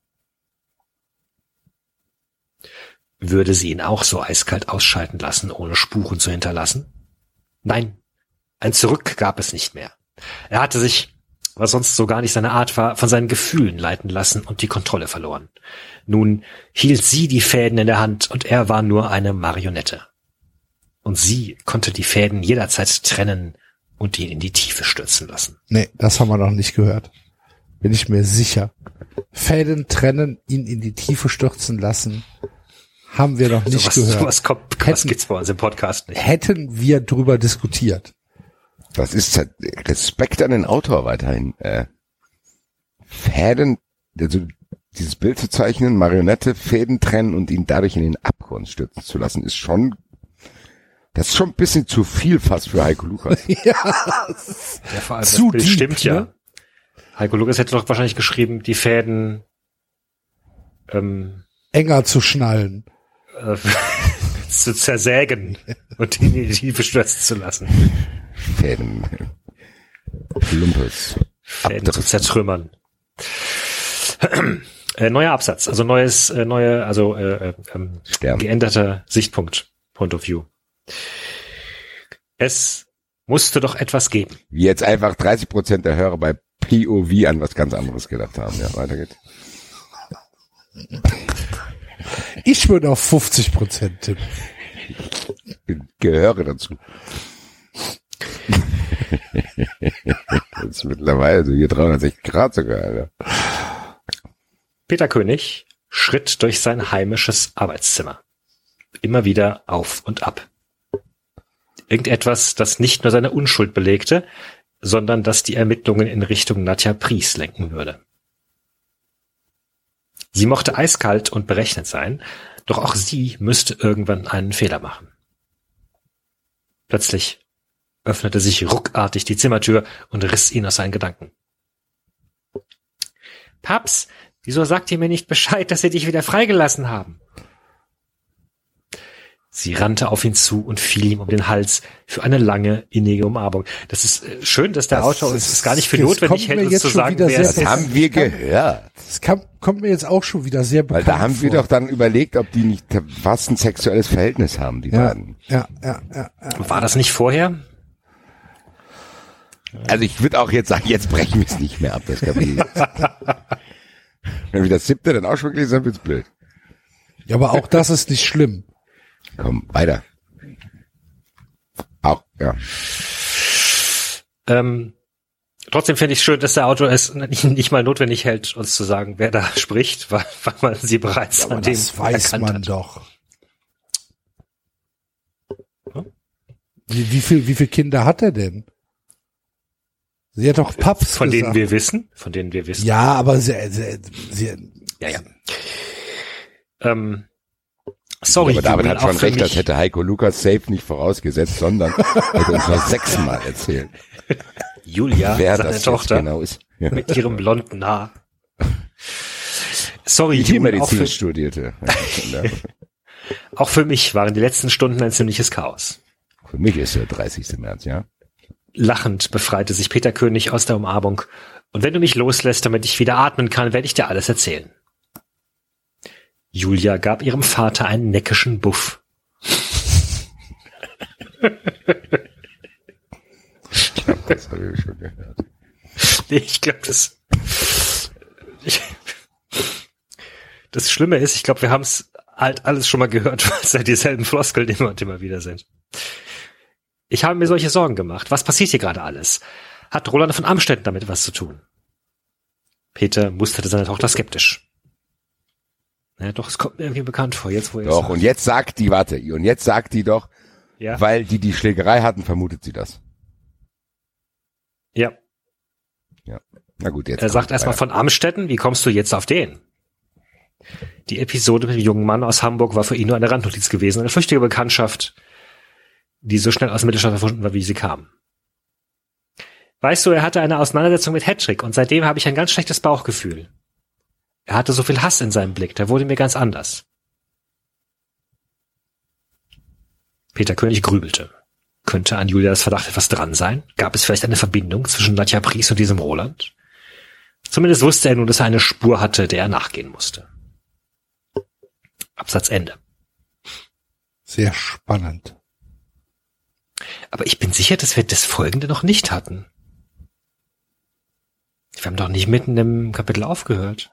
Würde sie ihn auch so eiskalt ausschalten lassen, ohne Spuren zu hinterlassen? Nein, ein Zurück gab es nicht mehr. Er hatte sich, was sonst so gar nicht seine Art war, von seinen Gefühlen leiten lassen und die Kontrolle verloren. Nun hielt sie die Fäden in der Hand und er war nur eine Marionette. Und sie konnte die Fäden jederzeit trennen und ihn in die Tiefe stürzen lassen. Nee, das haben wir noch nicht gehört. Bin ich mir sicher. Fäden trennen, ihn in die Tiefe stürzen lassen, haben wir noch nicht gehört. Was gibt's bei uns im Podcast nicht. Hätten wir drüber diskutiert. Das ist Respekt an den Autor weiterhin. Fäden, also dieses Bild zu zeichnen, Marionette, Fäden trennen und ihn dadurch in den Abgrund stürzen zu lassen, ist schon, das ist schon ein bisschen zu viel fast für Heiko Lukas. Ja, vor allem das Bild deep, stimmt ja. Ne? Heiko Lukas hätte doch wahrscheinlich geschrieben, die Fäden enger zu schnallen. Zu zersägen und ihn in die Tiefe stürzen zu lassen. Fäden. Plumpes. Fäden zu zertrümmern. Neuer Absatz, also geänderter Sichtpunkt, Point of View. Es musste doch etwas geben. Wie jetzt einfach 30% der Hörer bei POV an was ganz anderes gedacht haben. Ja, weiter geht's. Ich würde auf 50% tippen. Ich gehöre dazu. Das ist mittlerweile so hier 360 Grad sogar, Alter. Peter König schritt durch sein heimisches Arbeitszimmer. Immer wieder auf und ab. Irgendetwas, das nicht nur seine Unschuld belegte, sondern das die Ermittlungen in Richtung Nadja Pries lenken würde. Sie mochte eiskalt und berechnet sein, doch auch sie müsste irgendwann einen Fehler machen. Plötzlich öffnete sich ruckartig die Zimmertür und riss ihn aus seinen Gedanken. Paps, wieso sagt ihr mir nicht Bescheid, dass sie dich wieder freigelassen haben? Sie rannte auf ihn zu und fiel ihm um den Hals für eine lange, innige Umarmung. Das ist schön, dass der Autor uns gar nicht für notwendig hält, uns zu sagen, wer es ist. Das haben wir gehört. Das kommt mir jetzt auch schon wieder sehr bekannt vor. Weil da haben wir vor. doch dann überlegt, ob die nicht fast ein sexuelles Verhältnis haben, die beiden. Ja. War das nicht vorher? Also ich würde auch jetzt sagen, jetzt brechen wir es nicht mehr ab, das Kapitel. Wenn wir das 7. dann auch schon gelesen haben, wird's blöd. Ja, aber auch das ist nicht schlimm. Komm, weiter. Auch, ja. Trotzdem finde ich schön, dass der Autor es nicht mal notwendig hält, uns zu sagen, wer da spricht, weil man sie bereits an dem das weiß man hat. doch. Wie viel Kinder hat er denn? Sie hat doch Paps Von gesagt. Von denen wir wissen. Ja, aber sie Ja. Sorry, aber David Jubel, hat schon recht, mich. das hätte Heiko Lukas safe nicht vorausgesetzt, sondern hätte uns noch 6-mal erzählt. Julia, wer seine das Tochter, genau ist. Ja. mit ihrem blonden Haar. Sorry, Die Jubel, Medizin studierte. auch für mich waren die letzten Stunden ein ziemliches Chaos. Für mich ist der 30. März, ja. Lachend befreite sich Peter König aus der Umarmung. Und wenn du mich loslässt, damit ich wieder atmen kann, werde ich dir alles erzählen. Julia gab ihrem Vater einen neckischen Buff. Das habe ich schon gehört. Nee, ich glaube, das Schlimme ist, ich glaube, wir haben es halt alles schon mal gehört, weil es ja dieselben Floskeln immer und immer wieder sind. Ich habe mir solche Sorgen gemacht. Was passiert hier gerade alles? Hat Roland von Amstetten damit was zu tun? Peter musterte seine Tochter skeptisch. Ja, doch, es kommt mir irgendwie bekannt vor, jetzt wo ihr Doch, und jetzt sagt die doch, ja? weil die Schlägerei hatten, vermutet sie das. Ja. Ja. Na gut, jetzt. Er sagt erstmal von Amstetten, wie kommst du jetzt auf den? Die Episode mit dem jungen Mann aus Hamburg war für ihn nur eine Randnotiz gewesen, eine flüchtige Bekanntschaft, die so schnell aus dem Mittelstand verschwunden war, wie sie kam. Weißt du, er hatte eine Auseinandersetzung mit Hedrick und seitdem habe ich ein ganz schlechtes Bauchgefühl. Er hatte so viel Hass in seinem Blick, der wurde mir ganz anders. Peter König grübelte. Könnte an Julias Verdacht etwas dran sein? Gab es vielleicht eine Verbindung zwischen Nadja Pries und diesem Roland? Zumindest wusste er nun, dass er eine Spur hatte, der er nachgehen musste. Absatz Ende. Sehr spannend. Aber ich bin sicher, dass wir das Folgende noch nicht hatten. Wir haben doch nicht mitten im Kapitel aufgehört.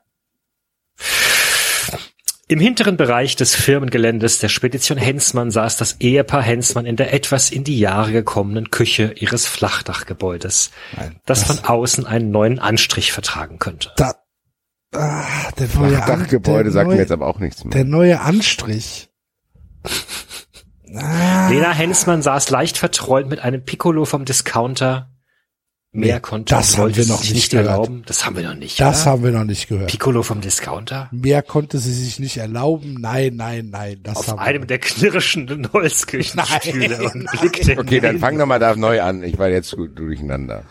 Im hinteren Bereich des Firmengeländes der Spedition Hensmann saß das Ehepaar Hensmann in der etwas in die Jahre gekommenen Küche ihres Flachdachgebäudes, das von außen einen neuen Anstrich vertragen könnte. Der neue Flachdachgebäude sagt mir jetzt aber auch nichts mehr. Der neue Anstrich. Lena Hensmann saß leicht verträumt mit einem Piccolo vom Discounter. Mehr konnte das haben wir noch nicht erlauben. Das haben wir noch nicht. Das haben wir noch nicht gehört. Piccolo vom Discounter? Mehr konnte sie sich nicht erlauben. Nein. Das auf haben einem der knirschenden Holzküchenstühle und blickte. Okay, dann fang nochmal da neu an. Ich war jetzt gut durcheinander.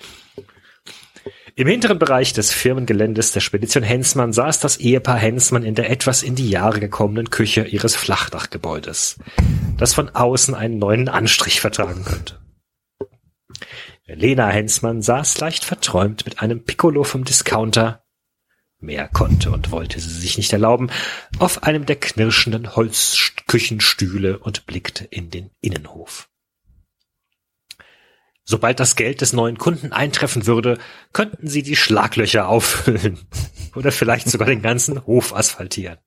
Im hinteren Bereich des Firmengeländes der Spedition Hensmann saß das Ehepaar Hensmann in der etwas in die Jahre gekommenen Küche ihres Flachdachgebäudes, das von außen einen neuen Anstrich vertragen könnte. Lena Hensmann saß leicht verträumt mit einem Piccolo vom Discounter. Mehr konnte und wollte sie sich nicht erlauben, auf einem der knirschenden Holzküchenstühle und blickte in den Innenhof. Sobald das Geld des neuen Kunden eintreffen würde, könnten sie die Schlaglöcher auffüllen oder vielleicht sogar den ganzen Hof asphaltieren.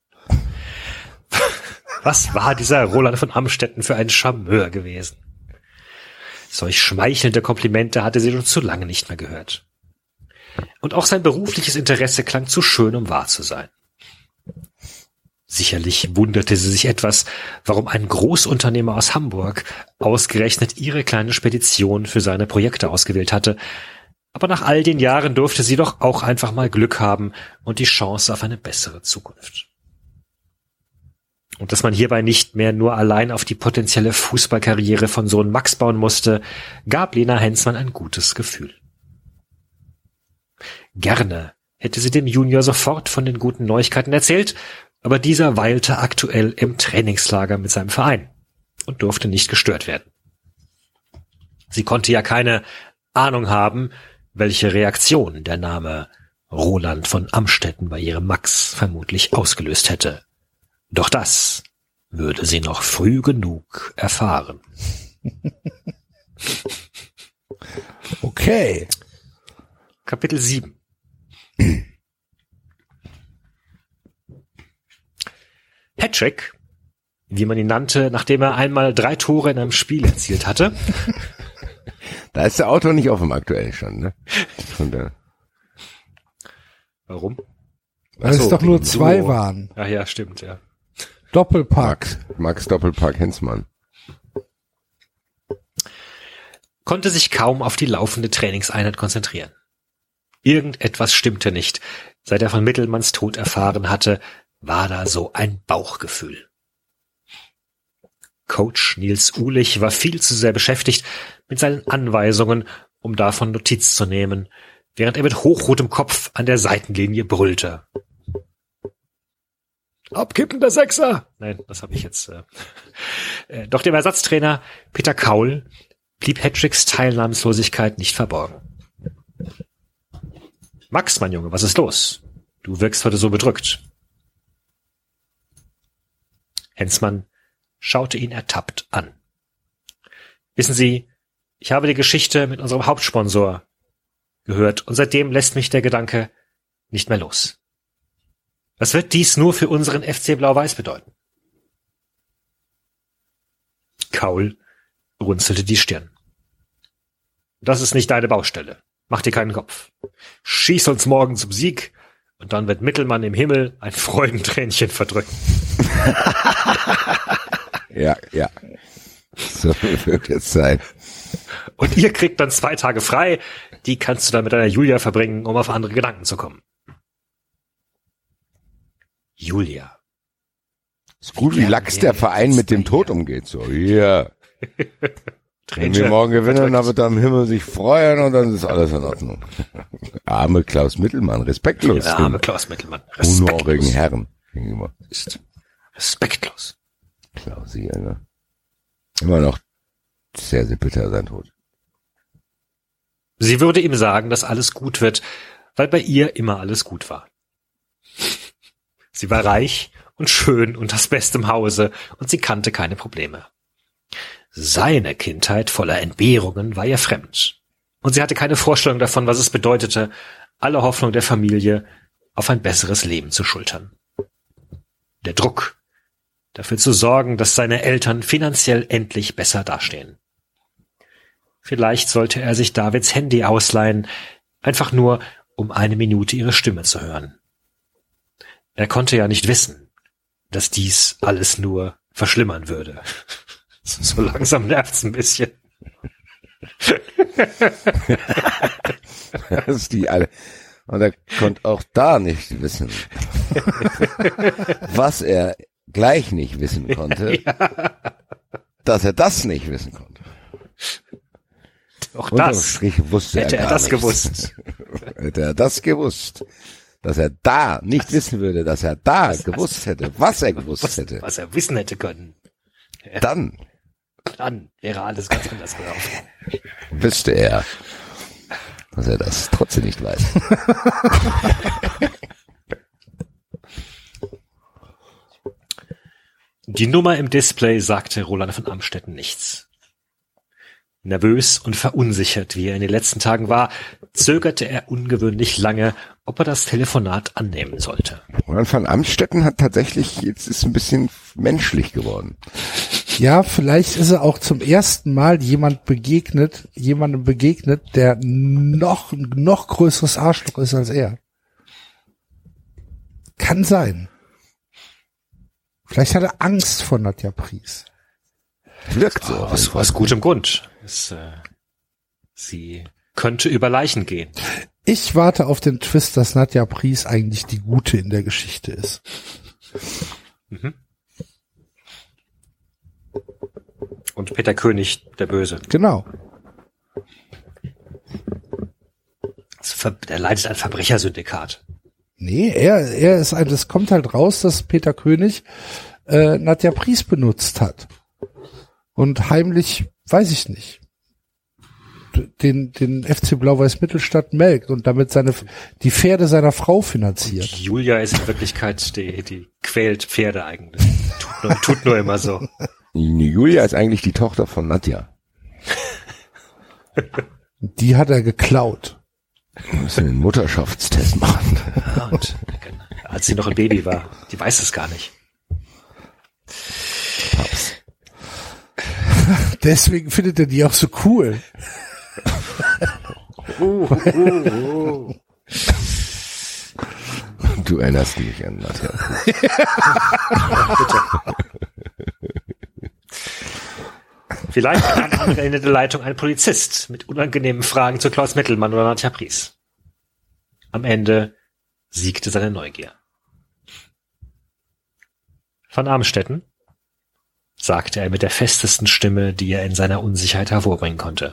Was war dieser Roland von Amstetten für ein Charmeur gewesen? Solch schmeichelnde Komplimente hatte sie schon zu lange nicht mehr gehört. Und auch sein berufliches Interesse klang zu schön, um wahr zu sein. Sicherlich wunderte sie sich etwas, warum ein Großunternehmer aus Hamburg ausgerechnet ihre kleine Spedition für seine Projekte ausgewählt hatte. Aber nach all den Jahren durfte sie doch auch einfach mal Glück haben und die Chance auf eine bessere Zukunft. Und dass man hierbei nicht mehr nur allein auf die potenzielle Fußballkarriere von Sohn Max bauen musste, gab Lena Hensmann ein gutes Gefühl. Gerne hätte sie dem Junior sofort von den guten Neuigkeiten erzählt, aber dieser weilte aktuell im Trainingslager mit seinem Verein. und durfte nicht gestört werden. Sie konnte ja keine Ahnung haben, welche Reaktion der Name Roland von Amstetten bei ihrem Max vermutlich ausgelöst hätte. Doch das würde sie noch früh genug erfahren. Okay. Kapitel 7. Hattrick, wie man ihn nannte, nachdem er einmal 3 Tore in einem Spiel erzielt hatte. Da ist der Autor nicht auf dem aktuellen schon, ne? Warum? Weil es doch nur 2 waren. Ach ja, stimmt, ja. Doppelpack. Max Doppelpack Hensmann. Konnte sich kaum auf die laufende Trainingseinheit konzentrieren. Irgendetwas stimmte nicht. Seit er von Mittelmanns Tod erfahren hatte, war da so ein Bauchgefühl. Coach Nils Uhlich war viel zu sehr beschäftigt mit seinen Anweisungen, um davon Notiz zu nehmen, während er mit hochrotem Kopf an der Seitenlinie brüllte. Abkippen der Sechser! Nein, das habe ich jetzt. Doch dem Ersatztrainer Peter Kaul blieb Hattricks Teilnahmslosigkeit nicht verborgen. Max, mein Junge, was ist los? Du wirkst heute so bedrückt. Hensmann schaute ihn ertappt an. Wissen Sie, ich habe die Geschichte mit unserem Hauptsponsor gehört und seitdem lässt mich der Gedanke nicht mehr los. Was wird dies nur für unseren FC Blau-Weiß bedeuten? Kaul runzelte die Stirn. Das ist nicht deine Baustelle. Mach dir keinen Kopf. Schieß uns morgen zum Sieg und dann wird Mittelmann im Himmel ein Freudentränchen verdrücken. Ja. So wird es sein. Und ihr kriegt dann 2 Tage frei, die kannst du dann mit deiner Julia verbringen, um auf andere Gedanken zu kommen. Julia. Ist gut, wie lax der Verein mit dem Tod umgeht. So, ja. Wenn wir morgen gewinnen, dann wird er im Himmel sich freuen und dann ist alles in Ordnung. Arme Klaus Mittelmann, respektlos. Ja, arme Klaus Mittelmann, respektlos. Unhorigen Herren gegenüber. Ist respektlos. Klausi, Alter. Immer noch sehr, sehr bitter sein Tod. Sie würde ihm sagen, dass alles gut wird, weil bei ihr immer alles gut war. Sie war reich und schön und das Beste im Hause und sie kannte keine Probleme. Seine Kindheit voller Entbehrungen war ihr fremd. Und sie hatte keine Vorstellung davon, was es bedeutete, alle Hoffnung der Familie auf ein besseres Leben zu schultern. Der Druck, dafür zu sorgen, dass seine Eltern finanziell endlich besser dastehen. Vielleicht sollte er sich Davids Handy ausleihen, einfach nur, um 1 Minute ihre Stimme zu hören. Er konnte ja nicht wissen, dass dies alles nur verschlimmern würde. So langsam nervt's ein bisschen. Das ist die alle. Und er konnte auch da nicht wissen, was er gleich nicht wissen konnte, dass er das nicht wissen konnte. Auch das Strich wusste hätte er das nichts. Gewusst. Hätte er das gewusst, dass er da nicht wissen würde, dass er da gewusst hätte, was er gewusst hätte. Was er wissen hätte können. Dann wäre alles ganz anders gelaufen. Wüsste er, dass er das trotzdem nicht weiß. Die Nummer im Display sagte Roland von Amstetten nichts. Nervös und verunsichert, wie er in den letzten Tagen war, zögerte er ungewöhnlich lange, ob er das Telefonat annehmen sollte. Roland von Amstetten hat tatsächlich, jetzt ist ein bisschen menschlich geworden. Ja, vielleicht ist er auch zum ersten Mal jemandem begegnet, der noch größeres Arschloch ist als er. Kann sein. Vielleicht hat er Angst vor Nadja Pries. Wirkt so. Aus gutem Grund. Sie könnte über Leichen gehen. Ich warte auf den Twist, dass Nadja Pries eigentlich die Gute in der Geschichte ist. Mhm. Und Peter König, der Böse. Genau. Er leitet ein Verbrechersyndikat. Nee, er ist es kommt halt raus, dass Peter König Nadja Pries benutzt hat. und heimlich, weiß ich nicht, den FC Blau-Weiß Mittelstadt melkt und damit die Pferde seiner Frau finanziert. Julia ist in Wirklichkeit die quält Pferde eigentlich. Tut nur immer so. Julia ist eigentlich die Tochter von Nadja. Die hat er geklaut. Wir müssen einen Mutterschaftstest machen. Ja, und als sie noch ein Baby war, die weiß es gar nicht. Paps. Deswegen findet er die auch so cool. Du erinnerst mich an Nadja. Vielleicht an einem anderen Ende der Leitung ein Polizist mit unangenehmen Fragen zu Klaus Mittelmann oder Nadja Pries. Am Ende siegte seine Neugier. Van Amstetten, sagte er mit der festesten Stimme, die er in seiner Unsicherheit hervorbringen konnte.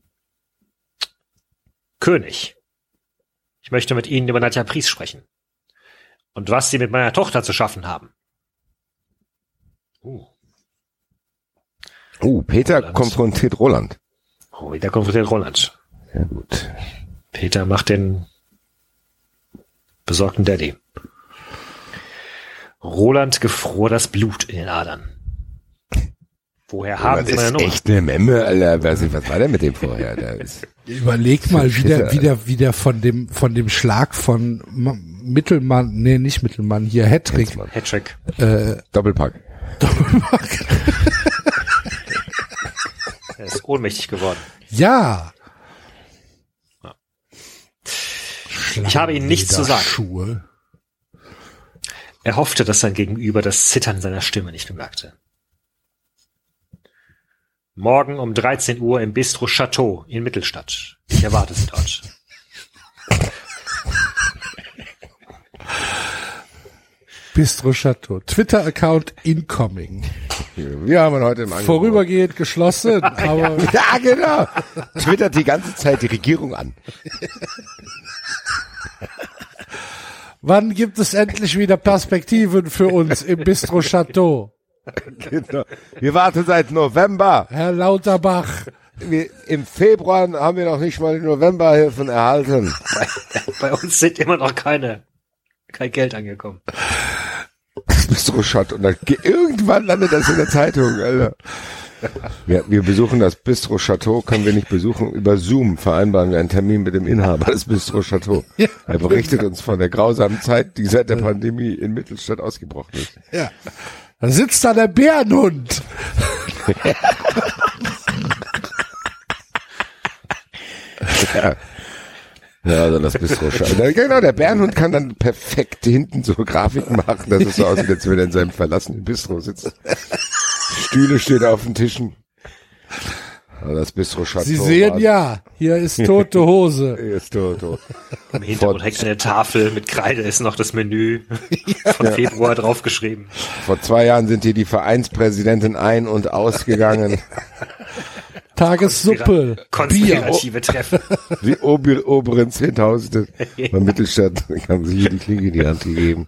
König, ich möchte mit Ihnen über Nadja Pries sprechen. Und was Sie mit meiner Tochter zu schaffen haben. Peter Roland. konfrontiert Roland. Peter konfrontiert Roland. Sehr gut. Peter macht den besorgten Daddy. Roland gefror das Blut in den Adern. Woher haben Sie meine Nummer? Das ist echt eine Memme, Alter. Was war denn mit dem vorher? Überleg mal, wie der von dem Schlag von Mittelmann, nee, nicht Mittelmann, hier Hattrick. Doppelpack. Er ist ohnmächtig geworden. Ja. Ich habe Ihnen nichts zu sagen. Schuhe. Er hoffte, dass sein Gegenüber das Zittern seiner Stimme nicht bemerkte. Morgen um 13 Uhr im Bistro Chateau in Mittelstadt. Ich erwarte Sie dort. Bistro Chateau. Twitter-Account incoming. Wir haben heute im Angebot. Vorübergehend geschlossen, aber... Ja, genau. Twittert die ganze Zeit die Regierung an. Wann gibt es endlich wieder Perspektiven für uns im Bistro Chateau? Genau. Wir warten seit November. Herr Lauterbach. Im Februar haben wir noch nicht mal die Novemberhilfen erhalten. Bei uns sind immer noch kein Geld angekommen. Das Bistro Chateau. Und dann irgendwann landet das in der Zeitung, Alter. Wir besuchen das Bistro Chateau, können wir nicht besuchen. Über Zoom vereinbaren wir einen Termin mit dem Inhaber des Bistro Chateau. Ja. Er berichtet uns von der grausamen Zeit, die seit der Pandemie in Mittelstadt ausgebrochen ist. Ja. Da sitzt da der Bärenhund. Ja, also das Bistro Chateau. Genau, der Bärenhund kann dann perfekt hinten so Grafiken machen, dass es so aussieht, als wenn er in seinem verlassenen Bistro sitzt. Stühle stehen auf den Tischen. Also das Bistro Chateau. Sie sehen ja, hier ist tote Hose. Hier ist tote. Im Hintergrund hängt eine Tafel mit Kreide, ist noch das Menü von Februar draufgeschrieben. Vor 2 Jahren sind hier die Vereinspräsidentin ein- und ausgegangen. Tagessuppe. Konspirative Treffen. Die oberen 10.000 bei Mittelstadt haben sich hier die Klinge in die Hand gegeben.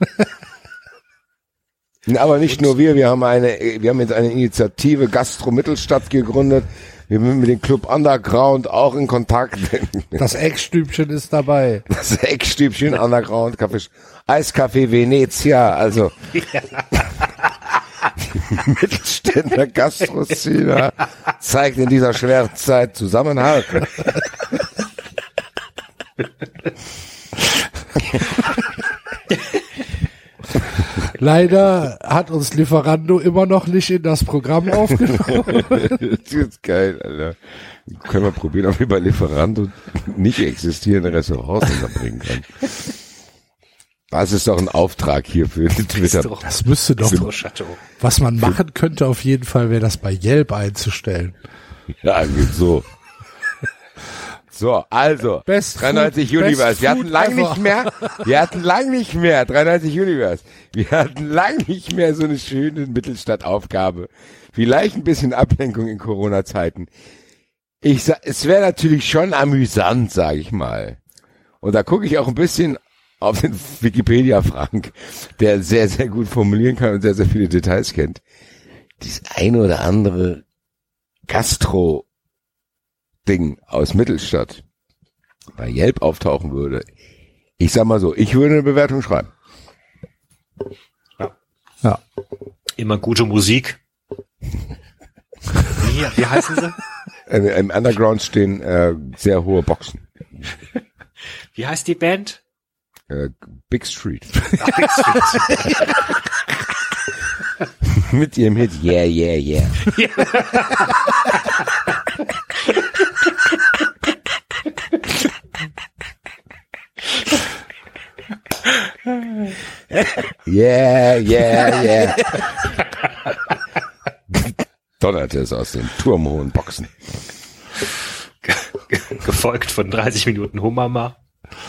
Aber nicht nur wir haben jetzt eine Initiative Gastro Mittelstadt gegründet. Wir sind mit dem Club Underground auch in Kontakt. Das Eckstübchen ist dabei. Das Eckstübchen Underground, Eiskaffee Venezia, also Mittelständler Gastroszene zeigt in dieser schweren Zeit Zusammenhalt. Leider hat uns Lieferando immer noch nicht in das Programm aufgenommen. Das ist geil, Alter. Können wir probieren, ob wir bei Lieferando nicht existierende Restaurants unterbringen können. Das ist doch ein Auftrag hier für Twitter. Das müsste doch, was man machen könnte auf jeden Fall, wäre das bei Yelp einzustellen. Ja, so. So, also, 93 Universe. Wir hatten lang nicht mehr 93 Universe. Wir hatten lang nicht mehr so eine schöne Mittelstadtaufgabe. Vielleicht ein bisschen Ablenkung in Corona-Zeiten. Es wäre natürlich schon amüsant, sage ich mal. Und da gucke ich auch ein bisschen auf den Wikipedia-Frank, der sehr, sehr gut formulieren kann und sehr, sehr viele Details kennt. Das eine oder andere Gastro-Ding aus Mittelstadt bei Yelp auftauchen würde, ich sag mal so, ich würde eine Bewertung schreiben. Ja. Immer gute Musik. Wie heißen sie? Im Underground stehen sehr hohe Boxen. Wie heißt die Band? Big Street. Ach, Big Street. Mit ihrem Hit Yeah, yeah, yeah. Yeah, yeah, yeah. Donnerte es aus den turmhohen Boxen. Gefolgt von 30 Minuten Humama.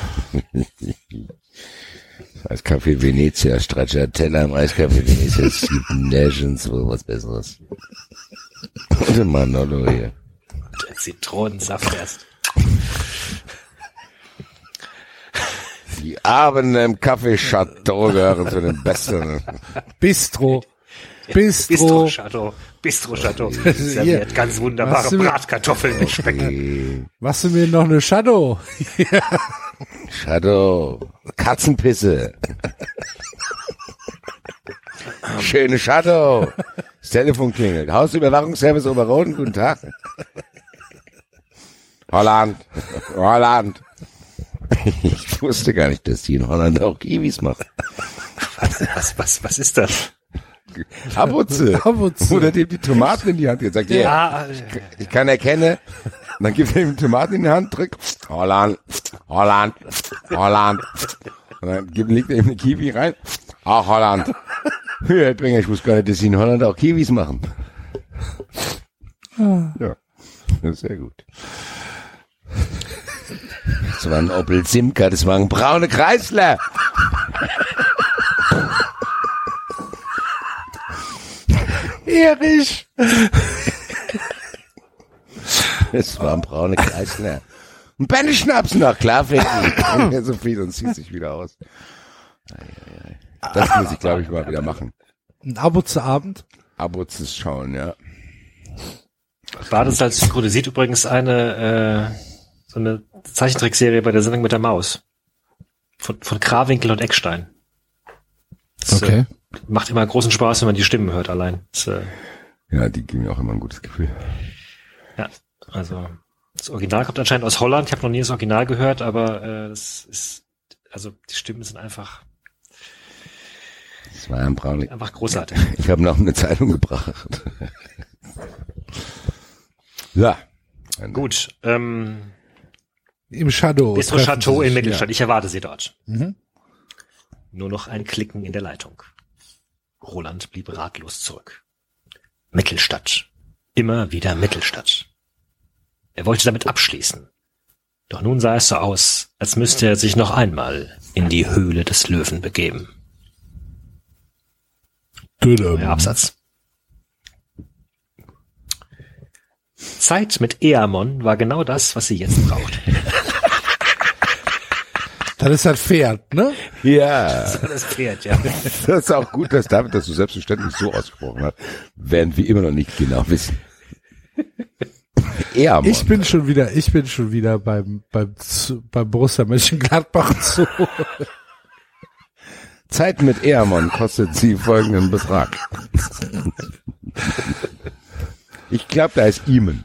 Eiscafé Venezia, Stracciatella im Eiscafé Venezia, es gibt nirgends wohl was Besseres. Und ein Manolo hier. Der Zitronensaft erst. Die Abende im Café Chateau gehören zu den besten. Bistro. Bistro Chateau. Serviert ganz wunderbare Bratkartoffeln mit Speck. Machst du mir noch eine Shadow? Shadow. Katzenpisse. Schöne Shadow. Das Telefon klingelt. Hausüberwachungsservice Oberroden, guten Tag. Holland. Ich wusste gar nicht, dass die in Holland auch Kiwis machen. Was ist das? Abutze. Oder dem die Tomaten in die Hand gesagt. Ja. Ich kann erkennen. Und dann gibt er ihm Tomaten in die Hand, drückt Holland. Und dann legt er ihm eine Kiwi rein. Ach, Holland. Herr Bringer, ich wusste gar nicht, dass sie in Holland auch Kiwis machen. Ja, das ist sehr gut. Das war ein Opel Simca, das waren braune Kreisler. Erich. Das waren braune Kreisler. Ein Bände-Schnaps noch, klar, Freddy. So viel und zieht sich wieder aus. Das muss ich, glaube ich, mal wieder machen. Ein Abo zu Abend? Abo zu schauen, ja. Badesalz synchronisiert übrigens so eine Zeichentrickserie bei der Sendung mit der Maus. Von Krawinkel und Eckstein. Das, okay. Macht immer großen Spaß, wenn man die Stimmen hört allein. Das, ja, die geben mir auch immer ein gutes Gefühl. Ja, also das Original kommt anscheinend aus Holland. Ich habe noch nie das Original gehört, aber das ist, also die Stimmen sind einfach. Das war ein Braunling. Einfach großartig. Ich habe noch eine Zeitung gebracht. Ja. Gut. Im Shadow. Bistro Chateau in Mittelstadt. Ja. Ich erwarte Sie dort. Mhm. Nur noch ein Klicken in der Leitung. Roland blieb ratlos zurück. Mittelstadt. Immer wieder Mittelstadt. Er wollte damit abschließen. Doch nun sah es so aus, als müsste er sich noch einmal in die Höhle des Löwen begeben. Neuer Absatz. Zeit mit Eamon war genau das, was sie jetzt braucht. Das ist das Pferd, ne? Ja. Das ist das Pferd, ja. Das ist auch gut, dass David das so selbstverständlich so ausgesprochen hat, während wir immer noch nicht genau wissen. Eamon. Ich bin schon wieder beim Borussia Mönchengladbach Zoo. Zeit mit Eamon kostet sie folgenden Betrag. Ich glaube, da ist Iemen.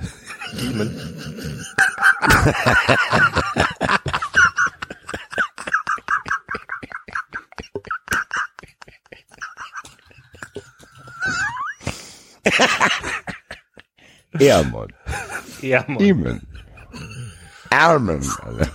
Eamon. Iemen. Armen.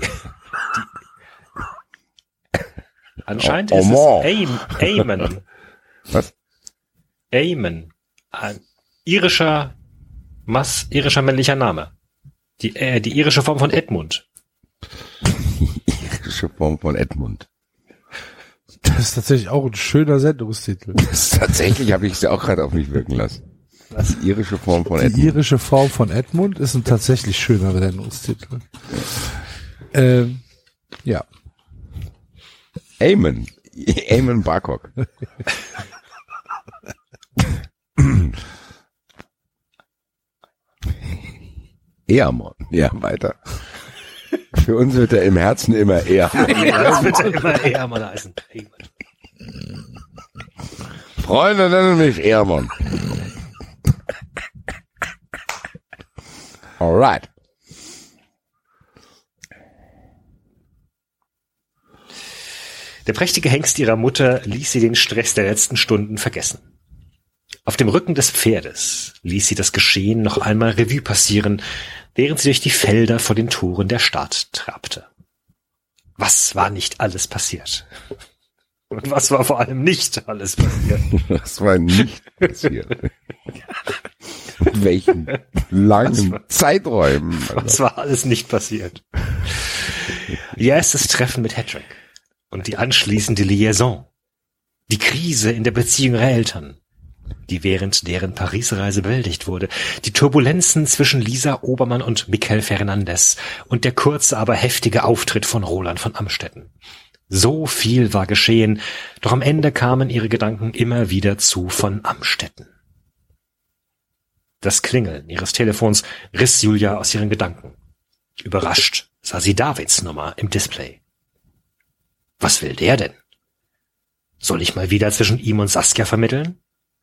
Anscheinend ist es Eamon. Was? Eamon. Ein irischer männlicher Name. Die irische Form von Edmund. Die irische Form von Edmund. Das ist tatsächlich auch ein schöner Sendungstitel. Tatsächlich habe ich es ja auch gerade auf mich wirken lassen. Was? Die irische Form von Edmund. Die irische Form von Edmund ist ein tatsächlich schöner Sendungstitel. Ja. Eamon Barcock. Ehrmann. Ja, weiter. Für uns wird er im Herzen immer Ehrmann. Das wird er immer Ehrmann heißen. Freunde nennen mich Ehrmann. Alright. Der prächtige Hengst ihrer Mutter ließ sie den Stress der letzten Stunden vergessen. Auf dem Rücken des Pferdes ließ sie das Geschehen noch einmal Revue passieren, während sie durch die Felder vor den Toren der Stadt trabte. Was war nicht alles passiert? Und was war vor allem nicht alles passiert? Was war nicht passiert? Mit welchen langen Zeiträumen? Was war alles nicht passiert? Ihr erstes Treffen mit Hedrick und die anschließende Liaison. Die Krise in der Beziehung ihrer Eltern, die während deren Paris-Reise bewältigt wurde, die Turbulenzen zwischen Lisa Obermann und Mikel Fernandes und der kurze, aber heftige Auftritt von Roland von Amstetten. So viel war geschehen, doch am Ende kamen ihre Gedanken immer wieder zu von Amstetten. Das Klingeln ihres Telefons riss Julia aus ihren Gedanken. Überrascht sah sie Davids Nummer im Display. Was will der denn? Soll ich mal wieder zwischen ihm und Saskia vermitteln?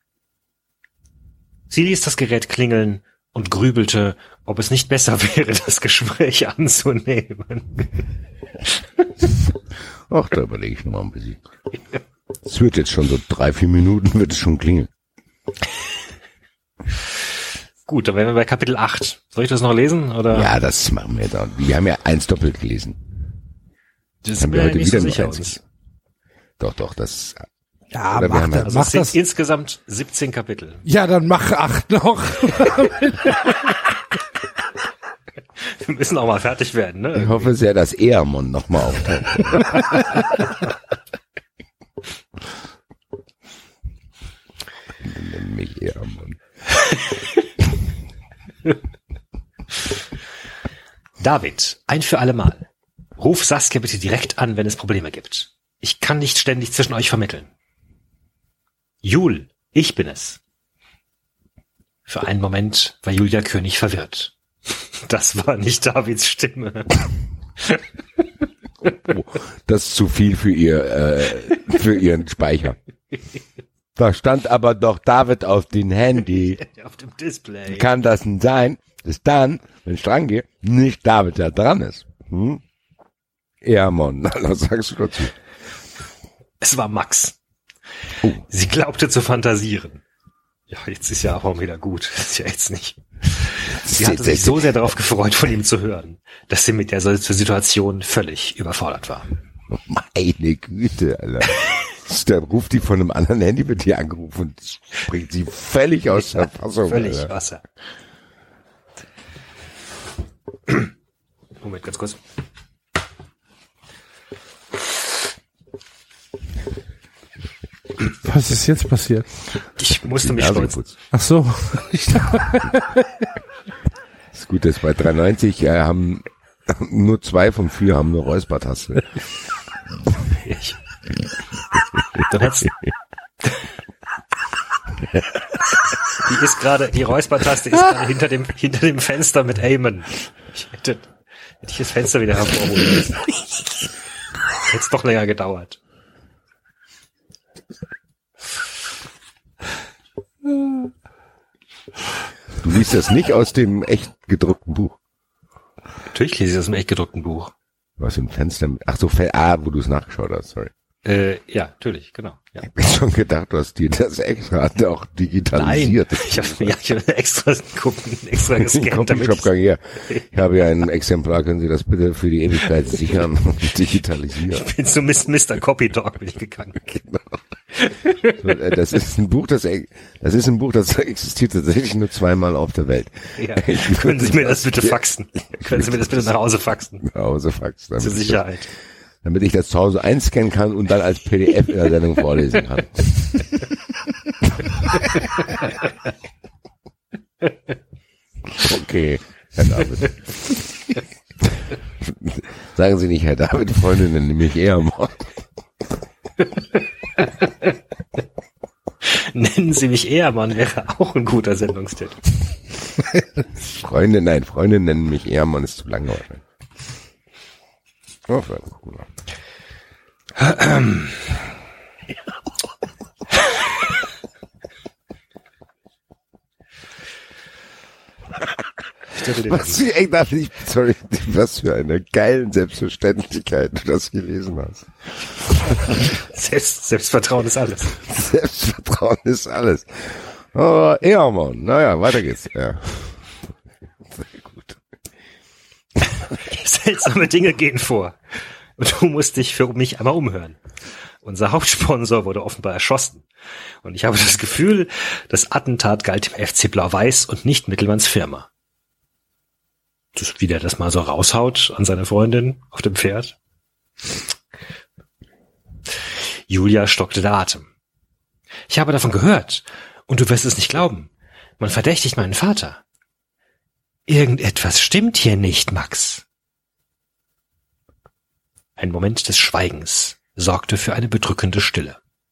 Sie ließ das Gerät klingeln und grübelte, ob es nicht besser wäre, das Gespräch anzunehmen. Ach, da überlege ich noch mal ein bisschen. Es wird jetzt schon so 3-4 Minuten, wird es schon klingeln. Gut, dann wären wir bei Kapitel 8. Soll ich das noch lesen? Oder? Ja, das machen wir dann. Wir haben ja 1 doppelt gelesen. Das sind wir heute wieder so sicher. Doch, das... Ja, oder mach Also es sind insgesamt 17 Kapitel. Ja, dann mach 8 noch. Wir müssen auch mal fertig werden, ne? Ich hoffe sehr, dass Ehrmann noch mal auftaucht. Nenn mich Ehrmann. David, ein für alle Mal. Ruf Saskia bitte direkt an, wenn es Probleme gibt. Ich kann nicht ständig zwischen euch vermitteln. Jul, ich bin es. Für einen Moment war Julia König verwirrt. Das war nicht Davids Stimme. Das ist zu viel für ihren Speicher. Da stand aber doch David auf dem Handy. Auf dem Display. Kann das denn sein, dass dann, wenn ich dran gehe, nicht David da dran ist? Ja, Mann, was sagst du dazu? Es war Max. Sie glaubte zu fantasieren. Ja, jetzt ist ja auch wieder gut. Das ist ja jetzt nicht. Sie hatte sich so sehr darauf gefreut, von ihm zu hören, dass sie mit der Situation völlig überfordert war. Meine Güte, Alter. Dann ruft die von einem anderen Handy, wird hier angerufen und bringt sie völlig aus der Fassung. Völlig Wasser. Moment, ganz kurz. Was ist jetzt passiert? Ich musste mich stolzen. Ach so. Ist gut, dass bei 390 haben nur 2 von 4 haben eine Räuspertaste. Dann hat's die Räuspertaste ist gerade hinter dem Fenster mit Amen. Hätte ich das Fenster wieder hervorholen müssen. Hätte es doch länger gedauert. Du liest das nicht aus dem echt gedruckten Buch. Natürlich lese ich das im echt gedruckten Buch. Was im Fenster? Ach so, wo du es nachgeschaut hast, sorry. Ja, natürlich, genau. Ja. Ich hab mir schon gedacht, du hast dir das extra auch digitalisiert. Nein, ich habe extra gescannt. Ich habe ja ein Exemplar, können Sie das bitte für die Ewigkeit sichern und digitalisieren? Ich bin zu Mr. Copy Dog bin ich gegangen. Genau. So, das ist ein Buch, das existiert tatsächlich nur 2-mal auf der Welt. Ja. Können Sie mir das bitte faxen? Können Sie mir das bitte nach Hause faxen? Nach Hause faxen. Zur Sicherheit. Damit ich das zu Hause einscannen kann und dann als PDF in der Sendung vorlesen kann. Okay, Herr David. Sagen Sie nicht, Herr David, Freundinnen, nämlich eher mal. Nennen Sie mich Ehrmann wäre auch ein guter Sendungstitel. Freunde nennen mich Ehrmann, ist zu lange wahrscheinlich. Oh, gucken wir mal. Was für eine geile Selbstverständlichkeit du das gelesen hast. Selbstvertrauen ist alles. Selbstvertrauen ist alles. Oh, Ehrmann. Naja, weiter geht's. Ja. Sehr gut. Seltsame Dinge gehen vor. Und du musst dich für mich einmal umhören. Unser Hauptsponsor wurde offenbar erschossen. Und ich habe das Gefühl, das Attentat galt dem FC Blau-Weiß und nicht Mittelmanns Firma. Wie der das mal so raushaut an seine Freundin auf dem Pferd. Julia stockte der Atem. Ich habe davon gehört. Und du wirst es nicht glauben. Man verdächtigt meinen Vater. Irgendetwas stimmt hier nicht, Max. Ein Moment des Schweigens sorgte für eine bedrückende Stille.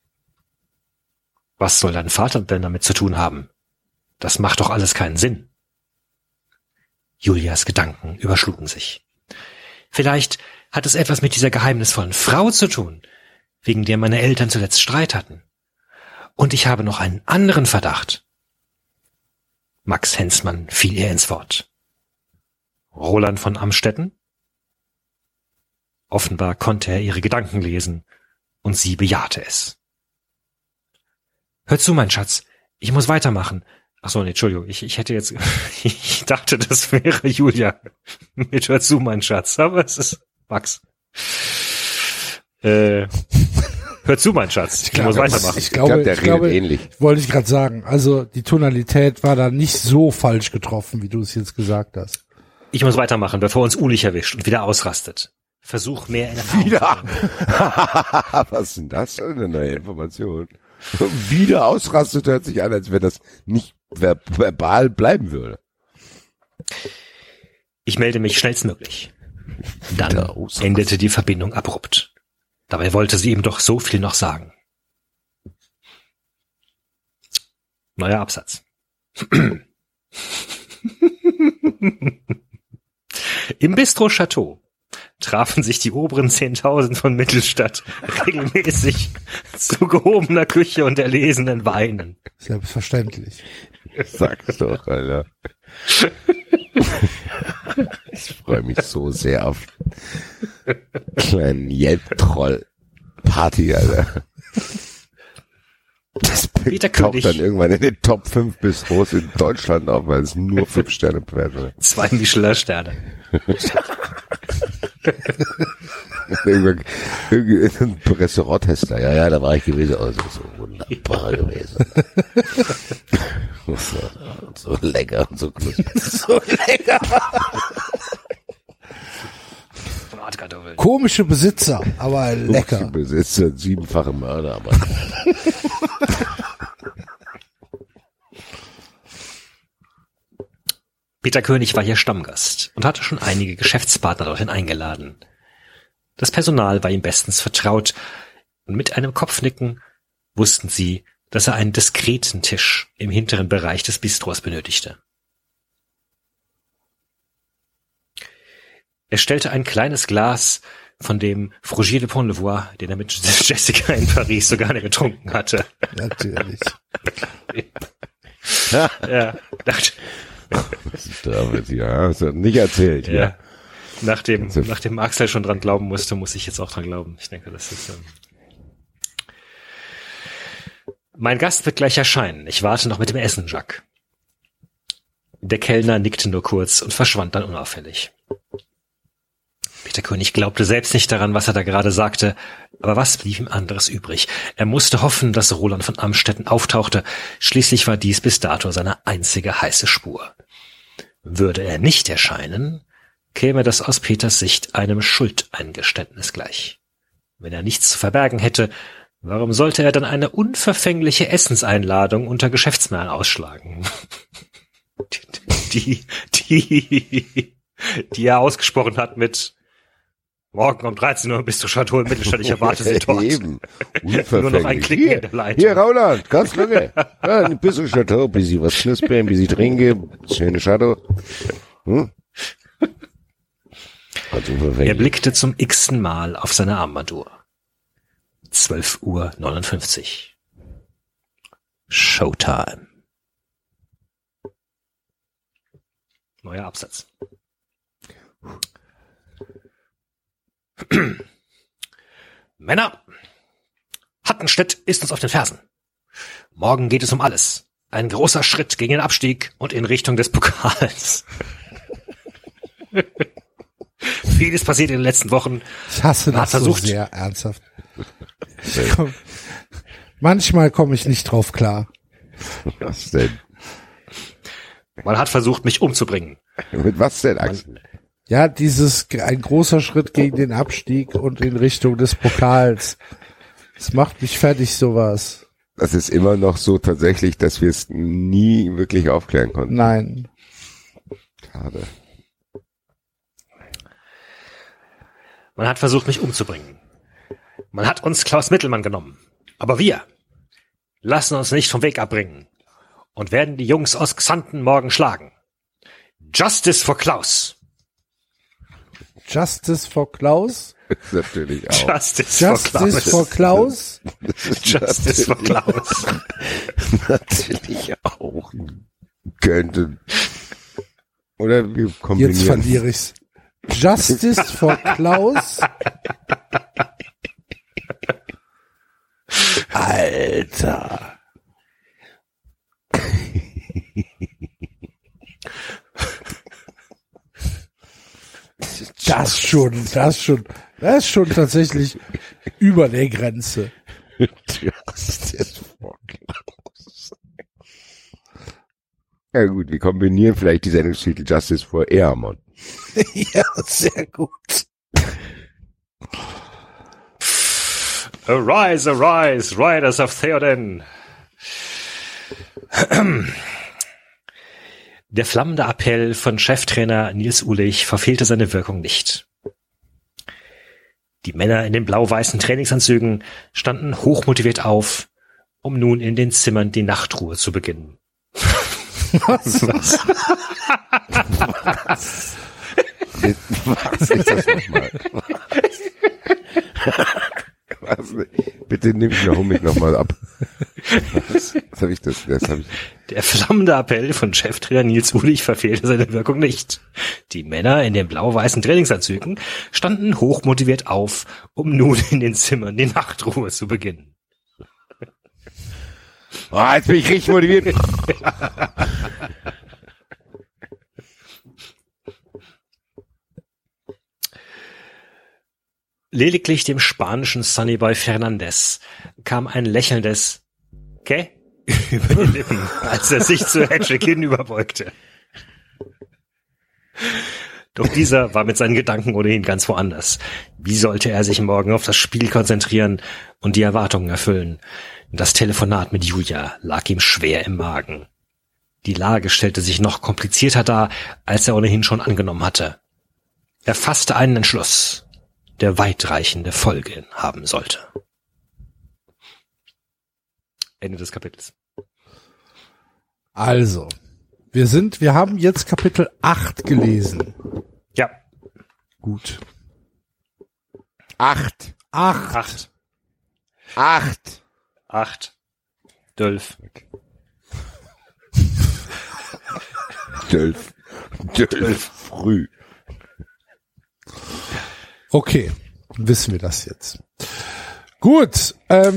Was soll dein Vater denn damit zu tun haben? Das macht doch alles keinen Sinn. Julias Gedanken überschlugen sich. Vielleicht hat es etwas mit dieser geheimnisvollen Frau zu tun, wegen der meine Eltern zuletzt Streit hatten. Und ich habe noch einen anderen Verdacht. Max Hensmann fiel ihr ins Wort. Roland von Amstetten? Offenbar konnte er ihre Gedanken lesen, und sie bejahte es. Hör zu, mein Schatz, ich muss weitermachen. Ach so, nee, Entschuldigung, ich hätte jetzt, ich dachte, das wäre Julia. Mit hör zu, mein Schatz, aber es ist Max. Hör zu, mein Schatz, ich muss weitermachen. Ich glaube, der redet ähnlich. Wollte ich gerade sagen. Also die Tonalität war da nicht so falsch getroffen, wie du es jetzt gesagt hast. Ich muss weitermachen, bevor uns Ulich erwischt und wieder ausrastet. Versuch mehr in Erfahrung. Wieder? Was ist denn das für eine neue Information? Wieder ausrastet hört sich an, als wenn das nicht verbal bleiben würde. Ich melde mich schnellstmöglich. Dann endete die Verbindung abrupt. Dabei wollte sie ihm doch so viel noch sagen. Neuer Absatz. Im Bistro Chateau trafen sich die oberen 10.000 von Mittelstadt regelmäßig zu gehobener Küche und erlesenen Weinen. Selbstverständlich. Sag's doch, Alter. Ich freue mich so sehr auf kleinen Yelp-Troll-Party, Alter. Das taucht dann irgendwann in den Top 5 Bistros in Deutschland auf, weil es nur 5 Sterne bewertet. 2 Michelin-Sterne. Irgendein Restauranttester. Ja, da war ich gewesen. Also so wunderbar gewesen. So lecker und so knusprig. So lecker. Komische Besitzer, aber lecker. Komische Besitzer, 7-fache Mörder, aber. Peter König war hier Stammgast und hatte schon einige Geschäftspartner dorthin eingeladen. Das Personal war ihm bestens vertraut und mit einem Kopfnicken wussten sie, dass er einen diskreten Tisch im hinteren Bereich des Bistros benötigte. Er stellte ein kleines Glas von dem Frugier de Pont-le-Voix, den er mit Jessica in Paris so gerne getrunken hatte. Natürlich. Ja, dachte. David, ja, hast du nicht erzählt, ja. Nachdem Axel schon dran glauben musste, muss ich jetzt auch dran glauben. Ich denke, das ist. Mein Gast wird gleich erscheinen. Ich warte noch mit dem Essen, Jacques. Der Kellner nickte nur kurz und verschwand dann unauffällig. Peter König glaubte selbst nicht daran, was er da gerade sagte, aber was blieb ihm anderes übrig? Er musste hoffen, dass Roland von Amstetten auftauchte. Schließlich war dies bis dato seine einzige heiße Spur. Würde er nicht erscheinen, käme das aus Peters Sicht einem Schuldeingeständnis gleich. Wenn er nichts zu verbergen hätte, warum sollte er dann eine unverfängliche Essenseinladung unter Geschäftsmännern ausschlagen? Die er ausgesprochen hat mit Morgen um 13 Uhr bist du Chateau im Mittelstand, ich erwarte sie dort. Eben. Nur noch ein Klick in der Leitung. Hier, Roland, ganz lange. Ja, ein bisschen Chateau, ein bisschen was knuspern, ein bisschen trinken, schöne Chateau. Er blickte zum x-ten Mal auf seine Armbanduhr. 12:59 Uhr. Showtime. Neuer Absatz. Männer, Hattenstedt ist uns auf den Fersen. Morgen geht es um alles. Ein großer Schritt gegen den Abstieg und in Richtung des Pokals. Vieles passiert in den letzten Wochen. Ich hasse das so sehr, ernsthaft. Manchmal komme ich nicht drauf klar. Was denn? Man hat versucht, mich umzubringen. Mit was denn, Axel? Ja, ein großer Schritt gegen den Abstieg und in Richtung des Pokals. Das macht mich fertig, sowas. Das ist immer noch so tatsächlich, dass wir es nie wirklich aufklären konnten. Nein. Schade. Man hat versucht, mich umzubringen. Man hat uns Klaus Mittelmann genommen. Aber wir lassen uns nicht vom Weg abbringen und werden die Jungs aus Xanten morgen schlagen. Justice for Klaus. Justice for Klaus? Natürlich auch. Justice for Klaus? Justice for Klaus. Natürlich auch. Könnte. Oder wir kombinieren. Jetzt verliere ich's. Justice for Klaus? Alter. Das ist schon tatsächlich über der Grenze. Justice for Klaus. Ja gut, wir kombinieren vielleicht die Sendungstitel Justice for Ehrmann. Ja, sehr gut. Arise, arise, riders of Theoden. Der flammende Appell von Cheftrainer Nils Uhlich verfehlte seine Wirkung nicht. Die Männer in den blau-weißen Trainingsanzügen standen hochmotiviert auf, um nun in den Zimmern die Nachtruhe zu beginnen. Was? Was ist das nochmal? Bitte nimm mich nochmal ab. Was habe ich das? Der flammende Appell von Cheftrainer Nils Uhlich verfehlte seine Wirkung nicht. Die Männer in den blau-weißen Trainingsanzügen standen hochmotiviert auf, um nun in den Zimmern die Nachtruhe zu beginnen. Oh, jetzt bin ich richtig motiviert. Lediglich dem spanischen Sunnyboy Fernandes kam ein lächelndes "Qué?" über die Lippen, als er sich zu Hedrick hinüberbeugte. Doch dieser war mit seinen Gedanken ohnehin ganz woanders. Wie sollte er sich morgen auf das Spiel konzentrieren und die Erwartungen erfüllen? Das Telefonat mit Julia lag ihm schwer im Magen. Die Lage stellte sich noch komplizierter dar, als er ohnehin schon angenommen hatte. Er fasste einen Entschluss, der weitreichende Folgen haben sollte. Ende des Kapitels. Also, wir haben jetzt Kapitel 8 gelesen. Ja. Gut. 8. 12. 12 früh. Okay, wissen wir das jetzt. Gut,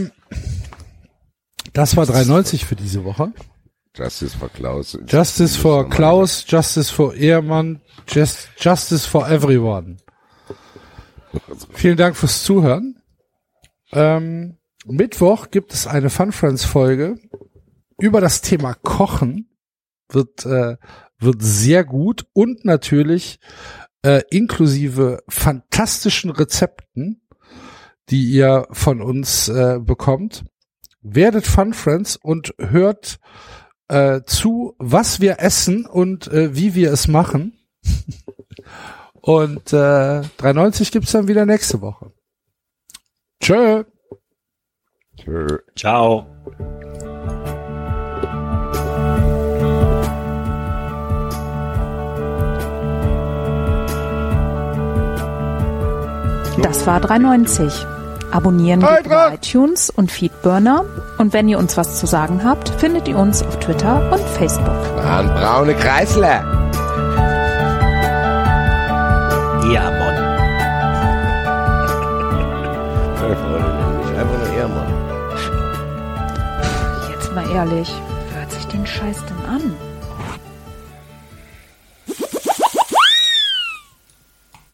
das war 3,90 für diese Woche. Justice for Klaus. Justice for Klaus, Justice for Ehrmann, Justice for everyone. Vielen Dank fürs Zuhören. Mittwoch gibt es eine Fun Friends Folge über das Thema Kochen. Wird sehr gut und natürlich inklusive fantastischen Rezepten, die ihr von uns bekommt. Werdet Fun Friends und hört zu, was wir essen und wie wir es machen. Und 3,90 gibt's dann wieder nächste Woche. Tschö. Tschö. Ciao. Das war 3,90. Abonnieren geht über iTunes und Feedburner. Und wenn ihr uns was zu sagen habt, findet ihr uns auf Twitter und Facebook. An braune Kreisler. Ja, Mann. Einfach nur Ehrmann. Jetzt mal ehrlich, wer hört sich den Scheiß denn an?